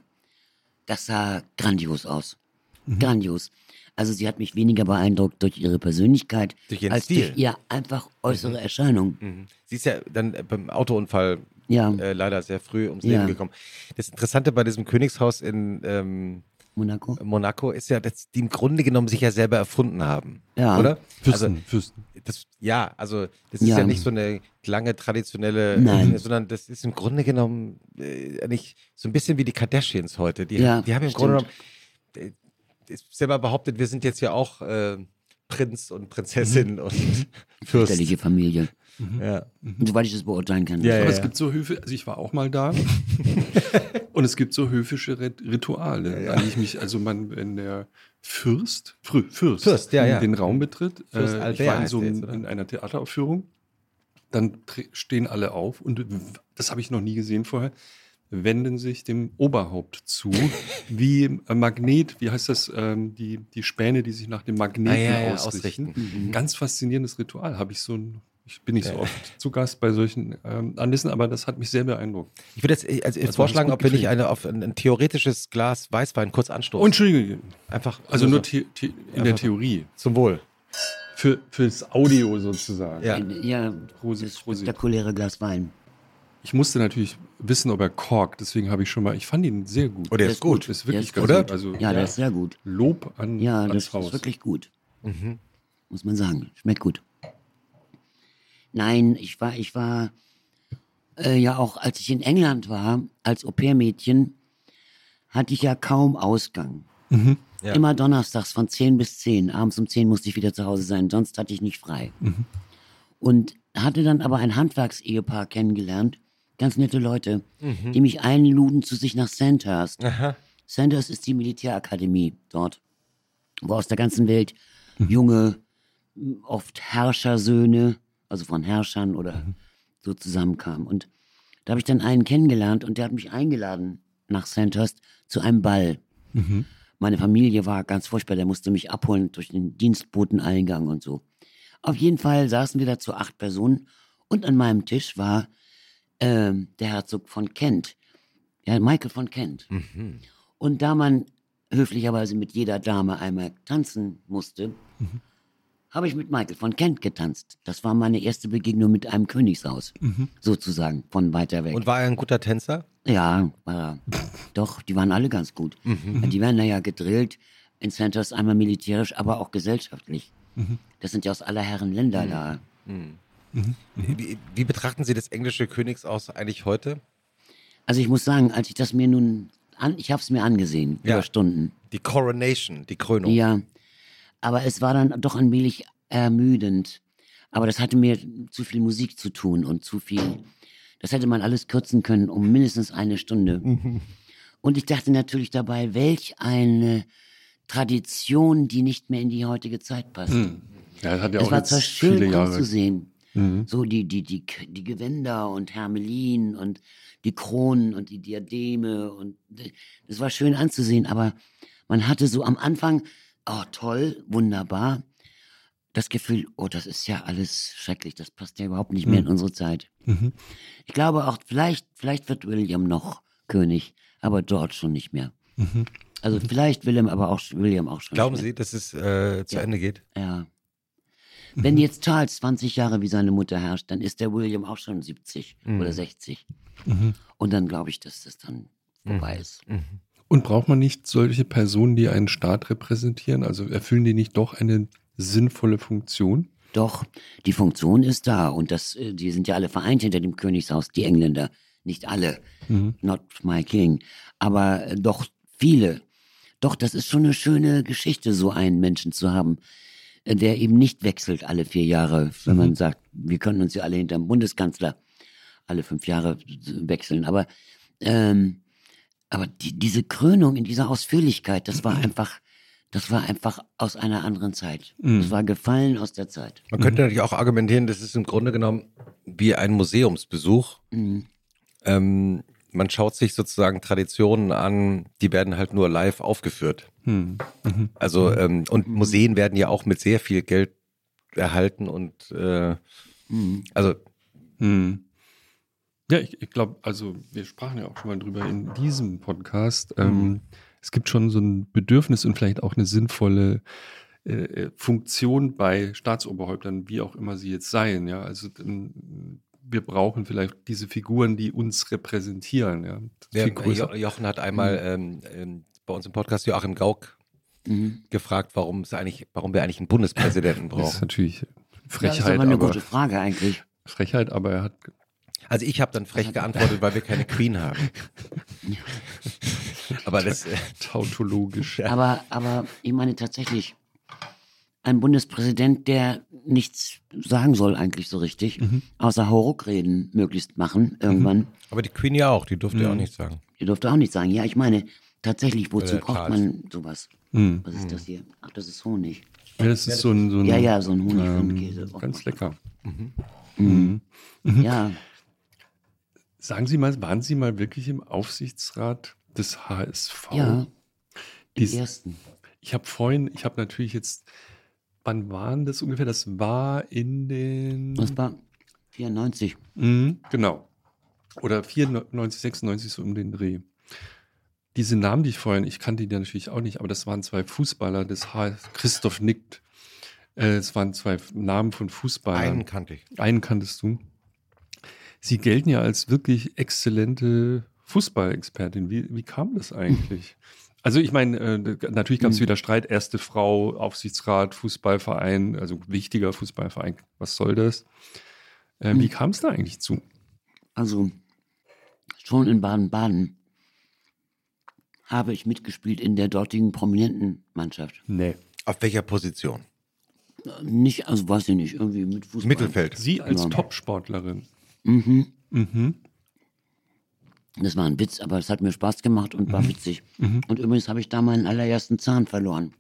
Speaker 3: Das sah grandios aus. Mhm. Grandios. Also sie hat mich weniger beeindruckt durch ihre Persönlichkeit,
Speaker 2: durch ihren
Speaker 3: als
Speaker 2: Stil.
Speaker 3: durch ihr einfach äußere mhm. Erscheinung.
Speaker 2: Mhm. Sie ist ja dann beim Autounfall
Speaker 3: ja.
Speaker 2: äh, leider sehr früh ums
Speaker 3: ja.
Speaker 2: Leben gekommen. Das Interessante bei diesem Königshaus in ähm,
Speaker 3: Monaco.
Speaker 2: Monaco ist ja, dass die im Grunde genommen sich ja selber erfunden haben.
Speaker 3: Ja.
Speaker 2: Oder?
Speaker 4: Fürsten,
Speaker 2: also,
Speaker 4: Fürsten.
Speaker 2: Das, ja, also das ist
Speaker 3: ja.
Speaker 2: ja nicht so eine lange traditionelle,
Speaker 3: Nein.
Speaker 2: Äh, sondern das ist im Grunde genommen äh, nicht so ein bisschen wie die Kardashians heute. Die,
Speaker 3: ja,
Speaker 2: die haben im
Speaker 3: stimmt.
Speaker 2: Grunde genommen äh, selber behauptet, wir sind jetzt ja auch äh, Prinz und Prinzessin mhm. und Fürst.
Speaker 3: Väterliche Familie.
Speaker 2: Mhm. Ja.
Speaker 3: Und soweit ich das beurteilen kann.
Speaker 2: Ja,
Speaker 4: Aber
Speaker 2: ja,
Speaker 4: es
Speaker 2: ja.
Speaker 4: gibt so Höfe, also ich war auch mal da und es gibt so höfische Rituale, ja, ja. an die ich mich, also man, wenn der Fürst, Frü, Fürst,
Speaker 2: Fürst ja, ja.
Speaker 4: den Raum betritt,
Speaker 2: Fürst
Speaker 4: äh, ich war in, so ein,
Speaker 2: jetzt,
Speaker 4: in einer Theateraufführung, dann stehen alle auf und das habe ich noch nie gesehen vorher, wenden sich dem Oberhaupt zu, wie ein Magnet, wie heißt das, ähm, die, die Späne, die sich nach dem Magneten
Speaker 2: ah, ja, ja,
Speaker 4: ausrichten.
Speaker 2: ausrichten.
Speaker 4: Mhm. Ganz faszinierendes Ritual, habe ich so ein Ich bin nicht so oft zu Gast bei solchen ähm, Anlässen, aber das hat mich sehr beeindruckt.
Speaker 2: Ich würde jetzt also
Speaker 4: also
Speaker 2: vorschlagen, ob wir nicht eine, auf ein, ein theoretisches Glas Weißwein kurz anstoßen.
Speaker 4: Oh, Entschuldige.
Speaker 2: Einfach.
Speaker 4: Also
Speaker 2: so
Speaker 4: nur the- the- in der Theorie.
Speaker 2: Zum Wohl.
Speaker 4: Für, fürs Audio sozusagen.
Speaker 2: Ja,
Speaker 3: ja
Speaker 4: Prosit,
Speaker 3: das
Speaker 4: Prosit.
Speaker 3: spektakuläre Glas Wein.
Speaker 4: Ich musste natürlich wissen, ob er korkt, deswegen habe ich schon mal, ich fand ihn sehr gut.
Speaker 2: Oh, der ist gut.
Speaker 4: Das ist wirklich
Speaker 3: der ist
Speaker 4: ganz
Speaker 3: gut.
Speaker 4: gut. Also,
Speaker 3: ja, der ist sehr gut.
Speaker 4: Lob an
Speaker 3: Ja,
Speaker 4: ans
Speaker 3: das
Speaker 4: Haus.
Speaker 3: ist wirklich gut.
Speaker 2: Mhm.
Speaker 3: Muss man sagen. Schmeckt gut. Nein, ich war, ich war äh, ja auch, als ich in England war, als Au-pair-Mädchen, hatte ich ja kaum Ausgang.
Speaker 4: Mhm.
Speaker 2: Ja.
Speaker 3: Immer donnerstags von zehn bis zehn. Abends um zehn musste ich wieder zu Hause sein, sonst hatte ich nicht frei.
Speaker 4: Mhm.
Speaker 3: Und hatte dann aber ein Handwerksehepaar kennengelernt, ganz nette Leute,
Speaker 2: Mhm.
Speaker 3: die mich einluden zu sich nach Sandhurst.
Speaker 2: Aha.
Speaker 3: Sandhurst ist die Militärakademie dort, wo aus der ganzen Welt
Speaker 4: Mhm.
Speaker 3: junge, oft Herrschersöhne, also von Herrschern oder
Speaker 4: Mhm.
Speaker 3: so zusammenkamen. Und da habe ich dann einen kennengelernt und der hat mich eingeladen nach Sandhurst zu einem Ball.
Speaker 4: Mhm.
Speaker 3: Meine Familie war ganz furchtbar, der musste mich abholen durch den Dienstboteneingang und so. Auf jeden Fall saßen wir da zu acht Personen und an meinem Tisch war ähm, der Herzog von Kent, ja, Michael von Kent.
Speaker 2: Mhm.
Speaker 3: Und da man höflicherweise mit jeder Dame einmal tanzen musste,
Speaker 4: Mhm.
Speaker 3: habe ich mit Michael von Kent getanzt. Das war meine erste Begegnung mit einem Königshaus,
Speaker 4: Mhm.
Speaker 3: sozusagen, von weiter weg.
Speaker 2: Und war er ein guter Tänzer?
Speaker 3: Ja, war er. Doch, die waren alle ganz gut.
Speaker 2: Mhm.
Speaker 3: Die werden ja gedrillt in Sandhurst, einmal militärisch, aber auch gesellschaftlich.
Speaker 4: Mhm.
Speaker 3: Das sind ja aus aller Herren Länder da.
Speaker 2: Mhm.
Speaker 4: Mhm.
Speaker 2: Wie, wie betrachten Sie das englische Königshaus eigentlich heute?
Speaker 3: Also ich muss sagen, als ich das mir nun an, ich habe es mir angesehen,
Speaker 2: Ja.
Speaker 3: über Stunden.
Speaker 2: Die Coronation, die Krönung.
Speaker 3: Ja, aber es war dann doch allmählich ermüdend. Aber das hatte mir zu viel Musik zu tun und zu viel, das hätte man alles kürzen können um mindestens eine Stunde. Mhm. Und ich dachte natürlich dabei, welch eine Tradition, die nicht mehr in die heutige Zeit passt.
Speaker 4: Mhm. Ja, das hat ja
Speaker 3: es
Speaker 4: auch
Speaker 3: war
Speaker 4: jetzt
Speaker 3: zwar schön
Speaker 4: viele Jahre
Speaker 3: anzusehen,
Speaker 4: mhm.
Speaker 3: so die, die, die, die Gewänder und Hermelin und die Kronen und die Diademe und das war schön anzusehen, aber man hatte so am Anfang, oh toll, wunderbar, das Gefühl, oh, das ist ja alles schrecklich, das passt ja überhaupt nicht mehr mhm. in unsere Zeit. Mhm. Ich glaube auch, vielleicht, vielleicht wird William noch König, aber George schon nicht mehr. Mhm. Also vielleicht William, aber auch William auch schon.
Speaker 2: Glauben
Speaker 3: nicht mehr.
Speaker 2: Sie, dass es äh, zu
Speaker 3: ja.
Speaker 2: Ende geht?
Speaker 3: Ja. Wenn jetzt Charles zwanzig Jahre wie seine Mutter herrscht, dann ist der William auch schon siebzig mhm. oder sechzig. Mhm. Und dann glaube ich, dass das dann vorbei ist.
Speaker 4: Mhm. Und braucht man nicht solche Personen, die einen Staat repräsentieren? Also erfüllen die nicht doch eine sinnvolle Funktion?
Speaker 3: Doch, die Funktion ist da und das, die sind ja alle vereint hinter dem Königshaus, die Engländer. Nicht alle, mhm. not my king, aber doch viele. Doch, das ist schon eine schöne Geschichte, so einen Menschen zu haben, der eben nicht wechselt alle vier Jahre, wenn mhm. man sagt, wir können uns ja alle hinter dem Bundeskanzler alle fünf Jahre wechseln. Aber, ähm, aber die, diese Krönung in dieser Ausführlichkeit, das war einfach, das war einfach aus einer anderen Zeit. Mhm. Das war gefallen aus der Zeit.
Speaker 2: Man könnte mhm. natürlich auch argumentieren, das ist im Grunde genommen wie ein Museumsbesuch. Mhm. Ähm, man schaut sich sozusagen Traditionen an, die werden halt nur live aufgeführt. Hm. Mhm. Also ähm, und Museen werden ja auch mit sehr viel Geld erhalten und äh, mhm. also
Speaker 4: hm. ja, ich, ich glaube, also wir sprachen ja auch schon mal drüber in diesem Podcast. Mhm. Ähm, es gibt schon so ein Bedürfnis und vielleicht auch eine sinnvolle äh, Funktion bei Staatsoberhäuptern, wie auch immer sie jetzt seien. Ja, also ähm, wir brauchen vielleicht diese Figuren, die uns repräsentieren. Ja.
Speaker 2: Ja, jo- Jochen hat einmal mhm. ähm, bei uns im Podcast Joachim Gauck mhm. gefragt, warum es eigentlich, warum wir eigentlich einen Bundespräsidenten brauchen. Das
Speaker 4: ist natürlich Frechheit.
Speaker 3: Ja, das ist aber eine
Speaker 4: aber,
Speaker 3: gute Frage eigentlich.
Speaker 4: Frechheit, aber er hat...
Speaker 2: Also ich habe dann frech geantwortet, weil wir keine Queen haben. aber das... Äh,
Speaker 4: tautologisch.
Speaker 3: Aber, aber ich meine tatsächlich, ein Bundespräsident, der nichts sagen soll eigentlich so richtig, mhm. außer Hauruck-Reden möglichst machen irgendwann. Mhm.
Speaker 2: Aber die Queen ja auch, die durfte ja
Speaker 4: mhm.
Speaker 2: auch nichts sagen.
Speaker 3: Die durfte auch nichts sagen. Ja, ich meine, tatsächlich, wozu braucht man sowas? Mhm. Was ist das hier? Ach, das ist Honig.
Speaker 4: Ja, das ist so ein... So ein
Speaker 3: ja, ja, so ein Honigkäse.
Speaker 4: Ähm, ganz lecker.
Speaker 3: Mhm. Mhm. Mhm. Ja.
Speaker 4: Sagen Sie mal, waren Sie mal wirklich im Aufsichtsrat des H S V?
Speaker 3: Ja,
Speaker 4: Dies,
Speaker 3: im ersten.
Speaker 4: Ich habe vorhin, ich habe natürlich jetzt... Wann waren das ungefähr? Das war in den...
Speaker 3: Das war vierundneunzig.
Speaker 4: Mhm, genau. Oder vierundneunzig, sechsundneunzig, so um den Dreh. Diese Namen, die ich vorhin, ich kannte die natürlich auch nicht, aber das waren zwei Fußballer des H S V. Christoph nickt. Äh, es waren zwei Namen von Fußballern.
Speaker 2: Einen kannte ich.
Speaker 4: Einen kanntest du. Sie gelten ja als wirklich exzellente Fußballexpertin. Wie, wie kam das eigentlich? Also ich meine, äh, natürlich gab es wieder Streit, erste Frau, Aufsichtsrat, Fußballverein, also wichtiger Fußballverein, was soll das? Äh, wie kam es da eigentlich zu?
Speaker 3: Also schon in Baden-Baden habe ich mitgespielt in der dortigen prominenten Mannschaft.
Speaker 2: Nee. Auf welcher Position?
Speaker 3: Nicht, also weiß ich nicht, irgendwie mit Fußball.
Speaker 2: Mittelfeld.
Speaker 4: Sie als ja. Topsportlerin.
Speaker 3: Mhm.
Speaker 4: Mhm.
Speaker 3: Das war ein Witz, aber es hat mir Spaß gemacht und war mhm. witzig. Mhm. Und übrigens habe ich da meinen allerersten Zahn verloren.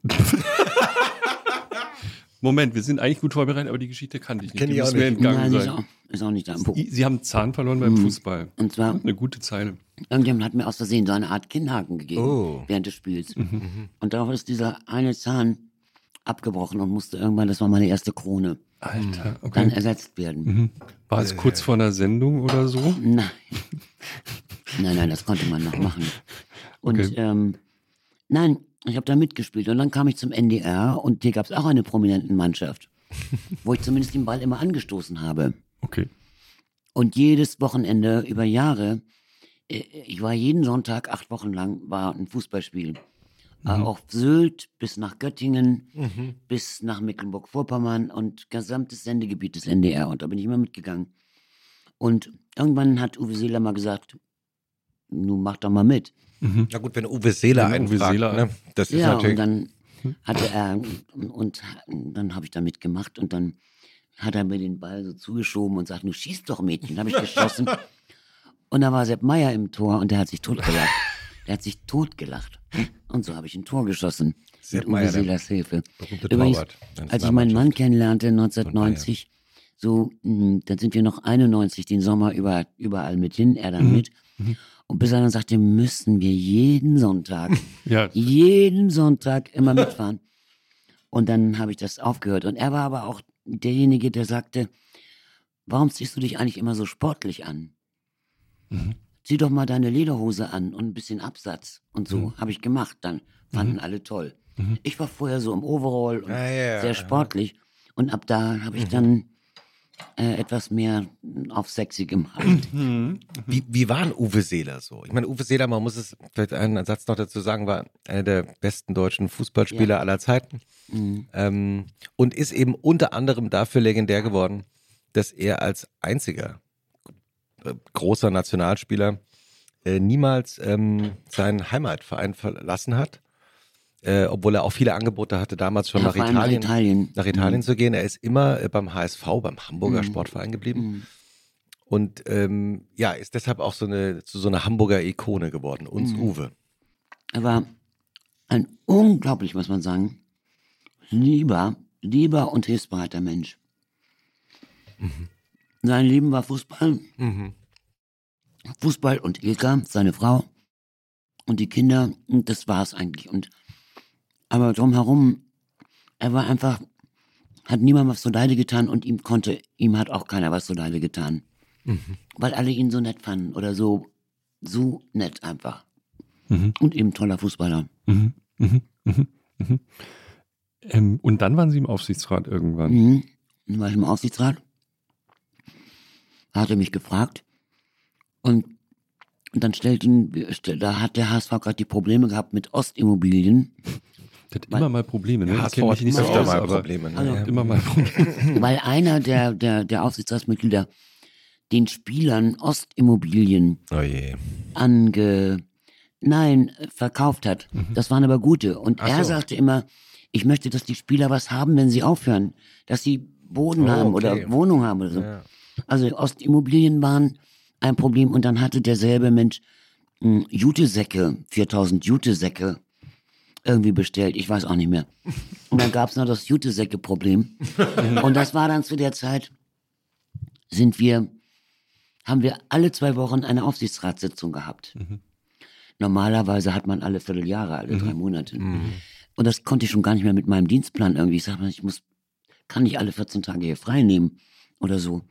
Speaker 4: Moment, wir sind eigentlich gut vorbereitet, aber die Geschichte kannte ich nicht.
Speaker 2: Kenn
Speaker 4: die
Speaker 2: ich auch
Speaker 4: muss mir
Speaker 2: nicht.
Speaker 4: entgangen
Speaker 3: Nein,
Speaker 4: sein.
Speaker 3: Ist auch, ist auch nicht da.
Speaker 4: Sie, Sie haben Zahn verloren beim mhm. Fußball.
Speaker 3: Und zwar,
Speaker 4: eine gute Zeile.
Speaker 3: Irgendjemand hat mir aus Versehen so eine Art Kinnhaken gegeben
Speaker 2: oh.
Speaker 3: während des Spiels.
Speaker 4: Mhm.
Speaker 3: Und darauf ist dieser eine Zahn abgebrochen und musste irgendwann, das war meine erste Krone,
Speaker 4: Alter, okay.
Speaker 3: dann ersetzt werden.
Speaker 4: Mhm. War es kurz vor einer Sendung oder so?
Speaker 3: Nein. Nein, nein, das konnte man noch machen. Und
Speaker 4: Okay.
Speaker 3: ähm, nein, ich habe da mitgespielt und dann kam ich zum N D R und hier gab es auch eine prominente Mannschaft, wo ich zumindest den Ball immer angestoßen habe.
Speaker 4: Okay.
Speaker 3: Und jedes Wochenende über Jahre, äh, ich war jeden Sonntag, acht Wochen lang, war ein Fußballspiel. Mhm. Äh, auf Sylt bis nach Göttingen,
Speaker 2: Mhm.
Speaker 3: bis nach Mecklenburg-Vorpommern und gesamtes Sendegebiet des N D R. Und da bin ich immer mitgegangen. Und irgendwann hat Uwe Seeler mal gesagt, nun mach doch mal mit.
Speaker 4: Mhm.
Speaker 2: Na gut, wenn Uwe Seeler
Speaker 4: Wenn
Speaker 2: einen
Speaker 4: Uwe
Speaker 2: fragt,
Speaker 4: Seeler-
Speaker 2: ne? Das ist
Speaker 3: Ja, und
Speaker 2: natürlich...
Speaker 3: dann hatte er, und dann habe ich da mitgemacht und dann hat er mir den Ball so zugeschoben und sagt, du schießt doch, Mädchen. Dann habe ich geschossen. Und da war Sepp Meier im Tor und der hat sich totgelacht. Der hat sich totgelacht. Und so habe ich ein Tor geschossen.
Speaker 2: Sepp
Speaker 3: mit Uwe Seelers Hilfe.
Speaker 2: Übrigens,
Speaker 3: als ich meinen Mann kennenlernte neunzehnhundertneunzig, so, mh, dann sind wir noch einundneunzig den Sommer über, überall mit hin, er dann mhm. mit. Mhm. Und bis er dann sagte, müssen wir jeden Sonntag, ja. jeden Sonntag immer mitfahren. Und dann habe ich das aufgehört. Und er war aber auch derjenige, der sagte, warum ziehst du dich eigentlich immer so sportlich an? Mhm. Zieh doch mal deine Lederhose an und ein bisschen Absatz. Und so mhm. habe ich gemacht. Dann fanden mhm. alle toll. Mhm. Ich war vorher so im Overall und ah, ja, sehr sportlich. Und ab da habe ich mhm. dann äh, etwas mehr auf sexy gemacht.
Speaker 2: Mhm. Wie, wie war denn Uwe Seeler so? Ich meine, Uwe Seeler, man muss es vielleicht einen Satz noch dazu sagen, war einer der besten deutschen Fußballspieler ja. aller Zeiten. Mhm. Ähm, und ist eben unter anderem dafür legendär geworden, dass er als einziger großer Nationalspieler äh, niemals ähm, seinen Heimatverein verlassen hat, äh, obwohl er auch viele Angebote hatte, damals schon ja, nach, Italien, nach Italien, nach Italien mhm. zu gehen. Er ist immer äh, beim H S V, beim Hamburger mhm. Sportverein geblieben mhm. und ähm, ja, ist deshalb auch so eine, zu so einer Hamburger Ikone geworden, uns mhm. Uwe.
Speaker 3: Er war ein unglaublich, muss man sagen, lieber, lieber und hilfsbereiter Mensch. Mhm. Sein Leben war Fußball. Mhm. Fußball und Ilka, seine Frau und die Kinder, und das war's eigentlich. Und aber drumherum, er war einfach, hat niemand was so leide getan und ihm konnte, ihm hat auch keiner was so leide getan. Mhm. Weil alle ihn so nett fanden oder so, so nett einfach. Mhm. Und eben toller Fußballer.
Speaker 4: Mhm. Mhm. Mhm. Mhm. Ähm, und dann waren Sie im Aufsichtsrat irgendwann?
Speaker 3: Mhm. Dann war ich im Aufsichtsrat. Hat er mich gefragt und, und dann stellten, da hat der H S V gerade die Probleme gehabt mit Ostimmobilien.
Speaker 4: Der hat weil, immer mal Probleme, ne?
Speaker 2: Der H S V hat nicht so öfter mal Probleme. Ne?
Speaker 3: Also,
Speaker 2: ja.
Speaker 4: Immer mal Probleme.
Speaker 3: Weil einer der, der, der Aufsichtsratsmitglieder den Spielern Ostimmobilien
Speaker 2: oh je.
Speaker 3: ange, nein, verkauft hat. Mhm. Das waren aber gute. Und Ach er so. sagte immer, ich möchte, dass die Spieler was haben, wenn sie aufhören. Dass sie Boden oh, haben okay. oder Wohnung haben oder so. Ja. Also Ostimmobilien waren ein Problem und dann hatte derselbe Mensch mh, Jutesäcke, viertausend Jutesäcke irgendwie bestellt, ich weiß auch nicht mehr. Und dann gab es noch das Jutesäcke-Problem. Und das war dann zu der Zeit, sind wir, haben wir alle zwei Wochen eine Aufsichtsratssitzung gehabt. Mhm. Normalerweise hat man alle Vierteljahre, alle mhm. drei Monate. Mhm. Und das konnte ich schon gar nicht mehr mit meinem Dienstplan irgendwie. Ich sage, ich muss, kann nicht alle vierzehn Tage hier frei nehmen oder so.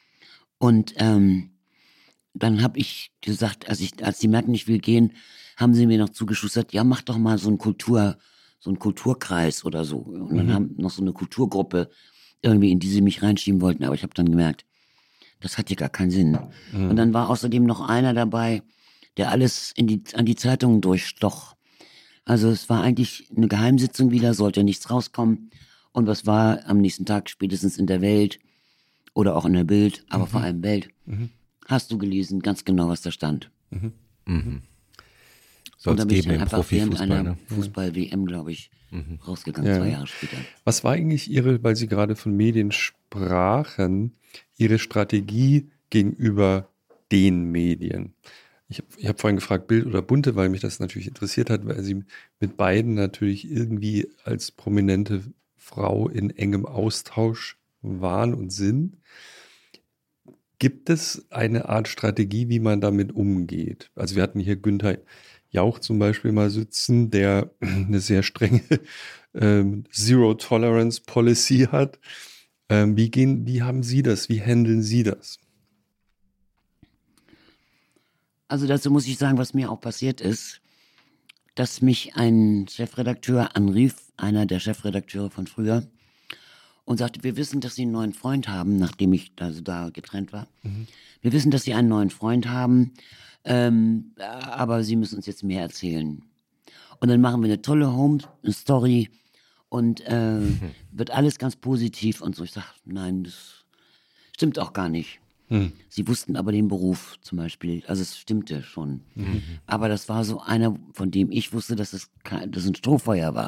Speaker 3: Und ähm, dann habe ich gesagt, als, ich, als die merken, ich will gehen, haben sie mir noch zugeschustert, ja, mach doch mal so einen Kultur, so einen Kulturkreis oder so. Und dann mhm. haben noch so eine Kulturgruppe irgendwie, in die sie mich reinschieben wollten. Aber ich habe dann gemerkt, das hat hier gar keinen Sinn. Mhm. Und dann war außerdem noch einer dabei, der alles in die, an die Zeitungen durchstoch. Also es war eigentlich eine Geheimsitzung wieder, sollte nichts rauskommen. Und was war am nächsten Tag spätestens in der Welt oder auch in der Bild, aber mhm. vor allem Welt. Mhm. Hast du gelesen, ganz genau, was da stand. Mhm. Mhm.
Speaker 2: Soll es geben im Profifußball,
Speaker 3: einer
Speaker 2: ne?
Speaker 3: Fußball-W M, glaube ich, mhm. rausgegangen, ja. zwei Jahre später.
Speaker 4: Was war eigentlich Ihre, weil Sie gerade von Medien sprachen, Ihre Strategie gegenüber den Medien? Ich habe ich hab vorhin gefragt, Bild oder Bunte, weil mich das natürlich interessiert hat, weil Sie mit beiden natürlich irgendwie als prominente Frau in engem Austausch waren und sind. Gibt es eine Art Strategie, wie man damit umgeht? Also wir hatten hier Günther Jauch zum Beispiel mal sitzen, der eine sehr strenge ähm, Zero-Tolerance-Policy hat. Ähm, wie gehen, wie haben Sie das? Wie handeln Sie das?
Speaker 3: Also dazu muss ich sagen, was mir auch passiert ist, dass mich ein Chefredakteur anrief, einer der Chefredakteure von früher, und sagte, wir wissen, dass Sie einen neuen Freund haben, nachdem ich also da getrennt war. Mhm. Wir wissen, dass Sie einen neuen Freund haben, ähm, aber Sie müssen uns jetzt mehr erzählen. Und dann machen wir eine tolle Home-Story und äh, mhm. wird alles ganz positiv und so. Ich sage, nein, das stimmt auch gar nicht. Mhm. Sie wussten aber den Beruf zum Beispiel, also es stimmte schon. Mhm. Aber das war so einer, von dem ich wusste, dass es kein, dass ein Strohfeuer war.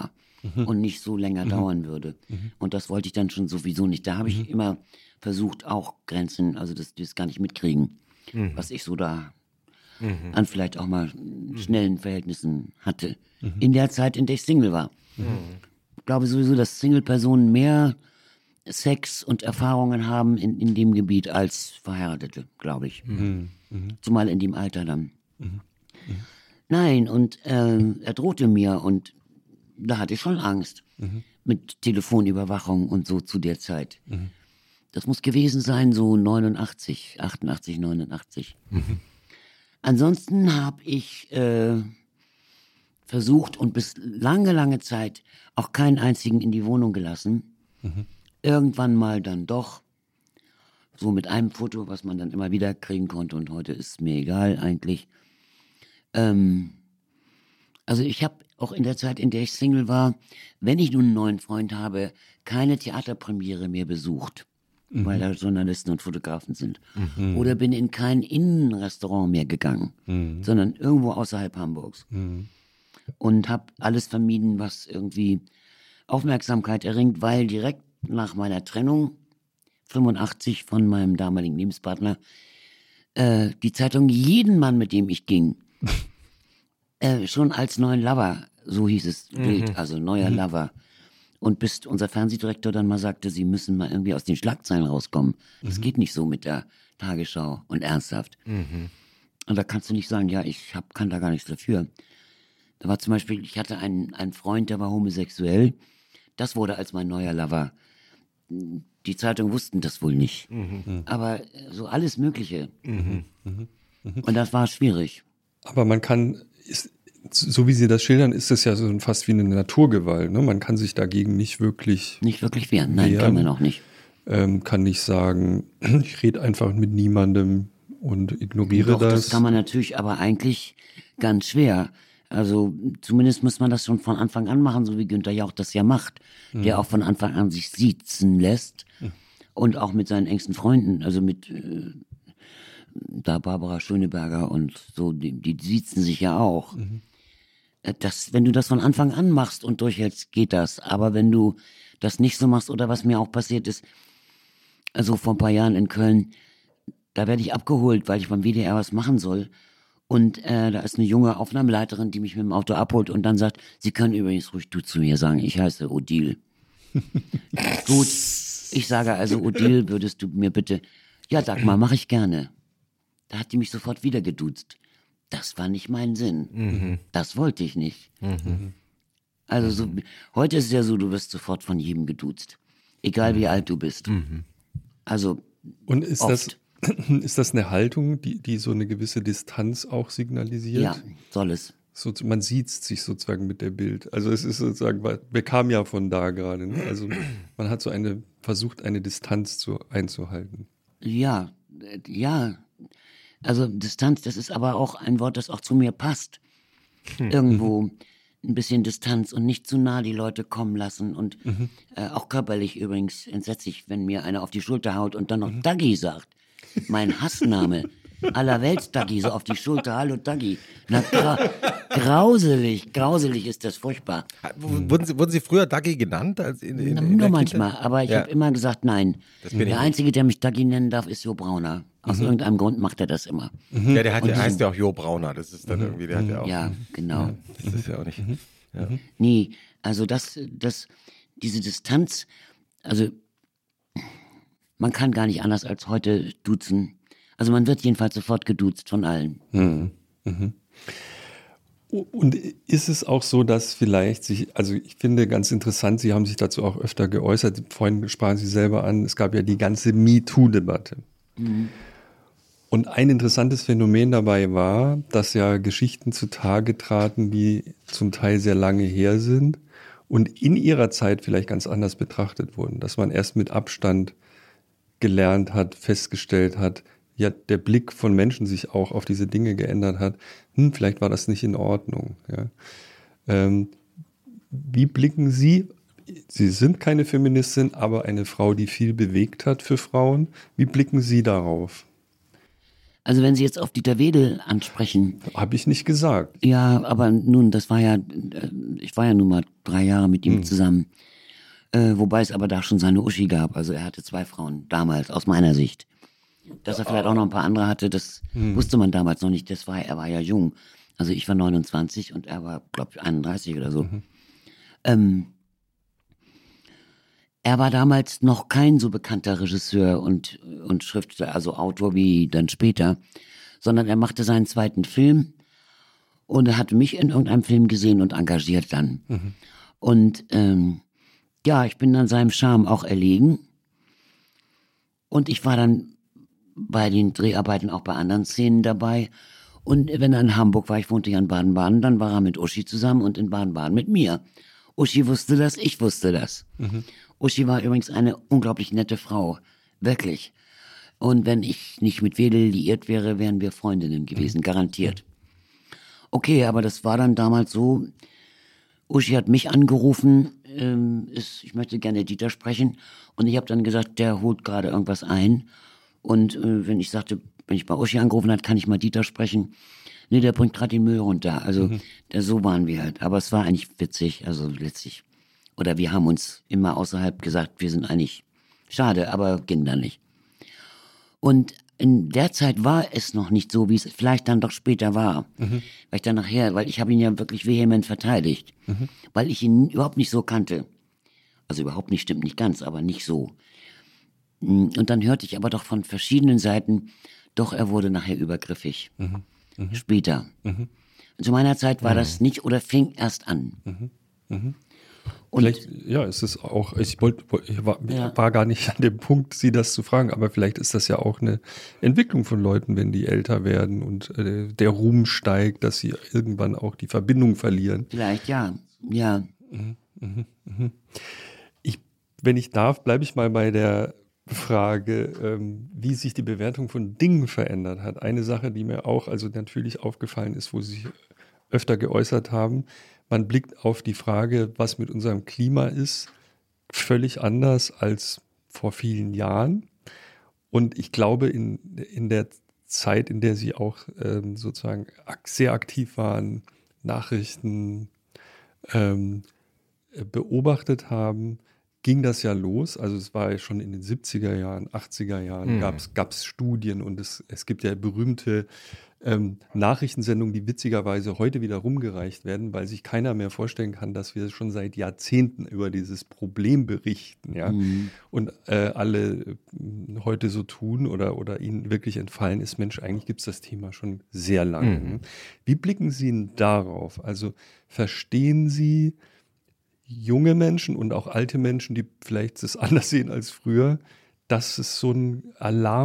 Speaker 3: mhm. und nicht so länger mhm. dauern würde. Mhm. Und das wollte ich dann schon sowieso nicht. Da habe ich mhm. immer versucht, auch Grenzen, also dass die es gar nicht mitkriegen, mhm. was ich so da mhm. an vielleicht auch mal schnellen Verhältnissen hatte. Mhm. In der Zeit, in der ich Single war. Mhm. Ich glaube sowieso, dass Single-Personen mehr Sex und Erfahrungen haben in, in dem Gebiet als Verheiratete, glaube ich. Mhm. Mhm. Zumal in dem Alter dann. Mhm. Mhm. Nein, und äh, er drohte mir und da hatte ich schon Angst. Mhm. Mit Telefonüberwachung und so zu der Zeit. Mhm. Das muss gewesen sein, so neunundachtzig, achtundachtzig, neunundachtzig. Mhm. Ansonsten habe ich äh, versucht und bis lange, lange Zeit auch keinen einzigen in die Wohnung gelassen. Mhm. Irgendwann mal dann doch. So mit einem Foto, was man dann immer wieder kriegen konnte. Und heute ist es mir egal eigentlich. Ähm, also ich habe auch in der Zeit, in der ich Single war, wenn ich nun einen neuen Freund habe, keine Theaterpremiere mehr besucht. Mhm. Weil da Journalisten und Fotografen sind. Mhm. Oder bin in kein Innenrestaurant mehr gegangen. Mhm. Sondern irgendwo außerhalb Hamburgs. Mhm. Und habe alles vermieden, was irgendwie Aufmerksamkeit erringt, weil direkt nach meiner Trennung, fünfundachtzig von meinem damaligen Lebenspartner, äh, die Zeitung jeden Mann, mit dem ich ging, äh, schon als neuen Lover, so hieß es, Bild, mhm. also neuer mhm. Lover. Und bis unser Fernsehdirektor dann mal sagte, sie müssen mal irgendwie aus den Schlagzeilen rauskommen. Das mhm. geht nicht so mit der Tagesschau und ernsthaft. Mhm. Und da kannst du nicht sagen, ja, ich hab, kann da gar nichts dafür. Da war zum Beispiel, ich hatte einen, einen Freund, der war homosexuell. Das wurde als mein neuer Lover. Die Zeitungen wussten das wohl nicht. Mhm. Aber so alles Mögliche. Mhm. Mhm. Und das war schwierig.
Speaker 4: Aber man kann, ist, so wie Sie das schildern, ist es ja so fast wie eine Naturgewalt. Ne? Man kann sich dagegen nicht wirklich
Speaker 3: Nicht wirklich wehren, nein, wehren. Kann man auch nicht.
Speaker 4: Ähm, kann nicht sagen, ich rede einfach mit niemandem und ignoriere
Speaker 3: Doch,
Speaker 4: das.
Speaker 3: Das kann man natürlich, aber eigentlich ganz schwer. Also zumindest muss man das schon von Anfang an machen, so wie Günther Jauch das ja macht, mhm. der auch von Anfang an sich siezen lässt mhm. und auch mit seinen engsten Freunden, also mit äh, da Barbara Schöneberger und so, die, die siezen sich ja auch. Mhm. Das, wenn du das von Anfang an machst und durchhältst, geht das. Aber wenn du das nicht so machst oder was mir auch passiert ist, also vor ein paar Jahren in Köln, da werde ich abgeholt, weil ich beim W D R was machen soll. Und äh, da ist eine junge Aufnahmeleiterin, die mich mit dem Auto abholt und dann sagt, Sie können übrigens ruhig du zu mir sagen, ich heiße Odile. Gut, ich sage also, Odile, würdest du mir bitte, ja Dagmar, mache ich gerne. Da hat die mich sofort wieder geduzt. Das war nicht mein Sinn. Mhm. Das wollte ich nicht. Mhm. Also so, heute ist es ja so, du wirst sofort von jedem geduzt. Egal mhm. wie alt du bist. Mhm. Also
Speaker 4: und ist
Speaker 3: oft.
Speaker 4: das Ist das eine Haltung, die, die so eine gewisse Distanz auch signalisiert?
Speaker 3: Ja, soll es.
Speaker 4: So, man sieht sich sozusagen mit der Bild. Also es ist sozusagen, wir kamen ja von da gerade. Ne? Also man hat so eine, versucht eine Distanz zu, einzuhalten.
Speaker 3: Ja, ja. Also Distanz, das ist aber auch ein Wort, das auch zu mir passt. Hm. Irgendwo mhm. ein bisschen Distanz und nicht zu nah die Leute kommen lassen. Und mhm. äh, auch körperlich übrigens entsetzlich, wenn mir einer auf die Schulter haut und dann noch mhm. Daggy sagt. Mein Hassname. Aller Welt Daggy, so auf die Schulter. Hallo Daggy. Na, gra grauselig, grauselig ist das, furchtbar.
Speaker 2: Wurden Sie, wurden Sie früher Daggy genannt? Als in, in,
Speaker 3: Na,
Speaker 2: in
Speaker 3: nur manchmal, Kindheit? Aber ich ja. habe immer gesagt, nein. Der Einzige,
Speaker 2: nicht.
Speaker 3: der mich Daggy nennen darf, ist Jo Brauner. Aus mhm. irgendeinem Grund macht er das immer.
Speaker 2: Mhm. Ja, der, hat, der heißt ja auch Jo Brauner. Das ist dann mhm. irgendwie, der hat ja auch.
Speaker 3: Ja, genau.
Speaker 2: Ja, das ist ja auch nicht. Mhm. Ja.
Speaker 3: Nee, also das, das, diese Distanz, also man kann gar nicht anders als heute duzen. Also man wird jedenfalls sofort geduzt von allen.
Speaker 4: Mhm. Mhm. Und ist es auch so, dass vielleicht sich, also ich finde ganz interessant, Sie haben sich dazu auch öfter geäußert, vorhin sprachen Sie selber an, es gab ja die ganze MeToo-Debatte. Mhm. Und ein interessantes Phänomen dabei war, dass ja Geschichten zutage traten, die zum Teil sehr lange her sind und in ihrer Zeit vielleicht ganz anders betrachtet wurden. Dass man erst mit Abstand gelernt hat, festgestellt hat, ja, der Blick von Menschen sich auch auf diese Dinge geändert hat. Hm, vielleicht war das nicht in Ordnung. Ja. Ähm, wie blicken Sie, Sie sind keine Feministin, aber eine Frau, die viel bewegt hat für Frauen. Wie blicken Sie darauf?
Speaker 3: Also wenn Sie jetzt auf Dieter Wedel ansprechen.
Speaker 4: Habe ich nicht gesagt.
Speaker 3: Ja, aber nun, das war ja, ich war ja nun mal drei Jahre mit ihm hm. zusammen. Äh, wobei es aber da schon seine Uschi gab. Also er hatte zwei Frauen damals, aus meiner Sicht. Dass er vielleicht auch noch ein paar andere hatte, das hm. wusste man damals noch nicht. Das war, er war ja jung. Also ich war neunundzwanzig und er war, glaube ich, einunddreißig oder so. Mhm. Ähm, er war damals noch kein so bekannter Regisseur und, und Schriftsteller, also Autor wie dann später, sondern er machte seinen zweiten Film und er hatte mich in irgendeinem Film gesehen und engagiert dann. Mhm. Und ähm, ja, ich bin dann seinem Charme auch erlegen und ich war dann bei den Dreharbeiten auch bei anderen Szenen dabei. Und wenn er in Hamburg war, ich wohnte ja in Baden-Baden, dann war er mit Uschi zusammen und in Baden-Baden mit mir. Uschi wusste das, ich wusste das. Mhm. Uschi war übrigens eine unglaublich nette Frau, wirklich. Und wenn ich nicht mit Wedel liiert wäre, wären wir Freundinnen gewesen, mhm. garantiert. Okay, aber das war dann damals so, Uschi hat mich angerufen, ähm, ist, ich möchte gerne Dieter sprechen. Und ich habe dann gesagt, der holt gerade irgendwas ein. Und äh, wenn ich sagte, wenn ich bei Uschi angerufen hat, kann ich mal Dieter sprechen. Nee, der bringt gerade den Müll runter. Also mhm. der, so waren wir halt. Aber es war eigentlich witzig, also letztlich. Oder wir haben uns immer außerhalb gesagt, wir sind eigentlich schade, aber ging dann nicht. Und in der Zeit war es noch nicht so, wie es vielleicht dann doch später war. Mhm. Weil ich dann nachher, weil ich habe ihn ja wirklich vehement verteidigt. Mhm. Weil ich ihn überhaupt nicht so kannte. Also überhaupt nicht, stimmt nicht ganz, aber nicht so. Und dann hörte ich aber doch von verschiedenen Seiten, doch er wurde nachher übergriffig. Mhm. Mhm. Später. Mhm. Zu meiner Zeit war mhm. das nicht oder fing erst an.
Speaker 4: Mhm. Mhm. Und vielleicht, ja, es ist auch, ich, wollt, ich, war, ja. ich war gar nicht an dem Punkt, Sie das zu fragen, aber vielleicht ist das ja auch eine Entwicklung von Leuten, wenn die älter werden und äh, der Ruhm steigt, dass sie irgendwann auch die Verbindung verlieren.
Speaker 3: Vielleicht, ja. Ja.
Speaker 4: Mhm. Mhm. Mhm. Ich, wenn ich darf, bleibe ich mal bei der Frage, ähm, wie sich die Bewertung von Dingen verändert hat. Eine Sache, die mir auch also natürlich aufgefallen ist, wo Sie sich öfter geäußert haben, man blickt auf die Frage, was mit unserem Klima ist, völlig anders als vor vielen Jahren. Und ich glaube, in, in der Zeit, in der Sie auch ähm, sozusagen sehr aktiv waren, Nachrichten ähm, beobachtet haben, ging das ja los. Also es war ja schon in den siebziger Jahren, achtziger Jahren, mhm. gab es Studien und es, es gibt ja berühmte ähm, Nachrichtensendungen, die witzigerweise heute wieder rumgereicht werden, weil sich keiner mehr vorstellen kann, dass wir schon seit Jahrzehnten über dieses Problem berichten, ja, mhm. und äh, alle äh, heute so tun oder, oder ihnen wirklich entfallen ist, Mensch, eigentlich gibt es das Thema schon sehr lange. Mhm. Wie blicken Sie denn darauf? Also verstehen Sie junge Menschen und auch alte Menschen, die vielleicht das anders sehen als früher, dass es so einen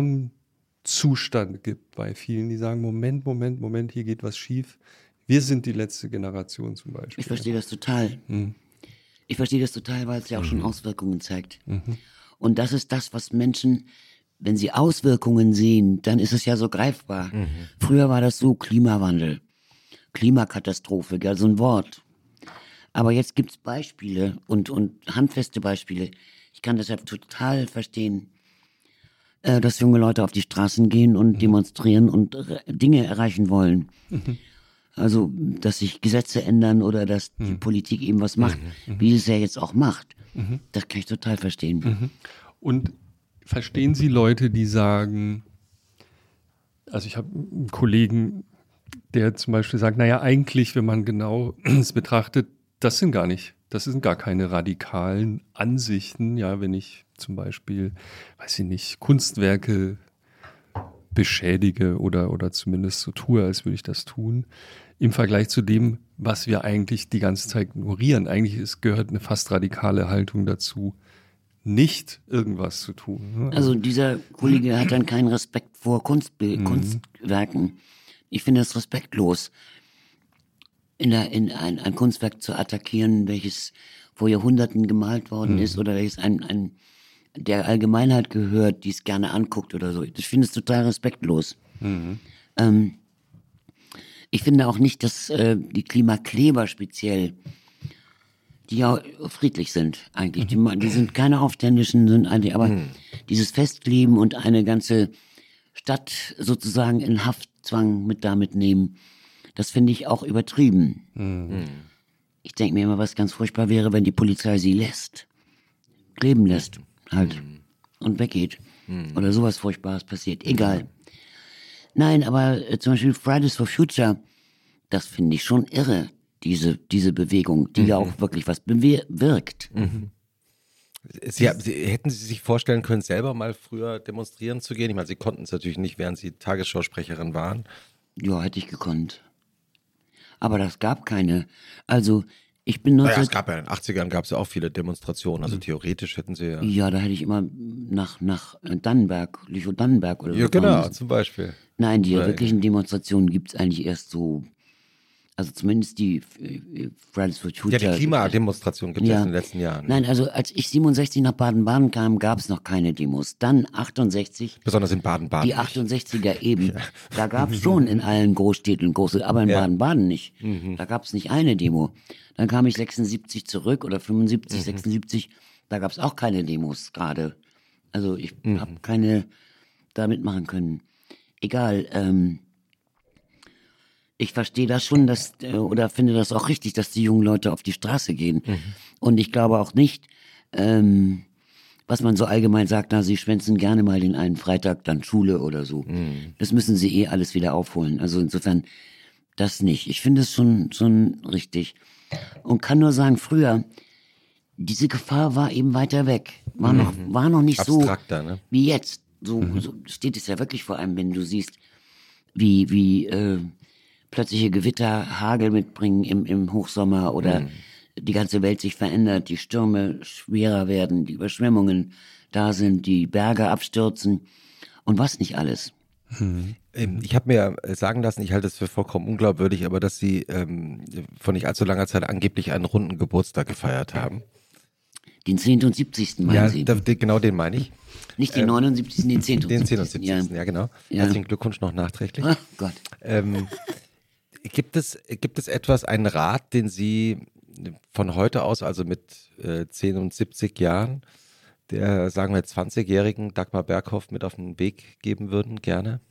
Speaker 4: Alarmzustand gibt bei vielen, die sagen, Moment, Moment, Moment, hier geht was schief. Wir sind die letzte Generation zum Beispiel.
Speaker 3: Ich verstehe das total. Mhm. Ich verstehe das total, weil es ja auch mhm. schon Auswirkungen zeigt. Mhm. Und das ist das, was Menschen, wenn sie Auswirkungen sehen, dann ist es ja so greifbar. Mhm. Früher war das so Klimawandel, Klimakatastrophe, ja, so ein Wort. Aber jetzt gibt es Beispiele und, und handfeste Beispiele. Ich kann deshalb total verstehen, äh, dass junge Leute auf die Straßen gehen und mhm. demonstrieren und re- Dinge erreichen wollen. Mhm. Also, dass sich Gesetze ändern oder dass mhm. die Politik eben was macht, mhm. wie es ja jetzt auch macht. Mhm. Das kann ich total verstehen.
Speaker 4: Mhm. Und verstehen Sie Leute, die sagen, also ich habe einen Kollegen, der zum Beispiel sagt, naja, eigentlich, wenn man genau es betrachtet, das sind gar nicht, das sind gar keine radikalen Ansichten, ja, wenn ich zum Beispiel, weiß ich nicht, Kunstwerke beschädige oder, oder zumindest so tue, als würde ich das tun, im Vergleich zu dem, was wir eigentlich die ganze Zeit ignorieren. Eigentlich ist, gehört eine fast radikale Haltung dazu, nicht irgendwas zu tun.
Speaker 3: Also dieser Kollege hat dann keinen Respekt vor Kunstbild, mhm. Kunstwerken. Ich finde das respektlos. In, der, in ein, ein Kunstwerk zu attackieren, welches vor Jahrhunderten gemalt worden mhm. ist oder welches ein, ein, der Allgemeinheit gehört, die es gerne anguckt oder so. Ich finde es total respektlos. Mhm. Ähm, ich finde auch nicht, dass äh, die Klimakleber speziell, die ja friedlich sind eigentlich, mhm. die, die sind keine Aufständischen, sind eigentlich, aber mhm. dieses Festkleben und eine ganze Stadt sozusagen in Haftzwang mit damit nehmen, das finde ich auch übertrieben. Mhm. Ich denke mir immer, was ganz furchtbar wäre, wenn die Polizei sie lässt. Leben lässt halt mhm. und weggeht. Mhm. Oder sowas Furchtbares passiert. Egal. Mhm. Nein, aber äh, zum Beispiel Fridays for Future, das finde ich schon irre, diese, diese Bewegung, die mhm. ja auch wirklich was bewirkt.
Speaker 2: Mhm. Sie, Sie, hätten Sie sich vorstellen können, selber mal früher demonstrieren zu gehen? Ich meine, Sie konnten es natürlich nicht, während Sie Tagesschausprecherin waren.
Speaker 3: Ja, hätte ich gekonnt. Aber das gab keine. Also, ich bin neunzehn...
Speaker 2: Naja, es gab ja in den achtzigern gab es ja auch viele Demonstrationen. Also theoretisch hätten Sie ja...
Speaker 3: Ja, da hätte ich immer nach, nach Dannenberg, Lüchow-Dannenberg oder so.
Speaker 2: Ja, genau, zum Beispiel.
Speaker 3: Nein, die wirklichen Demonstrationen gibt es eigentlich erst so... Also zumindest die äh, Fridays for Future.
Speaker 2: Ja, die Klimademonstration gibt es ja in den letzten Jahren.
Speaker 3: Nein, also als ich siebenundsechzig nach Baden-Baden kam, gab es noch keine Demos. Dann achtundsechzig.
Speaker 2: Besonders in Baden-Baden.
Speaker 3: Die achtundsechziger eben. Ja. Da gab es schon in allen Großstädten große, aber in ja. Baden-Baden nicht. Mhm. Da gab es nicht eine Demo. Dann kam ich sechsundsiebzig zurück oder fünfundsiebzig, mhm. sechsundsiebzig. Da gab es auch keine Demos gerade. Also ich mhm. habe keine da mitmachen können. Egal, ähm, ich verstehe das schon, dass, oder finde das auch richtig, dass die jungen Leute auf die Straße gehen. Mhm. Und ich glaube auch nicht, ähm, was man so allgemein sagt, na, sie schwänzen gerne mal den einen Freitag, dann Schule oder so. Mhm. Das müssen sie eh alles wieder aufholen. Also insofern das nicht. Ich finde es schon, schon richtig. Und kann nur sagen, früher, diese Gefahr war eben weiter weg. War, mhm. noch, war noch nicht
Speaker 2: abstrakter,
Speaker 3: so
Speaker 2: ne?
Speaker 3: wie jetzt. So, mhm. so steht es ja wirklich vor einem, wenn du siehst, wie, wie, äh, plötzliche Gewitter, Hagel mitbringen im, im Hochsommer oder mhm. die ganze Welt sich verändert, die Stürme schwerer werden, die Überschwemmungen da sind, die Berge abstürzen und was nicht alles.
Speaker 2: Mhm. Ich habe mir sagen lassen, ich halte es für vollkommen unglaubwürdig, aber dass Sie ähm, vor nicht allzu langer Zeit angeblich einen runden Geburtstag gefeiert haben.
Speaker 3: Den zehnten und siebzigsten meinen
Speaker 2: ja,
Speaker 3: Sie?
Speaker 2: Da, genau den meine ich.
Speaker 3: Nicht den ähm, neunundsiebzigsten, den zehnten und siebzigsten.
Speaker 2: Den zehnten und siebzigsten, ja, ja genau. Ja. Herzlichen Glückwunsch noch nachträglich.
Speaker 3: Oh Gott.
Speaker 2: Ähm, Gibt es, gibt es etwas, einen Rat, den Sie von heute aus, also mit äh, zehn und siebzig Jahren, der, sagen wir, zwanzigjährigen Dagmar Berghoff mit auf den Weg geben würden, gerne?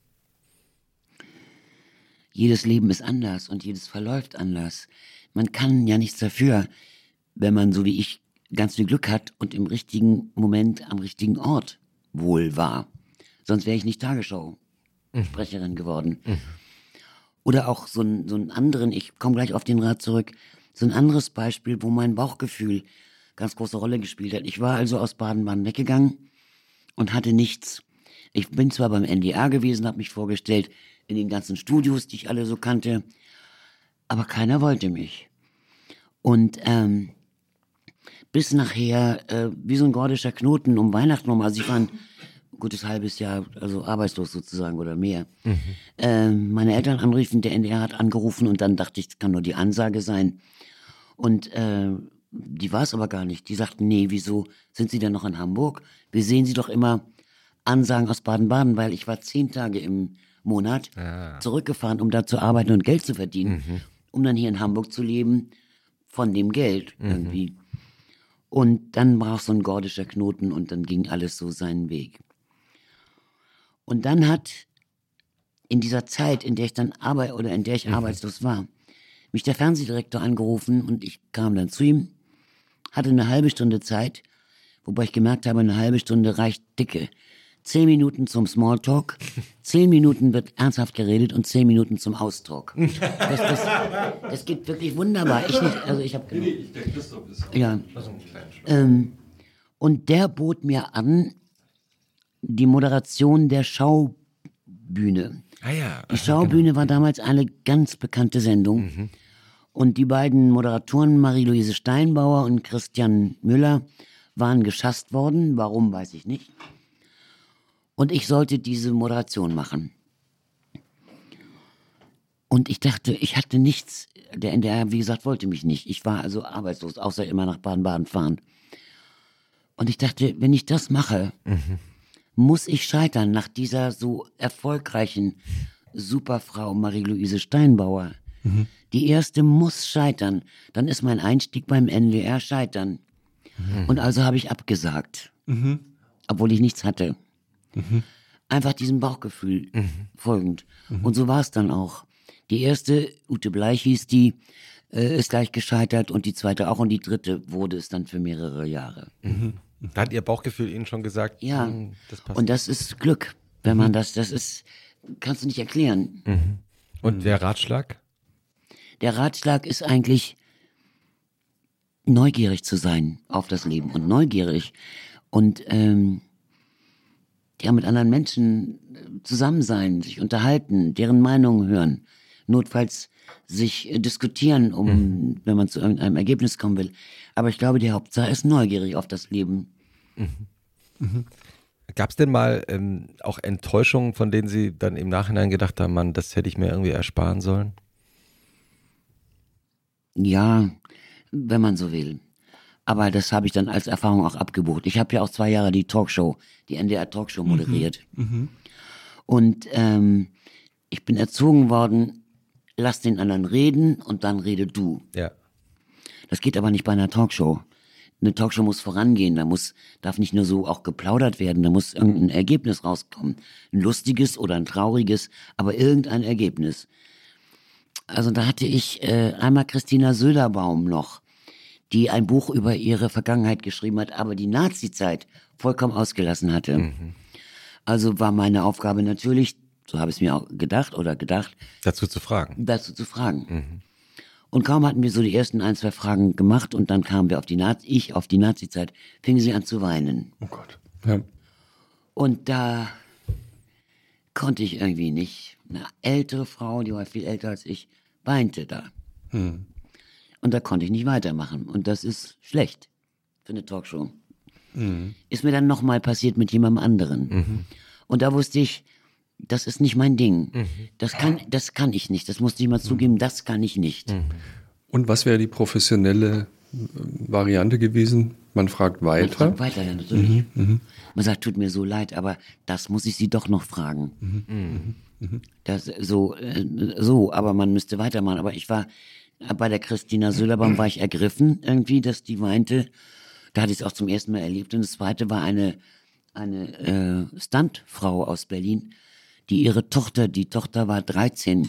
Speaker 3: Jedes Leben ist anders und jedes verläuft anders. Man kann ja nichts dafür, wenn man, so wie ich, ganz viel Glück hat und im richtigen Moment am richtigen Ort wohl war. Sonst wäre ich nicht Tagesschau-Sprecherin geworden. Mhm. Oder auch so einen, so einen anderen, ich komme gleich auf den Rat zurück, so ein anderes Beispiel, wo mein Bauchgefühl ganz große Rolle gespielt hat. Ich war also aus Baden-Baden weggegangen und hatte nichts. Ich bin zwar beim N D R gewesen, habe mich vorgestellt in den ganzen Studios, die ich alle so kannte, aber keiner wollte mich. Und ähm, bis nachher, äh, wie so ein gordischer Knoten um Weihnachten rum, also ich war ein gutes halbes Jahr, also arbeitslos sozusagen oder mehr. Mhm. Ähm, meine Eltern anriefen, der N D R hat angerufen und dann dachte ich, das kann nur die Ansage sein. Und äh, die war es aber gar nicht. Die sagten, nee, wieso sind Sie denn noch in Hamburg? Wir sehen Sie doch immer Ansagen aus Baden-Baden, weil ich war zehn Tage im Monat ah. zurückgefahren, um da zu arbeiten und Geld zu verdienen, mhm. um dann hier in Hamburg zu leben von dem Geld mhm. irgendwie. Und dann brach so ein gordischer Knoten und dann ging alles so seinen Weg. Und dann hat in dieser Zeit, in der ich dann arbeit oder in der ich mhm. arbeitslos war, mich der Fernsehdirektor angerufen und ich kam dann zu ihm, hatte eine halbe Stunde Zeit, wobei ich gemerkt habe, eine halbe Stunde reicht dicke. Zehn Minuten zum Smalltalk, zehn Minuten wird ernsthaft geredet und zehn Minuten zum Austalk. Das, das, das geht wirklich wunderbar. Ich nicht, also ich habe genau. Nee, ich, der Christoph ist auch. Ja. Ähm, und der bot mir an, die Moderation der Schaubühne.
Speaker 2: Ah ja.
Speaker 3: Die Schaubühne war damals eine ganz bekannte Sendung. Mhm. Und die beiden Moderatoren, Marie-Louise Steinbauer und Christian Müller, waren geschasst worden. Warum, weiß ich nicht. Und ich sollte diese Moderation machen. Und ich dachte, ich hatte nichts. Der N D R, wie gesagt, wollte mich nicht. Ich war also arbeitslos, außer immer nach Baden-Baden fahren. Und ich dachte, wenn ich das mache, mhm. muss ich scheitern nach dieser so erfolgreichen Superfrau Marie-Louise Steinbauer. Mhm. Die erste muss scheitern. Dann ist mein Einstieg beim N D R scheitern. Mhm. Und also habe ich abgesagt. Mhm. Obwohl ich nichts hatte. Mhm. einfach diesem Bauchgefühl
Speaker 2: Mhm.
Speaker 3: folgend. Mhm. Und so war es dann auch. Die erste, Ute Bleich hieß die, äh, ist gleich gescheitert und die zweite auch und die dritte wurde es dann für mehrere Jahre.
Speaker 2: Mhm. Da hat Ihr Bauchgefühl Ihnen schon gesagt,
Speaker 3: ja,
Speaker 2: hm, das passt.
Speaker 3: Und das ist Glück, wenn man das, das ist, kannst du nicht erklären.
Speaker 2: Mhm. Und der Ratschlag?
Speaker 3: Der Ratschlag ist eigentlich, neugierig zu sein auf das Leben und neugierig und ähm, ja, mit anderen Menschen zusammen sein, sich unterhalten, deren Meinungen hören, notfalls sich äh, diskutieren, um, mhm. wenn man zu irgendeinem Ergebnis kommen will. Aber ich glaube, die Hauptsache ist neugierig auf das Leben.
Speaker 2: Mhm. Mhm. Gab es denn mal ähm, auch Enttäuschungen, von denen Sie dann im Nachhinein gedacht haben, Mann, das hätte ich mir irgendwie ersparen sollen?
Speaker 3: Ja, wenn man so will. Aber das habe ich dann als Erfahrung auch abgebucht. Ich habe ja auch zwei Jahre die Talkshow, die N D R Talkshow moderiert. Mhm. Mhm. Und ähm, ich bin erzogen worden, lass den anderen reden und dann rede du.
Speaker 2: Ja.
Speaker 3: Das geht aber nicht bei einer Talkshow. Eine Talkshow muss vorangehen, da muss, darf nicht nur so auch geplaudert werden, da muss irgendein Ergebnis rauskommen. Ein lustiges oder ein trauriges, aber irgendein Ergebnis. Also da hatte ich äh, einmal Christina Söderbaum noch, die ein Buch über ihre Vergangenheit geschrieben hat, aber die Nazi-Zeit vollkommen ausgelassen hatte. Mhm. Also war meine Aufgabe natürlich, so habe ich es mir auch gedacht oder gedacht,
Speaker 2: dazu zu fragen.
Speaker 3: Dazu zu fragen. Mhm. Und kaum hatten wir so die ersten ein, zwei Fragen gemacht und dann kamen wir auf die Nazi, ich auf die Nazi-Zeit, fing sie an zu weinen.
Speaker 4: Oh Gott. Ja.
Speaker 3: Und da konnte ich irgendwie nicht. Eine ältere Frau, die war viel älter als ich, weinte da. Hm. Und da konnte ich nicht weitermachen. Und das ist schlecht für eine Talkshow. Mhm. Ist mir dann nochmal passiert mit jemandem anderen. Mhm. Und da wusste ich, das ist nicht mein Ding. Mhm. Das kann, das kann ich nicht. Das musste ich mal mhm. zugeben, das kann ich nicht. Mhm.
Speaker 4: Und was wäre die professionelle Variante gewesen? Man fragt weiter. Man fragt
Speaker 3: weiter, ja, natürlich. Mhm. Man sagt, tut mir so leid, aber das muss ich Sie doch noch fragen. Mhm. Mhm. Das, so, äh, so, aber man müsste weitermachen. Aber ich war, bei der Christina Söderbaum war ich ergriffen irgendwie, dass die weinte. Da hatte ich es auch zum ersten Mal erlebt. Und das zweite war eine, eine äh, Stuntfrau aus Berlin, die ihre Tochter, die Tochter war dreizehn,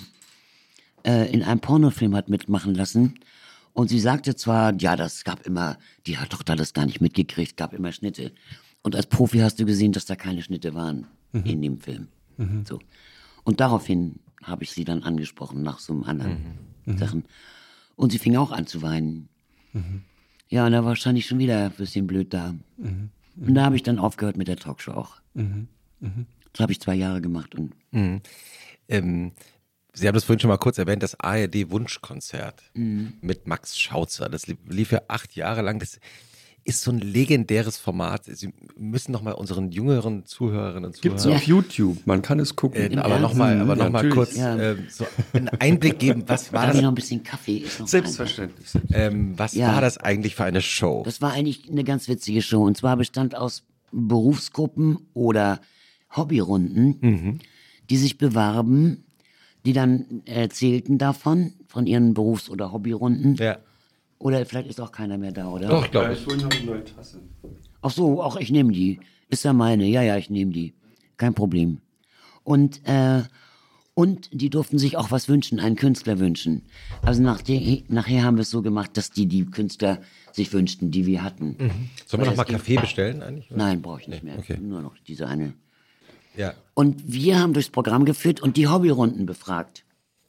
Speaker 3: äh, in einem Pornofilm hat mitmachen lassen. Und sie sagte zwar, ja, das gab immer, die Tochter hat das gar nicht mitgekriegt, gab immer Schnitte. Und als Profi hast du gesehen, dass da keine Schnitte waren mhm. in dem Film. Mhm. So. Und daraufhin habe ich sie dann angesprochen, nach so einem anderen mhm. Sachen. Und sie fing auch an zu weinen. Mhm. Ja, und da war wahrscheinlich schon wieder ein bisschen blöd da. Mhm. Mhm. Und da habe ich dann aufgehört mit der Talkshow auch. Mhm. Mhm. Das habe ich zwei Jahre gemacht. Und
Speaker 2: mhm. ähm, Sie haben das vorhin schon mal kurz erwähnt, das A R D-Wunschkonzert mhm. mit Max Schautzer. Das lief ja acht Jahre lang. Das ist so ein legendäres Format. Sie müssen noch mal unseren jüngeren Zuhörerinnen und Zuhörern...
Speaker 4: Gibt es auf YouTube, man kann es gucken.
Speaker 2: Äh, aber nochmal aber noch mal kurz ja. äh, so einen Einblick geben, was war
Speaker 3: da
Speaker 2: das?
Speaker 3: Ich noch ein bisschen Kaffee. Ist noch
Speaker 4: Selbstverständlich.
Speaker 2: Ähm, was ja. war das eigentlich für eine Show?
Speaker 3: Das war eigentlich eine ganz witzige Show. Und zwar bestand aus Berufsgruppen oder Hobbyrunden, mhm. die sich bewarben, die dann erzählten davon, von ihren Berufs- oder Hobbyrunden.
Speaker 2: Ja.
Speaker 3: Oder vielleicht ist auch keiner mehr da, oder?
Speaker 2: Doch, glaube ich.
Speaker 4: Ich hole noch eine neue Tasse.
Speaker 3: Ach so, auch ich nehme die. Ist ja meine. Ja, ja, ich nehme die. Kein Problem. Und, äh, und die durften sich auch was wünschen, einen Künstler wünschen. Also nach de- nachher haben wir es so gemacht, dass die die Künstler sich wünschten, die wir hatten. Mhm.
Speaker 2: Sollen wir noch mal Kaffee bestellen eigentlich? Oder?
Speaker 3: Nein, brauche ich nicht
Speaker 2: nee.
Speaker 3: mehr.
Speaker 2: Okay.
Speaker 3: Nur noch diese eine.
Speaker 2: Ja.
Speaker 3: Und wir haben durchs Programm geführt und die Hobbyrunden befragt.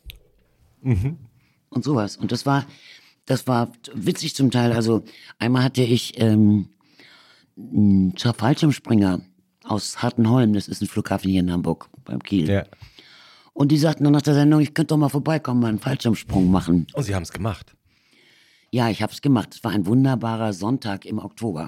Speaker 3: Mhm. Und sowas. Und das war, das war witzig zum Teil. Also einmal hatte ich ähm, einen Fallschirmspringer aus Hartenholm, das ist ein Flughafen hier in Hamburg, beim Kiel.
Speaker 2: Ja.
Speaker 3: Und die sagten dann nach der Sendung, ich könnte doch mal vorbeikommen, mal einen Fallschirmsprung machen.
Speaker 2: Und Sie haben es gemacht?
Speaker 3: Ja, ich habe es gemacht. Es war ein wunderbarer Sonntag im Oktober.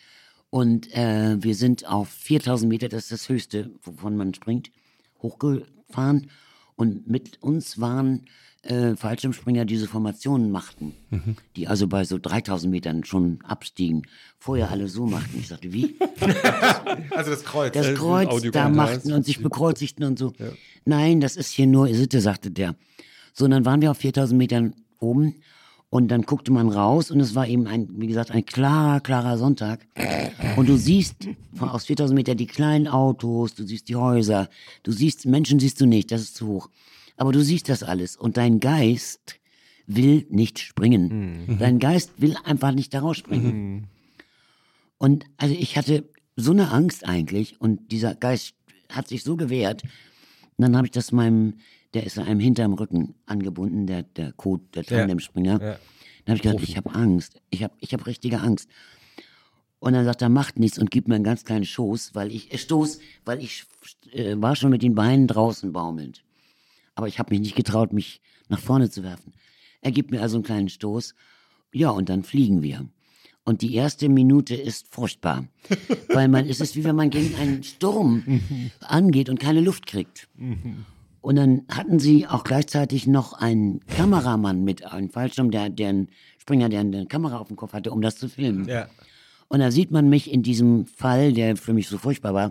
Speaker 3: Und äh, wir sind auf viertausend Meter, das ist das Höchste, wovon man springt, hochgefahren. Und mit uns waren äh, Fallschirmspringer, die diese Formationen machten, mhm. die also bei so dreitausend Metern schon abstiegen. Vorher alle so machten. Ich sagte, wie?
Speaker 2: Also das Kreuz.
Speaker 3: Das Kreuz
Speaker 4: das
Speaker 3: da machten und sich bekreuzigten und so. Ja. Nein, das ist hier nur Sitte, sagte der. So, und dann waren wir auf viertausend Metern oben Und dann guckte man raus und es war eben ein, wie gesagt, ein klarer, klarer Sonntag. Und du siehst von aus viertausend Meter die kleinen Autos, du siehst die Häuser, du siehst, Menschen siehst du nicht, das ist zu hoch. Aber du siehst das alles und dein Geist will nicht springen. Mhm. Dein Geist will einfach nicht da rausspringen. Mhm. Und also ich hatte so eine Angst eigentlich und dieser Geist hat sich so gewehrt. Und dann habe ich das meinem, der ist einem hinterm Rücken angebunden, der, der Code, der Tandemspringer. Ja. Ja. Dann habe ich gesagt, ich habe Angst, ich habe ich hab richtige Angst. Und dann sagt er, macht nichts und gibt mir einen ganz kleinen Stoß, weil ich, äh, Stoß, weil ich äh, war schon mit den Beinen draußen baumelnd. Aber ich habe mich nicht getraut, mich nach vorne zu werfen. Er gibt mir also einen kleinen Stoß. Ja, und dann fliegen wir. Und die erste Minute ist furchtbar. Weil man, es ist wie wenn man gegen einen Sturm angeht und keine Luft kriegt. Und dann hatten sie auch gleichzeitig noch einen Kameramann mit, einen Fallschirm, der, der einen Springer, der eine Kamera auf dem Kopf hatte, um das zu filmen. Ja. Und da sieht man mich in diesem Fall, der für mich so furchtbar war.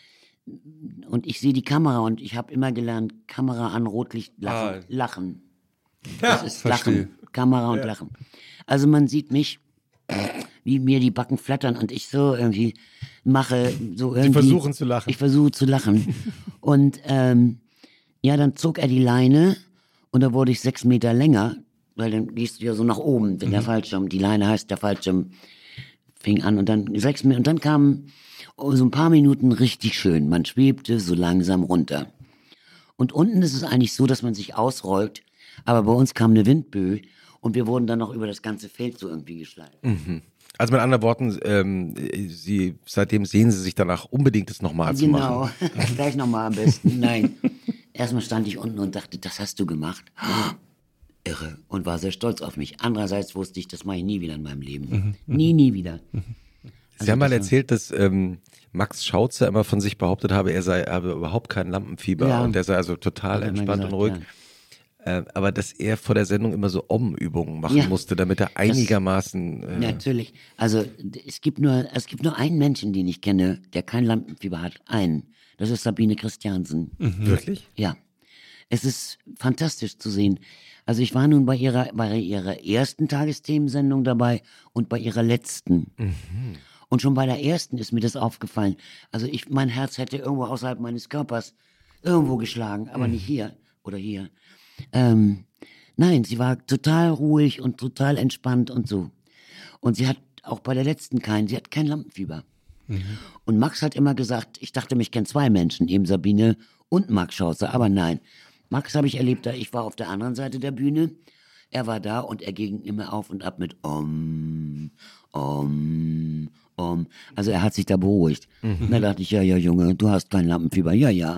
Speaker 3: Und ich sehe die Kamera und ich habe immer gelernt, Kamera an, Rotlicht, lachen. Ah. lachen. Das ja, ist verstehe. Lachen, Kamera und ja. Lachen. Also man sieht mich, wie mir die Backen flattern und ich so irgendwie mache, so irgendwie.
Speaker 7: Sie versuchen zu lachen.
Speaker 3: Ich versuche zu lachen. Und ähm, ja, dann zog er die Leine und da wurde ich sechs Meter länger, weil dann gehst du ja so nach oben, wenn mhm. der Fallschirm, die Leine heißt, der Fallschirm fing an und dann sechs Meter und dann kamen so ein paar Minuten richtig schön. Man schwebte so langsam runter. Und unten ist es eigentlich so, dass man sich ausrollt, aber bei uns kam eine Windböe und wir wurden dann noch über das ganze Feld so irgendwie geschleift.
Speaker 7: Mhm. Also mit anderen Worten, ähm, Sie, seitdem sehen Sie sich danach unbedingt, das nochmal zu machen.
Speaker 3: Genau, gleich nochmal am besten. Nein, erstmal stand ich unten und dachte, das hast du gemacht. Oh, irre. Und war sehr stolz auf mich. Andererseits wusste ich, das mache ich nie wieder in meinem Leben. Mhm. Nie, nie wieder.
Speaker 7: Mhm. Sie also haben mal erzählt, dass ähm, Max Schauzer immer von sich behauptet habe, er sei habe überhaupt kein Lampenfieber ja. und er sei also total entspannt gesagt, und ruhig. Ja. Äh, aber dass er vor der Sendung immer so Om-Übungen machen ja. musste, damit er einigermaßen... Äh
Speaker 3: Natürlich. Also es gibt nur es gibt nur einen Menschen, den ich kenne, der kein Lampenfieber hat. Einen. Das ist Sabine Christiansen.
Speaker 7: Mhm. Wirklich?
Speaker 3: Ja. Es ist fantastisch zu sehen. Also ich war nun bei ihrer, bei ihrer ersten Tagesthemensendung dabei und bei ihrer letzten. Mhm. Und schon bei der ersten ist mir das aufgefallen. Also ich, mein Herz hätte irgendwo außerhalb meines Körpers irgendwo geschlagen, aber mhm. nicht hier oder hier. Ähm, nein, sie war total ruhig und total entspannt und so. Und sie hat auch bei der letzten keinen, sie hat kein Lampenfieber. Mhm. Und Max hat immer gesagt, ich dachte, mich kennen zwei Menschen, eben Sabine und Max Schauzer, aber nein. Max habe ich erlebt, da ich war auf der anderen Seite der Bühne, er war da und er ging immer auf und ab mit Om, Om, Om. Also er hat sich da beruhigt. Mhm. Da dachte ich, ja, ja, Junge, du hast kein Lampenfieber, ja, ja.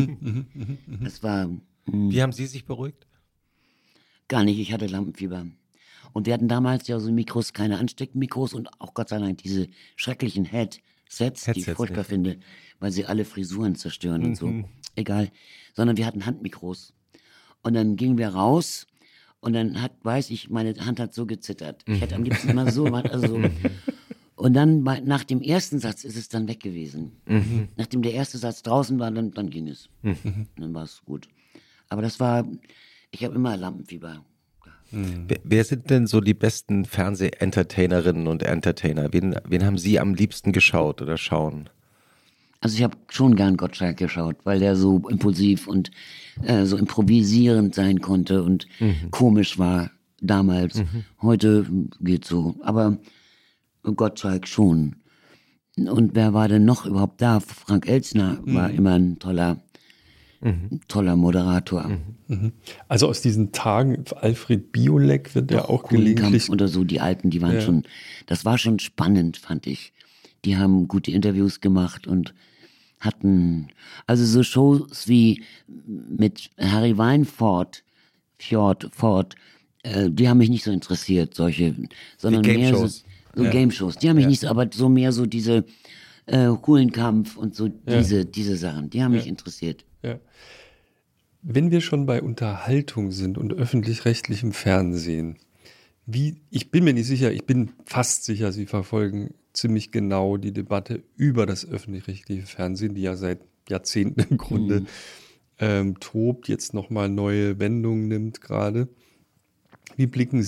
Speaker 3: Das war...
Speaker 7: Wie haben Sie sich beruhigt?
Speaker 3: Gar nicht, ich hatte Lampenfieber. Und wir hatten damals ja so Mikros, keine Ansteckmikros und auch Gott sei Dank diese schrecklichen Headsets, Headsets die ich furchtbar nicht. finde, weil sie alle Frisuren zerstören mhm. und so. Egal. Sondern wir hatten Handmikros. Und dann gingen wir raus und dann hat, weiß ich, meine Hand hat so gezittert. Ich hätte am liebsten immer so gemacht, also so. Und dann bei, nach dem ersten Satz ist es dann weg gewesen. Mhm. Nachdem der erste Satz draußen war, dann, dann ging es. Mhm. Dann war es gut. Aber das war, ich habe immer Lampenfieber.
Speaker 7: Mhm. Wer, wer sind denn so die besten Fernseh-Entertainerinnen und Entertainer? Wen, wen haben Sie am liebsten geschaut oder schauen?
Speaker 3: Also ich habe schon gern Gottschalk geschaut, weil der so impulsiv und äh, so improvisierend sein konnte und mhm. komisch war damals. Mhm. Heute geht so, aber Gottschalk schon. Und wer war denn noch überhaupt da? Frank Elstner mhm. war immer ein toller Mhm. toller Moderator.
Speaker 4: Mhm. Also aus diesen Tagen, Alfred Biolek wird ja auch gelegentlich...
Speaker 3: oder so, die Alten, die waren ja. schon, das war schon spannend, fand ich. Die haben gute Interviews gemacht und hatten, also so Shows wie mit Harry Weinfurt, Fjord, Ford, äh, die haben mich nicht so interessiert, solche, sondern mehr so, so ja. Game-Shows. Die haben mich ja. nicht so, aber so mehr so diese äh, Hulenkampf und so ja. diese, diese Sachen, die haben ja. mich interessiert.
Speaker 4: Ja. Wenn wir schon bei Unterhaltung sind und öffentlich-rechtlichem Fernsehen, wie, ich bin mir nicht sicher, ich bin fast sicher, Sie verfolgen ziemlich genau die Debatte über das öffentlich-rechtliche Fernsehen, die ja seit Jahrzehnten im Grunde mhm. ähm, tobt, jetzt nochmal neue Wendungen nimmt gerade. Wie blicken Sie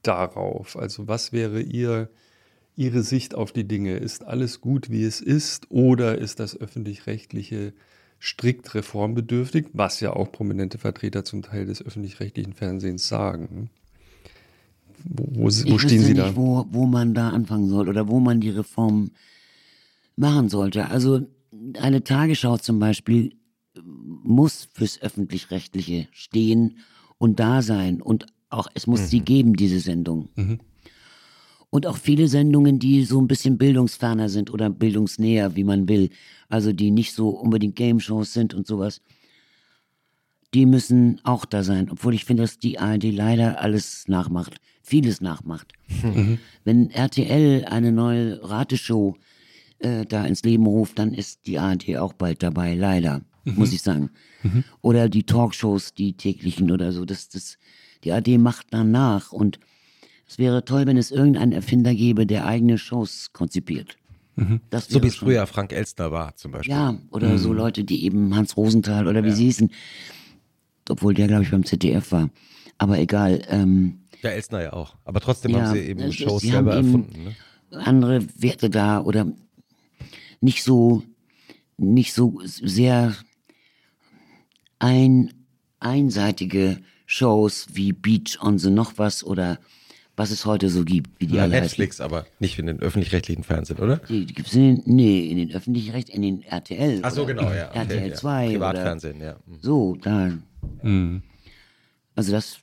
Speaker 4: darauf? Also was wäre Ihr, Ihre Sicht auf die Dinge? Ist alles gut, wie es ist, oder ist das Öffentlich-Rechtliche strikt reformbedürftig, was ja auch prominente Vertreter zum Teil des öffentlich-rechtlichen Fernsehens sagen? Wo, wo, wo stehen Sie
Speaker 3: nicht,
Speaker 4: da?
Speaker 3: Wo, wo man da anfangen soll oder wo man die Reform machen sollte. Also eine Tagesschau zum Beispiel muss fürs Öffentlich-Rechtliche stehen und da sein. Und auch, es muss mhm. sie geben, diese Sendung. Mhm. Und auch viele Sendungen, die so ein bisschen bildungsferner sind oder bildungsnäher, wie man will. Also die nicht so unbedingt Game-Shows sind und sowas. Die müssen auch da sein. Obwohl ich finde, dass die A R D leider alles nachmacht. Vieles nachmacht. Mhm. Wenn R T L eine neue Rateshow äh, da ins Leben ruft, dann ist die A R D auch bald dabei, leider. Mhm. Muss ich sagen. Mhm. Oder die Talkshows, die täglichen oder so. Das, das, die A R D macht danach. Und es wäre toll, wenn es irgendeinen Erfinder gäbe, der eigene Shows konzipiert.
Speaker 7: Mhm. Das so wie es früher Frank Elstner war zum Beispiel.
Speaker 3: Ja, oder mhm. so Leute, die eben Hans Rosenthal oder wie ja. sie hießen. Obwohl der, glaube ich, beim Z D F war. Aber egal. Ähm,
Speaker 7: ja, Elstner ja auch. Aber trotzdem ja, haben sie eben es, Shows sie selber erfunden. Ne?
Speaker 3: Andere Werte da oder nicht so, nicht so sehr ein, einseitige Shows wie Beach on the noch was oder was es heute so gibt, wie die
Speaker 7: ja,
Speaker 3: alle
Speaker 7: Netflix, heißen. Aber nicht in den öffentlich-rechtlichen Fernsehen, oder?
Speaker 3: Die, die gibt's in den, nee, in den öffentlich-rechtlichen, in den R T L.
Speaker 7: Ach so, genau, ja. Okay,
Speaker 3: R T L zwei.
Speaker 7: Ja. Privatfernsehen,
Speaker 3: oder
Speaker 7: ja.
Speaker 3: So, da. Mhm. Also das,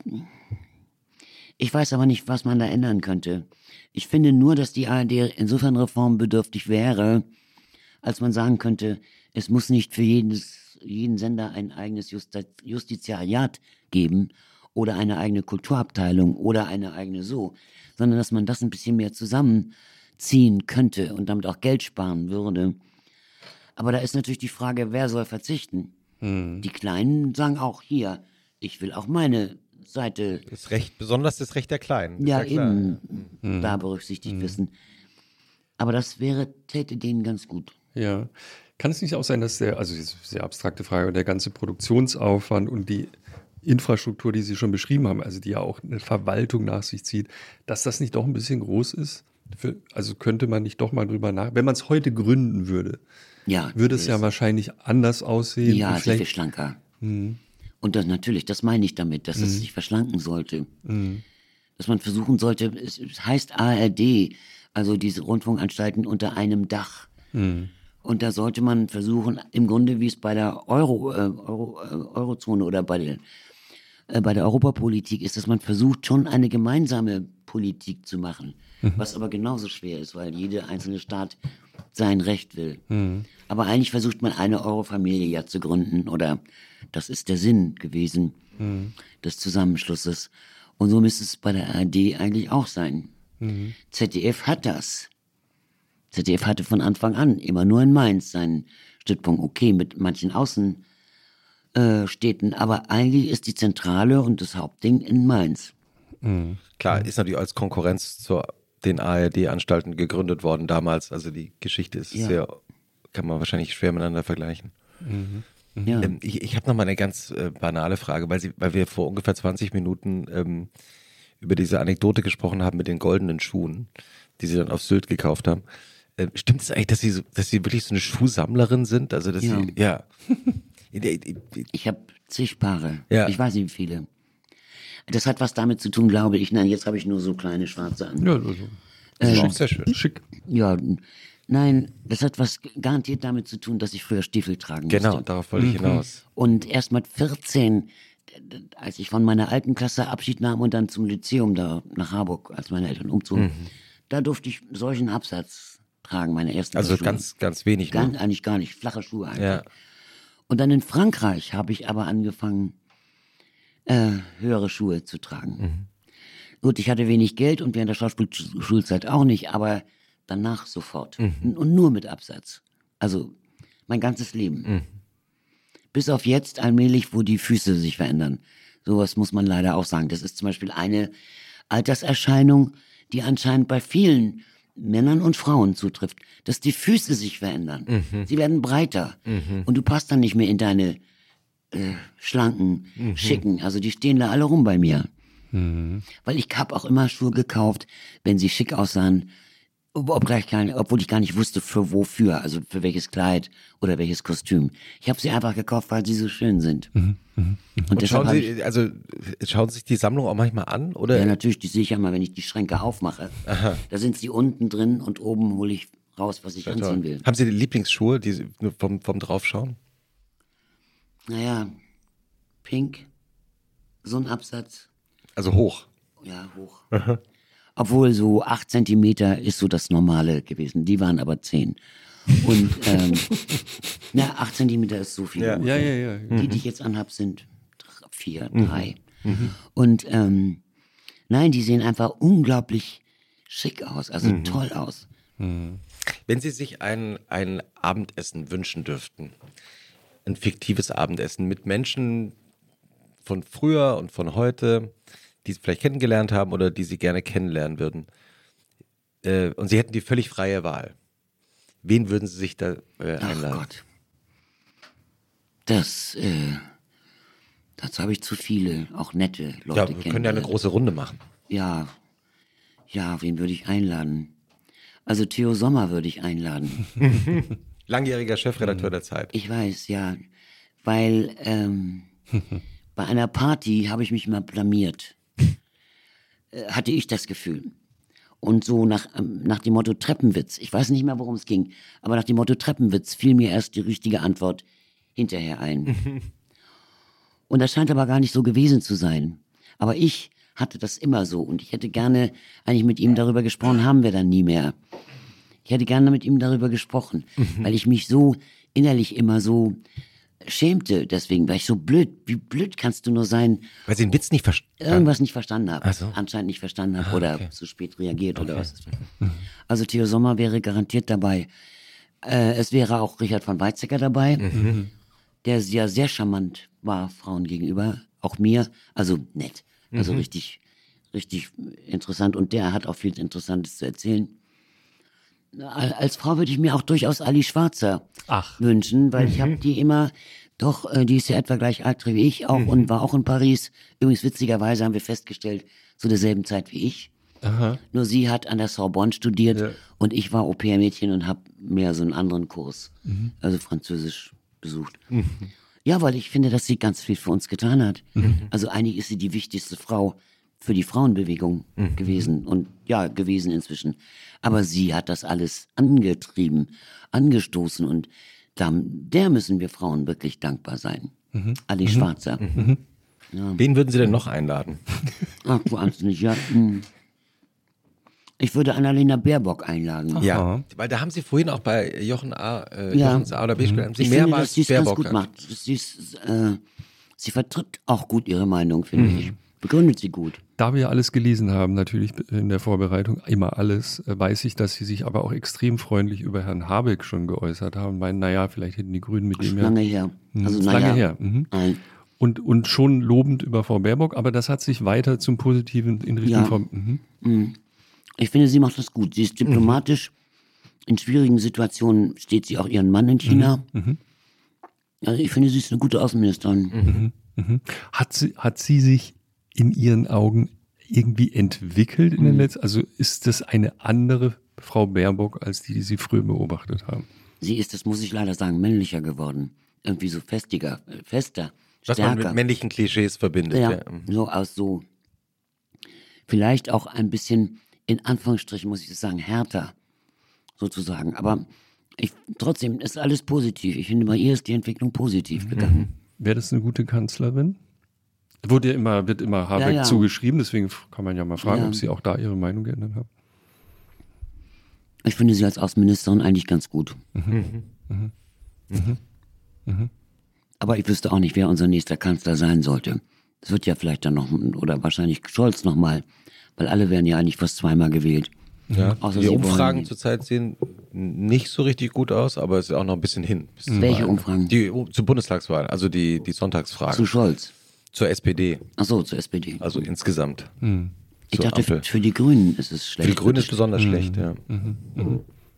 Speaker 3: ich weiß aber nicht, was man da ändern könnte. Ich finde nur, dass die A R D insofern reformbedürftig wäre, als man sagen könnte, es muss nicht für jedes, jeden Sender ein eigenes Justi- Justiziariat geben oder eine eigene Kulturabteilung oder eine eigene so, sondern dass man das ein bisschen mehr zusammenziehen könnte und damit auch Geld sparen würde. Aber da ist natürlich die Frage, wer soll verzichten? Hm. Die Kleinen sagen auch, hier, ich will auch meine Seite.
Speaker 7: Das Recht, besonders das Recht der Kleinen.
Speaker 3: Ja,
Speaker 7: ja
Speaker 3: eben, hm. da berücksichtigt hm. wissen. Aber das wäre, täte denen ganz gut.
Speaker 4: Ja. Kann es nicht auch sein, dass der, also diese sehr abstrakte Frage, der ganze Produktionsaufwand und die Infrastruktur, die Sie schon beschrieben haben, also die ja auch eine Verwaltung nach sich zieht, dass das nicht doch ein bisschen groß ist? Für, also könnte man nicht doch mal drüber nach, wenn man es heute gründen würde,
Speaker 3: ja,
Speaker 4: würde es ja wahrscheinlich anders aussehen.
Speaker 3: Ja, sehr viel schlanker. Mhm. Und das natürlich, das meine ich damit, dass mhm. es sich verschlanken sollte. Mhm. Dass man versuchen sollte, es, es heißt A R D, also diese Rundfunkanstalten unter einem Dach. Mhm. Und da sollte man versuchen, im Grunde wie es bei der Euro, äh, Euro, äh, Eurozone oder bei der, äh, bei der Europapolitik ist, dass man versucht, schon eine gemeinsame Politik zu machen. Mhm. Was aber genauso schwer ist, weil jeder einzelne Staat sein Recht will. Mhm. Aber eigentlich versucht man eine Eurofamilie ja zu gründen oder das ist der Sinn gewesen mhm. des Zusammenschlusses. Und so müsste es bei der A R D eigentlich auch sein. Mhm. Z D F hat das. Z D F hatte von Anfang an immer nur in Mainz seinen Stützpunkt. Okay, mit manchen Außenstädten, äh, aber eigentlich ist die Zentrale und das Hauptding in Mainz.
Speaker 7: Mhm. Klar, ist natürlich als Konkurrenz zu den A R D-Anstalten gegründet worden damals. Also die Geschichte ist ja. sehr, kann man wahrscheinlich schwer miteinander vergleichen. Mhm. Mhm. Ja. Ähm, ich ich habe noch mal eine ganz äh, banale Frage, weil, Sie, weil wir vor ungefähr zwanzig Minuten ähm, über diese Anekdote gesprochen haben mit den goldenen Schuhen, die Sie dann auf Sylt gekauft haben. Stimmt es eigentlich, dass Sie, so, dass Sie wirklich so eine Schuhsammlerin sind? Also, dass
Speaker 3: ja.
Speaker 7: Sie, ja.
Speaker 3: Ich habe zig Paare.
Speaker 7: Ja.
Speaker 3: Ich weiß nicht, wie viele. Das hat was damit zu tun, glaube ich. Nein, jetzt habe ich nur so kleine schwarze an.
Speaker 4: Ja, also.
Speaker 3: Äh,
Speaker 7: Schick, sehr schön.
Speaker 4: Schick.
Speaker 3: Ja, nein, das hat was garantiert damit zu tun, dass ich früher Stiefel tragen musste.
Speaker 7: Genau, darauf wollte ich hinaus.
Speaker 3: Und erst mit vierzehn, als ich von meiner alten Klasse Abschied nahm und dann zum Lyzeum da nach Harburg, als meine Eltern umzogen, mhm. da durfte ich solchen Absatz tragen, meine ersten
Speaker 7: Also
Speaker 3: Schuhe.
Speaker 7: ganz, ganz wenig.
Speaker 3: Ganz,
Speaker 7: ne?
Speaker 3: Eigentlich gar nicht, flache Schuhe eigentlich.
Speaker 7: Ja.
Speaker 3: Und dann in Frankreich habe ich aber angefangen, äh, höhere Schuhe zu tragen. Mhm. Gut, ich hatte wenig Geld und während der Schauspielschulzeit auch nicht, aber danach sofort. Mhm. Und nur mit Absatz. Also mein ganzes Leben. Mhm. Bis auf jetzt allmählich, wo die Füße sich verändern. Sowas muss man leider auch sagen. Das ist zum Beispiel eine Alterserscheinung, die anscheinend bei vielen Männern und Frauen zutrifft, dass die Füße sich verändern. Mhm. Sie werden breiter. Mhm. Und du passt dann nicht mehr in deine äh, schlanken, mhm. schicken. Also die stehen da alle rum bei mir. Mhm. Weil ich habe auch immer Schuhe gekauft, wenn sie schick aussahen, ob gleich gar, obwohl ich gar nicht wusste, für wofür, also für welches Kleid oder welches Kostüm. Ich habe sie einfach gekauft, weil sie so schön sind. Mhm.
Speaker 7: Mhm. Und, Und schauen Sie, also schauen Sie sich die Sammlung auch manchmal an, oder?
Speaker 3: Ja, natürlich, die sehe ich ja mal, wenn ich die Schränke aufmache. Aha. Da sind sie unten drin und oben hole ich raus, was ich ja, anziehen will.
Speaker 7: Haben Sie die Lieblingsschuhe, die Sie vom, vom Draufschauen?
Speaker 3: Naja, pink, so ein Absatz.
Speaker 7: Also hoch?
Speaker 3: Ja, hoch. Aha. Obwohl so acht Zentimeter ist so das Normale gewesen. Die waren aber zehn. Und ähm, na, acht Zentimeter ist so viel.
Speaker 4: Ja, ja, ja, ja.
Speaker 3: Die, die ich jetzt anhab, sind vier, drei. Mhm. Und ähm, nein, die sehen einfach unglaublich schick aus, also mhm. toll aus.
Speaker 7: Mhm. Wenn Sie sich ein, ein Abendessen wünschen dürften, ein fiktives Abendessen mit Menschen von früher und von heute, die Sie vielleicht kennengelernt haben oder die Sie gerne kennenlernen würden. Äh, und Sie hätten die völlig freie Wahl. Wen würden Sie sich da äh, einladen? Ach Gott.
Speaker 3: Das, äh, dazu habe ich zu viele, auch nette Leute
Speaker 7: kennen. Ja, wir können ja eine große Runde machen.
Speaker 3: Ja, ja, wen würde ich einladen? Also Theo Sommer würde ich einladen.
Speaker 7: Langjähriger Chefredakteur der Zeit.
Speaker 3: Ich weiß, ja, weil ähm, bei einer Party habe ich mich mal blamiert. Hatte ich das Gefühl. Und so nach, nach dem Motto Treppenwitz, ich weiß nicht mehr, worum es ging, aber nach dem Motto Treppenwitz fiel mir erst die richtige Antwort hinterher ein. Und das scheint aber gar nicht so gewesen zu sein. Aber ich hatte das immer so und ich hätte gerne eigentlich mit ihm darüber gesprochen, haben wir dann nie mehr. Ich hätte gerne mit ihm darüber gesprochen, weil ich mich so innerlich immer so schämte deswegen, weil ich so blöd, wie blöd kannst du nur sein?
Speaker 7: Weil sie den Witz nicht verstanden
Speaker 3: Irgendwas nicht verstanden habe.
Speaker 7: So.
Speaker 3: Anscheinend nicht verstanden habe ah, oder
Speaker 7: okay.
Speaker 3: zu spät reagiert
Speaker 7: okay.
Speaker 3: oder was. Also Theo Sommer wäre garantiert dabei. Äh, es wäre auch Richard von Weizsäcker dabei, mhm. der ja sehr charmant war Frauen gegenüber, auch mir, also nett, also mhm. richtig, richtig interessant und der hat auch viel Interessantes zu erzählen. Als Frau würde ich mir auch durchaus Ali Schwarzer Ach. wünschen, weil mhm. ich habe die immer, doch, äh, die ist ja etwa gleich alt wie ich auch mhm. und war auch in Paris. Übrigens witzigerweise haben wir festgestellt, zu derselben Zeit wie ich. Aha. Nur sie hat an der Sorbonne studiert ja. und ich war Au-pair-Mädchen und habe mehr so einen anderen Kurs, mhm. also Französisch besucht. Mhm. Ja, weil ich finde, dass sie ganz viel für uns getan hat. Mhm. Also eigentlich ist sie die wichtigste Frau für die Frauenbewegung mhm. gewesen und ja, gewesen inzwischen. Aber sie hat das alles angetrieben, angestoßen und da, der müssen wir Frauen wirklich dankbar sein. Mhm. Ali mhm. Schwarzer.
Speaker 7: Mhm. Ja. Wen würden Sie denn noch einladen?
Speaker 3: Ach, wahnsinnig, ja. Ich würde Annalena Baerbock einladen.
Speaker 7: Aha. Ja, weil da haben Sie vorhin auch bei Jochen A. Äh, ja. Jochens A. oder B. Mhm. Sie ich mehrmals finde, dass
Speaker 3: Baerbock ganz gut macht. Sie, ist, äh, sie vertritt auch gut ihre Meinung, finde mhm. ich. Begründet sie gut.
Speaker 4: Da wir alles gelesen haben, natürlich in der Vorbereitung, immer alles, weiß ich, dass Sie sich aber auch extrem freundlich über Herrn Habeck schon geäußert haben. Meinen, naja, vielleicht hätten die Grünen mit ihm ja...
Speaker 3: Lange her.
Speaker 4: Also lange ja. her. Mhm. Und, und schon lobend über Frau Baerbock, aber das hat sich weiter zum Positiven in Richtung
Speaker 3: ja.
Speaker 4: Frau... Mhm.
Speaker 3: Mhm. Ich finde, sie macht das gut. Sie ist diplomatisch. Mhm. In schwierigen Situationen steht sie auch ihren Mann in China. Mhm. Also ich finde, sie ist eine gute Außenministerin.
Speaker 4: Mhm. Mhm. Hat sie, hat sie sich in Ihren Augen irgendwie entwickelt in den letzten, also ist das eine andere Frau Baerbock als die, die Sie früher beobachtet haben?
Speaker 3: Sie ist, das muss ich leider sagen, männlicher geworden. Irgendwie so festiger, fester,
Speaker 7: was stärker. Man mit männlichen Klischees verbindet.
Speaker 3: Ja,
Speaker 7: ja.
Speaker 3: so aus so, vielleicht auch ein bisschen, in Anführungsstrichen muss ich das sagen, härter sozusagen. Aber ich, trotzdem ist alles positiv. Ich finde, bei ihr ist die Entwicklung positiv gegangen.
Speaker 4: Mhm. Wäre das eine gute Kanzlerin? Wurde ja immer, wird immer Habeck ja, ja. zugeschrieben, deswegen kann man ja mal fragen, ja. ob Sie auch da Ihre Meinung geändert haben.
Speaker 3: Ich finde sie als Außenministerin eigentlich ganz gut.
Speaker 4: Mhm. Mhm. Mhm. Mhm.
Speaker 3: Aber ich wüsste auch nicht, wer unser nächster Kanzler sein sollte. Das wird ja vielleicht dann noch, oder wahrscheinlich Scholz nochmal, weil alle werden ja eigentlich fast zweimal gewählt.
Speaker 7: Ja. Die Umfragen zurzeit sehen nicht so richtig gut aus, aber es ist auch noch ein bisschen hin.
Speaker 3: Welche Umfragen?
Speaker 7: Die zur Bundestagswahl, also die, die Sonntagsfragen.
Speaker 3: Zu Scholz?
Speaker 7: Zur S P D.
Speaker 3: Ach so, zur S P D.
Speaker 7: Also insgesamt.
Speaker 4: Hm.
Speaker 3: Ich dachte, Ampel. Für die Grünen ist es schlecht.
Speaker 7: Für die Grünen ist es besonders mhm. schlecht, ja.
Speaker 4: Mhm. Mhm.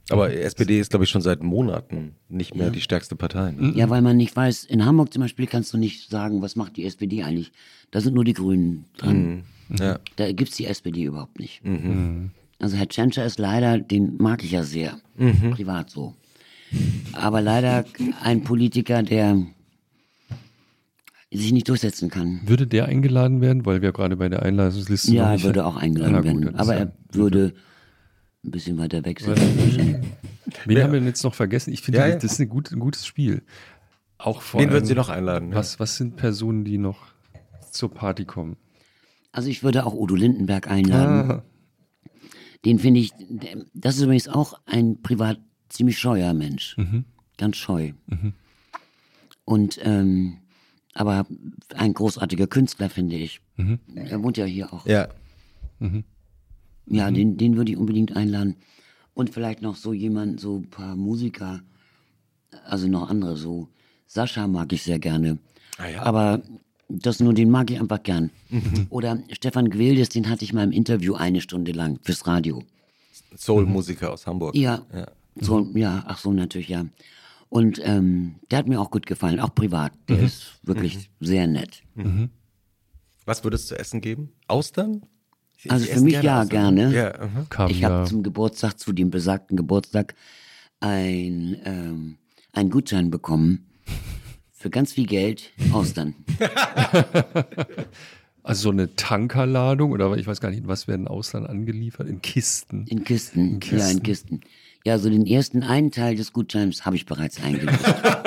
Speaker 7: Aber S P D ist, glaube ich, schon seit Monaten nicht mehr ja. die stärkste Partei. Ne?
Speaker 3: Ja, weil man nicht weiß, in Hamburg zum Beispiel kannst du nicht sagen, was macht die S P D eigentlich. Da sind nur die Grünen dran.
Speaker 7: Mhm. Ja.
Speaker 3: Da gibt es die S P D überhaupt nicht.
Speaker 7: Mhm.
Speaker 3: Also Herr Tschentscher ist leider, den mag ich ja sehr,
Speaker 7: mhm.
Speaker 3: privat so. Aber leider ein Politiker, der sich nicht durchsetzen kann.
Speaker 4: Würde der eingeladen werden, weil wir gerade bei der Einladungsliste
Speaker 3: Ja,
Speaker 4: noch
Speaker 3: er
Speaker 4: nicht
Speaker 3: würde auch eingeladen
Speaker 4: gut,
Speaker 3: werden. Aber er würde ein bisschen weiter weg sitzen.
Speaker 4: Wen ja. haben wir denn jetzt noch vergessen? Ich finde,
Speaker 7: ja, ja.
Speaker 4: das ist ein, gut, ein gutes Spiel. Auch vor
Speaker 7: Wen
Speaker 4: allem,
Speaker 7: würden Sie noch einladen?
Speaker 4: Was, was sind Personen, die noch zur Party kommen?
Speaker 3: Also ich würde auch Udo Lindenberg einladen. Ah. Den finde ich, das ist übrigens auch ein privat ziemlich scheuer Mensch.
Speaker 4: Mhm.
Speaker 3: Ganz scheu.
Speaker 4: Mhm.
Speaker 3: Und, ähm, aber ein großartiger Künstler, finde ich.
Speaker 4: Mhm.
Speaker 3: Er wohnt ja hier auch.
Speaker 7: Ja.
Speaker 4: Mhm.
Speaker 3: Ja,
Speaker 4: mhm.
Speaker 3: den, den würde ich unbedingt einladen. Und vielleicht noch so jemand, so ein paar Musiker, also noch andere, so Sascha mag ich sehr gerne.
Speaker 7: Ah, ja.
Speaker 3: Aber das nur, den mag ich einfach gern.
Speaker 7: Mhm.
Speaker 3: Oder Stefan Gwildes, den hatte ich mal im Interview eine Stunde lang fürs Radio.
Speaker 7: Soul-Musiker mhm. aus Hamburg.
Speaker 3: Ja,
Speaker 7: ja.
Speaker 3: So, ja, ach so, natürlich, ja. Und ähm, der hat mir auch gut gefallen, auch privat. Der
Speaker 7: mhm.
Speaker 3: ist wirklich mhm. sehr nett.
Speaker 7: Mhm. Was würdest du zu essen geben? Austern? Ich
Speaker 3: also für mich
Speaker 7: gerne
Speaker 3: ja,
Speaker 7: Austern.
Speaker 3: gerne.
Speaker 7: Ja, uh-huh.
Speaker 3: Ich habe zum Geburtstag, zu dem besagten Geburtstag, ein, ähm, einen Gutschein bekommen für ganz viel Geld, Austern.
Speaker 4: Also so eine Tankerladung oder ich weiß gar nicht, was werden Austern angeliefert? In Kisten?
Speaker 3: In Kisten,
Speaker 4: in Kisten.
Speaker 3: ja, in Kisten. Ja, so den ersten einen Teil des Gutscheins habe ich bereits eingelöst.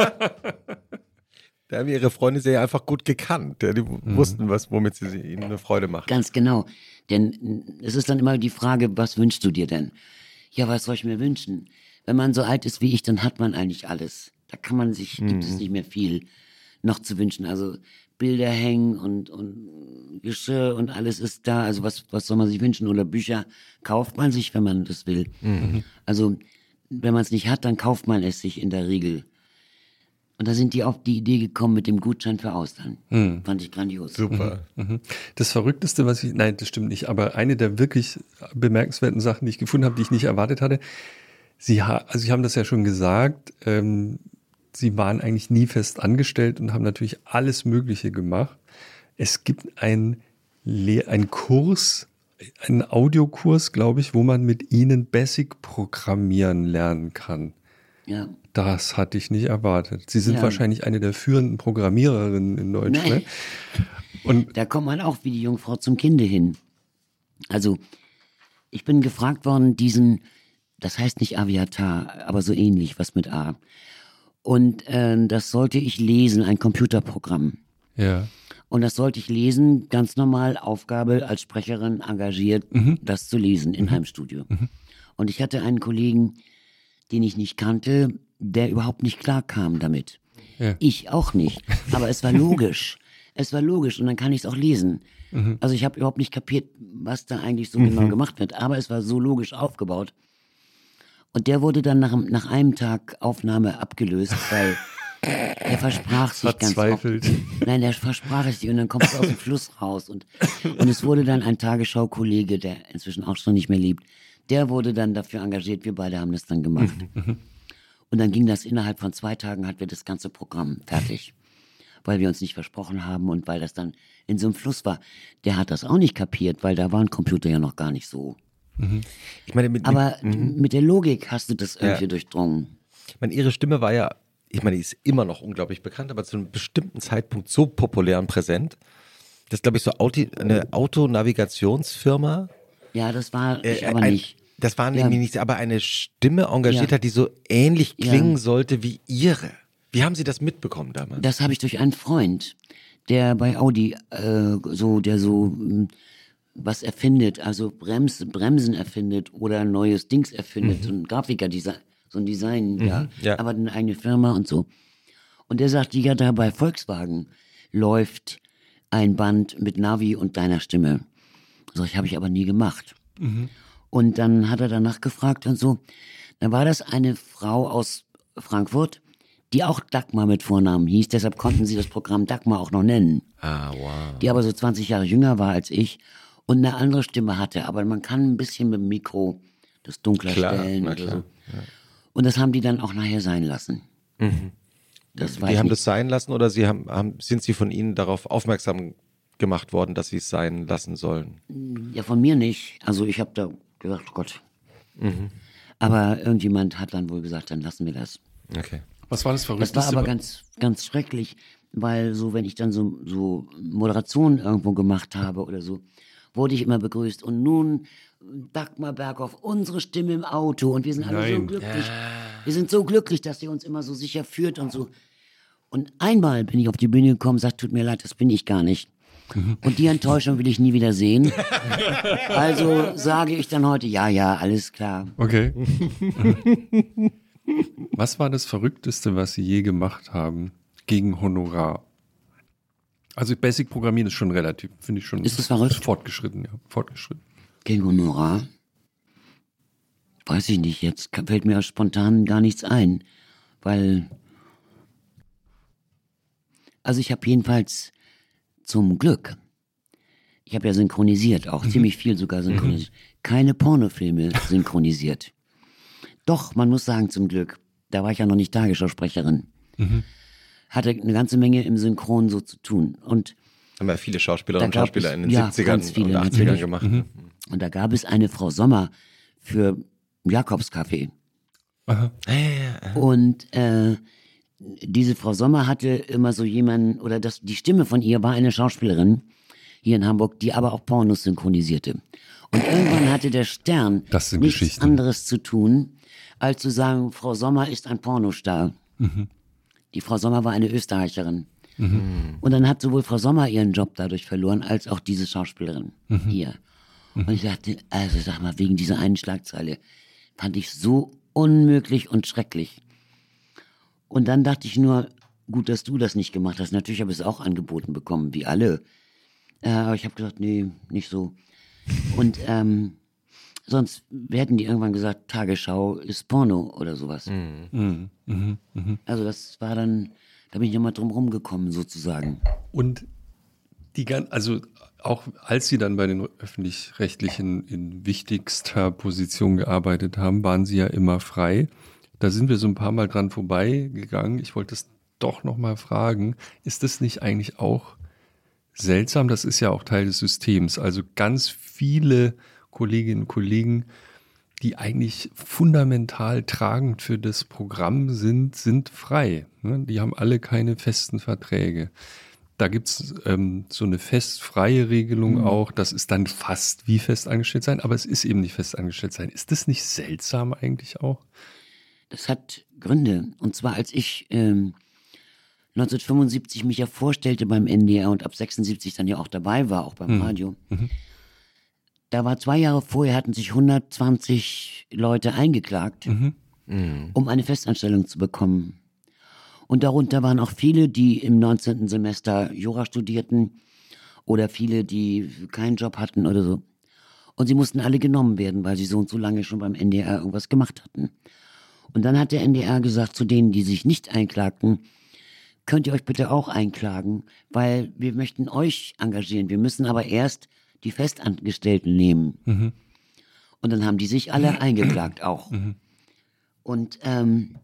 Speaker 7: Da haben ihre Freunde sie ja einfach gut gekannt. Die mhm. wussten, was, womit sie ihnen eine Freude macht.
Speaker 3: Ganz genau. Denn es ist dann immer die Frage, was wünschst du dir denn? Ja, was soll ich mir wünschen? Wenn man so alt ist wie ich, dann hat man eigentlich alles. Da kann man sich, mhm. gibt es nicht mehr viel noch zu wünschen. Also Bilder hängen und, und Geschirr und alles ist da. Also was, was soll man sich wünschen? Oder Bücher kauft man sich, wenn man das will.
Speaker 7: Mhm.
Speaker 3: Also wenn man es nicht hat, dann kauft man es sich in der Regel. Und da sind die auf die Idee gekommen mit dem Gutschein für Austern.
Speaker 4: Mhm.
Speaker 3: Fand ich grandios.
Speaker 7: Super.
Speaker 4: Mhm. Das Verrückteste, was ich, nein, das stimmt nicht, aber eine der wirklich bemerkenswerten Sachen, die ich gefunden habe, die ich nicht erwartet hatte, Sie, ha- also Sie haben das ja schon gesagt, ähm, Sie waren eigentlich nie fest angestellt und haben natürlich alles Mögliche gemacht. Es gibt einen Le- einen Kurs, einen Audiokurs, glaube ich, wo man mit Ihnen Basic programmieren lernen kann.
Speaker 3: Ja.
Speaker 4: Das hatte ich nicht erwartet. Sie sind
Speaker 3: Ja.
Speaker 4: wahrscheinlich eine der führenden Programmiererinnen in Deutschland.
Speaker 3: Nein.
Speaker 4: Und
Speaker 3: Da kommt man auch wie die Jungfrau zum Kinde hin. Also, ich bin gefragt worden, diesen, das heißt nicht Aviatar, aber so ähnlich, was mit A. Und äh, das sollte ich lesen, ein Computerprogramm.
Speaker 4: ja.
Speaker 3: Und das sollte ich lesen, ganz normal, Aufgabe als Sprecherin engagiert,
Speaker 4: Mhm.
Speaker 3: das zu lesen in Heimstudio.
Speaker 4: Mhm.
Speaker 3: Und ich hatte einen Kollegen, den ich nicht kannte, der überhaupt nicht klar kam damit.
Speaker 4: Ja.
Speaker 3: Ich auch nicht. Aber es war logisch. Es war logisch und dann kann ich es auch lesen.
Speaker 4: Mhm.
Speaker 3: Also ich habe überhaupt nicht kapiert, was da eigentlich so
Speaker 4: Mhm.
Speaker 3: genau gemacht wird. Aber es war so logisch aufgebaut. Und der wurde dann nach, nach einem Tag Aufnahme abgelöst, weil der versprach sich ganz oft.
Speaker 4: Verzweifelt.
Speaker 3: Nein, der versprach es sich und dann kommt es aus dem Fluss raus. Und, und es wurde dann ein Tagesschau-Kollege, der inzwischen auch schon nicht mehr lebt, der wurde dann dafür engagiert. Wir beide haben das dann gemacht. Und dann ging das innerhalb von zwei Tagen, hatten wir das ganze Programm fertig. Weil wir uns nicht versprochen haben und weil das dann in so einem Fluss war. Der hat das auch nicht kapiert, weil da waren Computer ja noch gar nicht so.
Speaker 7: Ich meine, mit,
Speaker 3: Aber
Speaker 7: mit, mhm.
Speaker 3: mit der Logik hast du das irgendwie
Speaker 7: Ja.
Speaker 3: durchdrungen.
Speaker 7: ich meine, ihre Stimme war ja, ich meine, die ist immer noch unglaublich bekannt, aber zu einem bestimmten Zeitpunkt so populär und präsent, dass, glaube ich, so Auto, eine Autonavigationsfirma,
Speaker 3: Ja, das war ich
Speaker 7: äh,
Speaker 3: aber
Speaker 7: ein,
Speaker 3: nicht.
Speaker 7: das war
Speaker 3: Ja.
Speaker 7: nämlich nicht, aber eine Stimme engagiert
Speaker 3: Ja.
Speaker 7: hat, die so ähnlich
Speaker 3: Ja.
Speaker 7: klingen sollte wie ihre. Wie haben Sie das mitbekommen damals?
Speaker 3: Das habe ich durch einen Freund, der bei Audi äh, so, der so mh, was erfindet, also Brems, Bremsen erfindet oder ein neues Dings erfindet, so ein Grafiker, dieser, so ein Design, ja,
Speaker 7: ja.
Speaker 3: aber eine eigene Firma und so. Und der sagte, ja, da bei Volkswagen läuft ein Band mit Navi und deiner Stimme. So, ich habe ich aber nie gemacht. Und dann hat er danach gefragt und so. Dann war das eine Frau aus Frankfurt, die auch Dagmar mit Vornamen hieß. Deshalb konnten sie das Programm Dagmar auch noch nennen.
Speaker 7: Ah, wow.
Speaker 3: Die aber so zwanzig Jahre jünger war als ich und eine andere Stimme hatte. Aber man kann ein bisschen mit dem Mikro das dunkler
Speaker 2: klar,
Speaker 3: stellen oder
Speaker 2: klar,
Speaker 3: so.
Speaker 2: Ja.
Speaker 3: Und das haben die dann auch nachher sein lassen.
Speaker 2: Mhm.
Speaker 3: Das
Speaker 2: die haben nicht. das sein lassen oder sie haben, haben, sind sie von Ihnen darauf aufmerksam gemacht worden, dass sie es sein lassen sollen?
Speaker 3: Ja, von mir nicht. Also ich habe da gesagt, oh Gott. Mhm. Aber irgendjemand hat dann wohl gesagt, dann lassen wir das.
Speaker 2: Okay.
Speaker 4: Was war das Verrückteste?
Speaker 3: Das war aber ganz, ganz schrecklich, weil so, wenn ich dann so, so Moderationen irgendwo gemacht habe oder so, wurde ich immer begrüßt. Und nun Dagmar Berghoff, unsere Stimme im Auto. Und wir sind alle
Speaker 4: Nein.
Speaker 3: so glücklich. Ja. Wir sind so glücklich, dass sie uns immer so sicher führt und so. Und einmal bin ich auf die Bühne gekommen und gesagt, tut mir leid, das bin ich gar nicht. Mhm. Und die Enttäuschung will ich nie wieder sehen. Also sage ich dann heute, ja, ja, alles klar.
Speaker 4: Okay. Was war das Verrückteste, was Sie je gemacht haben gegen Honorar? Also Basic Programmieren ist schon relativ, finde ich schon
Speaker 3: ist das verrückt?
Speaker 4: fortgeschritten, ja, fortgeschritten.
Speaker 3: Gegen Honorar? Weiß ich nicht, jetzt fällt mir spontan gar nichts ein, weil, also ich habe jedenfalls zum Glück, ich habe ja synchronisiert, auch mhm. ziemlich viel sogar synchronisiert, mhm. keine Pornofilme synchronisiert. Doch, man muss sagen, zum Glück, da war ich ja noch nicht Tagesschausprecherin. Mhm. Hatte eine ganze Menge im Synchron so zu tun. Und
Speaker 2: haben ja viele Schauspielerinnen und Schauspieler
Speaker 3: es,
Speaker 2: in den
Speaker 3: ja,
Speaker 2: siebzigern
Speaker 3: viele,
Speaker 2: und achtzigern
Speaker 3: natürlich.
Speaker 2: gemacht.
Speaker 3: Mhm. Und da gab es eine Frau Sommer für Jakobscafé.
Speaker 4: Aha.
Speaker 3: Und äh, diese Frau Sommer hatte immer so jemanden, oder das, die Stimme von ihr war eine Schauspielerin hier in Hamburg, die aber auch Pornos synchronisierte. Und irgendwann hatte der Stern nichts anderes zu tun, als zu sagen, Frau Sommer ist ein Pornostar. Mhm. Die Frau Sommer war eine Österreicherin. Mhm. Und dann hat sowohl Frau Sommer ihren Job dadurch verloren, als auch diese Schauspielerin mhm. hier. Mhm. Und ich dachte, also sag mal, wegen dieser einen Schlagzeile fand ich so unmöglich und schrecklich. Und dann dachte ich nur, gut, dass du das nicht gemacht hast. Natürlich habe ich es auch angeboten bekommen, wie alle. Äh, aber ich habe gesagt, nee, nicht so. Und ähm, sonst hätten die irgendwann gesagt, Tagesschau ist Porno oder sowas.
Speaker 4: Mhm. Mhm. Mhm.
Speaker 3: Also das war dann, da bin ich nochmal drum rumgekommen sozusagen.
Speaker 4: Und die ganze, also auch als Sie dann bei den Öffentlich-Rechtlichen in wichtigster Position gearbeitet haben, waren Sie ja immer frei. Da sind wir so ein paar Mal dran vorbeigegangen. Ich wollte es doch nochmal fragen, ist das nicht eigentlich auch seltsam? Das ist ja auch Teil des Systems. Also ganz viele Kolleginnen und Kollegen, die eigentlich fundamental tragend für das Programm sind, sind frei. Die haben alle keine festen Verträge. Da gibt es ähm, so eine festfreie Regelung mhm. auch. Das ist dann fast wie festangestellt sein, aber es ist eben nicht festangestellt sein. Ist das nicht seltsam eigentlich auch?
Speaker 3: Das hat Gründe. Und zwar, als ich ähm, neunzehnhundertfünfundsiebzig mich ja vorstellte beim N D R und ab sechsundsiebzig dann ja auch dabei war, auch beim mhm. Radio. Mhm. Da war zwei Jahre vorher, hatten sich hundertzwanzig Leute eingeklagt, mhm. Mhm. um eine Festanstellung zu bekommen. Und darunter waren auch viele, die im neunzehnten Semester Jura studierten oder viele, die keinen Job hatten oder so. Und sie mussten alle genommen werden, weil sie so und so lange schon beim N D R irgendwas gemacht hatten. Und dann hat der N D R gesagt zu denen, die sich nicht einklagten, könnt ihr euch bitte auch einklagen, weil wir möchten euch engagieren. Wir müssen aber erst die Festangestellten nehmen. Mhm. Und dann haben die sich alle eingeklagt auch. Mhm. Und ähm,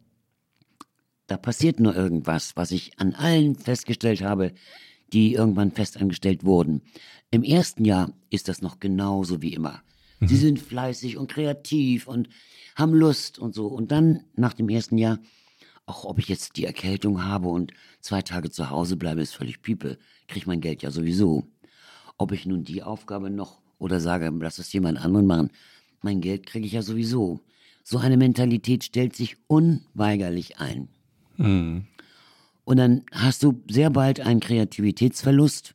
Speaker 3: da passiert nur irgendwas, was ich an allen festgestellt habe, die irgendwann festangestellt wurden. Im ersten Jahr ist das noch genauso wie immer. Mhm. Sie sind fleißig und kreativ und haben Lust und so. Und dann, nach dem ersten Jahr, auch ob ich jetzt die Erkältung habe und zwei Tage zu Hause bleibe, ist völlig Piepe. Kriege mein Geld ja sowieso. Ob ich nun die Aufgabe noch oder sage, lass es jemand anderen machen, mein Geld kriege ich ja sowieso. So eine Mentalität stellt sich unweigerlich ein. Mhm. Und dann hast du sehr bald einen Kreativitätsverlust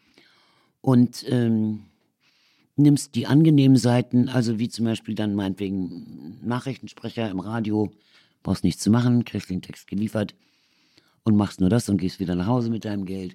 Speaker 3: und ähm, nimmst die angenehmen Seiten, also wie zum Beispiel dann meinetwegen Nachrichtensprecher im Radio, brauchst nichts zu machen, kriegst den Text geliefert und machst nur das und gehst wieder nach Hause mit deinem Geld.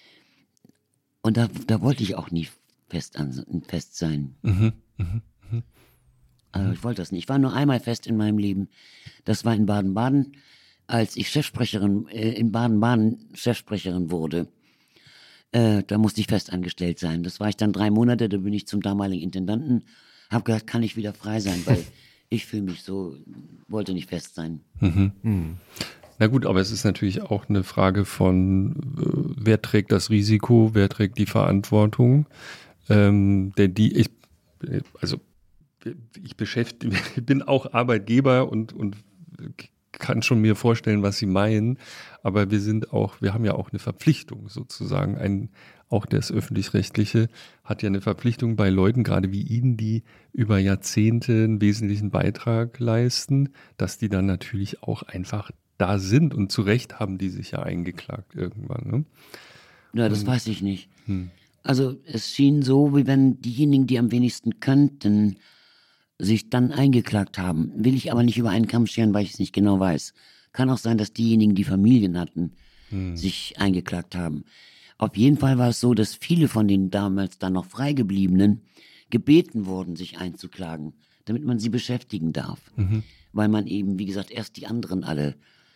Speaker 3: Und da, da wollte ich auch nie fest, an, fest sein. Mhm, mh, mh. Also ich wollte das nicht. Ich war nur einmal fest in meinem Leben. Das war in Baden-Baden, als ich Chefsprecherin, äh, in Baden-Baden Chefsprecherin wurde. Äh, da musste ich fest angestellt sein. Das war ich dann drei Monate, da bin ich zum damaligen Intendanten, habe gedacht, kann ich wieder frei sein, weil ich fühle mich so, wollte nicht fest sein.
Speaker 4: Mhm. Mhm. Na gut, aber es ist natürlich auch eine Frage von, äh, wer trägt das Risiko, wer trägt die Verantwortung. Ähm, denn die, ich, also ich beschäftige, ich bin auch Arbeitgeber und, und kann schon mir vorstellen, was Sie meinen, aber wir sind auch, wir haben ja auch eine Verpflichtung sozusagen, ein, auch das Öffentlich-Rechtliche hat ja eine Verpflichtung bei Leuten, gerade wie Ihnen, die über Jahrzehnte einen wesentlichen Beitrag leisten, dass die dann natürlich auch einfach da sind und zu Recht haben die sich ja eingeklagt irgendwann. Ne?
Speaker 3: Ja, das
Speaker 4: und,
Speaker 3: weiß ich nicht.
Speaker 4: Hm.
Speaker 3: Also es schien so, wie wenn diejenigen, die am wenigsten könnten, sich dann eingeklagt haben. Will ich aber nicht über einen Kamm scheren, weil ich es nicht genau weiß. Kann auch sein, dass diejenigen, die Familien hatten, hm. sich eingeklagt haben. Auf jeden Fall war es so, dass viele von den damals dann noch Freigebliebenen gebeten wurden, sich einzuklagen, damit man sie beschäftigen darf. Mhm. Weil man eben, wie gesagt, erst die anderen alle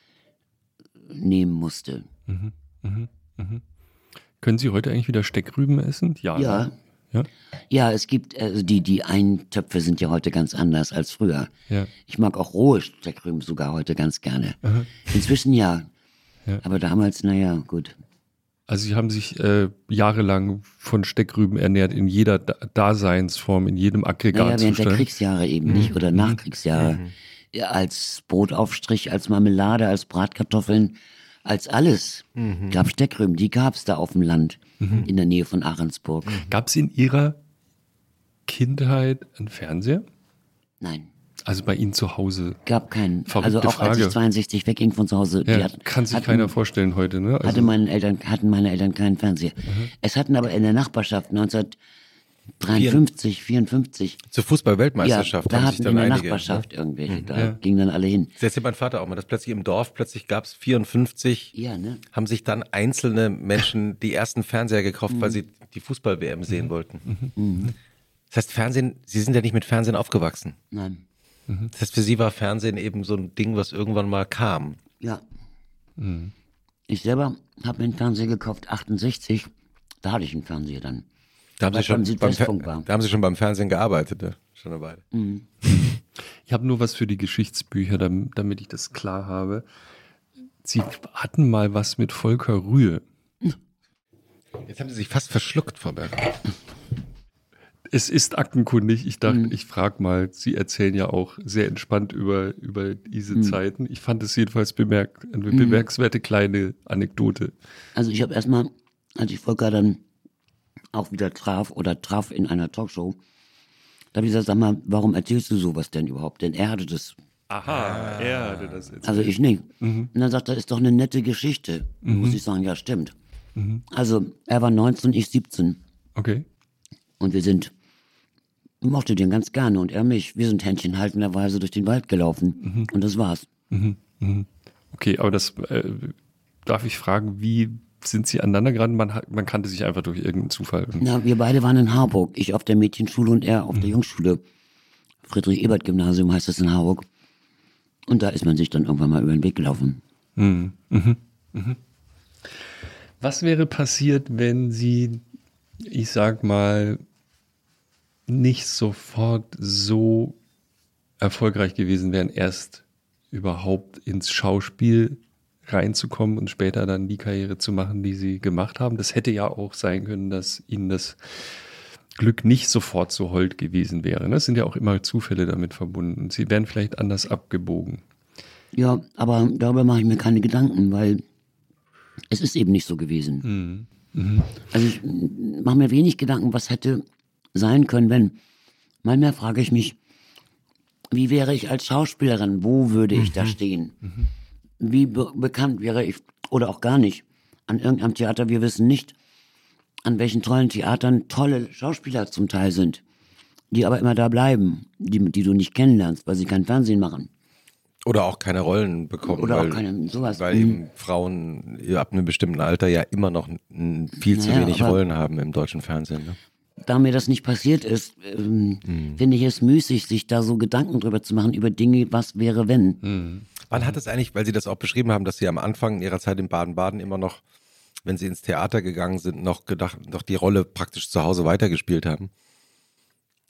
Speaker 3: nehmen musste.
Speaker 4: Mhm. Mhm. Mhm. Können Sie heute eigentlich wieder Steckrüben essen? Ja.
Speaker 3: Ja. Ja, ja, es gibt, also die, die Eintöpfe sind ja heute ganz anders als früher. Ja. Ich mag auch rohe Steckrüben sogar heute ganz gerne. Aha. Inzwischen ja. ja. Aber damals, naja, gut.
Speaker 4: Also Sie haben sich äh, jahrelang von Steckrüben ernährt, in jeder da- Daseinsform, in jedem Aggregatzustand.
Speaker 3: Naja, während der Kriegsjahre eben mhm. nicht oder Nachkriegsjahre. Mhm. Ja, als Brotaufstrich, als Marmelade, als Bratkartoffeln, als alles. Mhm. Gab Steckrüben, die gab es da auf dem Land, mhm. in der Nähe von Ahrensburg.
Speaker 4: Gab es in Ihrer Kindheit einen Fernseher?
Speaker 3: Nein.
Speaker 4: Also bei Ihnen zu Hause?
Speaker 3: Gab keinen.
Speaker 4: Verrückte
Speaker 3: also auch
Speaker 4: Frage.
Speaker 3: als ich zweiundsechzig wegging von zu Hause.
Speaker 4: Ja,
Speaker 3: die hatten,
Speaker 4: kann sich
Speaker 3: hatten,
Speaker 4: keiner vorstellen heute, ne? Also
Speaker 3: hatte meine Eltern, hatten meine Eltern keinen Fernseher. Mhm. Es hatten aber in der Nachbarschaft neunzehnhundertdreiundfünfzig, vierundfünfzig.
Speaker 7: Zur Fußball-Weltmeisterschaft
Speaker 3: ja, da
Speaker 7: haben
Speaker 3: hatten
Speaker 7: sich dann
Speaker 3: in der
Speaker 7: einige,
Speaker 3: Nachbarschaft
Speaker 7: ne?
Speaker 3: irgendwelche,
Speaker 7: Mhm.
Speaker 3: da
Speaker 7: ja.
Speaker 3: gingen dann alle hin.
Speaker 7: Das erzählt mein Vater auch mal, dass plötzlich im Dorf, plötzlich gab es vierundfünfzig,
Speaker 3: ja, ne?
Speaker 7: haben sich dann einzelne Menschen die ersten Fernseher gekauft, mhm. weil sie die Fußball-W M sehen mhm. wollten. Mhm. Das heißt, Fernsehen, Sie sind ja nicht mit Fernsehen aufgewachsen.
Speaker 3: Nein.
Speaker 7: Das heißt, für Sie war Fernsehen eben so ein Ding, was irgendwann mal kam.
Speaker 3: Ja. Mhm. Ich selber habe mir einen Fernseher gekauft, achtundsechzig. Da hatte ich einen Fernseher dann.
Speaker 7: Da haben, Sie schon, beim Fer- da haben Sie schon beim Fernsehen gearbeitet, ne? Schon eine Weile. Mhm.
Speaker 4: Ich habe nur was für die Geschichtsbücher, damit ich das klar habe. Sie hatten mal was mit Volker Rühe.
Speaker 7: Jetzt haben Sie sich fast verschluckt, Frau Berger.
Speaker 4: Es ist aktenkundig. Ich dachte, mhm. ich frage mal, Sie erzählen ja auch sehr entspannt über, über diese mhm. Zeiten. Ich fand es jedenfalls bemerk- eine mhm. bemerkenswerte kleine Anekdote.
Speaker 3: Also ich habe erstmal, als ich Volker dann auch wieder traf oder traf in einer Talkshow, da habe ich gesagt, sag mal, warum erzählst du sowas denn überhaupt? Denn er hatte das.
Speaker 4: Aha, er hatte das erzählt.
Speaker 3: Also ich nicht. Mhm. Und dann sagt er, das ist doch eine nette Geschichte. Mhm. Muss ich sagen, ja, stimmt. Mhm. Also er war neunzehn, ich siebzehn.
Speaker 4: Okay.
Speaker 3: Und wir sind, ich mochte den ganz gerne und er mich. Wir sind händchenhaltenderweise durch den Wald gelaufen. Mhm. Und das war's.
Speaker 4: Mhm. Mhm. Okay, aber das, äh, darf ich fragen, wie sind Sie aneinander geraten? Man, man kannte sich einfach durch irgendeinen Zufall.
Speaker 3: Na, wir beide waren in Harburg. Ich auf der Mädchenschule und er auf mhm. der Jungsschule. Friedrich-Ebert-Gymnasium heißt das in Harburg. Und da ist man sich dann irgendwann mal über den Weg gelaufen.
Speaker 4: Mhm. Mhm. Mhm. Was wäre passiert, wenn Sie, ich sag mal, nicht sofort so erfolgreich gewesen wären, erst überhaupt ins Schauspiel reinzukommen und später dann die Karriere zu machen, die Sie gemacht haben? Das hätte ja auch sein können, dass Ihnen das Glück nicht sofort so hold gewesen wäre. Es sind ja auch immer Zufälle damit verbunden. Sie wären vielleicht anders abgebogen.
Speaker 3: Ja, aber darüber mache ich mir keine Gedanken, weil es ist eben nicht so gewesen. Mhm. Mhm. Also ich mache mir wenig Gedanken, was hätte sein können, wenn. Manchmal frage ich mich, wie wäre ich als Schauspielerin? Wo würde ich mhm. da stehen? Mhm. Wie be- bekannt wäre ich, oder auch gar nicht, an irgendeinem Theater? Wir wissen nicht, an welchen tollen Theatern tolle Schauspieler zum Teil sind, die aber immer da bleiben, die, die du nicht kennenlernst, weil sie kein Fernsehen machen.
Speaker 7: Oder auch keine Rollen bekommen,
Speaker 3: Oder
Speaker 7: weil,
Speaker 3: auch keine, sowas.
Speaker 7: weil mhm. eben Frauen ab einem bestimmten Alter ja immer noch n- viel zu
Speaker 3: naja,
Speaker 7: wenig Rollen haben im deutschen Fernsehen. Ne?
Speaker 3: Da mir das nicht passiert ist, ähm, mhm. finde ich es müßig, sich da so Gedanken drüber zu machen, über Dinge, was wäre, wenn.
Speaker 7: Mhm. Wann hat es eigentlich, weil Sie das auch beschrieben haben, dass Sie am Anfang Ihrer Zeit in Baden-Baden immer noch, wenn Sie ins Theater gegangen sind, noch gedacht, noch die Rolle praktisch zu Hause weitergespielt haben?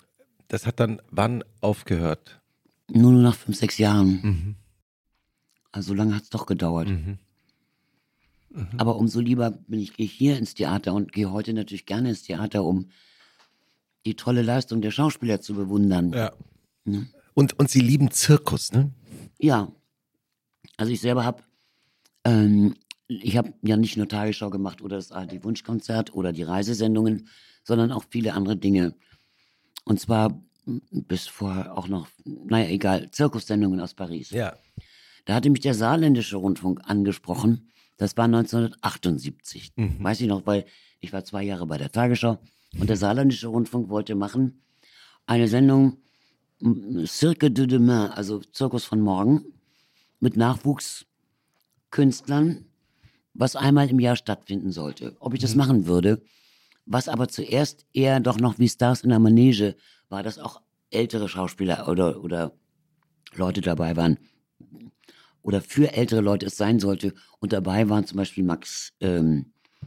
Speaker 7: das hat dann wann aufgehört?
Speaker 3: Nur noch nach fünf, sechs Jahren.
Speaker 7: Mhm.
Speaker 3: Also so lange hat es doch gedauert.
Speaker 7: Mhm. Mhm.
Speaker 3: Aber umso lieber bin ich, gehe ich hier ins Theater und gehe heute natürlich gerne ins Theater, um die tolle Leistung der Schauspieler zu bewundern.
Speaker 7: Ja.
Speaker 3: Ne?
Speaker 7: Und, und sie lieben Zirkus, ne?
Speaker 3: Ja. Also ich selber habe, ähm, ich habe ja nicht nur Tagesschau gemacht oder das A R D-Wunschkonzert oder die Reisesendungen, sondern auch viele andere Dinge. Und zwar bis vorher auch noch, naja, egal, Zirkussendungen aus Paris.
Speaker 7: Ja.
Speaker 3: Da hatte mich der Saarländische Rundfunk angesprochen. Das war neunzehnhundertachtundsiebzig. Mhm. Weiß ich noch, weil ich war zwei Jahre bei der Tagesschau und der Saarländische Rundfunk wollte machen eine Sendung Cirque de Demain, also Zirkus von morgen, mit Nachwuchskünstlern, was einmal im Jahr stattfinden sollte. Ob ich das mhm. machen würde, was aber zuerst eher doch noch wie Stars in der Manege war, dass auch ältere Schauspieler oder, oder Leute dabei waren. Oder für ältere Leute es sein sollte. Und dabei waren zum Beispiel Max, ähm,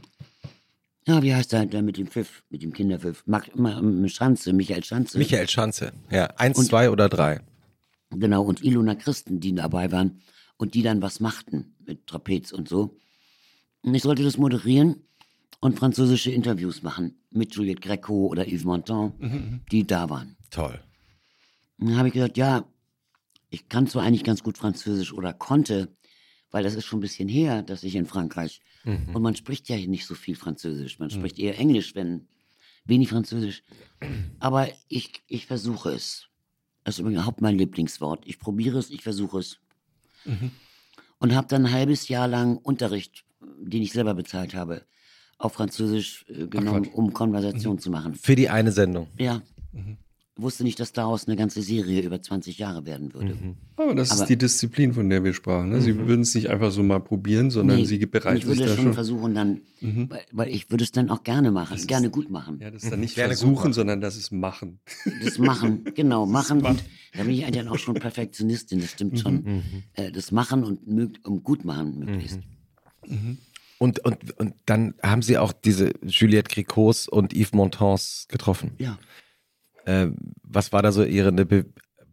Speaker 3: ja, wie heißt der, der mit dem Pfiff, mit dem Kinderpfiff? Max, Schanze, Michael Schanze.
Speaker 7: Michael Schanze, ja. Eins, und, zwei oder drei.
Speaker 3: Genau, und Ilona Christen, die dabei waren und die dann was machten mit Trapez und so. Und ich sollte das moderieren und französische Interviews machen mit Juliette Gréco oder Yves Montand, mhm. die da waren.
Speaker 7: Toll.
Speaker 3: Und dann habe ich gesagt, ja, ich kann zwar eigentlich ganz gut Französisch oder konnte, weil das ist schon ein bisschen her, dass ich in Frankreich, mhm. und man spricht ja hier nicht so viel Französisch, man mhm. spricht eher Englisch, wenn wenig Französisch. Aber ich, ich versuche es. Das ist überhaupt mein Lieblingswort. Ich probiere es, ich versuche es. Mhm. Und habe dann ein halbes Jahr lang Unterricht, den ich selber bezahlt habe, auf Französisch äh, genommen, Ach, um Konversation mhm. zu machen.
Speaker 7: Für die eine Sendung?
Speaker 3: Ja. Mhm. Wusste nicht, dass daraus eine ganze Serie über zwanzig Jahre werden würde.
Speaker 4: Mhm. Aber das
Speaker 3: Aber,
Speaker 4: ist die Disziplin, von der wir sprachen. Ne? Sie mhm. würden es nicht einfach so mal probieren, sondern
Speaker 3: nee,
Speaker 4: Sie bereiten
Speaker 3: sich da schon. Ich würde schon versuchen dann, mhm. weil, weil ich würde es dann auch gerne machen, das gerne ist, gut machen.
Speaker 4: Ja, das ist dann nicht gerne versuchen, sondern das ist machen.
Speaker 3: Das Machen, genau, machen. Und da bin ich eigentlich auch schon Perfektionistin, das stimmt mhm. schon. Mhm. Äh, das Machen und mög- um gut machen möglichst.
Speaker 7: Mhm. Mhm. Und, und, und dann haben Sie auch diese Juliette Grécos und Yves Montands getroffen.
Speaker 3: Ja.
Speaker 7: Äh, was war da so Ihre eine, Be-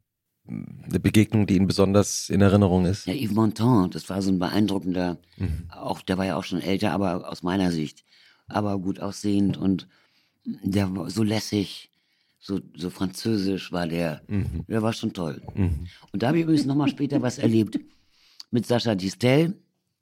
Speaker 7: eine Begegnung, die Ihnen besonders in Erinnerung ist?
Speaker 3: Ja, Yves Montand, das war so ein beeindruckender, mhm. auch der war ja auch schon älter, aber aus meiner Sicht, aber gut aussehend und der war so lässig, so, so französisch war der, mhm. der war schon toll. Mhm. Und da habe ich übrigens nochmal später was erlebt mit Sacha Distel.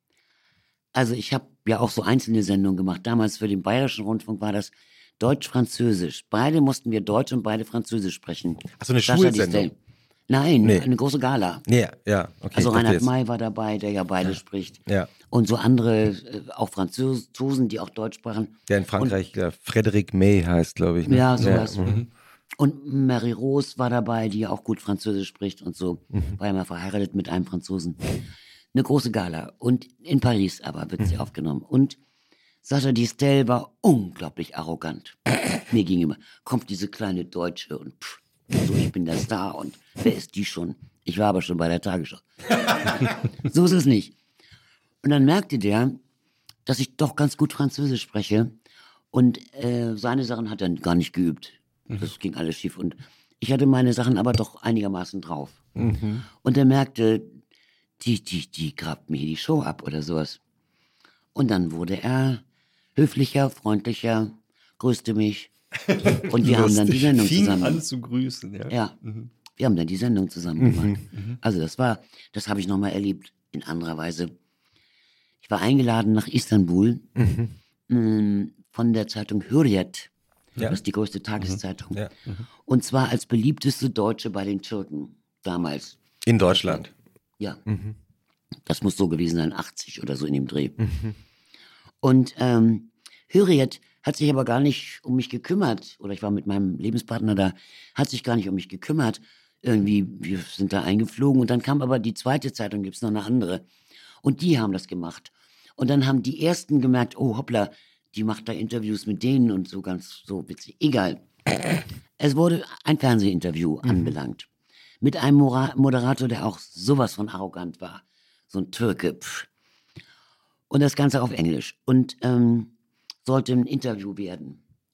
Speaker 3: Also ich habe ja auch so einzelne Sendungen gemacht. Damals für den Bayerischen Rundfunk war das Deutsch-Französisch. Beide mussten wir Deutsch und beide Französisch sprechen.
Speaker 7: Ach so, eine Schulsendung?
Speaker 3: Nein,
Speaker 7: nee.
Speaker 3: eine große Gala.
Speaker 7: Ja, ja, okay.
Speaker 3: Also Reinhard May war dabei, der ja beide
Speaker 7: ja.
Speaker 3: spricht.
Speaker 7: Ja.
Speaker 3: Und so andere, äh, auch Franzosen, die auch Deutsch sprachen.
Speaker 7: Der in Frankreich und, Frédéric May heißt, glaube ich. Ne?
Speaker 3: Ja, sowas. Ja. Mhm. Und Marie Rose war dabei, die auch gut Französisch spricht und so. Mhm. War ja mal verheiratet mit einem Franzosen. Eine große Gala. Und in Paris aber wird sie mhm. aufgenommen. Und Sacha Distel war unglaublich arrogant. Mir gegenüber. Kommt diese kleine Deutsche und pff, so, ich bin der Star und wer ist die schon? Ich war aber schon bei der Tagesschau. So ist es nicht. Und dann merkte der, dass ich doch ganz gut Französisch spreche und äh, seine Sachen hat er gar nicht geübt. Das ging alles schief und ich hatte meine Sachen aber doch einigermaßen drauf. Mhm. Und er merkte, die, die, die grabt mir die Show ab oder sowas. Und dann wurde er höflicher, freundlicher, grüßte mich. Und wir haben dann die Sendung
Speaker 4: fing
Speaker 3: zusammen.
Speaker 4: an zu grüßen, ja.
Speaker 3: Ja, mhm. wir haben dann die Sendung zusammen gemacht. Mhm. Also das war, das habe ich nochmal erlebt in anderer Weise. Ich war eingeladen nach Istanbul mhm. mh, von der Zeitung Hürriyet. Ja. Das ist die größte Tageszeitung. Ja. Mhm. Und zwar als beliebteste Deutsche bei den Türken damals.
Speaker 7: In Deutschland?
Speaker 3: Ja. Mhm. Das muss so gewesen sein, achtzig oder so in dem Dreh. Mhm. Und ähm, Hürriyet hat sich aber gar nicht um mich gekümmert, oder ich war mit meinem Lebenspartner da, hat sich gar nicht um mich gekümmert. Irgendwie, wir sind da eingeflogen und dann kam aber die zweite Zeitung, gibt es noch eine andere. Und die haben das gemacht. Und dann haben die Ersten gemerkt, oh hoppla, die macht da Interviews mit denen und so ganz so witzig. Egal. Es wurde ein Fernsehinterview mhm. anbelangt. Mit einem Mora- Moderator, der auch sowas von arrogant war. So ein Türke. Pff. Und das Ganze auf Englisch. Und ähm, sollte ein Interview werden.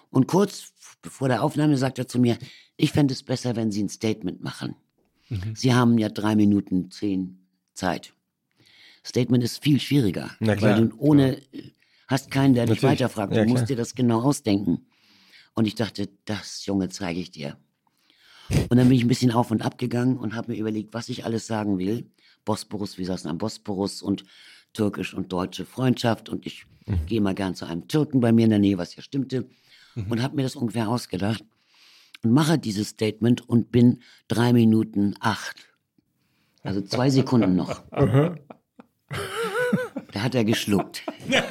Speaker 3: Und kurz vor der Aufnahme sagt er zu mir, ich fände es besser, wenn Sie ein Statement machen. Mhm. Sie haben ja drei Minuten zehn Zeit. Statement ist viel schwieriger, weil du ohne, hast keinen, der dich weiterfragt. Du ja, musst dir das genau ausdenken. Und ich dachte, das, Junge, zeige ich dir. Und dann bin ich ein bisschen auf und ab gegangen und habe mir überlegt, was ich alles sagen will. Bosporus, wir saßen am Bosporus und türkisch und deutsche Freundschaft. Und ich mhm. gehe mal gern zu einem Türken bei mir in der Nähe, was ja stimmte. Mhm. Und habe mir das ungefähr ausgedacht. Und mache dieses Statement und bin drei Minuten acht. Also zwei Sekunden noch. Da hat er geschluckt.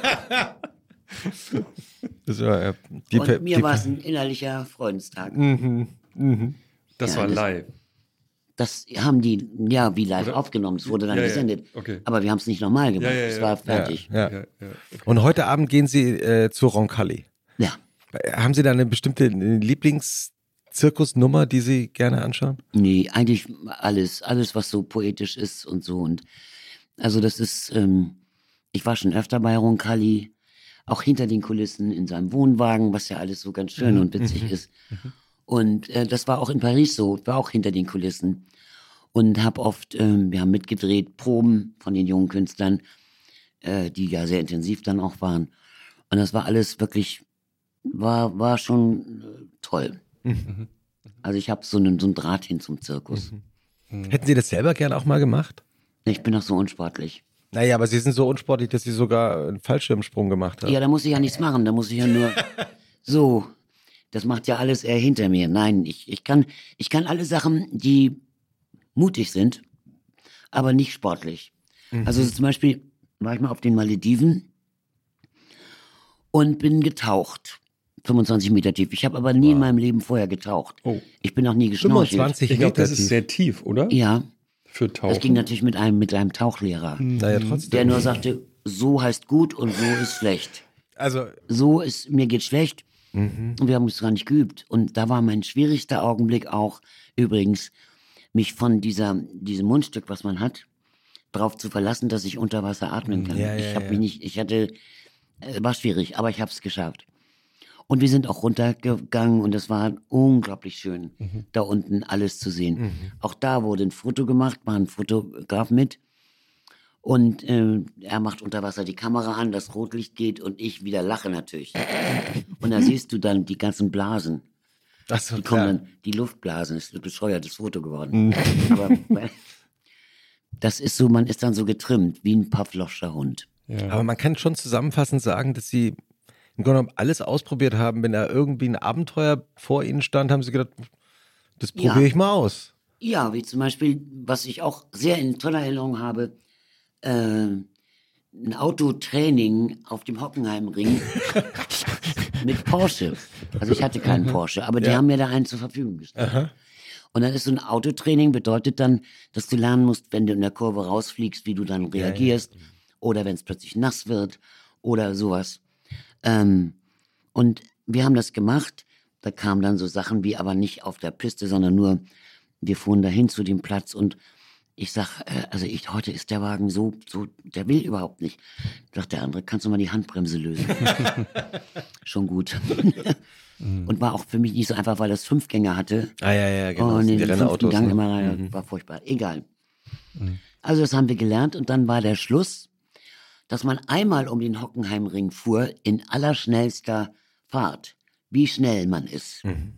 Speaker 7: Das war, ja,
Speaker 3: die, und mir war es ein innerlicher Freudentag.
Speaker 7: Mhm, mhm.
Speaker 4: Das ja, war das, live.
Speaker 3: Das haben die, ja, wie live Oder? aufgenommen. Es wurde dann ja, gesendet. Ja. Okay. Aber wir haben es nicht nochmal gemacht. Es ja, ja, war fertig.
Speaker 7: Ja, ja. Okay. Und heute Abend gehen Sie äh, zu Roncalli.
Speaker 3: Ja.
Speaker 7: Haben Sie da eine bestimmte Lieblingszirkusnummer, die Sie gerne anschauen?
Speaker 3: Nee, eigentlich alles. Alles, was so poetisch ist und so. Und also das ist, ähm, ich war schon öfter bei Roncalli. Auch hinter den Kulissen in seinem Wohnwagen, was ja alles so ganz schön mhm. und witzig mhm. ist. Mhm. Und äh, das war auch in Paris so, war auch hinter den Kulissen. Und habe oft, ähm, wir haben mitgedreht, Proben von den jungen Künstlern, äh, die ja sehr intensiv dann auch waren. Und das war alles wirklich, war, war schon äh, toll. Mhm. Also ich habe so einen, so einen Draht hin zum Zirkus.
Speaker 7: Mhm. Hätten Sie das selber gern auch mal gemacht?
Speaker 3: Ich bin doch so unsportlich.
Speaker 7: Naja, aber Sie sind so unsportlich, dass Sie sogar einen Fallschirmsprung gemacht haben.
Speaker 3: Ja, da muss ich ja nichts machen, da muss ich ja nur so, das macht ja alles eher hinter mir. Nein, ich, ich, kann, ich kann alle Sachen, die mutig sind, aber nicht sportlich. Mhm. Also zum Beispiel war ich mal auf den Malediven und bin getaucht, fünfundzwanzig Meter tief. Ich habe aber nie wow. in meinem Leben vorher getaucht. Oh. Ich bin auch nie geschnorchelt.
Speaker 7: fünfundzwanzig
Speaker 4: ich glaube, das ist sehr tief, oder?
Speaker 3: Ja.
Speaker 4: Für Tauchen.
Speaker 3: Das ging natürlich mit einem, mit einem Tauchlehrer,
Speaker 7: naja, trotzdem.
Speaker 3: der nur sagte, so heißt gut und so ist schlecht.
Speaker 7: Also
Speaker 3: so ist, mir geht schlecht
Speaker 7: mhm.
Speaker 3: und wir haben es gar nicht geübt. Und da war mein schwierigster Augenblick auch übrigens, mich von dieser, diesem Mundstück, was man hat, darauf zu verlassen, dass ich unter Wasser atmen kann.
Speaker 7: Ja, ja,
Speaker 3: ich habe
Speaker 7: ja.
Speaker 3: mich nicht, ich hatte, äh, war schwierig, aber ich habe es geschafft. Und wir sind auch runtergegangen und es war unglaublich schön, mhm. da unten alles zu sehen. Mhm. Auch da wurde ein Foto gemacht, war ein Fotograf mit. Und äh, er macht unter Wasser die Kamera an, das Rotlicht geht und ich wieder lache natürlich. Und da siehst du dann die ganzen Blasen.
Speaker 7: Ach so,
Speaker 3: die kommen dann, die Luftblasen, das ist ein bescheuertes Foto geworden. Mhm. Aber das ist so, man ist dann so getrimmt, wie ein Pavlovscher Hund.
Speaker 7: Ja. Aber man kann schon zusammenfassend sagen, dass Sie im Grunde genommen alles ausprobiert haben. Wenn da irgendwie ein Abenteuer vor Ihnen stand, haben Sie gedacht, das probiere ja. ich mal aus.
Speaker 3: Ja, wie zum Beispiel, was ich auch sehr in toller Erinnerung habe, äh, ein Autotraining auf dem Hockenheimring mit Porsche. Also ich hatte keinen Porsche, aber die ja. haben mir da einen zur Verfügung gestellt. Aha. Und dann ist so ein Autotraining, bedeutet dann, dass du lernen musst, wenn du in der Kurve rausfliegst, wie du dann reagierst. Ja, ja. Oder wenn es plötzlich nass wird oder sowas. Ähm, und wir haben das gemacht. Da kamen dann so Sachen wie, aber nicht auf der Piste, sondern nur, wir fuhren dahin zu dem Platz und ich sag, äh, also ich, heute ist der Wagen so, so, der will überhaupt nicht. Sagt der andere, kannst du mal die Handbremse lösen? Schon gut. Und war auch für mich nicht so einfach, weil das Fünfgänger hatte.
Speaker 7: Ah ja, ja, genau.
Speaker 3: Und in den fünften Gang ne? immer rein, mhm. war furchtbar. Egal. Mhm. Also das haben wir gelernt und dann war der Schluss, dass man einmal um den Hockenheimring fuhr in allerschnellster Fahrt, wie schnell man ist. Mhm.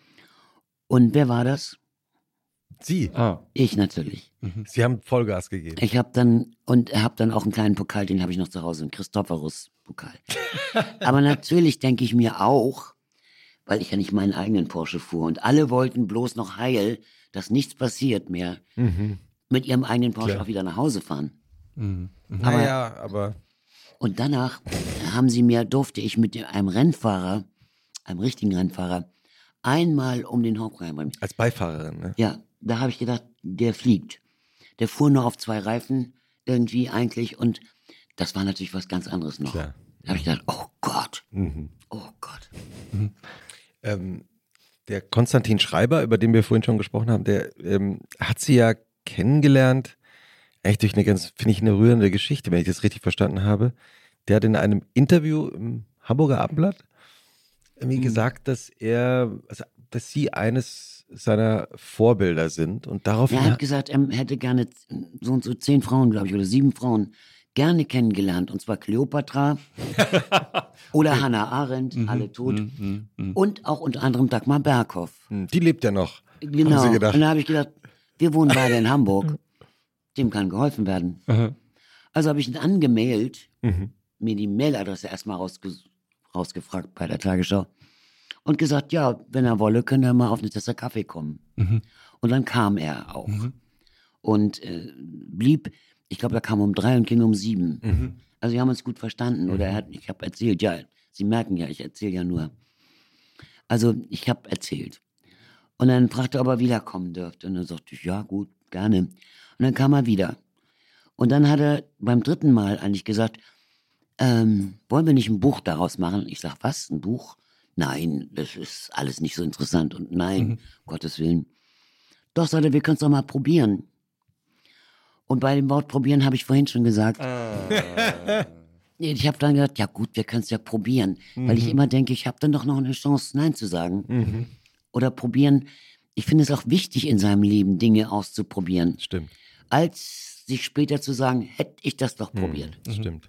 Speaker 3: Und wer war das?
Speaker 7: Sie?
Speaker 3: Ah. Ich natürlich.
Speaker 7: Mhm. Sie haben Vollgas gegeben.
Speaker 3: Ich habe dann, und habe dann auch einen kleinen Pokal, den habe ich noch zu Hause, einen Christophorus-Pokal. Aber natürlich denke ich mir auch, weil ich ja nicht meinen eigenen Porsche fuhr und alle wollten bloß noch heil, dass nichts passiert mehr, mhm. mit ihrem eigenen Porsche Klar. auch wieder nach Hause fahren.
Speaker 7: Mhm. Aber, naja, aber...
Speaker 3: Und danach haben sie mir, durfte ich mit einem Rennfahrer, einem richtigen Rennfahrer, einmal um den Hockenheimring.
Speaker 7: Als Beifahrerin, ne?
Speaker 3: Ja, da habe ich gedacht, der fliegt. Der fuhr nur auf zwei Reifen irgendwie eigentlich und das war natürlich was ganz anderes noch. Klar. Da habe ich gedacht, oh Gott, mhm. oh Gott.
Speaker 7: Mhm. Ähm, der Konstantin Schreiber, über den wir vorhin schon gesprochen haben, der ähm, hat sie ja kennengelernt, echt durch eine ganz, finde ich, eine rührende Geschichte, wenn ich das richtig verstanden habe. Der hat in einem Interview im Hamburger Abendblatt irgendwie gesagt, dass er, also, dass Sie eines seiner Vorbilder sind und daraufhin...
Speaker 3: Er hat gesagt, er hätte gerne so und so zehn Frauen, glaube ich, oder sieben Frauen gerne kennengelernt. Und zwar Kleopatra oder Hannah Arendt, mhm, alle tot. Mhm, mh. Und auch unter anderem Dagmar Berghoff.
Speaker 7: Die lebt ja noch.
Speaker 3: Genau. Haben Sie gedacht. Und da habe ich gedacht, wir wohnen beide in Hamburg. Dem kann geholfen werden. Mhm. Also habe ich ihn angemailt, mhm. mir die Mailadresse erstmal rausge- rausgefragt bei der Tagesschau und gesagt, ja, wenn er wolle, könne er mal auf eine Tasse Kaffee kommen. Mhm. Und dann kam er auch. Mhm. Und äh, blieb, ich glaube, er kam um drei und ging um sieben. Mhm. Also wir haben uns gut verstanden. Oder er hat, ich habe erzählt, ja, Sie merken ja, ich erzähle ja nur. Also ich habe erzählt. Und dann fragte er, ob er wiederkommen dürfte. Und dann sagte ich, ja gut, gerne. Und dann kam er wieder. Und dann hat er beim dritten Mal eigentlich gesagt, ähm, wollen wir nicht ein Buch daraus machen? Ich sage, was, ein Buch? Nein, das ist alles nicht so interessant. Und nein, mhm. um Gottes Willen. Doch, sagt er, wir können es doch mal probieren. Und bei dem Wort probieren habe ich vorhin schon gesagt. Ah. Ich habe dann gesagt, ja gut, wir können es ja probieren. Mhm. Weil ich immer denke, ich habe dann doch noch eine Chance, Nein zu sagen. Mhm. Oder probieren. Ich finde es auch wichtig in seinem Leben, Dinge auszuprobieren.
Speaker 7: Stimmt.
Speaker 3: Als sich später zu sagen, hätte ich das doch probiert.
Speaker 7: Mhm. Stimmt.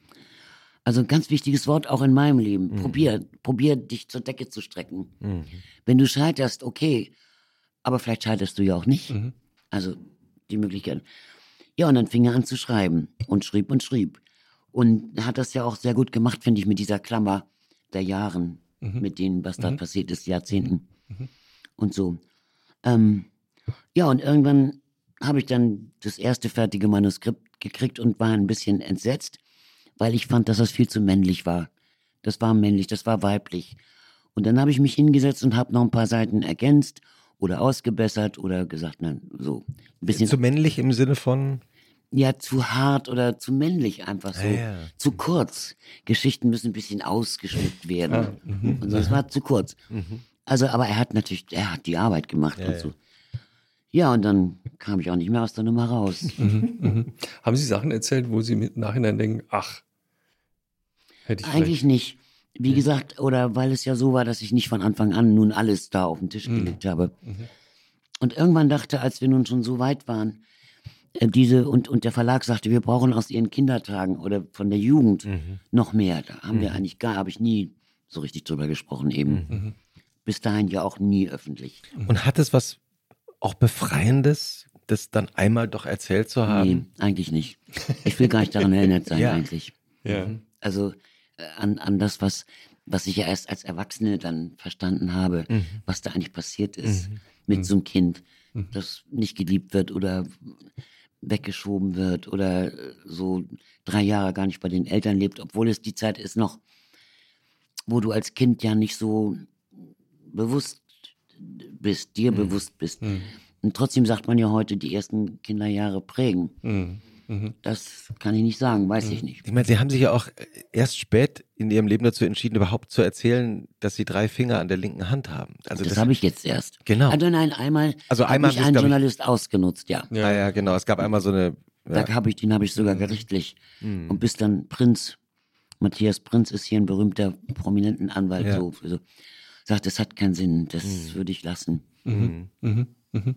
Speaker 3: Also ein ganz wichtiges Wort auch in meinem Leben. Mhm. Probier, probier dich zur Decke zu strecken. Mhm. Wenn du scheiterst, okay. Aber vielleicht scheiterst du ja auch nicht. Mhm. Also die Möglichkeit. Ja, und dann fing er an zu schreiben. Und schrieb und schrieb. Und hat das ja auch sehr gut gemacht, finde ich, mit dieser Klammer der Jahren. Mhm. Mit denen, was da mhm. passiert ist, Jahrzehnten. Mhm. Und so. Ähm, ja, und irgendwann habe ich dann das erste fertige Manuskript gekriegt und war ein bisschen entsetzt, weil ich fand, dass das viel zu männlich war. Das war männlich, das war weiblich. Und dann habe ich mich hingesetzt und habe noch ein paar Seiten ergänzt oder ausgebessert oder gesagt, na, so ein bisschen.
Speaker 7: Zu männlich im Sinne von?
Speaker 3: Ja, zu hart oder zu männlich einfach so.
Speaker 7: Ja, ja.
Speaker 3: Zu kurz. Geschichten müssen ein bisschen ausgeschmückt werden. Ah, mhm. Und das war zu kurz. Mhm. Also, aber er hat natürlich, er hat die Arbeit gemacht
Speaker 7: ja,
Speaker 3: und so. Ja, und dann kam ich auch nicht mehr aus der Nummer raus.
Speaker 4: Mhm, mhm. Haben Sie Sachen erzählt, wo Sie im Nachhinein denken, ach, hätte ich
Speaker 3: Eigentlich
Speaker 4: vielleicht...
Speaker 3: nicht. Wie ja. gesagt, oder weil es ja so war, dass ich nicht von Anfang an nun alles da auf den Tisch mhm. gelegt habe. Mhm. Und irgendwann dachte, als wir nun schon so weit waren, äh, diese und, und der Verlag sagte, wir brauchen aus Ihren Kindertagen oder von der Jugend mhm. noch mehr. Da haben mhm. wir eigentlich gar, habe ich nie so richtig drüber gesprochen eben. Mhm. Bis dahin ja auch nie öffentlich.
Speaker 7: Und hat es was auch Befreiendes, das dann einmal doch erzählt zu haben?
Speaker 3: Nee, eigentlich nicht. Ich will gar nicht daran erinnert sein,
Speaker 7: ja.
Speaker 3: eigentlich.
Speaker 4: Ja.
Speaker 3: Also äh, an, an das, was, was ich ja erst als Erwachsene dann verstanden habe, mhm. was da eigentlich passiert ist mhm. mit mhm. so einem Kind, mhm. das nicht geliebt wird oder weggeschoben wird oder so drei Jahre gar nicht bei den Eltern lebt, obwohl es die Zeit ist noch, wo du als Kind ja nicht so bewusst bist, dir mhm. bewusst bist. Mhm. Und trotzdem sagt man ja heute, die ersten Kinderjahre prägen. Mhm. Mhm. Das kann ich nicht sagen, weiß mhm. ich nicht.
Speaker 7: Ich meine, Sie haben sich ja auch erst spät in Ihrem Leben dazu entschieden, überhaupt zu erzählen, dass Sie drei Finger an der linken Hand haben. Also
Speaker 3: das, das habe ich jetzt erst.
Speaker 7: Genau.
Speaker 3: Also nein, einmal
Speaker 7: also
Speaker 3: hat
Speaker 7: einmal
Speaker 3: mich ein Journalist ich, ausgenutzt, ja.
Speaker 7: Ja, ja, genau. Es gab einmal so eine... Ja.
Speaker 3: Da habe ich, den habe ich sogar gerichtlich. Mhm. Und bis dann Prinz, Matthias Prinz ist hier ein berühmter, prominenten Anwalt, ja. so, so sagt, das hat keinen Sinn, das mhm. würde ich lassen.
Speaker 4: Mhm. Mhm. Mhm.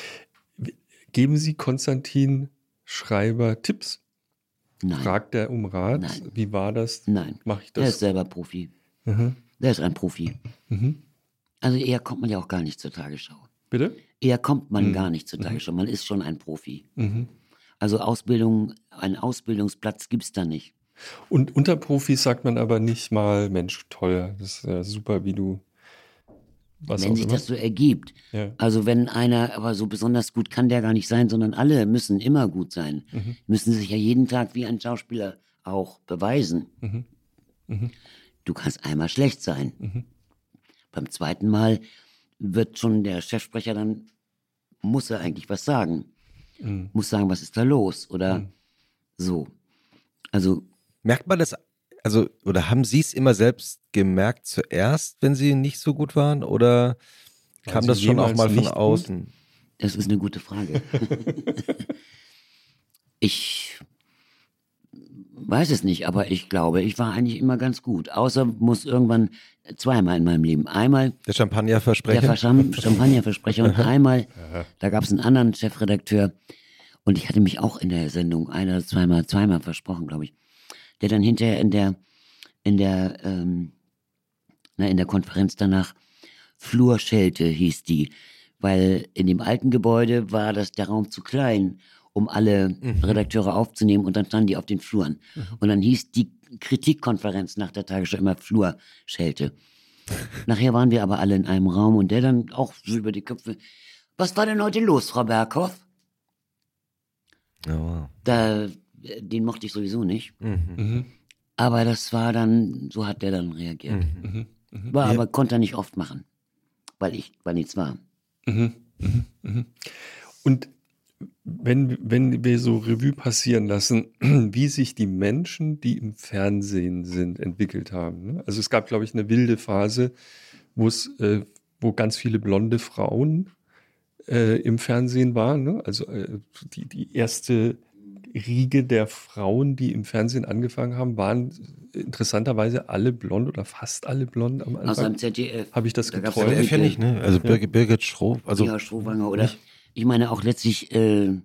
Speaker 4: Geben Sie Konstantin Schreiber Tipps?
Speaker 3: Nein.
Speaker 4: Fragt er um Rat?
Speaker 3: Nein.
Speaker 4: Wie war das?
Speaker 3: Nein.
Speaker 4: Mach ich das?
Speaker 3: Der ist selber Profi. Mhm. Der ist ein Profi. Mhm. Also eher kommt man ja auch gar nicht zur Tagesschau.
Speaker 4: Bitte?
Speaker 3: Eher kommt man mhm. gar nicht zur Tagesschau. Man ist schon ein Profi. Mhm. Also Ausbildung, einen Ausbildungsplatz gibt es da nicht.
Speaker 4: Und unter Profis sagt man aber nicht mal, Mensch, toll, das ist ja super, wie du was
Speaker 3: Wenn sich
Speaker 4: immer.
Speaker 3: das so ergibt.
Speaker 4: Ja.
Speaker 3: Also wenn einer aber so besonders gut kann, der gar nicht sein, sondern alle müssen immer gut sein. Mhm. Müssen sich ja jeden Tag wie ein Schauspieler auch beweisen. Mhm. Mhm. Du kannst einmal schlecht sein. Mhm. Beim zweiten Mal wird schon der Chefsprecher dann, muss er eigentlich was sagen. Mhm. Muss sagen, was ist da los? Oder mhm. so. Also
Speaker 7: merkt man das, also, oder haben Sie es immer selbst gemerkt zuerst, wenn Sie nicht so gut waren? Oder kam also das schon auch mal von außen? Gut?
Speaker 3: Das ist eine gute Frage. Ich weiß es nicht, aber ich glaube, ich war eigentlich immer ganz gut. Außer muss irgendwann zweimal in meinem Leben. Einmal
Speaker 7: der Champagnerversprecher.
Speaker 3: Der Verscham- Champagnerversprecher und einmal, da gab es einen anderen Chefredakteur und ich hatte mich auch in der Sendung ein- oder zweimal, zweimal versprochen, glaube ich, der dann hinterher in der, in der, ähm, na, in der Konferenz danach Flurschelte hieß die, weil in dem alten Gebäude war das der Raum zu klein, um alle mhm. Redakteure aufzunehmen und dann standen die auf den Fluren. Mhm. Und dann hieß die Kritikkonferenz nach der Tagesschau immer Flurschelte. Nachher waren wir aber alle in einem Raum und der dann auch so über die Köpfe. Was war denn heute los, Frau Berghoff?
Speaker 7: Oh, wow.
Speaker 3: Da, den mochte ich sowieso nicht.
Speaker 7: Mhm.
Speaker 3: Aber das war dann, so hat der dann reagiert.
Speaker 7: Mhm. Mhm.
Speaker 3: War
Speaker 7: ja.
Speaker 3: aber, konnte er nicht oft machen, weil ich, weil nichts war.
Speaker 4: Mhm. Mhm. Mhm. Und wenn, wenn wir so Revue passieren lassen, wie sich die Menschen, die im Fernsehen sind, entwickelt haben. Also es gab, glaube ich, eine wilde Phase, wo es, äh, wo ganz viele blonde Frauen äh, im Fernsehen waren. Ne? Also äh, die, die erste Riege der Frauen, die im Fernsehen angefangen haben, waren interessanterweise alle blond oder fast alle blond am Anfang.
Speaker 3: Außer im Z D F.
Speaker 4: Habe ich das
Speaker 3: Da gab's
Speaker 4: geträumt?
Speaker 3: ja
Speaker 7: Z D F ja nicht, ne? Also Birgit, Birgit Schrow, also
Speaker 3: ja, Strohwanger oder ich meine auch letztlich äh,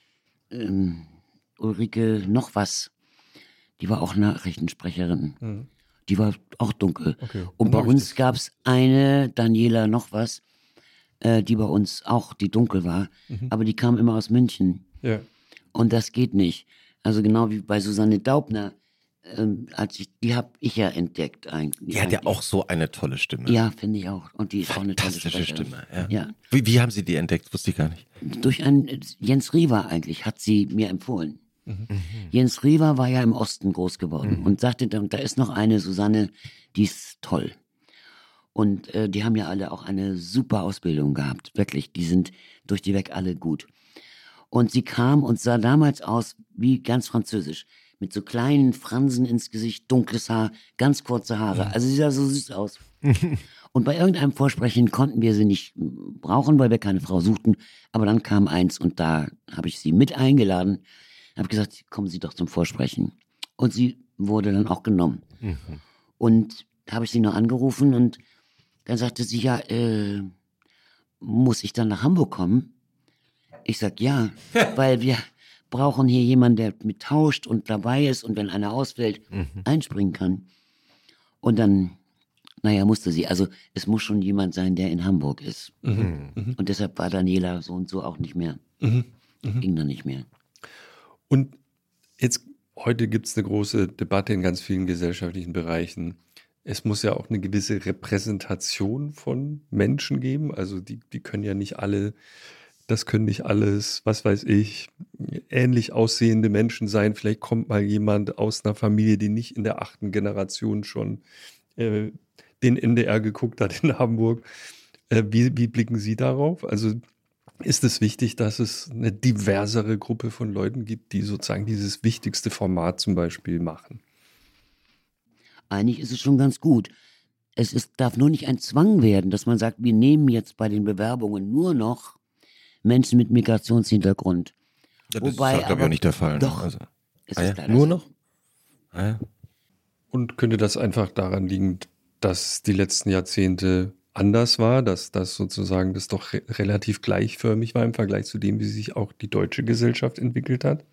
Speaker 3: ähm, Ulrike noch was. Die war auch Nachrichtensprecherin.
Speaker 4: Mhm.
Speaker 3: Die war auch dunkel.
Speaker 4: Okay.
Speaker 3: Und bei
Speaker 4: Dann hab ich
Speaker 3: uns
Speaker 4: das.
Speaker 3: gab es eine, Daniela noch was, äh, die bei uns auch, die dunkel war,
Speaker 4: Mhm.
Speaker 3: aber die kam immer aus München.
Speaker 4: Ja.
Speaker 3: Und das geht nicht. Also genau wie bei Susanne Daubner, ähm, als ich, die habe ich ja entdeckt eigentlich.
Speaker 7: die hat ja auch so eine tolle Stimme.
Speaker 3: Ja, finde ich auch. Und die ist auch eine tolle
Speaker 7: Fantastische
Speaker 3: Sprecherin.
Speaker 7: Stimme. Ja.
Speaker 3: Ja.
Speaker 7: Wie, wie haben Sie die entdeckt? Wusste ich gar nicht.
Speaker 3: Durch einen Jens Riewer eigentlich hat sie mir empfohlen. Mhm. Jens Riewer war ja im Osten groß geworden mhm. und sagte dann, da ist noch eine Susanne, die ist toll. Und äh, die haben ja alle auch eine super Ausbildung gehabt, wirklich. Die sind durch die weg alle gut. Und sie kam und sah damals aus wie ganz französisch. Mit so kleinen Fransen ins Gesicht, dunkles Haar, ganz kurze Haare. Also sie sah so süß aus. Und bei irgendeinem Vorsprechen konnten wir sie nicht brauchen, weil wir keine Frau suchten. Aber dann kam eins und da habe ich sie mit eingeladen. Habe gesagt, kommen Sie doch zum Vorsprechen. Und sie wurde dann auch genommen. Mhm. Und da habe ich sie noch angerufen und dann sagte sie, ja, äh, muss ich dann nach Hamburg kommen? Ich sag ja, weil wir brauchen hier jemanden, der mit tauscht und dabei ist und wenn einer ausfällt, mhm. einspringen kann. Und dann, naja, musste sie. Also es muss schon jemand sein, der in Hamburg ist.
Speaker 4: Mhm. Mhm.
Speaker 3: Und deshalb war Daniela so und so auch nicht mehr.
Speaker 4: Mhm. Mhm.
Speaker 3: Ging dann nicht mehr.
Speaker 4: Und jetzt, heute gibt es eine große Debatte in ganz vielen gesellschaftlichen Bereichen. Es muss ja auch eine gewisse Repräsentation von Menschen geben. Also die, die können ja nicht alle, das können nicht alles, was weiß ich, ähnlich aussehende Menschen sein. Vielleicht kommt mal jemand aus einer Familie, die nicht in der achten Generation schon äh, den N D R geguckt hat in Hamburg. Äh, wie, wie blicken Sie darauf? Also ist es wichtig, dass es eine diversere Gruppe von Leuten gibt, die sozusagen dieses wichtigste Format zum Beispiel machen?
Speaker 3: Eigentlich ist es schon ganz gut. Es ist, darf nur nicht ein Zwang werden, dass man sagt, wir nehmen jetzt bei den Bewerbungen nur noch Menschen mit Migrationshintergrund.
Speaker 7: Ja, das
Speaker 3: Wobei,
Speaker 7: ist, glaube ich, auch nicht der Fall.
Speaker 3: Doch,
Speaker 7: also,
Speaker 3: es
Speaker 7: ah,
Speaker 3: ist
Speaker 7: ja?
Speaker 3: leider
Speaker 7: Nur
Speaker 3: so.
Speaker 7: noch? Ah, ja.
Speaker 4: Und könnte das einfach daran liegen, dass die letzten Jahrzehnte anders war, dass das sozusagen das doch re- relativ gleichförmig war im Vergleich zu dem, wie sich auch die deutsche Gesellschaft entwickelt hat?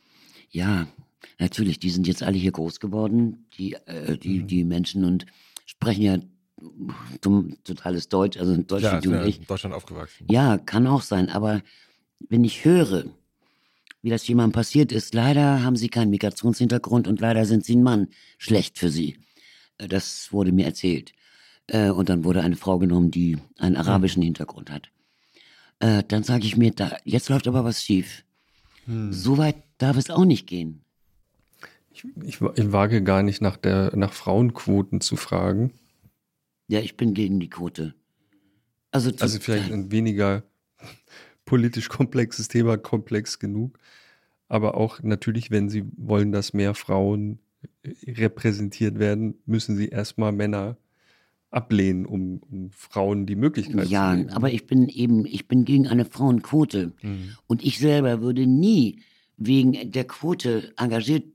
Speaker 3: Ja, natürlich, die sind jetzt alle hier groß geworden, die, äh, die, die Menschen und sprechen ja dumm, totales Deutsch, also Deutsch
Speaker 7: Ja,
Speaker 3: wie
Speaker 7: ist
Speaker 3: du
Speaker 7: ja
Speaker 3: und ich.
Speaker 7: in Deutschland aufgewachsen.
Speaker 3: Ja, kann auch sein, aber wenn ich höre, wie das jemandem passiert ist, leider haben sie keinen Migrationshintergrund und leider sind sie ein Mann. Schlecht für sie. Äh, Das wurde mir erzählt. Äh, Und dann wurde eine Frau genommen, die einen arabischen Hintergrund hat. Äh, Dann sage ich mir, da, jetzt läuft aber was schief.
Speaker 4: Hm.
Speaker 3: So weit darf es auch nicht gehen.
Speaker 4: Ich, ich, ich wage gar nicht nach, der, nach Frauenquoten zu fragen.
Speaker 3: Ja, ich bin gegen die Quote. Also, zu,
Speaker 4: Also vielleicht ein weniger politisch komplexes Thema, komplex genug. Aber auch natürlich, wenn Sie wollen, dass mehr Frauen repräsentiert werden, müssen Sie erstmal Männer ablehnen, um, um Frauen die Möglichkeit
Speaker 3: ja,
Speaker 4: zu geben.
Speaker 3: aber ich bin eben, ich bin gegen eine Frauenquote.
Speaker 4: Mhm.
Speaker 3: Und ich selber würde nie wegen der Quote engagiert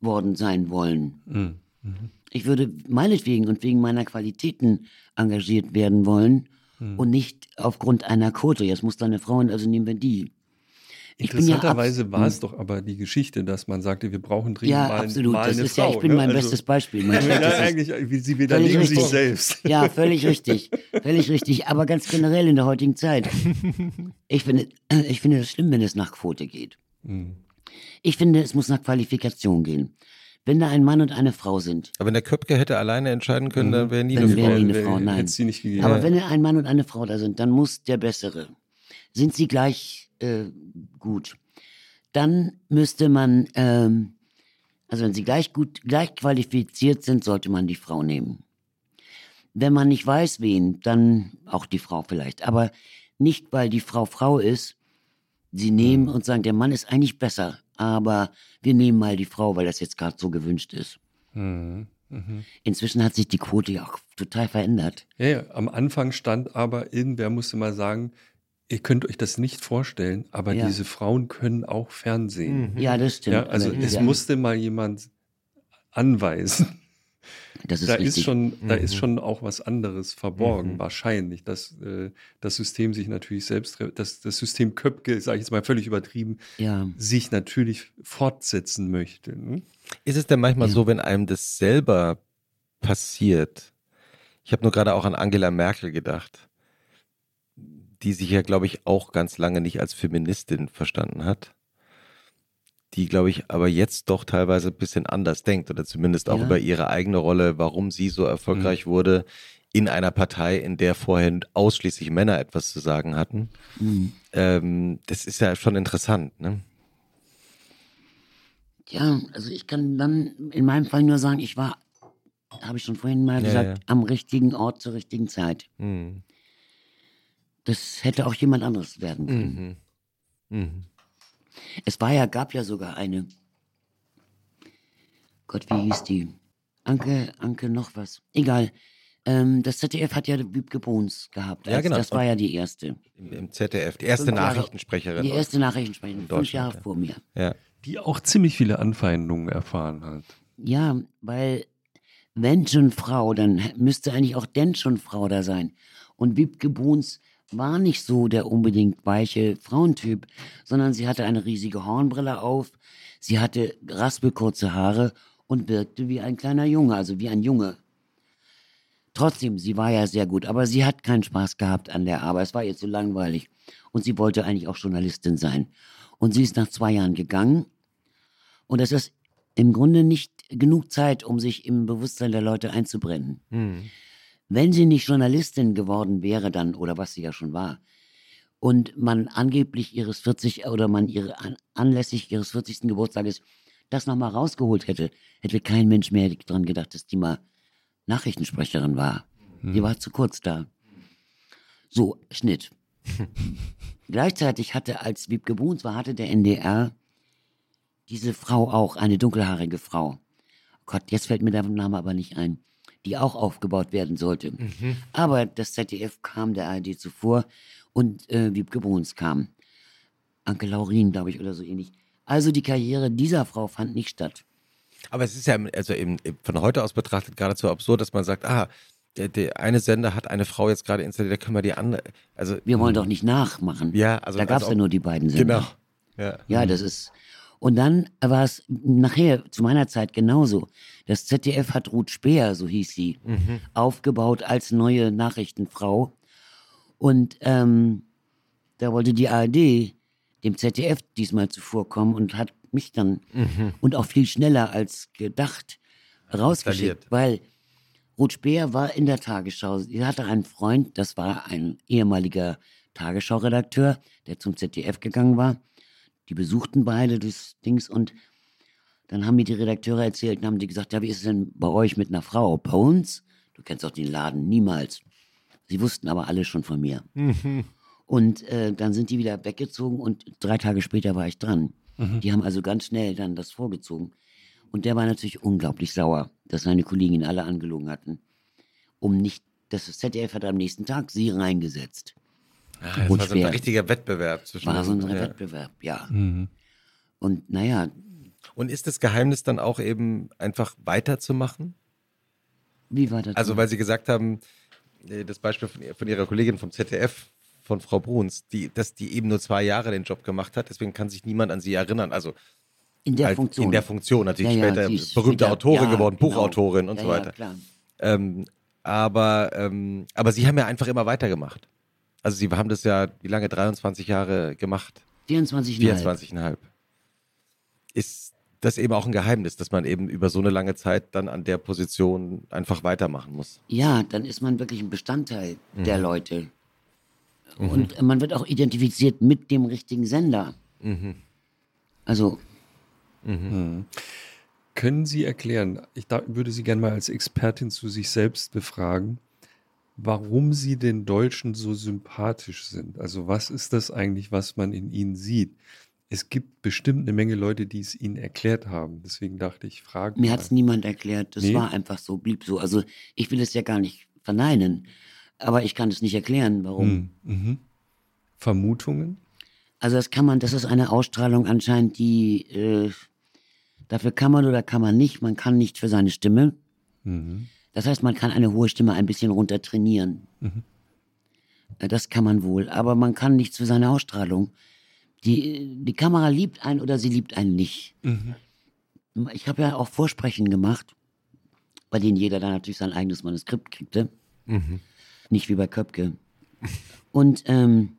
Speaker 3: worden sein wollen.
Speaker 4: Mhm.
Speaker 3: Ich würde meinetwegen und wegen meiner Qualitäten engagiert werden wollen mhm. und nicht aufgrund einer Quote. Jetzt muss da eine Frau, also nehmen wir die.
Speaker 4: Interessanterweise ja war es doch aber die Geschichte, dass man sagte, wir brauchen dringend
Speaker 3: ja,
Speaker 4: mal,
Speaker 3: absolut.
Speaker 4: mal
Speaker 3: das
Speaker 4: eine
Speaker 3: ist
Speaker 4: Frau.
Speaker 3: Ja, ich bin
Speaker 4: ne?
Speaker 3: mein
Speaker 4: also,
Speaker 3: bestes Beispiel. Mein
Speaker 4: ja, eigentlich, sie widerlegen sich selbst.
Speaker 3: Ja, völlig richtig. Völlig richtig. Aber ganz generell in der heutigen Zeit. Ich finde, ich finde das schlimm, wenn es nach Quote geht. Mhm. Ich finde, es muss nach Qualifikation gehen. Wenn da ein Mann und eine Frau sind.
Speaker 7: Aber wenn der Köpke hätte alleine entscheiden können, mhm. dann wäre nie,
Speaker 3: dann
Speaker 7: eine,
Speaker 3: wär
Speaker 7: Frau.
Speaker 3: nie eine Frau. Nein.
Speaker 4: Sie nicht gegeben.
Speaker 3: Aber wenn ein Mann und eine Frau da sind, dann muss der Bessere. Sind sie gleich äh, gut? Dann müsste man, ähm, also wenn sie gleich gut, gleich qualifiziert sind, sollte man die Frau nehmen. Wenn man nicht weiß, wen, dann auch die Frau vielleicht. Aber nicht, weil die Frau Frau ist, sie nehmen und sagen, der Mann ist eigentlich besser, aber wir nehmen mal die Frau, weil das jetzt gerade so gewünscht ist.
Speaker 4: Mhm. Mhm.
Speaker 3: Inzwischen hat sich die Quote ja auch total verändert.
Speaker 4: Ja, ja, am Anfang stand aber, irgendwer musste mal sagen, ihr könnt euch das nicht vorstellen, aber ja. diese Frauen können auch Fernsehen.
Speaker 3: Mhm. Ja, das stimmt.
Speaker 4: Ja, also
Speaker 3: aber,
Speaker 4: es
Speaker 3: ja.
Speaker 4: musste mal jemand anweisen.
Speaker 3: Das ist
Speaker 4: da
Speaker 3: richtig.
Speaker 4: ist schon,
Speaker 3: mhm.
Speaker 4: da ist schon auch was anderes verborgen,
Speaker 7: mhm.
Speaker 4: wahrscheinlich, dass äh, das System sich natürlich selbst, dass das System Köpke, sage ich jetzt mal völlig übertrieben,
Speaker 3: ja.
Speaker 4: sich natürlich fortsetzen möchte. Ne?
Speaker 7: Ist es denn manchmal
Speaker 3: ja.
Speaker 7: so, wenn einem das selber passiert? Ich habe nur gerade auch an Angela Merkel gedacht, die sich ja, glaube ich, auch ganz lange nicht als Feministin verstanden hat, die, glaube ich, aber jetzt doch teilweise ein bisschen anders denkt oder zumindest auch
Speaker 3: ja.
Speaker 7: über ihre eigene Rolle, warum sie so erfolgreich mhm. wurde in einer Partei, in der vorher ausschließlich Männer etwas zu sagen hatten.
Speaker 3: Mhm.
Speaker 7: Ähm, das ist ja schon interessant, ne?
Speaker 3: Ja, also ich kann dann in meinem Fall nur sagen, ich war, habe ich schon vorhin mal
Speaker 7: ja,
Speaker 3: gesagt,
Speaker 7: ja.
Speaker 3: am richtigen Ort zur richtigen Zeit.
Speaker 7: Mhm.
Speaker 3: Das hätte auch jemand anderes werden können.
Speaker 7: Mhm. Mhm.
Speaker 3: Es war ja, gab ja sogar eine, Gott, wie hieß die? Anke, Anke noch was. Egal. Ähm, das Z D F hat ja Wiebke Bruns gehabt.
Speaker 7: Ja, genau.
Speaker 3: Das war ja die erste.
Speaker 7: Im, im Z D F, die erste
Speaker 3: Fünf Jahre,
Speaker 7: Nachrichtensprecherin.
Speaker 3: Die erste Nachrichtensprecherin, fünf Jahre
Speaker 7: ja.
Speaker 3: vor mir.
Speaker 7: Ja.
Speaker 4: Die auch ziemlich viele Anfeindungen erfahren hat.
Speaker 3: Ja, weil wenn schon Frau, dann müsste eigentlich auch denn schon Frau da sein. Und Wiebke Bruns war nicht so der unbedingt weiche Frauentyp, sondern sie hatte eine riesige Hornbrille auf, sie hatte raspelkurze Haare und wirkte wie ein kleiner Junge, also wie ein Junge. Trotzdem, sie war ja sehr gut, aber sie hat keinen Spaß gehabt an der Arbeit, es war ihr zu langweilig. Und sie wollte eigentlich auch Journalistin sein. Und sie ist nach zwei Jahren gegangen und das ist im Grunde nicht genug Zeit, um sich im Bewusstsein der Leute einzubrennen.
Speaker 7: Mhm.
Speaker 3: Wenn sie nicht Journalistin geworden wäre dann, oder was sie ja schon war, und man angeblich ihres vierzig oder man ihre an, anlässlich ihres vierzigsten Geburtstages das nochmal rausgeholt hätte, hätte kein Mensch mehr daran gedacht, dass die mal Nachrichtensprecherin war. Hm. Die war zu kurz da. So, Schnitt. Gleichzeitig hatte, als Wiebke Bruns war, hatte der N D R diese Frau auch, eine dunkelhaarige Frau. Gott, jetzt fällt mir der Name aber nicht ein. Die auch aufgebaut werden sollte. Mhm. Aber das Z D F kam der A R D zuvor und äh, Wiebke Bruns kam. Anke Laurin, glaube ich, oder so ähnlich. Also die Karriere dieser Frau fand nicht statt.
Speaker 7: Aber es ist ja also eben von heute aus betrachtet geradezu absurd, dass man sagt, ah, der, der eine Sender hat eine Frau jetzt gerade installiert, da können wir die andere. Also,
Speaker 3: wir wollen doch nicht nachmachen.
Speaker 7: Ja, also,
Speaker 3: da gab es
Speaker 7: also
Speaker 3: ja nur die beiden Sender.
Speaker 7: Genau. Ja,
Speaker 3: ja das ist... Und dann war es nachher, zu meiner Zeit genauso. Das Z D F hat Ruth Speer, so hieß sie, mhm. aufgebaut als neue Nachrichtenfrau. Und ähm, da wollte die A R D dem Z D F diesmal zuvorkommen und hat mich dann, mhm. und auch viel schneller als gedacht, rausgeschickt. Weil Ruth Speer war in der Tagesschau. Sie hatte einen Freund, das war ein ehemaliger Tagesschau-Redakteur, der zum Z D F gegangen war. Die besuchten beide das Dings und dann haben mir die Redakteure erzählt und haben die gesagt, ja, wie ist es denn bei euch mit einer Frau? Bei uns? Du kennst doch den Laden, niemals. Sie wussten aber alle schon von mir. Mhm. Und äh, dann sind die wieder weggezogen und drei Tage später war ich dran. Mhm. Die haben also ganz schnell dann das vorgezogen. Und der war natürlich unglaublich sauer, dass seine Kollegen ihn alle angelogen hatten. Um nicht, das Z D F hat am nächsten Tag sie reingesetzt.
Speaker 7: Ah, das war so ein richtiger Wettbewerb zwischen
Speaker 3: War so ein
Speaker 7: ja.
Speaker 3: Wettbewerb, ja.
Speaker 4: Mhm.
Speaker 3: Und naja,
Speaker 7: Und ist das Geheimnis dann auch eben einfach weiterzumachen?
Speaker 3: Wie weiterzumachen?
Speaker 7: Also weil Sie gesagt haben, das Beispiel von, von Ihrer Kollegin vom Z D F, von Frau Bruns, die, dass die eben nur zwei Jahre den Job gemacht hat, deswegen kann sich niemand an sie erinnern. Also
Speaker 3: in der
Speaker 7: halt
Speaker 3: Funktion.
Speaker 7: In der Funktion, natürlich
Speaker 3: ja, ja,
Speaker 7: später
Speaker 3: ist
Speaker 7: berühmte
Speaker 3: wieder,
Speaker 7: Autorin
Speaker 3: ja,
Speaker 7: geworden,
Speaker 3: genau.
Speaker 7: Buchautorin und
Speaker 3: ja,
Speaker 7: so weiter.
Speaker 3: Ja, klar.
Speaker 7: Ähm, aber, ähm, aber Sie haben ja einfach immer weitergemacht. Also Sie haben das ja, wie lange, dreiundzwanzig Jahre gemacht?
Speaker 3: vierundzwanzig Komma fünf.
Speaker 7: vierundzwanzig Komma fünf. Ist das eben auch ein Geheimnis, dass man eben über so eine lange Zeit dann an der Position einfach weitermachen muss?
Speaker 3: Ja, dann ist man wirklich ein Bestandteil
Speaker 7: mhm.
Speaker 3: der Leute.
Speaker 7: Mhm.
Speaker 3: Und man wird auch identifiziert mit dem richtigen Sender.
Speaker 7: Mhm.
Speaker 3: Also.
Speaker 4: Mhm. Mhm. Können Sie erklären, ich da, würde Sie gerne mal als Expertin zu sich selbst befragen, warum Sie den Deutschen so sympathisch sind? Also was ist das eigentlich, was man in ihnen sieht? Es gibt bestimmt eine Menge Leute, die es Ihnen erklärt haben. Deswegen dachte ich, frage
Speaker 3: Mir hat es niemand erklärt. Das nee? war einfach so, blieb so. Also ich will es ja gar nicht verneinen, aber ich kann es nicht erklären, warum.
Speaker 4: Mhm. Vermutungen?
Speaker 3: Also das kann man, das ist eine Ausstrahlung anscheinend, die äh, dafür kann man oder kann man nicht. Man kann nicht für seine Stimme.
Speaker 4: Mhm.
Speaker 3: Das heißt, man kann eine hohe Stimme ein bisschen runter trainieren.
Speaker 4: Mhm.
Speaker 3: Das kann man wohl, aber man kann nichts für seine Ausstrahlung. Die, die Kamera liebt einen oder sie liebt einen nicht.
Speaker 4: Mhm.
Speaker 3: Ich habe ja auch Vorsprechen gemacht, bei denen jeder dann natürlich sein eigenes Manuskript kriegte.
Speaker 7: Mhm.
Speaker 3: Nicht wie bei Köpke. Und ähm,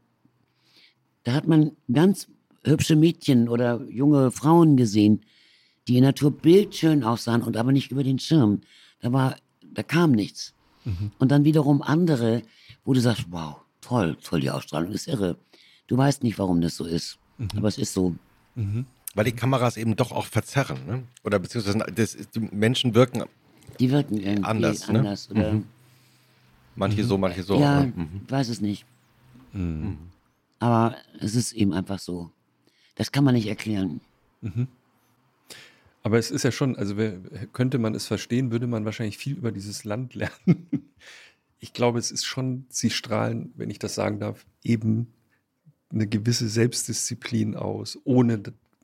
Speaker 3: da hat man ganz hübsche Mädchen oder junge Frauen gesehen, die in der Natur bildschön aussahen und aber nicht über den Schirm. Da war, da kam nichts.
Speaker 4: Mhm.
Speaker 3: Und dann wiederum andere, wo du sagst, wow, toll, toll, die Ausstrahlung ist irre. Du weißt nicht, warum das so ist,
Speaker 4: mhm.
Speaker 3: aber es ist so.
Speaker 4: Mhm.
Speaker 7: Weil die Kameras eben doch auch verzerren, ne? Oder beziehungsweise das, die Menschen wirken
Speaker 3: Die wirken irgendwie
Speaker 7: anders,
Speaker 3: anders
Speaker 7: ne?
Speaker 3: oder
Speaker 7: Mhm. Manche mhm. so, manche so.
Speaker 3: Ja,
Speaker 7: mhm.
Speaker 3: weiß es nicht.
Speaker 4: Mhm.
Speaker 3: Aber es ist eben einfach so. Das kann man nicht erklären.
Speaker 4: Mhm. Aber es ist ja schon, also könnte man es verstehen, würde man wahrscheinlich viel über dieses Land lernen. Ich glaube, es ist schon, sie strahlen, wenn ich das sagen darf, eben eine gewisse Selbstdisziplin aus, ohne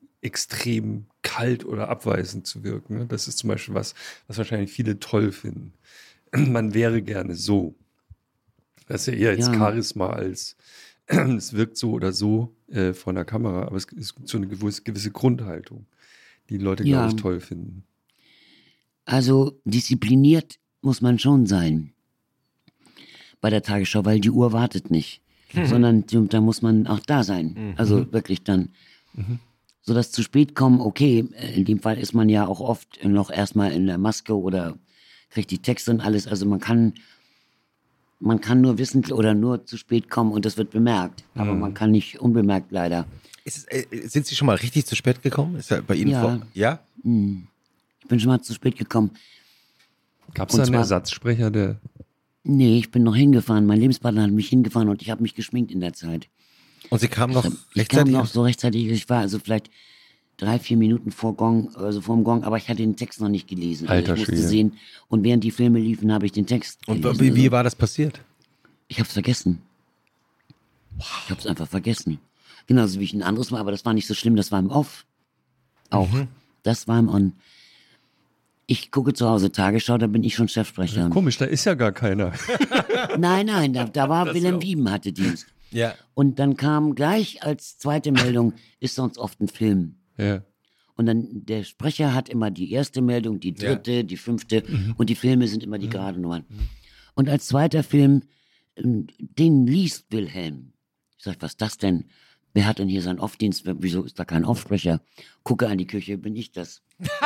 Speaker 4: extrem kalt oder abweisend zu wirken. Das ist zum Beispiel was, was wahrscheinlich viele toll finden. Man wäre gerne so. Das ist ja eher als ja. Charisma als es wirkt so oder so äh, vor der Kamera, aber es ist so eine gewisse, gewisse Grundhaltung, die Leute, ja. glaube ich, toll finden.
Speaker 3: Also diszipliniert muss man schon sein bei der Tagesschau, weil die Uhr wartet nicht. Mhm. Sondern da muss man auch da sein. Mhm. Also wirklich dann. Mhm. So das zu spät kommen, okay, in dem Fall ist man ja auch oft noch erstmal in der Maske oder kriegt die Texte und alles. Also man kann, man kann nur wissentlich oder nur zu spät kommen und das wird bemerkt. Mhm. Aber man kann nicht unbemerkt leider.
Speaker 7: Ist, äh, sind Sie schon mal richtig zu spät gekommen? Ist ja bei Ihnen
Speaker 3: ja.
Speaker 7: vor? Ja?
Speaker 3: Mhm. Ich bin schon mal zu spät gekommen.
Speaker 4: Gab es da einen Ersatzsprecher, der...
Speaker 3: Nee, ich bin noch hingefahren. Mein Lebenspartner hat mich hingefahren und ich habe mich geschminkt in der Zeit.
Speaker 7: Und Sie kamen noch
Speaker 3: ich,
Speaker 7: rechtzeitig?
Speaker 3: Ich kam noch so rechtzeitig. Ich war also vielleicht drei, vier Minuten vor Gong, also vor dem Gong, aber ich hatte den Text noch nicht gelesen. Also ich musste sehen. Und während die Filme liefen, habe ich den Text gelesen.
Speaker 7: Und wie, wie war das passiert?
Speaker 3: Ich habe es vergessen. Wow. Ich habe es einfach vergessen. Genauso wie ich ein anderes Mal, aber das war nicht so schlimm. Das war im Off. Auch. Mhm. Das war im On. Ich gucke zu Hause Tagesschau, da bin ich schon Chefsprecher.
Speaker 4: Komisch, da ist ja gar keiner.
Speaker 3: Nein, nein, da, da war das Wilhelm Wieben hatte Dienst.
Speaker 7: Ja.
Speaker 3: Und dann kam gleich als zweite Meldung, ist sonst oft ein Film.
Speaker 4: Ja.
Speaker 3: Und dann der Sprecher hat immer die erste Meldung, die dritte, ja. die fünfte
Speaker 4: mhm.
Speaker 3: und die Filme sind immer die mhm. gerade Nummern. Mhm. Und als zweiter Film, den liest Wilhelm. Ich sag, was ist das denn? Wer hat denn hier seinen Off-Dienst? Wieso ist da kein Offsprecher? Gucke an die Küche, bin ich das.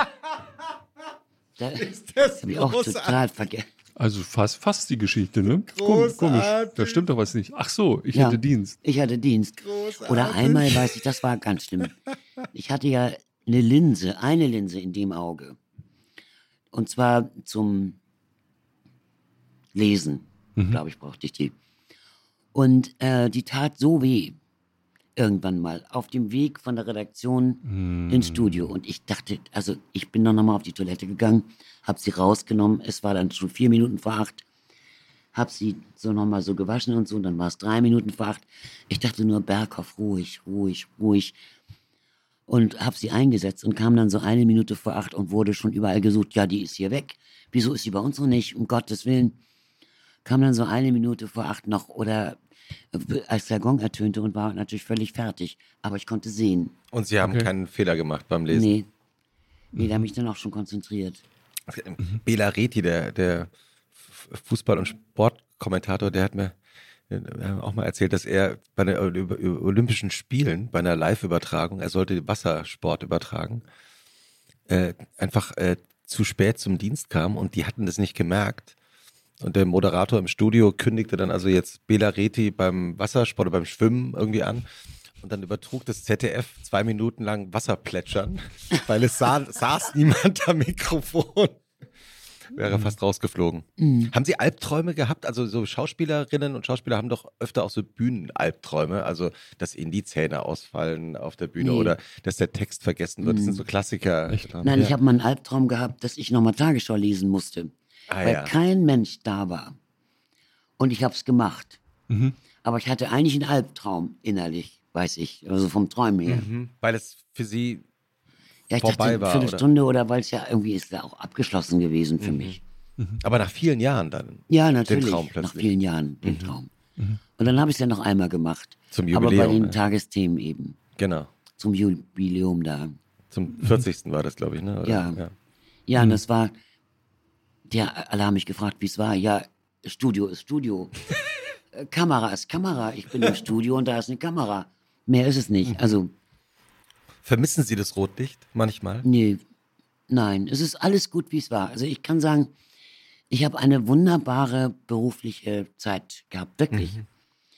Speaker 3: Da habe ich auch total vergessen.
Speaker 4: Also fast, fast die Geschichte, ne? Großartig. Komisch, da stimmt doch was nicht. Ach so, ich ja, hatte Dienst.
Speaker 3: Ich hatte Dienst.
Speaker 7: Großartig.
Speaker 3: Oder einmal, weiß ich, das war ganz schlimm. Ich hatte ja eine Linse, eine Linse in dem Auge. Und zwar zum Lesen, mhm. glaube ich, brauchte ich die. Und äh, die tat so weh. Irgendwann mal auf dem Weg von der Redaktion mm. ins Studio. Und ich dachte, also ich bin dann nochmal auf die Toilette gegangen, habe sie rausgenommen. Es war dann schon vier Minuten vor acht. Habe sie so nochmal so gewaschen und so. Und dann war es drei Minuten vor acht. Ich dachte nur, Berghoff, ruhig, ruhig, ruhig. und habe sie eingesetzt und kam dann so eine Minute vor acht und wurde schon überall gesucht. Ja, die ist hier weg. Wieso ist sie bei uns noch nicht? Um Gottes Willen. Kam dann so eine Minute vor acht noch oder als der Gong ertönte und war natürlich völlig fertig. Aber ich konnte sehen.
Speaker 7: Und Sie haben okay. keinen Fehler gemacht beim Lesen?
Speaker 3: Nee. Nee, da habe ich dann auch schon konzentriert.
Speaker 7: Mhm. Bela Reti, der, der Fußball- und Sportkommentator, der hat mir auch mal erzählt, dass er bei den Olympischen Spielen, bei einer Live-Übertragung, er sollte Wassersport übertragen, äh, einfach äh, zu spät zum Dienst kam und die hatten das nicht gemerkt. Und der Moderator im Studio kündigte dann also jetzt Bela Reti beim Wassersport oder beim Schwimmen irgendwie an. Und dann übertrug das Z D F zwei Minuten lang Wasserplätschern, weil es sah, saß niemand am Mikrofon. Wäre fast rausgeflogen. Mhm. Haben Sie Albträume gehabt? Also so Schauspielerinnen und Schauspieler haben doch öfter auch so Bühnenalbträume, also dass ihnen die Zähne ausfallen auf der Bühne nee. oder dass der Text vergessen wird. Mhm. Das sind so Klassiker.
Speaker 3: Echt? Nein, ja. ich habe mal einen Albtraum gehabt, dass ich nochmal Tagesschau lesen musste, ah, weil ja. kein Mensch da war. Und ich habe es gemacht. Mhm. Aber ich hatte eigentlich einen Albtraum innerlich, weiß ich, also vom Träumen her.
Speaker 7: Mhm. Weil es für Sie
Speaker 3: ja, ich
Speaker 7: vorbei
Speaker 3: dachte,
Speaker 7: war,
Speaker 3: für eine
Speaker 7: oder?
Speaker 3: Stunde oder weil es ja irgendwie ist ja auch abgeschlossen gewesen für
Speaker 7: mhm.
Speaker 3: mich.
Speaker 7: Mhm. Aber nach vielen Jahren dann?
Speaker 3: Ja, natürlich.
Speaker 7: Den Traum plötzlich.
Speaker 3: Nach vielen Jahren den
Speaker 7: mhm.
Speaker 3: Traum. Mhm. Und dann habe ich es ja noch einmal gemacht.
Speaker 7: Zum Jubiläum.
Speaker 3: Aber bei den
Speaker 7: ja.
Speaker 3: Tagesthemen eben.
Speaker 7: Genau.
Speaker 3: Zum Jubiläum da.
Speaker 7: Zum vierzigsten war das, glaube ich, ne? Oder?
Speaker 3: Ja. Ja, ja mhm. und das war, ja, alle haben mich gefragt, wie es war. Ja, Studio ist Studio. Kamera ist Kamera. Ich bin im Studio und da ist eine Kamera. Mehr ist es nicht. Mhm. Also.
Speaker 7: Vermissen Sie das Rotlicht manchmal?
Speaker 3: Nee, nein, es ist alles gut, wie es war. Also ich kann sagen, ich habe eine wunderbare berufliche Zeit gehabt, wirklich. Mhm.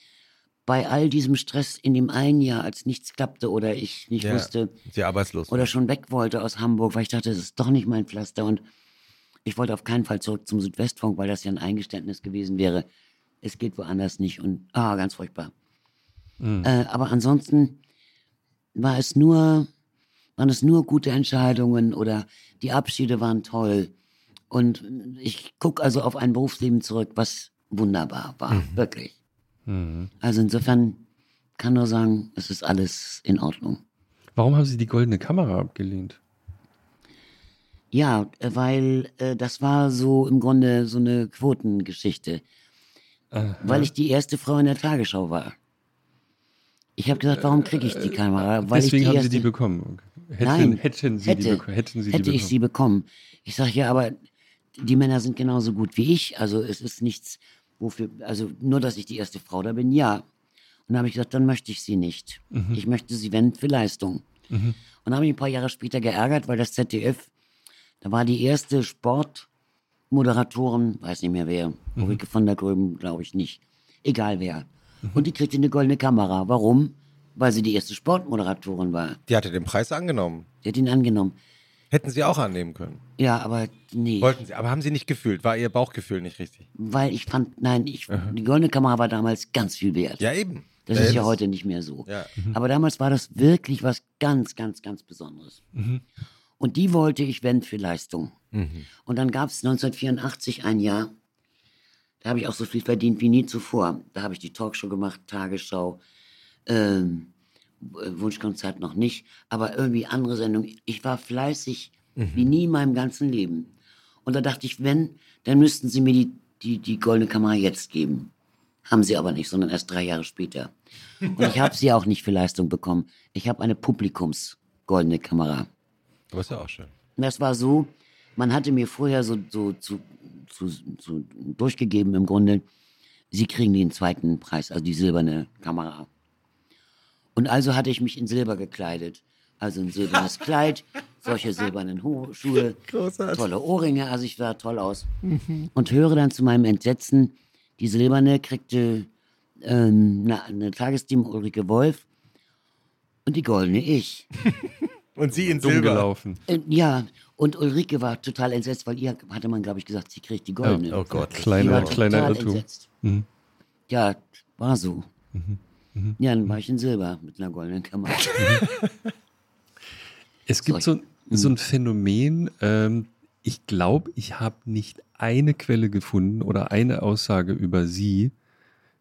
Speaker 3: Bei all diesem Stress in dem einen Jahr, als nichts klappte oder ich nicht
Speaker 7: ja,
Speaker 3: wusste
Speaker 7: Sie arbeitslos
Speaker 3: oder schon weg wollte aus Hamburg, weil ich dachte, das ist doch nicht mein Pflaster und ich wollte auf keinen Fall zurück zum Südwestfunk, weil das ja ein Eingeständnis gewesen wäre. Es geht woanders nicht und ah, ganz furchtbar. Mhm. Äh, aber ansonsten war es nur, waren es nur gute Entscheidungen oder die Abschiede waren toll. Und ich gucke also auf ein Berufsleben zurück, was wunderbar war, mhm. wirklich. Mhm. Also insofern kann nur sagen, es ist alles in Ordnung.
Speaker 4: Warum haben Sie die goldene Kamera abgelehnt?
Speaker 3: Ja, weil äh, das war so im Grunde so eine Quotengeschichte. Aha. Weil ich die erste Frau in der Tagesschau war. Ich habe gesagt, warum kriege ich die Kamera? Weil
Speaker 4: Deswegen
Speaker 3: ich die
Speaker 4: haben
Speaker 3: erste...
Speaker 4: Sie die bekommen. Hätten,
Speaker 3: Nein,
Speaker 4: hätten Sie
Speaker 3: hätte,
Speaker 4: die, beko- hätten Sie
Speaker 3: hätte
Speaker 4: die
Speaker 3: ich
Speaker 4: bekommen.
Speaker 3: sie bekommen. Ich sage ja, aber die Männer sind genauso gut wie ich. Also es ist nichts, wofür, also nur, dass ich die erste Frau da bin, ja. Und dann habe ich gesagt, dann möchte ich sie nicht. Mhm. Ich möchte sie wenden für Leistung. Mhm. Und dann habe ich ein paar Jahre später geärgert, weil das Z D F, da war die erste Sportmoderatorin, weiß nicht mehr wer, mhm. Ulrike von der Gröben, glaube ich nicht. Egal wer. Mhm. Und die kriegte eine goldene Kamera. Warum? Weil sie die erste Sportmoderatorin war.
Speaker 7: Die hatte den Preis angenommen.
Speaker 3: Die hat ihn angenommen.
Speaker 7: Hätten Sie auch annehmen können.
Speaker 3: Ja, aber nee.
Speaker 7: Wollten Sie, aber haben Sie nicht gefühlt? War Ihr Bauchgefühl nicht richtig?
Speaker 3: Weil ich fand, nein, ich, mhm. die goldene Kamera war damals ganz viel wert.
Speaker 7: Ja, eben.
Speaker 3: Das
Speaker 7: ja,
Speaker 3: ist ja heute nicht mehr so.
Speaker 7: Ja.
Speaker 3: Mhm. Aber damals war das wirklich was ganz, ganz, ganz Besonderes. Mhm. Und die wollte ich wenden für Leistung. Mhm. Und dann gab es neunzehnhundertvierundachtzig ein Jahr, da habe ich auch so viel verdient wie nie zuvor. Da habe ich die Talkshow gemacht, Tagesschau, ähm, Wunschkonzert noch nicht, aber irgendwie andere Sendungen. Ich war fleißig mhm. wie nie in meinem ganzen Leben. Und da dachte ich, wenn, dann müssten sie mir die, die, die goldene Kamera jetzt geben. Haben sie aber nicht, sondern erst drei Jahre später. Und ich habe sie auch nicht für Leistung bekommen. Ich habe eine Publikums-goldene Kamera.
Speaker 7: Das ist ja auch schön.
Speaker 3: Und das war so, man hatte mir vorher so, so, so, so, so durchgegeben im Grunde, sie kriegen den zweiten Preis, also die silberne Kamera. Und also hatte ich mich in Silber gekleidet. Also ein silbernes Kleid, solche silbernen Ho- Schuhe, Großartig. Tolle Ohrringe, also ich sah toll aus. Mhm. Und höre dann zu meinem Entsetzen, die silberne kriegte ähm, eine, eine Tagesteam Ulrike Wolf und die goldene ich.
Speaker 7: Und sie in Silber.
Speaker 4: Gelaufen.
Speaker 3: Äh, ja, und Ulrike war total entsetzt, weil ihr hatte man, glaube ich, gesagt, sie kriegt die goldene.
Speaker 7: Oh, oh Gott,
Speaker 4: kleiner, kleiner Irrtum.
Speaker 3: Mhm. Ja, war so. Mhm. Mhm. Ja, dann war ich in Silber mit einer goldenen Kamera.
Speaker 4: Es gibt so, so ein Phänomen, ähm, ich glaube, ich habe nicht eine Quelle gefunden oder eine Aussage über Sie,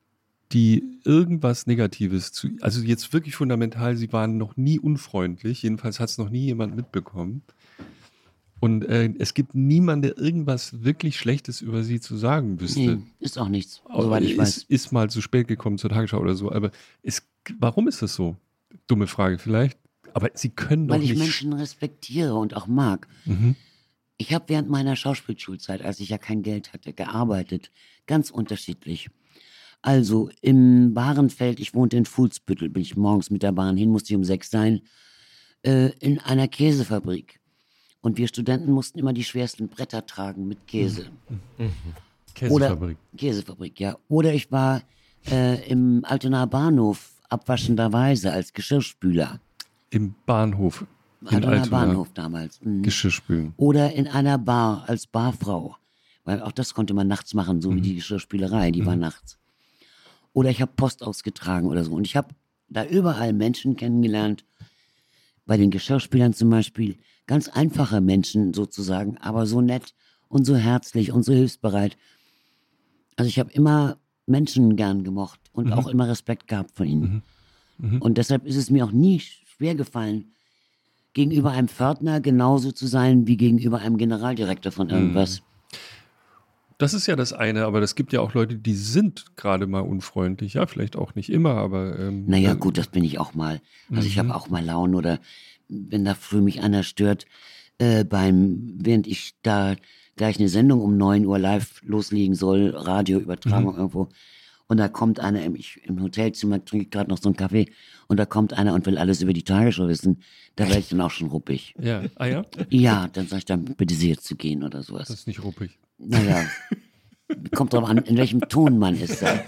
Speaker 4: die irgendwas Negatives zu, also jetzt wirklich fundamental, sie waren noch nie unfreundlich, jedenfalls hat es noch nie jemand mitbekommen. Und äh, es gibt niemanden, der irgendwas wirklich Schlechtes über sie zu sagen wüsste.
Speaker 3: Nee, ist auch nichts, soweit ich weiß.
Speaker 4: Ist, ist mal zu spät gekommen zur Tagesschau oder so, aber es, warum ist das so? Dumme Frage vielleicht, aber sie können doch
Speaker 3: Weil
Speaker 4: nicht...
Speaker 3: ich Menschen respektiere und auch mag.
Speaker 4: Mhm.
Speaker 3: Ich habe während meiner Schauspielschulzeit, als ich ja kein Geld hatte, gearbeitet, ganz unterschiedlich. Also im Bahrenfeld, ich wohnte in Fuhlsbüttel, bin ich morgens mit der Bahn hin, musste ich um sechs sein, äh, in einer Käsefabrik. Und wir Studenten mussten immer die schwersten Bretter tragen mit Käse.
Speaker 4: Mhm. Käsefabrik.
Speaker 3: Oder, Käsefabrik, ja. Oder ich war äh, im Altenaer Bahnhof abwaschenderweise als Geschirrspüler.
Speaker 4: Im Bahnhof. In
Speaker 3: Altenaer
Speaker 4: Altona.
Speaker 3: Bahnhof damals. Mhm.
Speaker 4: Geschirrspülen.
Speaker 3: Oder in einer Bar als Barfrau. Weil auch das konnte man nachts machen, so
Speaker 4: Mhm.
Speaker 3: wie die Geschirrspülerei, die
Speaker 4: Mhm.
Speaker 3: war nachts. Oder ich habe Post ausgetragen oder so. Und ich habe da überall Menschen kennengelernt, bei den Geschirrspülern zum Beispiel, ganz einfache Menschen sozusagen, aber so nett und so herzlich und so hilfsbereit. Also ich habe immer Menschen gern gemocht und
Speaker 4: Mhm.
Speaker 3: auch immer Respekt gehabt vor ihnen.
Speaker 4: Mhm. Mhm.
Speaker 3: Und deshalb ist es mir auch nie schwer gefallen, gegenüber einem Pförtner genauso zu sein wie gegenüber einem Generaldirektor von irgendwas.
Speaker 4: Das ist ja das eine, aber es gibt ja auch Leute, die sind gerade mal unfreundlich. Ja, vielleicht auch nicht immer, aber... Ähm,
Speaker 3: Naja,
Speaker 4: äh,
Speaker 3: gut, das bin ich auch mal. Also ich
Speaker 4: Mhm.
Speaker 3: habe auch mal Laune oder wenn da früh mich einer stört, äh, beim, während ich da gleich eine Sendung um neun Uhr live loslegen soll, Radioübertragung
Speaker 4: Mhm.
Speaker 3: irgendwo, und da kommt einer, im, ich, im Hotelzimmer trinke ich gerade noch so einen Kaffee, und da kommt einer und will alles über die Tagesschau wissen, da werde ich dann auch schon ruppig.
Speaker 4: Ja, ah ja?
Speaker 3: Ja, dann sage ich dann, bitte Sie jetzt zu gehen oder sowas.
Speaker 4: Das ist nicht ruppig.
Speaker 3: Naja, kommt drauf an, in welchem Ton man ist. Da.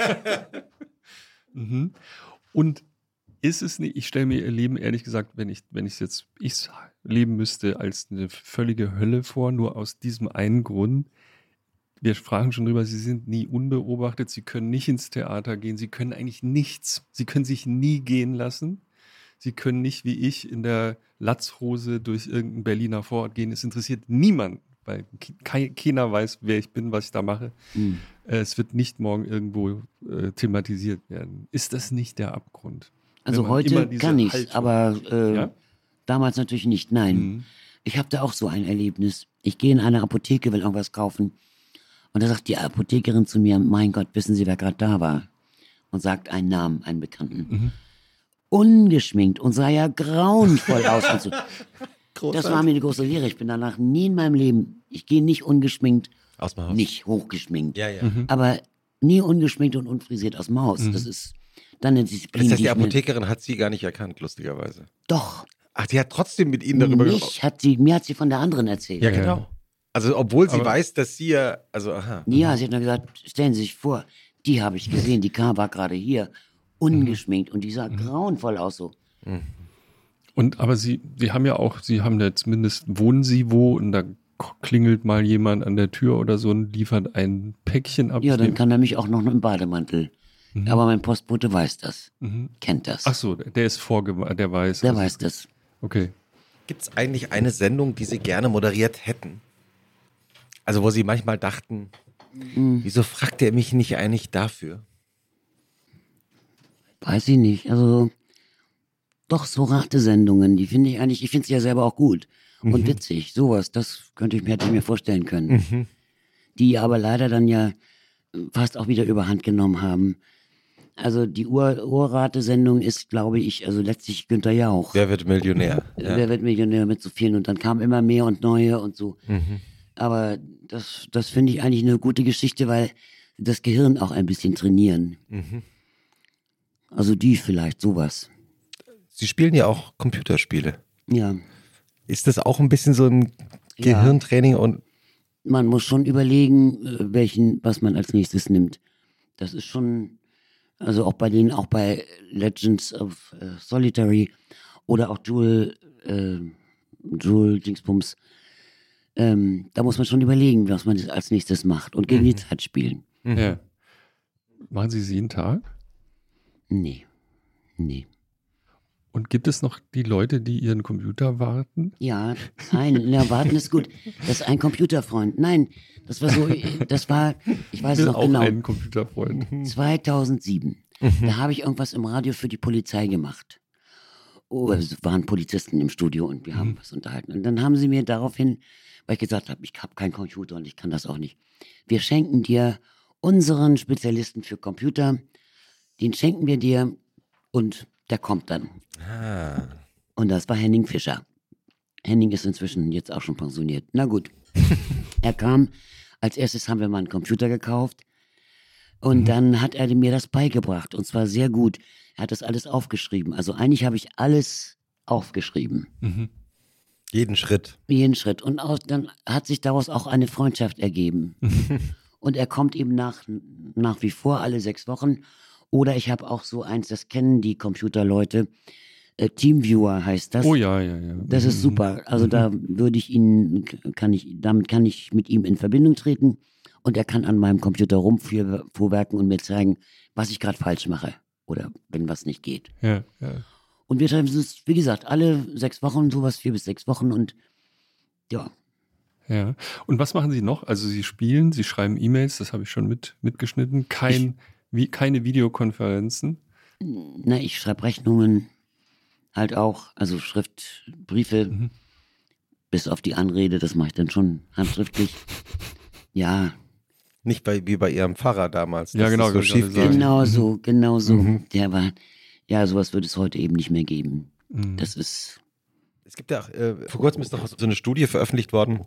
Speaker 4: Mhm. Und ist es nicht, ich stelle mir ihr Leben ehrlich gesagt, wenn ich wenn ich es jetzt ich leben müsste, als eine völlige Hölle vor, nur aus diesem einen Grund. Wir sprachen schon drüber, sie sind nie unbeobachtet, sie können nicht ins Theater gehen, sie können eigentlich nichts, sie können sich nie gehen lassen. Sie können nicht wie ich in der Latzhose durch irgendeinen Berliner Vorort gehen. Es interessiert niemanden, weil ke- keiner weiß, wer ich bin, was ich da mache.
Speaker 3: Hm.
Speaker 4: Äh, Es wird nicht morgen irgendwo äh, thematisiert werden. Ist das nicht der Abgrund?
Speaker 3: Also
Speaker 4: Wenn man immer
Speaker 3: heute
Speaker 4: diese
Speaker 3: kann ich's,
Speaker 4: Haltung-
Speaker 3: aber äh,
Speaker 4: Ja?
Speaker 3: damals natürlich nicht, nein.
Speaker 4: Mhm.
Speaker 3: Ich habe da auch so ein Erlebnis. Ich gehe in eine Apotheke, will irgendwas kaufen. Und da sagt die Apothekerin zu mir, mein Gott, wissen Sie, wer gerade da war? Und sagt einen Namen, einen Bekannten.
Speaker 4: Mhm.
Speaker 3: Ungeschminkt und sah ja grauenvoll aus. Und so. Das
Speaker 2: Großartig.
Speaker 3: war mir eine große Lehre. Ich bin danach nie in meinem Leben, ich gehe nicht ungeschminkt,
Speaker 2: Aus dem Haus.
Speaker 3: nicht hochgeschminkt,
Speaker 2: Ja, ja.
Speaker 4: Mhm.
Speaker 3: aber nie ungeschminkt und unfrisiert aus dem Haus.
Speaker 4: Mhm.
Speaker 3: Das ist dann eine Disziplin,
Speaker 2: Das heißt,
Speaker 3: die
Speaker 2: die
Speaker 3: ich mir,
Speaker 2: Apothekerin hat sie gar nicht erkannt, lustigerweise.
Speaker 3: doch,
Speaker 2: Ach, die hat trotzdem mit Ihnen darüber gesprochen.
Speaker 3: mich hat sie, mir hat sie von der anderen erzählt.
Speaker 2: Ja, genau. Also, obwohl sie
Speaker 4: Aber-
Speaker 2: weiß, dass sie ja, also, aha.
Speaker 3: Ja, sie hat dann gesagt, stellen Sie sich vor, die habe ich gesehen, die kam, war gerade hier, ungeschminkt und die sah grauenvoll aus so.
Speaker 4: Und aber Sie, Sie haben ja auch, Sie haben ja zumindest, wohnen Sie wo und da klingelt mal jemand an der Tür oder so und liefert ein Päckchen ab.
Speaker 3: Ja,
Speaker 4: Ich
Speaker 3: dann
Speaker 4: nehm-
Speaker 3: kann er mich auch noch im Bademantel.
Speaker 4: Mhm.
Speaker 3: Aber mein Postbote weiß das,
Speaker 4: Mhm.
Speaker 3: kennt das.
Speaker 4: Ach so, der ist vorge, der weiß.
Speaker 3: Der
Speaker 4: was-
Speaker 3: weiß das.
Speaker 4: Okay.
Speaker 2: Gibt es eigentlich eine Sendung, die Sie gerne moderiert hätten? Also, wo Sie manchmal dachten,
Speaker 3: Hm,
Speaker 2: wieso fragt er mich nicht eigentlich dafür?
Speaker 3: weiß ich nicht. Also, doch, so Ratesendungen, die finde ich eigentlich, ich finde sie ja selber auch gut und witzig. Sowas, das könnte ich mir, hätte ich mir vorstellen können.
Speaker 2: Mhm.
Speaker 3: Die aber leider dann ja fast auch wieder überhand genommen haben. Also die Ur Urratesendung ist, glaube ich, also letztlich Günther Jauch.
Speaker 2: Wer wird Millionär? Ja.
Speaker 3: Wer wird Millionär mit so vielen? Und dann kamen immer mehr und neue und so.
Speaker 2: Mhm.
Speaker 3: Aber das, das finde ich eigentlich eine gute Geschichte, weil das Gehirn auch ein bisschen trainieren.
Speaker 2: Mhm.
Speaker 3: Also die vielleicht, sowas.
Speaker 2: Sie spielen ja auch Computerspiele.
Speaker 3: Ja.
Speaker 2: Ist das auch ein bisschen so ein
Speaker 3: Ja.
Speaker 2: Gehirntraining und
Speaker 3: Man muss schon überlegen, äh, welchen, was man als nächstes nimmt. Das ist schon, also auch bei denen, auch bei Legends of äh, Solitary oder auch Jewel, äh, Jewel Dingsbums, ähm, da muss man schon überlegen, was man als nächstes macht und gegen die Zeit spielen.
Speaker 4: Ja. Machen Sie es jeden Tag?
Speaker 3: Nee, nee.
Speaker 4: Und gibt es noch die Leute, die ihren Computer warten?
Speaker 3: Ja, ein, na, warten ist gut. Das ist ein Computerfreund. Nein, das war so, das war, ich weiß es
Speaker 4: Ich will
Speaker 3: noch
Speaker 4: auch
Speaker 3: genau,
Speaker 4: einen Computerfreund.
Speaker 3: zweitausendsieben. Mhm. Da habe ich irgendwas im Radio für die Polizei gemacht. Oh, es waren Polizisten im Studio und wir haben mhm. was unterhalten. Und dann haben sie mir daraufhin, weil ich gesagt habe, ich habe keinen Computer und ich kann das auch nicht. Wir schenken dir unseren Spezialisten für Computer, den schenken wir dir und der kommt dann. Ah. Und das war Henning Fischer. Henning ist inzwischen jetzt auch schon pensioniert. Na gut. Er kam, als erstes haben wir mal einen Computer gekauft und mhm. dann hat er mir das beigebracht und zwar sehr gut. Er hat das alles aufgeschrieben. Also eigentlich habe ich alles aufgeschrieben.
Speaker 2: Mhm. Jeden Schritt.
Speaker 3: Jeden Schritt. Und auch, dann hat sich daraus auch eine Freundschaft ergeben. Und er kommt eben nach, nach wie vor alle sechs Wochen. Oder ich habe auch so eins, das kennen die Computerleute, äh, Teamviewer heißt das.
Speaker 4: Oh ja, ja, ja.
Speaker 3: Das ist super. Also mhm. da würde ich ihn, kann ich, damit kann ich mit ihm in Verbindung treten und er kann an meinem Computer rumfuhrwerken und mir zeigen, was ich gerade falsch mache oder wenn was nicht geht.
Speaker 4: Ja, ja.
Speaker 3: Und wir treffen uns, wie gesagt, alle sechs Wochen, sowas, vier bis sechs Wochen und ja.
Speaker 4: Ja. Und was machen Sie noch? Also Sie spielen, Sie schreiben E-Mails, das habe ich schon mit, mitgeschnitten. Kein, ich, wie, keine Videokonferenzen?
Speaker 3: Na, ich schreibe Rechnungen halt auch, also Schriftbriefe, mhm. bis auf die Anrede, das mache ich dann schon handschriftlich. Ja.
Speaker 2: Nicht bei, wie bei Ihrem Pfarrer damals.
Speaker 4: Ja, genau.
Speaker 3: So
Speaker 4: schief
Speaker 3: genau so, genau so. Mhm. Der war, ja, sowas würde es heute eben nicht mehr geben. Mhm. Das ist...
Speaker 2: Es gibt ja, äh, vor kurzem ist noch so eine Studie veröffentlicht worden,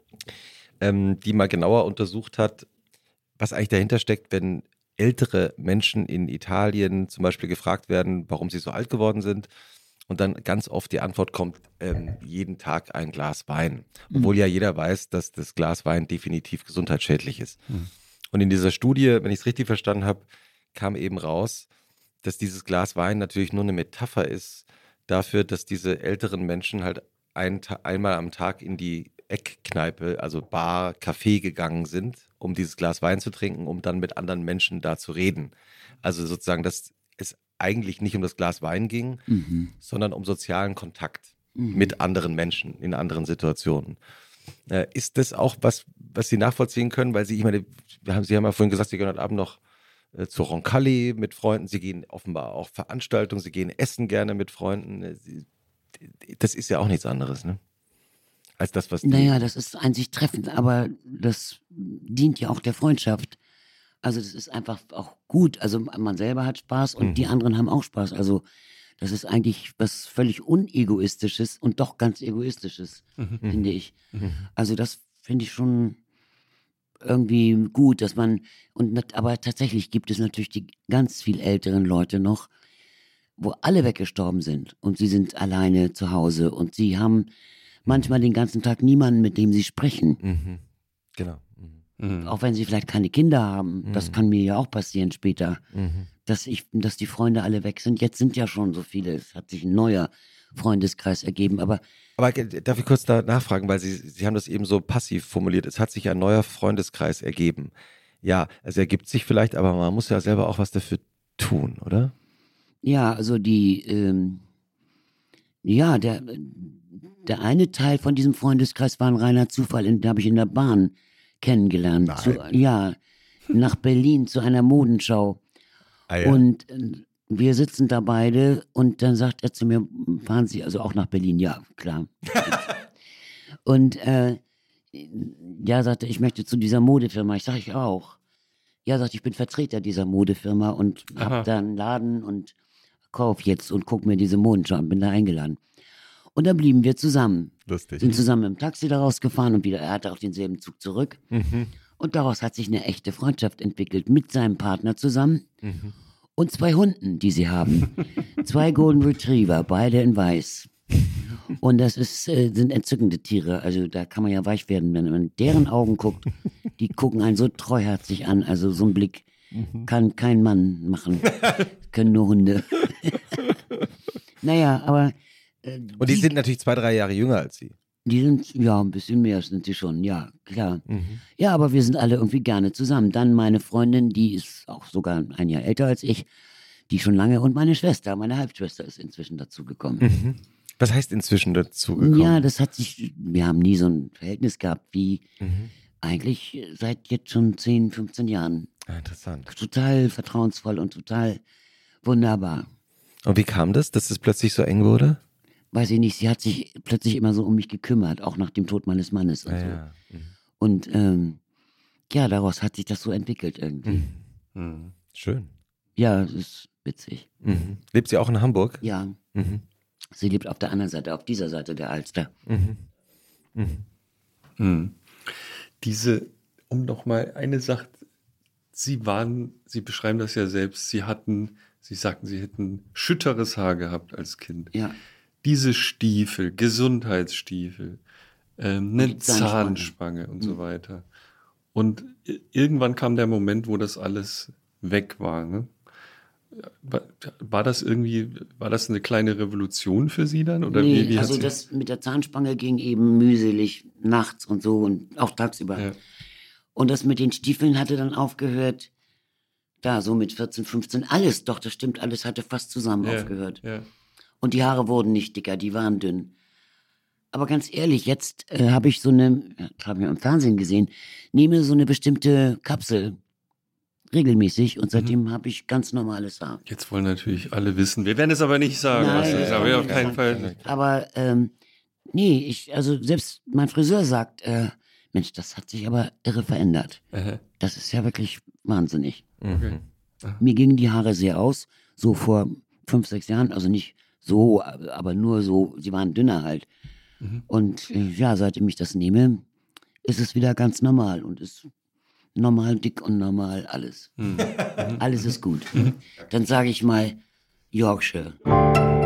Speaker 2: ähm, die mal genauer untersucht hat, was eigentlich dahinter steckt, wenn ältere Menschen in Italien zum Beispiel gefragt werden, warum sie so alt geworden sind. Und dann ganz oft die Antwort kommt, ähm, jeden Tag ein Glas Wein. Obwohl mhm. ja jeder weiß, dass das Glas Wein definitiv gesundheitsschädlich ist. Mhm. Und in dieser Studie, wenn ich es richtig verstanden habe, kam eben raus, dass dieses Glas Wein natürlich nur eine Metapher ist dafür, dass diese älteren Menschen halt ein, einmal am Tag in die Eckkneipe, also Bar, Café gegangen sind, um dieses Glas Wein zu trinken, um dann mit anderen Menschen da zu reden. Also sozusagen, dass es eigentlich nicht um das Glas Wein ging, mhm. sondern um sozialen Kontakt mhm. mit anderen Menschen in anderen Situationen. Äh, ist das auch was, was Sie nachvollziehen können? Weil Sie, ich meine, wir haben, Sie haben ja vorhin gesagt, Sie gehen heute Abend noch äh, zu Roncalli mit Freunden. Sie gehen offenbar auch Veranstaltungen, Sie gehen essen gerne mit Freunden. Sie, das ist ja auch nichts anderes, ne? Als das, was die...
Speaker 3: Naja, das ist an sich treffend, aber das dient ja auch der Freundschaft. Also das ist einfach auch gut. Also man selber hat Spaß und mhm. die anderen haben auch Spaß. Also das ist eigentlich was völlig Unegoistisches und doch ganz Egoistisches, mhm. finde ich. Mhm. Also das finde ich schon irgendwie gut, dass man, und aber tatsächlich gibt es natürlich die ganz viel älteren Leute noch, wo alle weggestorben sind und sie sind alleine zu Hause und sie haben manchmal den ganzen Tag niemanden, mit dem sie sprechen.
Speaker 2: Mhm. Genau.
Speaker 3: Mhm. Auch wenn sie vielleicht keine Kinder haben, mhm. das kann mir ja auch passieren später, mhm. dass ich, dass die Freunde alle weg sind. Jetzt sind ja schon so viele, es hat sich ein neuer Freundeskreis ergeben, aber...
Speaker 2: Aber darf ich kurz da nachfragen, weil Sie, Sie haben das eben so passiv formuliert, es hat sich ein neuer Freundeskreis ergeben. Ja, es ergibt sich vielleicht, aber man muss ja selber auch was dafür tun, oder?
Speaker 3: Ja, also die, ähm, ja, der, der eine Teil von diesem Freundeskreis war ein reiner Zufall, den habe ich in der Bahn kennengelernt. Zu, ja, nach Berlin zu einer Modenschau. Ah, ja. Und äh, wir sitzen da beide und dann sagt er zu mir, fahren Sie also auch nach Berlin? Ja, klar. Und äh, ja, sagte, ich möchte zu dieser Modefirma. Ich sage, ich auch. Ja, sagte, ich bin Vertreter dieser Modefirma und habe da einen Laden und kauf jetzt und guck mir diese Modenschau an, bin da eingeladen. Und dann blieben wir zusammen.
Speaker 2: Lustig.
Speaker 3: Sind zusammen im Taxi da rausgefahren und wieder, er hatte auch denselben Zug zurück. Mhm. Und daraus hat sich eine echte Freundschaft entwickelt mit seinem Partner zusammen mhm. und zwei Hunden, die sie haben. Zwei Golden Retriever, beide in weiß. Und das ist, äh, sind entzückende Tiere. Also da kann man ja weich werden, wenn man in deren Augen guckt. Die gucken einen so treuherzig an. Also so ein Blick mhm. kann kein Mann machen. Können nur Hunde. Naja, aber...
Speaker 2: Und die, die sind natürlich zwei, drei Jahre jünger als Sie.
Speaker 3: Die sind, ja, ein bisschen mehr sind sie schon, ja, klar. Mhm. Ja, aber wir sind alle irgendwie gerne zusammen. Dann meine Freundin, die ist auch sogar ein Jahr älter als ich, die schon lange, und meine Schwester, meine Halbschwester ist inzwischen dazugekommen.
Speaker 2: Mhm. Was heißt inzwischen dazugekommen?
Speaker 3: Ja, das hat sich, wir haben nie so ein Verhältnis gehabt wie mhm. eigentlich seit jetzt schon zehn, fünfzehn Jahren.
Speaker 2: Ah, interessant.
Speaker 3: Total vertrauensvoll und total Wunderbar.
Speaker 7: Und wie kam das, dass es plötzlich so eng wurde?
Speaker 3: Weiß ich nicht, sie hat sich plötzlich immer so um mich gekümmert, auch nach dem Tod meines Mannes und
Speaker 7: ja,
Speaker 3: so.
Speaker 7: Ja. Mhm.
Speaker 3: Und ähm, ja, daraus hat sich das so entwickelt irgendwie.
Speaker 7: Mhm. Schön.
Speaker 3: Ja, es ist witzig.
Speaker 7: Mhm. Lebt sie auch in Hamburg?
Speaker 3: Ja.
Speaker 7: Mhm.
Speaker 3: Sie lebt auf der anderen Seite, auf dieser Seite der Alster.
Speaker 7: Mhm. Mhm.
Speaker 4: Mhm. Diese, um noch mal eine Sache, Sie waren, Sie beschreiben das ja selbst, Sie hatten, Sie sagten, Sie hätten schütteres Haar gehabt als Kind.
Speaker 3: Ja.
Speaker 4: Diese Stiefel, Gesundheitsstiefel, ähm, eine
Speaker 3: Die Zahnspange.
Speaker 4: Zahnspange und
Speaker 3: Mhm.
Speaker 4: so weiter. Und i- irgendwann kam der Moment, wo das alles weg war. Ne? War, war das irgendwie, war das eine kleine Revolution für Sie dann? Oder
Speaker 3: Nee,
Speaker 4: wie, wie hat
Speaker 3: also
Speaker 4: Sie,
Speaker 3: das mit der Zahnspange ging eben mühselig nachts und so und auch tagsüber.
Speaker 4: ja.
Speaker 3: Und das mit den Stiefeln hatte dann aufgehört, da so mit vierzehn, fünfzehn, alles, doch, das stimmt, alles hatte fast zusammen
Speaker 4: Ja,
Speaker 3: aufgehört.
Speaker 4: ja.
Speaker 3: Und die Haare wurden nicht dicker, die waren dünn. Aber ganz ehrlich, jetzt äh, habe ich so eine, habe ich im Fernsehen gesehen, nehme so eine bestimmte Kapsel regelmäßig und seitdem habe ich ganz normales Haar.
Speaker 4: Jetzt wollen natürlich alle wissen. Wir werden es aber nicht sagen, was
Speaker 3: Nein,
Speaker 4: das ist. Aber
Speaker 3: ja,
Speaker 4: auf keinen
Speaker 3: sagen.
Speaker 4: Fall.
Speaker 3: Aber ähm, nee, ich, also selbst mein Friseur sagt, äh, Mensch, das hat sich aber irre verändert.
Speaker 4: Aha.
Speaker 3: Das ist ja wirklich wahnsinnig.
Speaker 4: Okay.
Speaker 3: Mir gingen die Haare sehr aus, so vor fünf, sechs Jahren, also nicht so, aber nur so, sie waren dünner halt.
Speaker 4: Mhm.
Speaker 3: Und äh, ja, seitdem ich das nehme, ist es wieder ganz normal und ist normal dick und normal alles.
Speaker 4: Mhm.
Speaker 3: Alles ist gut. Dann sage ich mal Yorkshire.